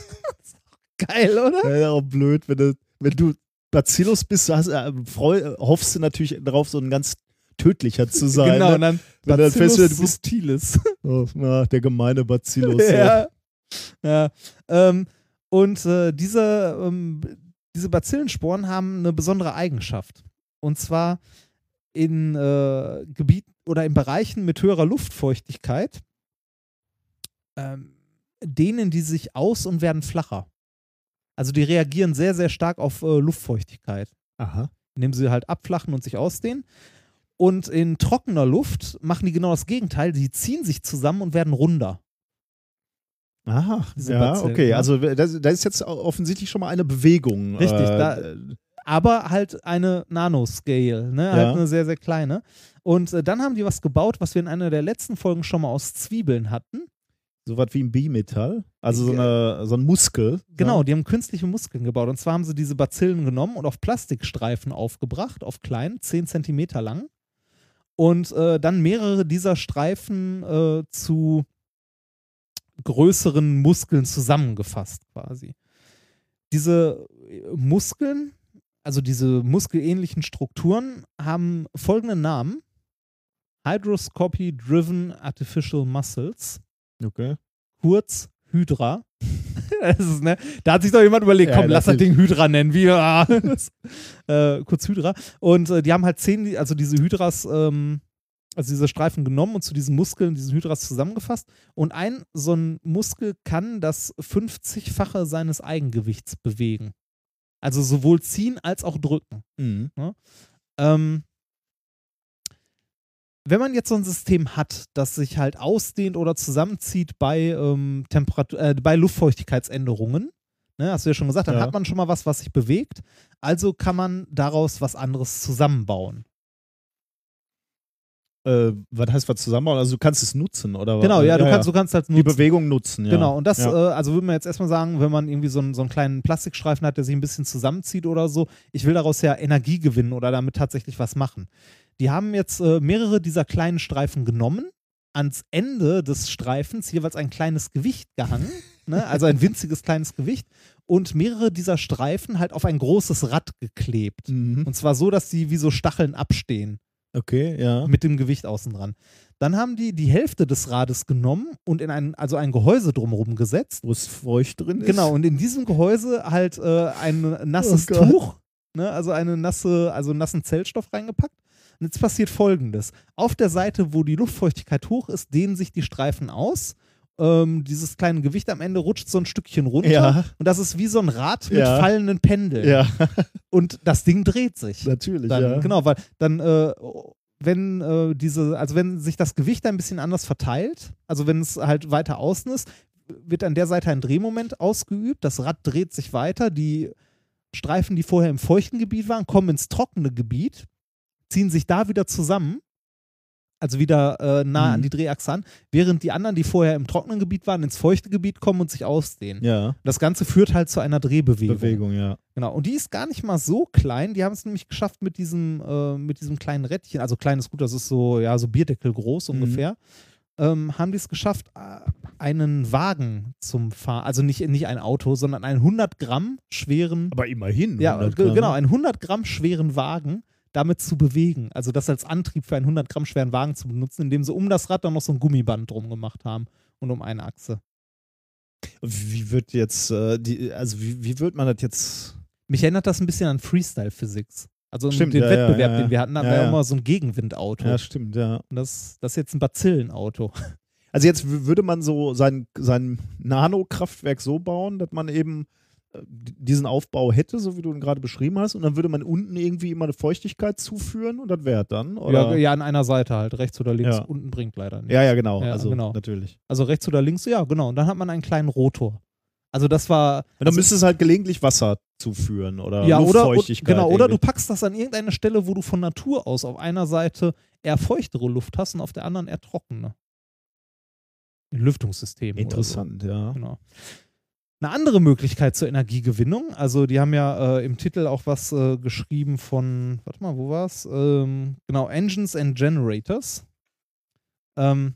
Geil, oder? Ja, auch blöd, wenn du, wenn du Bacillus bist, hast, äh, freu, hoffst du natürlich darauf, so ein ganz tödlicher zu sein. Genau, und ne? dann Wenn du dann Bacillus feststellst, du bist- subtilis. Oh, na, der gemeine Bacillus. ja. ja. Ähm, und äh, diese, ähm, diese Bazillensporen haben eine besondere Eigenschaft. Und zwar in äh, Gebieten oder in Bereichen mit höherer Luftfeuchtigkeit ähm, dehnen die sich aus und werden flacher. Also die reagieren sehr, sehr stark auf äh, Luftfeuchtigkeit, Aha. indem sie halt abflachen und sich ausdehnen. Und in trockener Luft machen die genau das Gegenteil. Die ziehen sich zusammen und werden runder. Aha, Diese ja, Bazillen, okay. ja. Also das, das ist jetzt offensichtlich schon mal eine Bewegung. Richtig, äh, da- Aber halt eine Nanoscale, ne? Halt Ja. eine sehr, sehr kleine. Und äh, dann haben die was gebaut, was wir in einer der letzten Folgen schon mal aus Zwiebeln hatten. so was wie ein Bimetall. Also so, eine, so ein Muskel. Genau, Ja. die haben künstliche Muskeln gebaut. Und zwar haben sie diese Bazillen genommen und auf Plastikstreifen aufgebracht, auf kleinen, zehn Zentimeter lang. Und äh, dann mehrere dieser Streifen äh, zu größeren Muskeln zusammengefasst quasi. Diese äh, Muskeln, also diese muskelähnlichen Strukturen, haben folgenden Namen: Hydroscopy Driven Artificial Muscles, Okay. kurz Hydra. Das ist, ne, da hat sich doch jemand überlegt, Ja, komm, lass das natürlich. Ding Hydra nennen. Wie, ah. äh, kurz Hydra. Und äh, die haben halt zehn, also diese Hydras, ähm, also diese Streifen genommen und zu diesen Muskeln, diesen Hydras zusammengefasst. Und ein so ein Muskel kann das fünfzigfache seines Eigengewichts bewegen. Also sowohl ziehen als auch drücken. Mhm. Ähm, wenn man jetzt so ein System hat, das sich halt ausdehnt oder zusammenzieht bei, ähm, Temperatur, äh, bei Luftfeuchtigkeitsänderungen, ne, hast du ja schon gesagt, dann Ja. hat man schon mal was, was sich bewegt. Also kann man daraus was anderes zusammenbauen. Äh, was heißt was zusammenbauen? Also du kannst es nutzen, oder was? Genau, ja, du kannst, du kannst halt die nutzen. Bewegung nutzen, ja. Genau, und das, ja. äh, also würde man jetzt erstmal sagen, wenn man irgendwie so einen, so einen kleinen Plastikstreifen hat, der sich ein bisschen zusammenzieht oder so, ich will daraus ja Energie gewinnen oder damit tatsächlich was machen. Die haben jetzt äh, mehrere dieser kleinen Streifen genommen, ans Ende des Streifens jeweils ein kleines Gewicht gehangen, ne? Also ein winziges kleines Gewicht, und mehrere dieser Streifen halt auf ein großes Rad geklebt. Mhm. Und zwar so, dass sie wie so Stacheln abstehen Okay, ja. mit dem Gewicht außen dran. Dann haben die die Hälfte des Rades genommen und in ein, also ein Gehäuse drumherum gesetzt. Wo es feucht drin ist. Genau, und in diesem Gehäuse halt äh, ein nasses Oh Gott. Tuch, ne, also eine nasse, also nassen Zellstoff reingepackt. Und jetzt passiert Folgendes. Auf der Seite, wo die Luftfeuchtigkeit hoch ist, dehnen sich die Streifen aus. Ähm, dieses kleine Gewicht am Ende rutscht so ein Stückchen runter. Ja. Und das ist wie so ein Rad mit Ja. fallenden Pendeln. Ja, Und das Ding dreht sich. natürlich, Dann, ja. Genau, weil dann, äh, wenn äh, diese, also wenn sich das Gewicht ein bisschen anders verteilt, also wenn es halt weiter außen ist, wird an der Seite ein Drehmoment ausgeübt, das Rad dreht sich weiter, die Streifen, die vorher im feuchten Gebiet waren, kommen ins trockene Gebiet, ziehen sich da wieder zusammen also wieder äh, nah Mhm. an die Drehachse an, während die anderen, die vorher im trockenen Gebiet waren, ins feuchte Gebiet kommen und sich ausdehnen. Ja. Das Ganze führt halt zu einer Drehbewegung. Bewegung, ja. Genau. Und die ist gar nicht mal so klein. Die haben es nämlich geschafft mit diesem, äh, mit diesem kleinen Rädchen, also klein ist gut, das ist so, ja, so Bierdeckel groß Mhm. ungefähr, ähm, haben die es geschafft, äh, einen Wagen zum Fahren, also nicht, nicht ein Auto, sondern einen hundert Gramm schweren, Aber immerhin. ja, hundert ge- Gramm. genau, einen hundert Gramm schweren Wagen damit zu bewegen. Also das als Antrieb für einen hundert Gramm schweren Wagen zu benutzen, indem sie um das Rad dann noch so ein Gummiband drum gemacht haben und um eine Achse. Wie wird jetzt, äh, die, also wie, wie wird man das jetzt? Mich erinnert das ein bisschen an Freestyle Physics. Also Stimmt, den ja, ja, Wettbewerb, ja, ja. den wir hatten, da Ja, war ja ja. immer so ein Gegenwindauto. Ja, stimmt, ja. Und das, das ist jetzt ein Bazillenauto. Also jetzt w- würde man so sein, sein Nano-Kraftwerk so bauen, dass man eben äh, diesen Aufbau hätte, so wie du ihn gerade beschrieben hast, und dann würde man unten irgendwie immer eine Feuchtigkeit zuführen und das wäre dann, Ja, oder? ja, an einer Seite halt, rechts oder links. Ja. Unten bringt leider nicht. ja, ja, genau. Ja, also genau. natürlich. Also rechts oder links, ja, genau. Und dann hat man einen kleinen Rotor. Also das war. Und dann also, müsste es halt gelegentlich Wasser zuführen oder ja, oder, Luftfeuchtigkeit. genau, oder du irgendwie. packst das an irgendeine Stelle, wo du von Natur aus auf einer Seite eher feuchtere Luft hast und auf der anderen eher trockene. Ein Lüftungssystem. Interessant, ja. Oder so. Genau. Eine andere Möglichkeit zur Energiegewinnung, also die haben ja äh, im Titel auch was äh, geschrieben von, warte mal, wo war's? Ähm, genau, Engines and Generators. Ähm,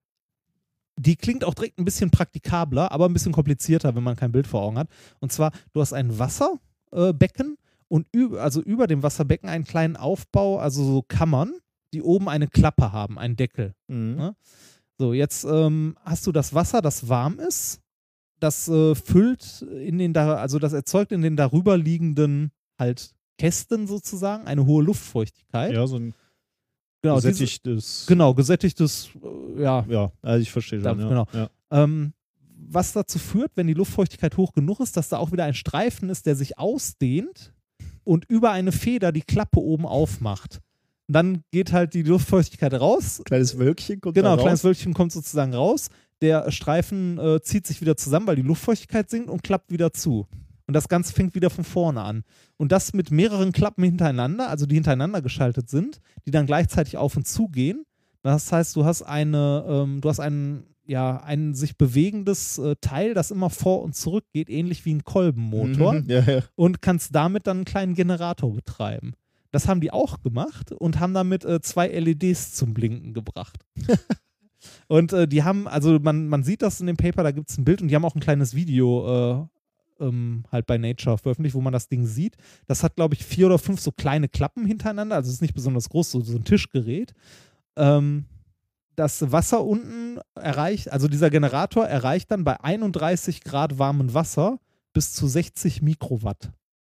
die klingt auch direkt ein bisschen praktikabler, aber ein bisschen komplizierter, wenn man kein Bild vor Augen hat. Und zwar, du hast ein Wasserbecken und üb also über dem Wasserbecken einen kleinen Aufbau, also so Kammern, die oben eine Klappe haben, einen Deckel. Mhm. Ja. So, jetzt ähm, hast du das Wasser, das warm ist. Das äh, füllt in den, da also das erzeugt in den darüber liegenden halt Kästen sozusagen eine hohe Luftfeuchtigkeit. Ja, so ein genau, diese, gesättigtes. genau, gesättigtes, äh, ja, Ja, also ich verstehe schon. Da- ja. genau. Ja. ähm, was dazu führt, wenn die Luftfeuchtigkeit hoch genug ist, dass da auch wieder ein Streifen ist, der sich ausdehnt und über eine Feder die Klappe oben aufmacht. Und dann geht halt die Luftfeuchtigkeit raus. Kleines Wölkchen kommt Genau, da ein raus. kleines Wölkchen kommt sozusagen raus. Der Streifen äh, zieht sich wieder zusammen, weil die Luftfeuchtigkeit sinkt und klappt wieder zu. Und das Ganze fängt wieder von vorne an. Und das mit mehreren Klappen hintereinander, also die hintereinander geschaltet sind, die dann gleichzeitig auf und zu gehen. Das heißt, du hast eine, ähm, du hast ein, ja, ein sich bewegendes äh, Teil, das immer vor und zurück geht, ähnlich wie ein Kolbenmotor, Mhm, ja, ja. und kannst damit dann einen kleinen Generator betreiben. Das haben die auch gemacht und haben damit äh, zwei L E Ds zum Blinken gebracht. Und äh, die haben, also man, man sieht das in dem Paper, da gibt es ein Bild und die haben auch ein kleines Video äh, ähm, halt bei Nature veröffentlicht, wo man das Ding sieht. Das hat, glaube ich, vier oder fünf so kleine Klappen hintereinander, also es ist nicht besonders groß, so, so ein Tischgerät. Ähm, das Wasser unten erreicht, also dieser Generator erreicht dann bei einunddreißig Grad warmem Wasser bis zu sechzig Mikrowatt.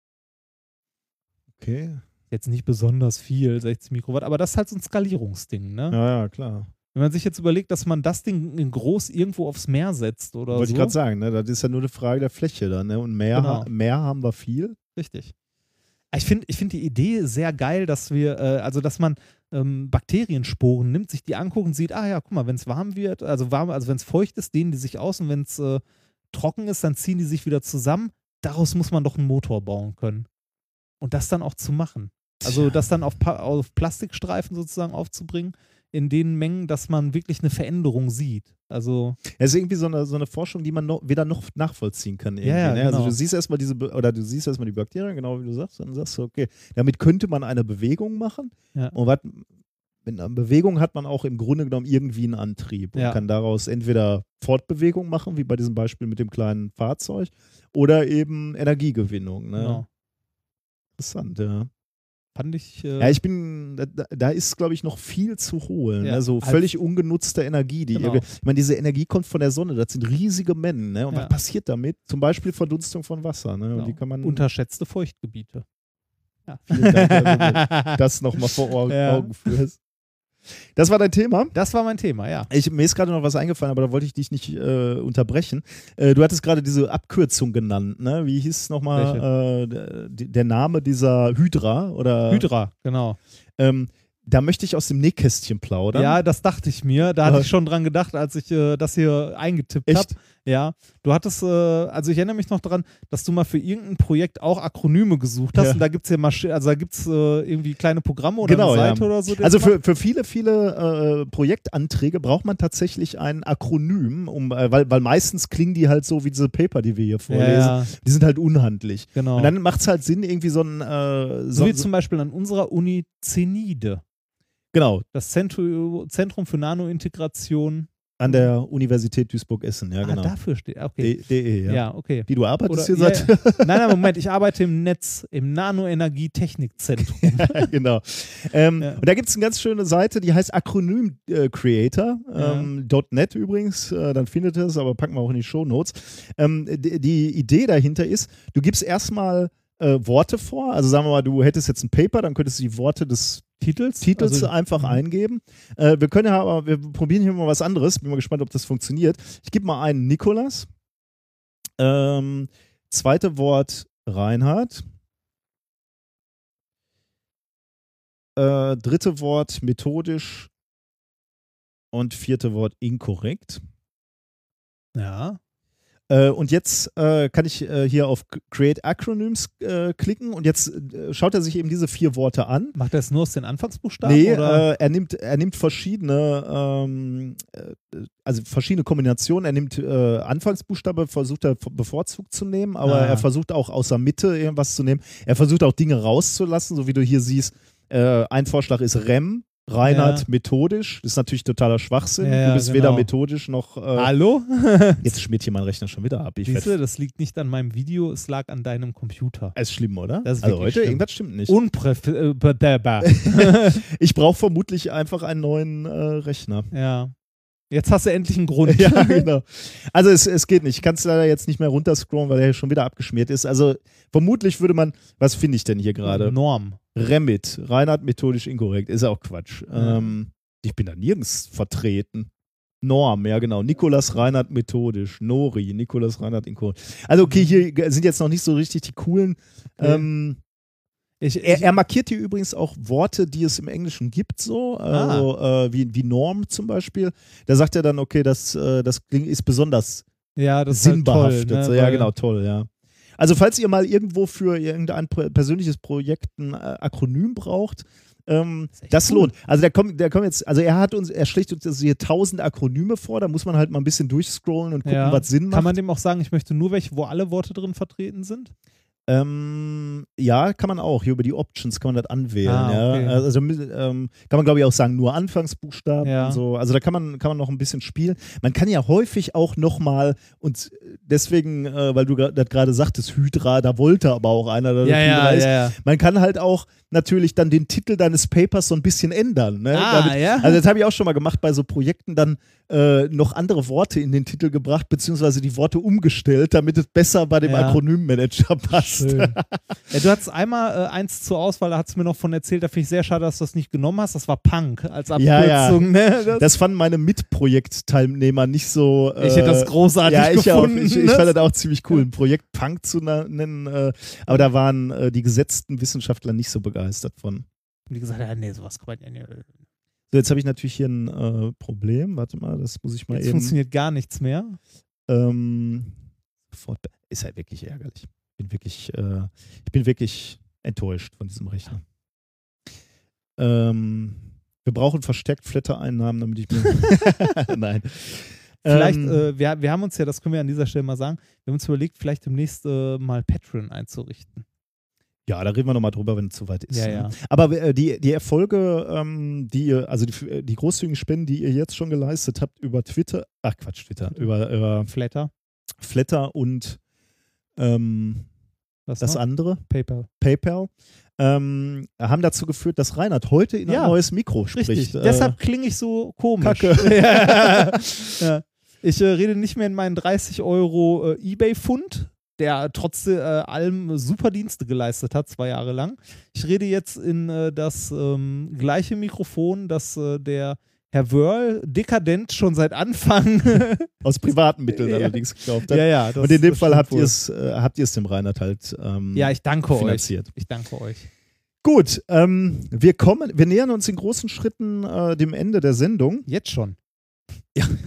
Okay. Jetzt nicht besonders viel, sechzig Mikrowatt, aber das ist halt so ein Skalierungsding, ne? Ja, ja, klar. Wenn man sich jetzt überlegt, dass man das Ding in groß irgendwo aufs Meer setzt oder Wollte so. ich gerade sagen, ne? Das ist ja nur eine Frage der Fläche dann, ne? Und mehr, Genau. ha mehr haben wir viel. Richtig. Ich finde ich find die Idee sehr geil, dass wir, äh, also dass man ähm, Bakteriensporen nimmt, sich die anguckt und sieht, ah ja, guck mal, wenn es warm wird, also warm, also wenn es feucht ist, dehnen die sich aus und wenn es äh, trocken ist, dann ziehen die sich wieder zusammen. Daraus muss man doch einen Motor bauen können. Und das dann auch zu machen. Also das dann auf, Pa- auf Plastikstreifen sozusagen aufzubringen, in den Mengen, dass man wirklich eine Veränderung sieht. Also Es ist irgendwie so eine, so eine Forschung, die man noch, weder noch nachvollziehen kann. Irgendwie, Ja, ja, ne? Also genau. du siehst erstmal diese, Be- oder du siehst erstmal die Bakterien, genau wie du sagst, und dann sagst du, okay, damit könnte man eine Bewegung machen. Ja. Und wat, mit einer Bewegung hat man auch im Grunde genommen irgendwie einen Antrieb und Ja. kann daraus entweder Fortbewegung machen, wie bei diesem Beispiel mit dem kleinen Fahrzeug, oder eben Energiegewinnung. Ne? genau. Interessant, ja. Fand ich. Äh, Ja, ich bin, da, da ist, glaube ich, noch viel zu holen. Ja, Ne? So halt- völlig ungenutzte Energie. Die Genau. irgendwie- Ich meine, diese Energie kommt von der Sonne, das sind riesige Mengen. Ne? Und Ja. was passiert damit? Zum Beispiel Verdunstung von Wasser. Ne? genau. Und die kann man Unterschätzte Feuchtgebiete. Ja. Vielen Dank, also, das nochmal vor Augen, Ja. Augen führst. Das war dein Thema. Das war mein Thema, ja. Ich, mir ist gerade noch was eingefallen, aber da wollte ich dich nicht äh, unterbrechen. Äh, du hattest gerade diese Abkürzung genannt, ne? Wie hieß nochmal äh, der, der Name dieser Hydra? Oder, Hydra, genau. Ähm, da möchte ich aus dem Nähkästchen plaudern. Ja, das dachte ich mir. Da hatte Ja. ich schon dran gedacht, als ich äh, das hier eingetippt habe. Echt? Ja, du hattest, äh, also ich erinnere mich noch daran, dass du mal für irgendein Projekt auch Akronyme gesucht hast Ja. und da gibt es ja Masch- also da gibt's äh, irgendwie kleine Programme oder Genau, eine Seite ja. oder so. die Also das für, macht. für viele, viele äh, Projektanträge braucht man tatsächlich ein Akronym, um, äh, weil, weil meistens klingen die halt so wie diese Paper, die wir hier vorlesen. ja, Die sind halt unhandlich. genau. Und dann macht es halt Sinn, irgendwie so ein äh, so so, wie zum Beispiel an unserer Uni Zenide, genau, das Zentru- Zentrum für Nanointegration. an der Universität Duisburg-Essen, ja, genau. Ah, dafür steht, okay. D- DE, ja. Ja, okay. Wie du arbeitest Oder- hier ja, seit. ja. Nein, nein, Moment, ich arbeite im Netz, im Nanoenergie-Technikzentrum. genau. Ähm, Ja. Und da gibt es eine ganz schöne Seite, die heißt Akronym äh, Creator. Ja. Ähm, .net übrigens, äh, dann findet ihr es, aber packen wir auch in die Shownotes. Ähm, die, die Idee dahinter ist, du gibst erstmal äh, Worte vor. Also sagen wir mal, du hättest jetzt ein Paper, dann könntest du die Worte des Titels? Titels Also- einfach Mhm. eingeben. Äh, wir können ja aber, wir probieren hier mal was anderes. Bin mal gespannt, ob das funktioniert. Ich gebe mal einen Nikolas. Ähm, zweite Wort Reinhard. Äh, dritte Wort methodisch und vierte Wort inkorrekt. Ja. Äh, und jetzt äh, kann ich äh, hier auf Create Acronyms äh, klicken und jetzt äh, schaut er sich eben diese vier Worte an. Macht er es nur aus den Anfangsbuchstaben? Nee, oder? äh, er, nimmt, er nimmt verschiedene, ähm, äh, also verschiedene Kombinationen. Er nimmt äh, Anfangsbuchstabe, versucht er bevorzugt zu nehmen, aber Ah. er versucht auch aus der Mitte irgendwas zu nehmen. Er versucht auch Dinge rauszulassen, so wie du hier siehst. Äh, ein Vorschlag ist R E M, Reinhard Ja. methodisch. Das ist natürlich totaler Schwachsinn. Ja, ja, du bist genau. weder methodisch noch. Äh, Hallo? jetzt schmiert hier mein Rechner schon wieder ab. Ich Siehst du, werd, das liegt nicht an meinem Video, es lag an deinem Computer. ist schlimm, oder? Das ist also wirklich heute, schlimm. irgendwas stimmt nicht. Unpräferierbar. Ich brauche vermutlich einfach einen neuen äh, Rechner. Ja. Jetzt hast du endlich einen Grund. Ja, genau. Also es, es geht nicht. Ich kann es leider jetzt nicht mehr runterscrollen, weil er schon wieder abgeschmiert ist. Also vermutlich würde man, was finde ich denn hier gerade? Norm. Remit, Reinhard methodisch inkorrekt, ist auch Quatsch. Ja. Ähm, ich bin da nirgends vertreten. Norm, ja genau. Nikolas Reinhard methodisch. Nori, Nikolas Reinhard inkorrekt. Also okay, hier sind jetzt noch nicht so richtig die coolen. Okay. Ähm, Ich, er, ich, er markiert hier übrigens auch Worte, die es im Englischen gibt, so, also, Ah. äh, wie, wie Norm zum Beispiel. Da sagt er dann, okay, das, äh, das klingt, ist besonders ja, das ist halt sinnbehaftet. toll, ne? so, ja, Weil- genau, toll, ja. Also, falls ihr mal irgendwo für irgendein pro- persönliches Projekt ein äh, Akronym braucht, ähm, ist echt das cool. lohnt. Also, der kommt, der kommt jetzt, also er hat uns, er schlägt uns hier tausend Akronyme vor, da muss man halt mal ein bisschen durchscrollen und gucken, Ja. was Sinn macht. Kann man dem auch sagen, ich möchte nur welche, wo alle Worte drin vertreten sind? Ähm, ja, kann man auch. Hier über die Options kann man das anwählen. Ah, okay. Ja. Also ähm, kann man, glaube ich, auch sagen, nur Anfangsbuchstaben Ja. und so. Also da kann man, kann man noch ein bisschen spielen. Man kann ja häufig auch nochmal, und deswegen, äh, weil du gra- das gerade sagtest, Hydra, da wollte aber auch einer, der Ja, Hydra ja, ist. ja, ja. Man kann halt auch natürlich dann den Titel deines Papers so ein bisschen ändern. Ne? Ah, Damit, ja? Also das habe ich auch schon mal gemacht bei so Projekten, dann äh, noch andere Worte in den Titel gebracht, beziehungsweise die Worte umgestellt, damit es besser bei dem Ja. Akronymmanager passt. Schön. Ja, du hattest einmal äh, eins zur Auswahl, da hast du mir noch von erzählt, da finde ich sehr schade, dass du das nicht genommen hast. Das war Punk als Abkürzung. Ja, ja. Ne? Das, Das fanden meine Mitprojektteilnehmer nicht so. Äh, ich hätte das großartig ja, ich gefunden. Auch. Ich, ich ne? fand das auch ziemlich cool, ein Projekt Punk zu na- nennen. Äh, aber da waren äh, die gesetzten Wissenschaftler nicht so begeistert von. Und die gesagt haben, nee, sowas kann man ja nicht. So, jetzt habe ich natürlich hier ein äh, Problem. Warte mal, das muss ich mal Jetzt eben. funktioniert gar nichts mehr. Ähm, sofort be- ist halt wirklich ärgerlich. Ich bin wirklich, äh, ich bin wirklich enttäuscht von diesem Rechner. Ähm, wir brauchen verstärkt Flatter-Einnahmen, damit ich mir. Nein. Vielleicht, Ähm, äh, wir, wir haben uns ja, das können wir an dieser Stelle mal sagen, wir haben uns überlegt, vielleicht demnächst äh, mal Patreon einzurichten. Ja, da reden wir nochmal drüber, wenn es soweit ist. Ja, ne? ja. Aber äh, die, die Erfolge, ähm, die ihr, also die, die großzügigen Spenden, die ihr jetzt schon geleistet habt über Twitter, ach Quatsch, Twitter, über, über Flatter. Flatter und ähm, Was das noch? andere, PayPal. PayPal, ähm, haben dazu geführt, dass Reinhard heute in ein Ja, neues Mikro spricht. Richtig. Äh, Deshalb klinge ich so komisch. Kacke. ja. Ja. Ich äh, rede nicht mehr in meinen dreißig Euro äh, eBay-Pfund, der trotz äh, allem super Dienste geleistet hat, zwei Jahre lang. Ich rede jetzt in äh, das ähm, gleiche Mikrofon, das äh, der Herr Wörl dekadent schon seit Anfang. aus privaten Mitteln Ja. allerdings gekauft hat. ja, ja. Das, Und in dem das Fall stimmt habt wohl. ihr es äh, habt ihr es dem Reinhard halt ähm, Ja, ich danke finanziert. euch. Ich danke euch. Gut, ähm, wir kommen, wir nähern uns in großen Schritten äh, dem Ende der Sendung. Jetzt schon.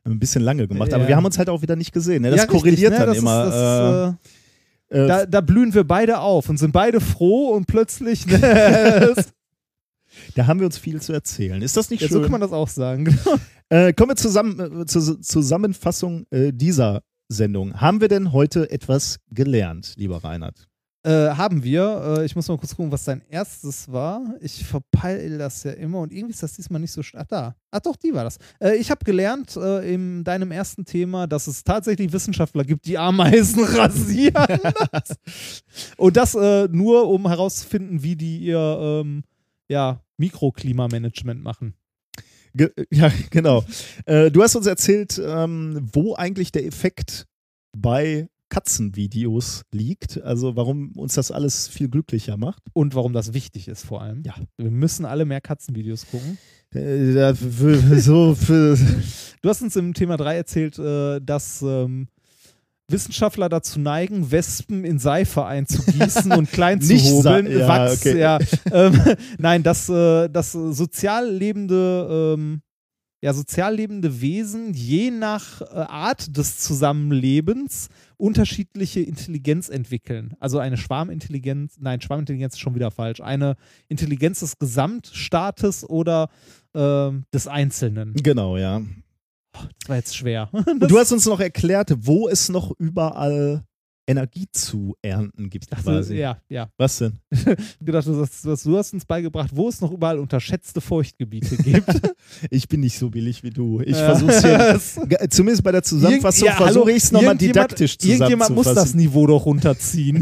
ein bisschen lange gemacht, Ja. aber wir haben uns halt auch wieder nicht gesehen. Ne? Das Ja, richtig, korreliert ne? dann Das ist- immer. das ist, äh, äh, Da, da blühen wir beide auf und sind beide froh und plötzlich. Ne, da haben wir uns viel zu erzählen. Ist das nicht ja, schön? so kann man das auch sagen. Genau. Äh, kommen wir zusammen äh, zur Zusammenfassung äh, dieser Sendung. Haben wir denn heute etwas gelernt, lieber Reinhard? Äh, haben wir. Äh, ich muss mal kurz gucken, was dein erstes war. Ich verpeile das ja immer und irgendwie ist das diesmal nicht so. st- Ach, da. Ach, doch, die war das. Äh, ich habe gelernt äh, in deinem ersten Thema, dass es tatsächlich Wissenschaftler gibt, die Ameisen rasieren. Und das äh, nur, um herauszufinden, wie die ihr ähm, ja, Mikroklimamanagement machen. Ge ja, genau. Äh, du hast uns erzählt, ähm, wo eigentlich der Effekt bei Katzenvideos liegt. Also warum uns das alles viel glücklicher macht. Und warum das wichtig ist vor allem. Ja. Wir müssen alle mehr Katzenvideos gucken. Äh, da- für, so für Du hast uns im Thema drei erzählt, äh, dass ähm, Wissenschaftler dazu neigen, Wespen in Seife einzugießen und klein zu Nicht Sa- hobeln. ja, Wachs, okay. ja. Ähm, nein, dass, äh, dass sozial lebende, ähm, ja, sozial lebende Wesen je nach äh, Art des Zusammenlebens unterschiedliche Intelligenz entwickeln. Also eine Schwarmintelligenz, nein, Schwarmintelligenz ist schon wieder falsch. Eine Intelligenz des Gesamtstaates oder ähm, des Einzelnen. genau, ja. Das war jetzt schwer. Und du hast uns noch erklärt, wo es noch überall Energie zu ernten gibt. Dachte, Quasi. ja, ja. Was denn? Gedacht, du hast, du hast uns beigebracht, wo es noch überall unterschätzte Feuchtgebiete gibt. Ich bin nicht so billig wie du. Ich Ja. versuche es hier, ge- zumindest bei der Zusammenfassung, Irgend- ja, versuche hallo, ich es nochmal irgendjemand- didaktisch Irgendjemand muss das zusammenzufassen. Niveau doch runterziehen.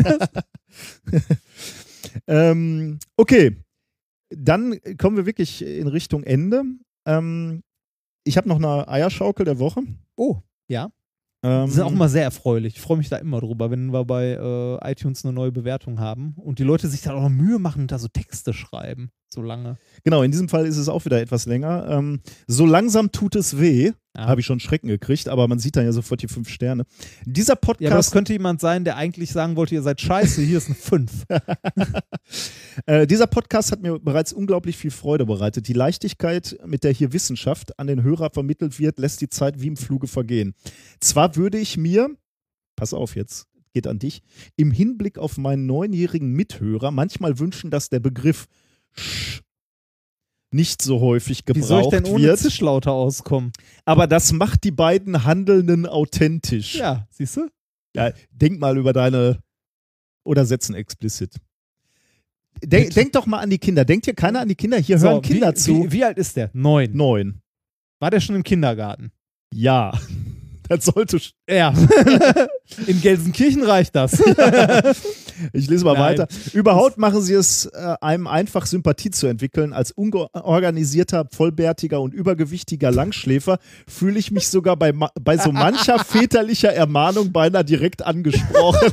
Ähm, okay, dann kommen wir wirklich in Richtung Ende. Ähm, ich habe noch eine Eierschaukel der Woche. Oh, ja. Ähm, Die sind auch immer sehr erfreulich. Ich freue mich da immer drüber, wenn wir bei äh, iTunes eine neue Bewertung haben und die Leute sich da auch noch Mühe machen und da so Texte schreiben. So lange. Genau, in diesem Fall ist es auch wieder etwas länger. Ähm, so langsam tut es weh. Ja. Habe ich schon Schrecken gekriegt, aber man sieht dann ja sofort die fünf Sterne. Dieser Ja, aber das Podcast, könnte jemand sein, der eigentlich sagen wollte, ihr seid scheiße, hier ist ein fünf. äh, dieser Podcast hat mir bereits unglaublich viel Freude bereitet. Die Leichtigkeit, mit der hier Wissenschaft an den Hörer vermittelt wird, lässt die Zeit wie im Fluge vergehen. Zwar würde ich mir, pass auf jetzt, geht an dich, im Hinblick auf meinen neunjährigen Mithörer manchmal wünschen, dass der Begriff Sch nicht so häufig Wie soll ich gebraucht denn ohne wird. Zischlaute auskommen? Aber das macht die beiden Handelnden authentisch. Ja, siehst du? Ja, denk mal über deine oder setzen explizit. Denk, denk doch mal an die Kinder. Denkt hier keiner an die Kinder? Hier hören Kinder wie, zu. Wie, wie alt ist der? Neun. Neun. War der schon im Kindergarten? Ja. Das sollte. sch- Ja. In Gelsenkirchen reicht das. Ich lese mal Nein. weiter. Überhaupt machen sie es äh, einem einfach Sympathie zu entwickeln. Als unorganisierter, vollbärtiger und übergewichtiger Langschläfer fühle ich mich sogar bei, ma- bei so mancher väterlicher Ermahnung beinahe direkt angesprochen.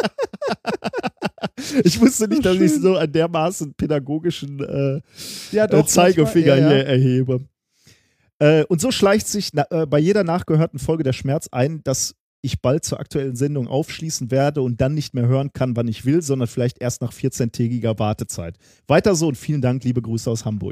Ich wusste nicht, dass ich so an dermaßen pädagogischen äh, Ja, äh, Zeigefinger manchmal, ja, hier ja. erhebe. Äh, und so schleicht sich na, äh, bei jeder nachgehörten Folge der Schmerz ein, dass ich bald zur aktuellen Sendung aufschließen werde und dann nicht mehr hören kann, wann ich will, sondern vielleicht erst nach vierzehntägiger Wartezeit. Weiter so und vielen Dank, liebe Grüße aus Hamburg.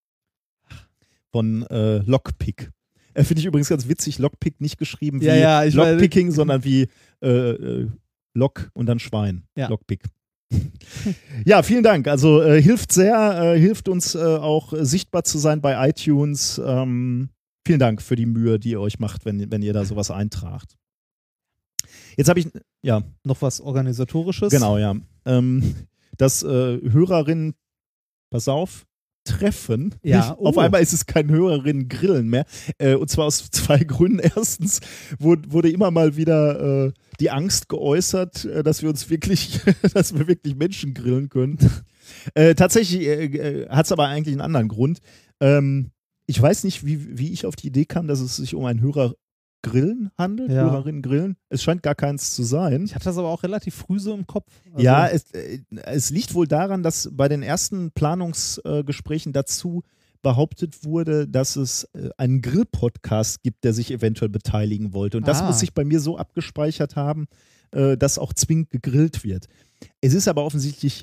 Von äh, Lockpick. Äh, Finde ich übrigens ganz witzig, Lockpick nicht geschrieben wie Ja, ja, ich weiß- Lockpicking, sondern wie äh, äh, Lock und dann Schwein. Ja. Lockpick. Ja, vielen Dank. Also äh, hilft sehr, äh, hilft uns äh, auch äh, sichtbar zu sein bei iTunes. Ähm, vielen Dank für die Mühe, die ihr euch macht, wenn, wenn ihr da sowas eintragt. Jetzt habe ich, ja, Noch was Organisatorisches? genau, ja. Ähm, das äh, Hörerinnen, pass auf, Treffen. Ja, Nicht, auf oh. einmal ist es kein Hörerinnen-Grillen mehr. Äh, und zwar aus zwei Gründen. Erstens wurde, wurde immer mal wieder äh, die Angst geäußert, äh, dass wir uns wirklich, dass wir wirklich Menschen grillen können. Äh, tatsächlich äh, äh, hat es aber eigentlich einen anderen Grund. Ähm, ich weiß nicht, wie, wie ich auf die Idee kam, dass es sich um ein Hörergrillen handelt. Ja. Hörerinnen-Grillen. Es scheint gar keins zu sein. Ich hatte das aber auch relativ früh so im Kopf. Also, Ja, es, äh, es liegt wohl daran, dass bei den ersten Planungsgesprächen dazu behauptet wurde, dass es äh, einen Grill-Podcast gibt, der sich eventuell beteiligen wollte. Und das Ah. muss sich bei mir so abgespeichert haben, äh, dass auch zwingend gegrillt wird. Es ist aber offensichtlich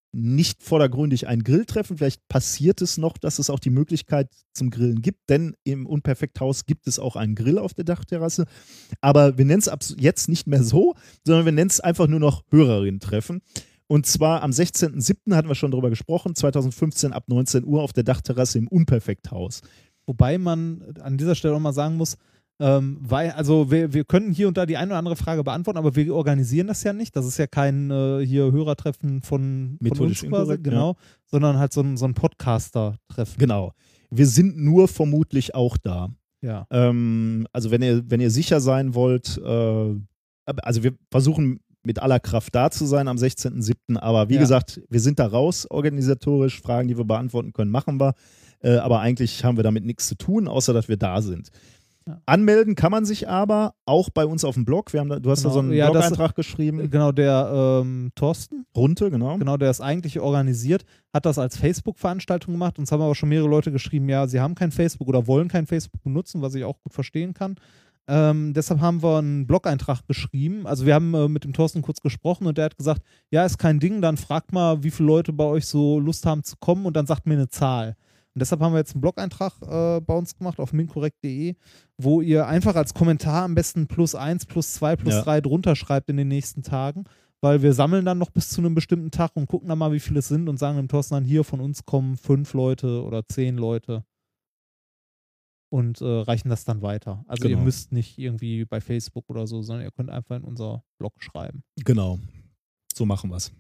nicht vordergründig einen Grill treffen. Vielleicht passiert es noch, dass es auch die Möglichkeit zum Grillen gibt, denn im Unperfekthaus gibt es auch einen Grill auf der Dachterrasse. Aber wir nennen es ab jetzt nicht mehr so, sondern wir nennen es einfach nur noch Hörerinnen-Treffen. Und zwar am sechzehnten siebten hatten wir schon darüber gesprochen, zweitausendfünfzehn ab neunzehn Uhr auf der Dachterrasse im Unperfekthaus. Wobei man an dieser Stelle auch mal sagen muss, ähm, weil, also wir, wir können hier und da die eine oder andere Frage beantworten, aber wir organisieren das ja nicht. Das ist ja kein äh, hier Hörertreffen von, von Methodisch uns quasi, inkorrekt, genau, sondern halt so ein, so ein Podcaster-Treffen. Genau. Wir sind nur vermutlich auch da. Ja. Ähm, also wenn ihr, wenn ihr sicher sein wollt, äh, also wir versuchen mit aller Kraft da zu sein am sechzehnten siebten Aber wie Ja. gesagt, wir sind da raus organisatorisch. Fragen, die wir beantworten können, machen wir. Äh, aber eigentlich haben wir damit nichts zu tun, außer dass wir da sind. Ja. Anmelden kann man sich aber auch bei uns auf dem Blog. Wir haben da, du hast Genau. da so einen Ja, das- Blog-Eintrag geschrieben. Genau, der ähm, Thorsten, Runte, genau. genau, der ist eigentlich organisiert, hat das als Facebook-Veranstaltung gemacht. Uns haben aber schon mehrere Leute geschrieben, ja, sie haben kein Facebook oder wollen kein Facebook benutzen, was ich auch gut verstehen kann. Ähm, deshalb haben wir einen Blog-Eintrag geschrieben. Also wir haben äh, mit dem Thorsten kurz gesprochen und der hat gesagt, ja, ist kein Ding, dann fragt mal, wie viele Leute bei euch so Lust haben zu kommen und dann sagt mir eine Zahl. Und deshalb haben wir jetzt einen Blog-Eintrag äh, bei uns gemacht auf minkorrekt punkt de, wo ihr einfach als Kommentar am besten plus eins, plus zwei, plus Ja. drei drunter schreibt in den nächsten Tagen, weil wir sammeln dann noch bis zu einem bestimmten Tag und gucken dann mal, wie viele es sind und sagen dem Thorsten dann, hier von uns kommen fünf Leute oder zehn Leute und äh, reichen das dann weiter. Also Genau. ihr müsst nicht irgendwie bei Facebook oder so, sondern ihr könnt einfach in unser Blog schreiben. Genau. So machen wir es.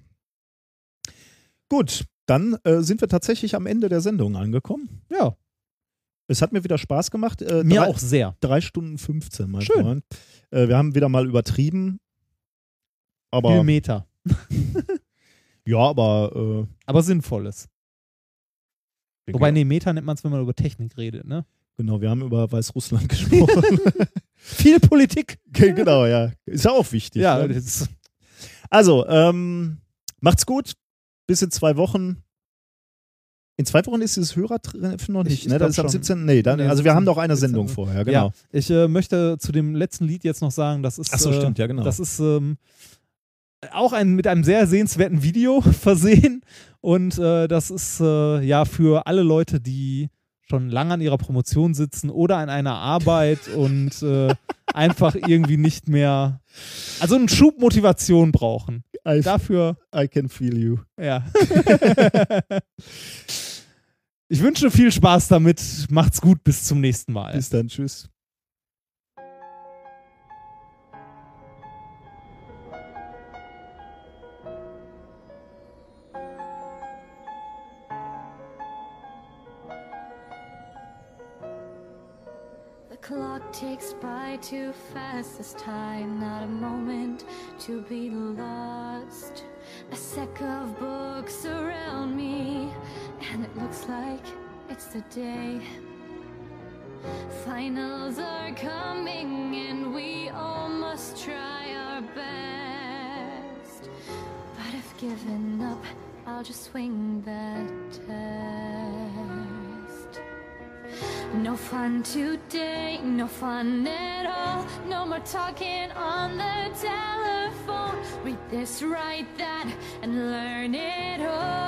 Gut, dann äh, sind wir tatsächlich am Ende der Sendung angekommen. Ja, Es hat mir wieder Spaß gemacht. Äh, mir drei, auch sehr. Drei Stunden fünfzehn, mein Schön. Freund. Äh, wir haben wieder mal übertrieben. Viel Aber Meter. ja, aber äh, Aber Sinnvolles. Wobei, nee, Meter nennt man es, wenn man über Technik redet, ne? genau, wir haben über Weißrussland gesprochen. Viel Politik. Okay, genau, ja. Ist ja auch wichtig. Ja, ne? das, Also, ähm, macht's gut. Bis in zwei Wochen. In zwei Wochen ist dieses Hörertreffen noch Ich- nicht, ich ne? glaub Das ist am schon. siebzehnten Nee, dann, Nee, also wir haben noch eine siebzehnten Sendung vorher, genau. Ja, ich äh, möchte zu dem letzten Lied jetzt noch sagen, das ist, Ach so, äh, stimmt, ja, genau. das ist ähm, auch ein, mit einem sehr sehenswerten Video versehen und äh, das ist äh, ja für alle Leute, die schon lange an ihrer Promotion sitzen oder an einer Arbeit und äh, einfach irgendwie nicht mehr, also einen Schub Motivation brauchen. I, Dafür, I can feel you. ja. Ich wünsche viel Spaß damit. Macht's gut, bis zum nächsten Mal. Bis dann, tschüss. The clock ticks by too fast this time, not a moment to be lost. A stack of books around me, and it looks like it's the day. Finals are coming, and we all must try our best. But if given up, I'll just swing that test. No fun today, no fun at all. No more talking on the telephone. Read this, write that, and learn it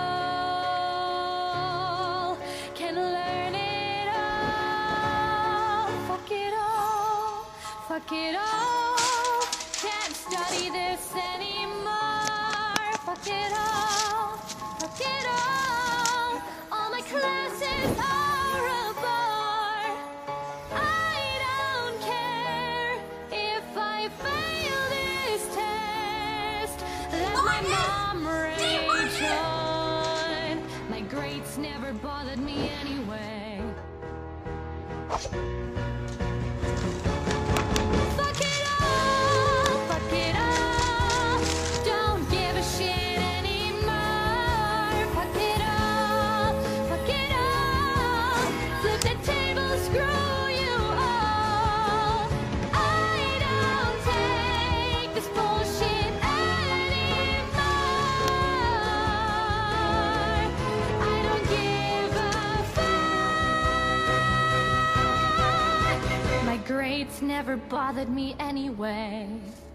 all. Can learn it all. Fuck it all, fuck it all. Can't study this anymore. Fuck it all, fuck it all. All my classes are a bore. I don't care if I fail this test. Let my mom rage on. My grades never bothered me anyway. Fuck it all, fuck it all. Don't give a shit anymore. Fuck it all, fuck it all. Flip the table, screw you all. I don't take this bullshit anymore. I don't give a fuck. My grades never bothered me anyway.